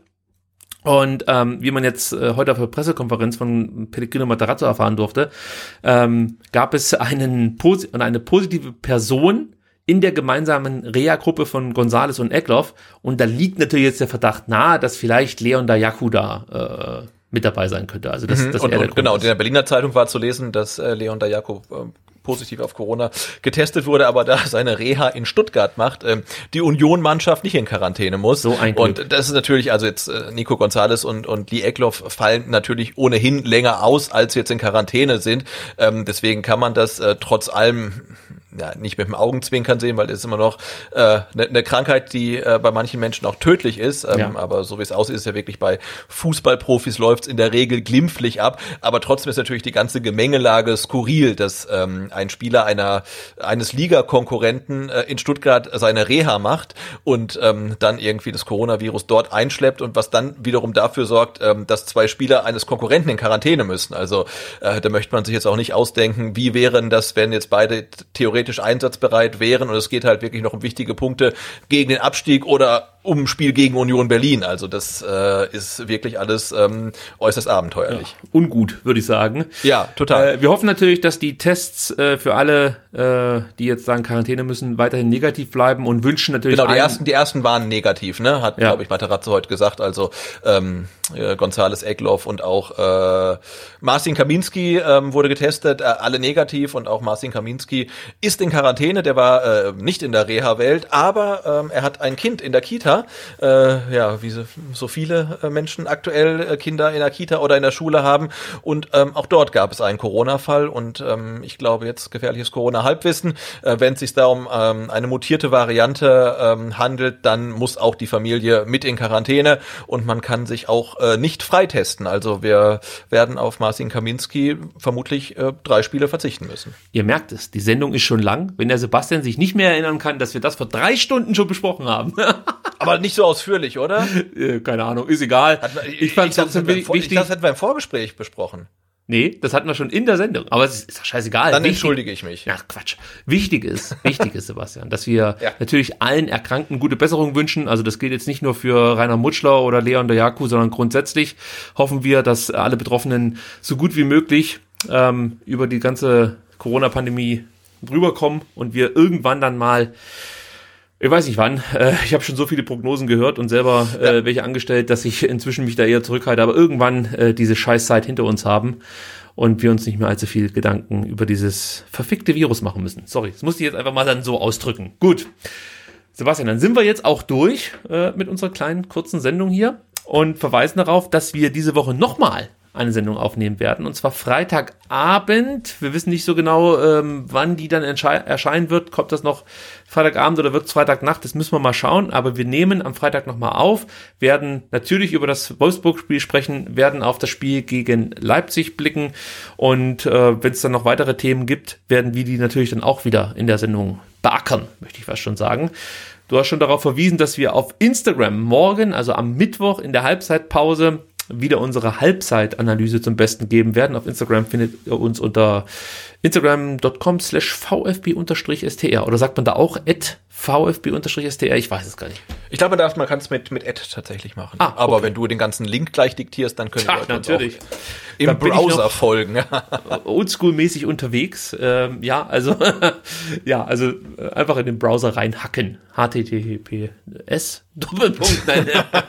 Und ähm, wie man jetzt äh, heute auf der Pressekonferenz von Pellegrino Matarazzo erfahren durfte, ähm, gab es einen Posi- eine positive Person in der gemeinsamen Reha-Gruppe von Gonzalez und Eckloff. Und da liegt natürlich jetzt der Verdacht nahe, dass vielleicht Leon Dayaku da äh, mit dabei sein könnte. Also das, mhm. das und, er der und Grund genau, ist. in der Berliner Zeitung war zu lesen, dass äh, Leon Dayaku äh, positiv auf Corona getestet wurde, aber da seine Reha in Stuttgart macht, ähm, die Union-Mannschaft nicht in Quarantäne muss. So ein Glück. Und das ist natürlich, also jetzt äh, Nico Gonzalez und und Lee Eckloff fallen natürlich ohnehin länger aus, als sie jetzt in Quarantäne sind. Ähm, deswegen kann man das äh, trotz allem ja, nicht mit dem Augenzwinkern sehen, weil das ist immer noch eine äh, ne Krankheit, die äh, bei manchen Menschen auch tödlich ist. Ähm, ja. Aber so wie es aussieht, ist ja wirklich bei Fußballprofis läuft's in der Regel glimpflich ab. Aber trotzdem ist natürlich die ganze Gemengelage skurril, dass ähm, ein Spieler einer eines Liga-Konkurrenten äh, in Stuttgart seine Reha macht und ähm, dann irgendwie das Coronavirus dort einschleppt und was dann wiederum dafür sorgt, ähm, dass zwei Spieler eines Konkurrenten in Quarantäne müssen. Also äh, da möchte man sich jetzt auch nicht ausdenken, wie wären das, wenn jetzt beide theoretisch einsatzbereit wären und es geht halt wirklich noch um wichtige Punkte gegen den Abstieg oder um Spiel gegen Union Berlin. Also das äh, ist wirklich alles ähm, äußerst abenteuerlich. Ja, ungut, würde ich sagen. Ja, total. Äh, wir hoffen natürlich, dass die Tests äh, für alle, äh, die jetzt sagen Quarantäne müssen, weiterhin negativ bleiben und wünschen natürlich Genau, die allen, ersten, die ersten waren negativ, ne? Hat, ja. glaube ich, Materazzo heute gesagt. Also ähm, äh, Gonzales Egloff und auch äh, Marcin Kaminski ähm, wurde getestet, äh, alle negativ, und auch Marcin Kaminski ist in Quarantäne. Der war äh, nicht in der Reha-Welt, aber ähm, er hat ein Kind in der Kita. Äh, ja, wie so, so viele äh, Menschen aktuell äh, Kinder in der Kita oder in der Schule haben. Und ähm, auch dort gab es einen Corona-Fall. Und ähm, ich glaube jetzt gefährliches Corona-Halbwissen. Äh, wenn es sich da um ähm, eine mutierte Variante ähm, handelt, dann muss auch die Familie mit in Quarantäne und man kann sich auch äh, nicht freitesten. Also wir werden auf Marcin Kaminski vermutlich äh, drei Spiele verzichten müssen. Ihr merkt es, die Sendung ist schon lang. Wenn der Sebastian sich nicht mehr erinnern kann, dass wir das vor drei Stunden schon besprochen haben. Aber nicht so ausführlich, oder? Keine Ahnung, ist egal. Ich, ich fand es dachte, trotzdem wichtig. Ich dachte, das hätten wir im Vorgespräch besprochen. Nee, das hatten wir schon in der Sendung. Aber es ist doch scheißegal. Dann wichtig, entschuldige ich mich. Ja, Quatsch. Wichtig ist, wichtig ist, Sebastian, dass wir ja. natürlich allen Erkrankten gute Besserung wünschen. Also das gilt jetzt nicht nur für Rainer Mutschler oder Leon Dayaku, sondern grundsätzlich hoffen wir, dass alle Betroffenen so gut wie möglich ähm, über die ganze Corona-Pandemie rüberkommen und wir irgendwann dann mal, ich weiß nicht wann, äh, ich habe schon so viele Prognosen gehört und selber äh, ja. welche angestellt, dass ich inzwischen mich da eher zurückhalte, aber irgendwann äh, diese Scheißzeit hinter uns haben und wir uns nicht mehr allzu viel Gedanken über dieses verfickte Virus machen müssen. Sorry, das musste ich jetzt einfach mal dann so ausdrücken. Gut, Sebastian, dann sind wir jetzt auch durch äh, mit unserer kleinen, kurzen Sendung hier und verweisen darauf, dass wir diese Woche nochmal eine Sendung aufnehmen werden, und zwar Freitagabend. Wir wissen nicht so genau, ähm, wann die dann erscheinen wird. Kommt das noch Freitagabend oder wird es Freitagnacht? Das müssen wir mal schauen, aber wir nehmen am Freitag nochmal auf, werden natürlich über das Wolfsburg-Spiel sprechen, werden auf das Spiel gegen Leipzig blicken und äh, wenn es dann noch weitere Themen gibt, werden wir die natürlich dann auch wieder in der Sendung beackern, möchte ich fast schon sagen. Du hast schon darauf verwiesen, dass wir auf Instagram morgen, also am Mittwoch in der Halbzeitpause, wieder unsere Halbzeitanalyse zum Besten geben werden. Auf Instagram findet ihr uns unter instagram.com slash vfb-str. Oder sagt man da auch at vfb-str? Ich weiß es gar nicht. Ich glaube, man kann es mit, mit Ad tatsächlich machen. Ah, aber okay. wenn du den ganzen Link gleich diktierst, dann können wir uns natürlich. auch im Browser folgen. Oldschool-mäßig unterwegs. Ähm, ja, also ja, also einfach in den Browser reinhacken. H T T P S Doppelpunkt. Nein.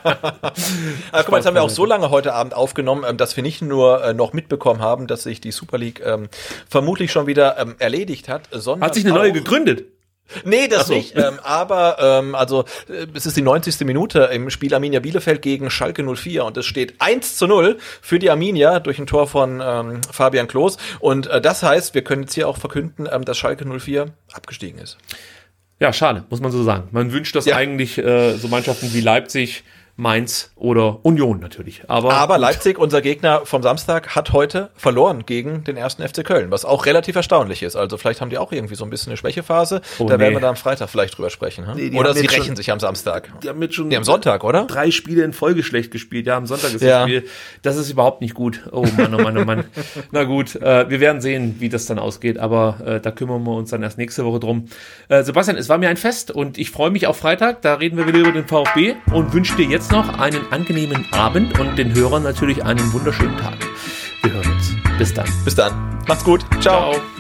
Aber guck mal, jetzt haben wir auch so lange heute Abend aufgenommen, dass wir nicht nur äh, noch mitbekommen haben, dass sich die Super League ähm, vermutlich schon wieder ähm, erledigt hat, sondern hat sich eine neue gegründet? Nee, das so. nicht. Ähm, aber ähm, also äh, es ist die neunzigste Minute im Spiel Arminia Bielefeld gegen Schalke null vier und es steht eins zu null für die Arminia durch ein Tor von ähm, Fabian Klos. Und äh, das heißt, wir können jetzt hier auch verkünden, ähm, dass Schalke null vier abgestiegen ist. Ja, schade, muss man so sagen. Man wünscht das ja. eigentlich äh, so Mannschaften wie Leipzig, Mainz oder Union natürlich. Aber, Aber Leipzig, unser Gegner vom Samstag, hat heute verloren gegen den ersten F C Köln, was auch relativ erstaunlich ist. Also vielleicht haben die auch irgendwie so ein bisschen eine Schwächephase. Oh, da nee. werden wir dann am Freitag vielleicht drüber sprechen. Hm? Nee, oder sie rächen schon, sich am Samstag. Die haben jetzt schon die am Sonntag, oder? Drei Spiele in Folge schlecht gespielt. Ja, am Sonntag ist ja. das Spiel. Das ist überhaupt nicht gut. Oh Mann, oh Mann, oh Mann. Na gut, äh, wir werden sehen, wie das dann ausgeht. Aber äh, da kümmern wir uns dann erst nächste Woche drum. Äh, Sebastian, es war mir ein Fest und ich freue mich auf Freitag. Da reden wir wieder über den VfB und wünsche dir jetzt noch einen angenehmen Abend und den Hörern natürlich einen wunderschönen Tag. Wir hören uns. Bis dann. Bis dann. Macht's gut. Ciao. Ciao.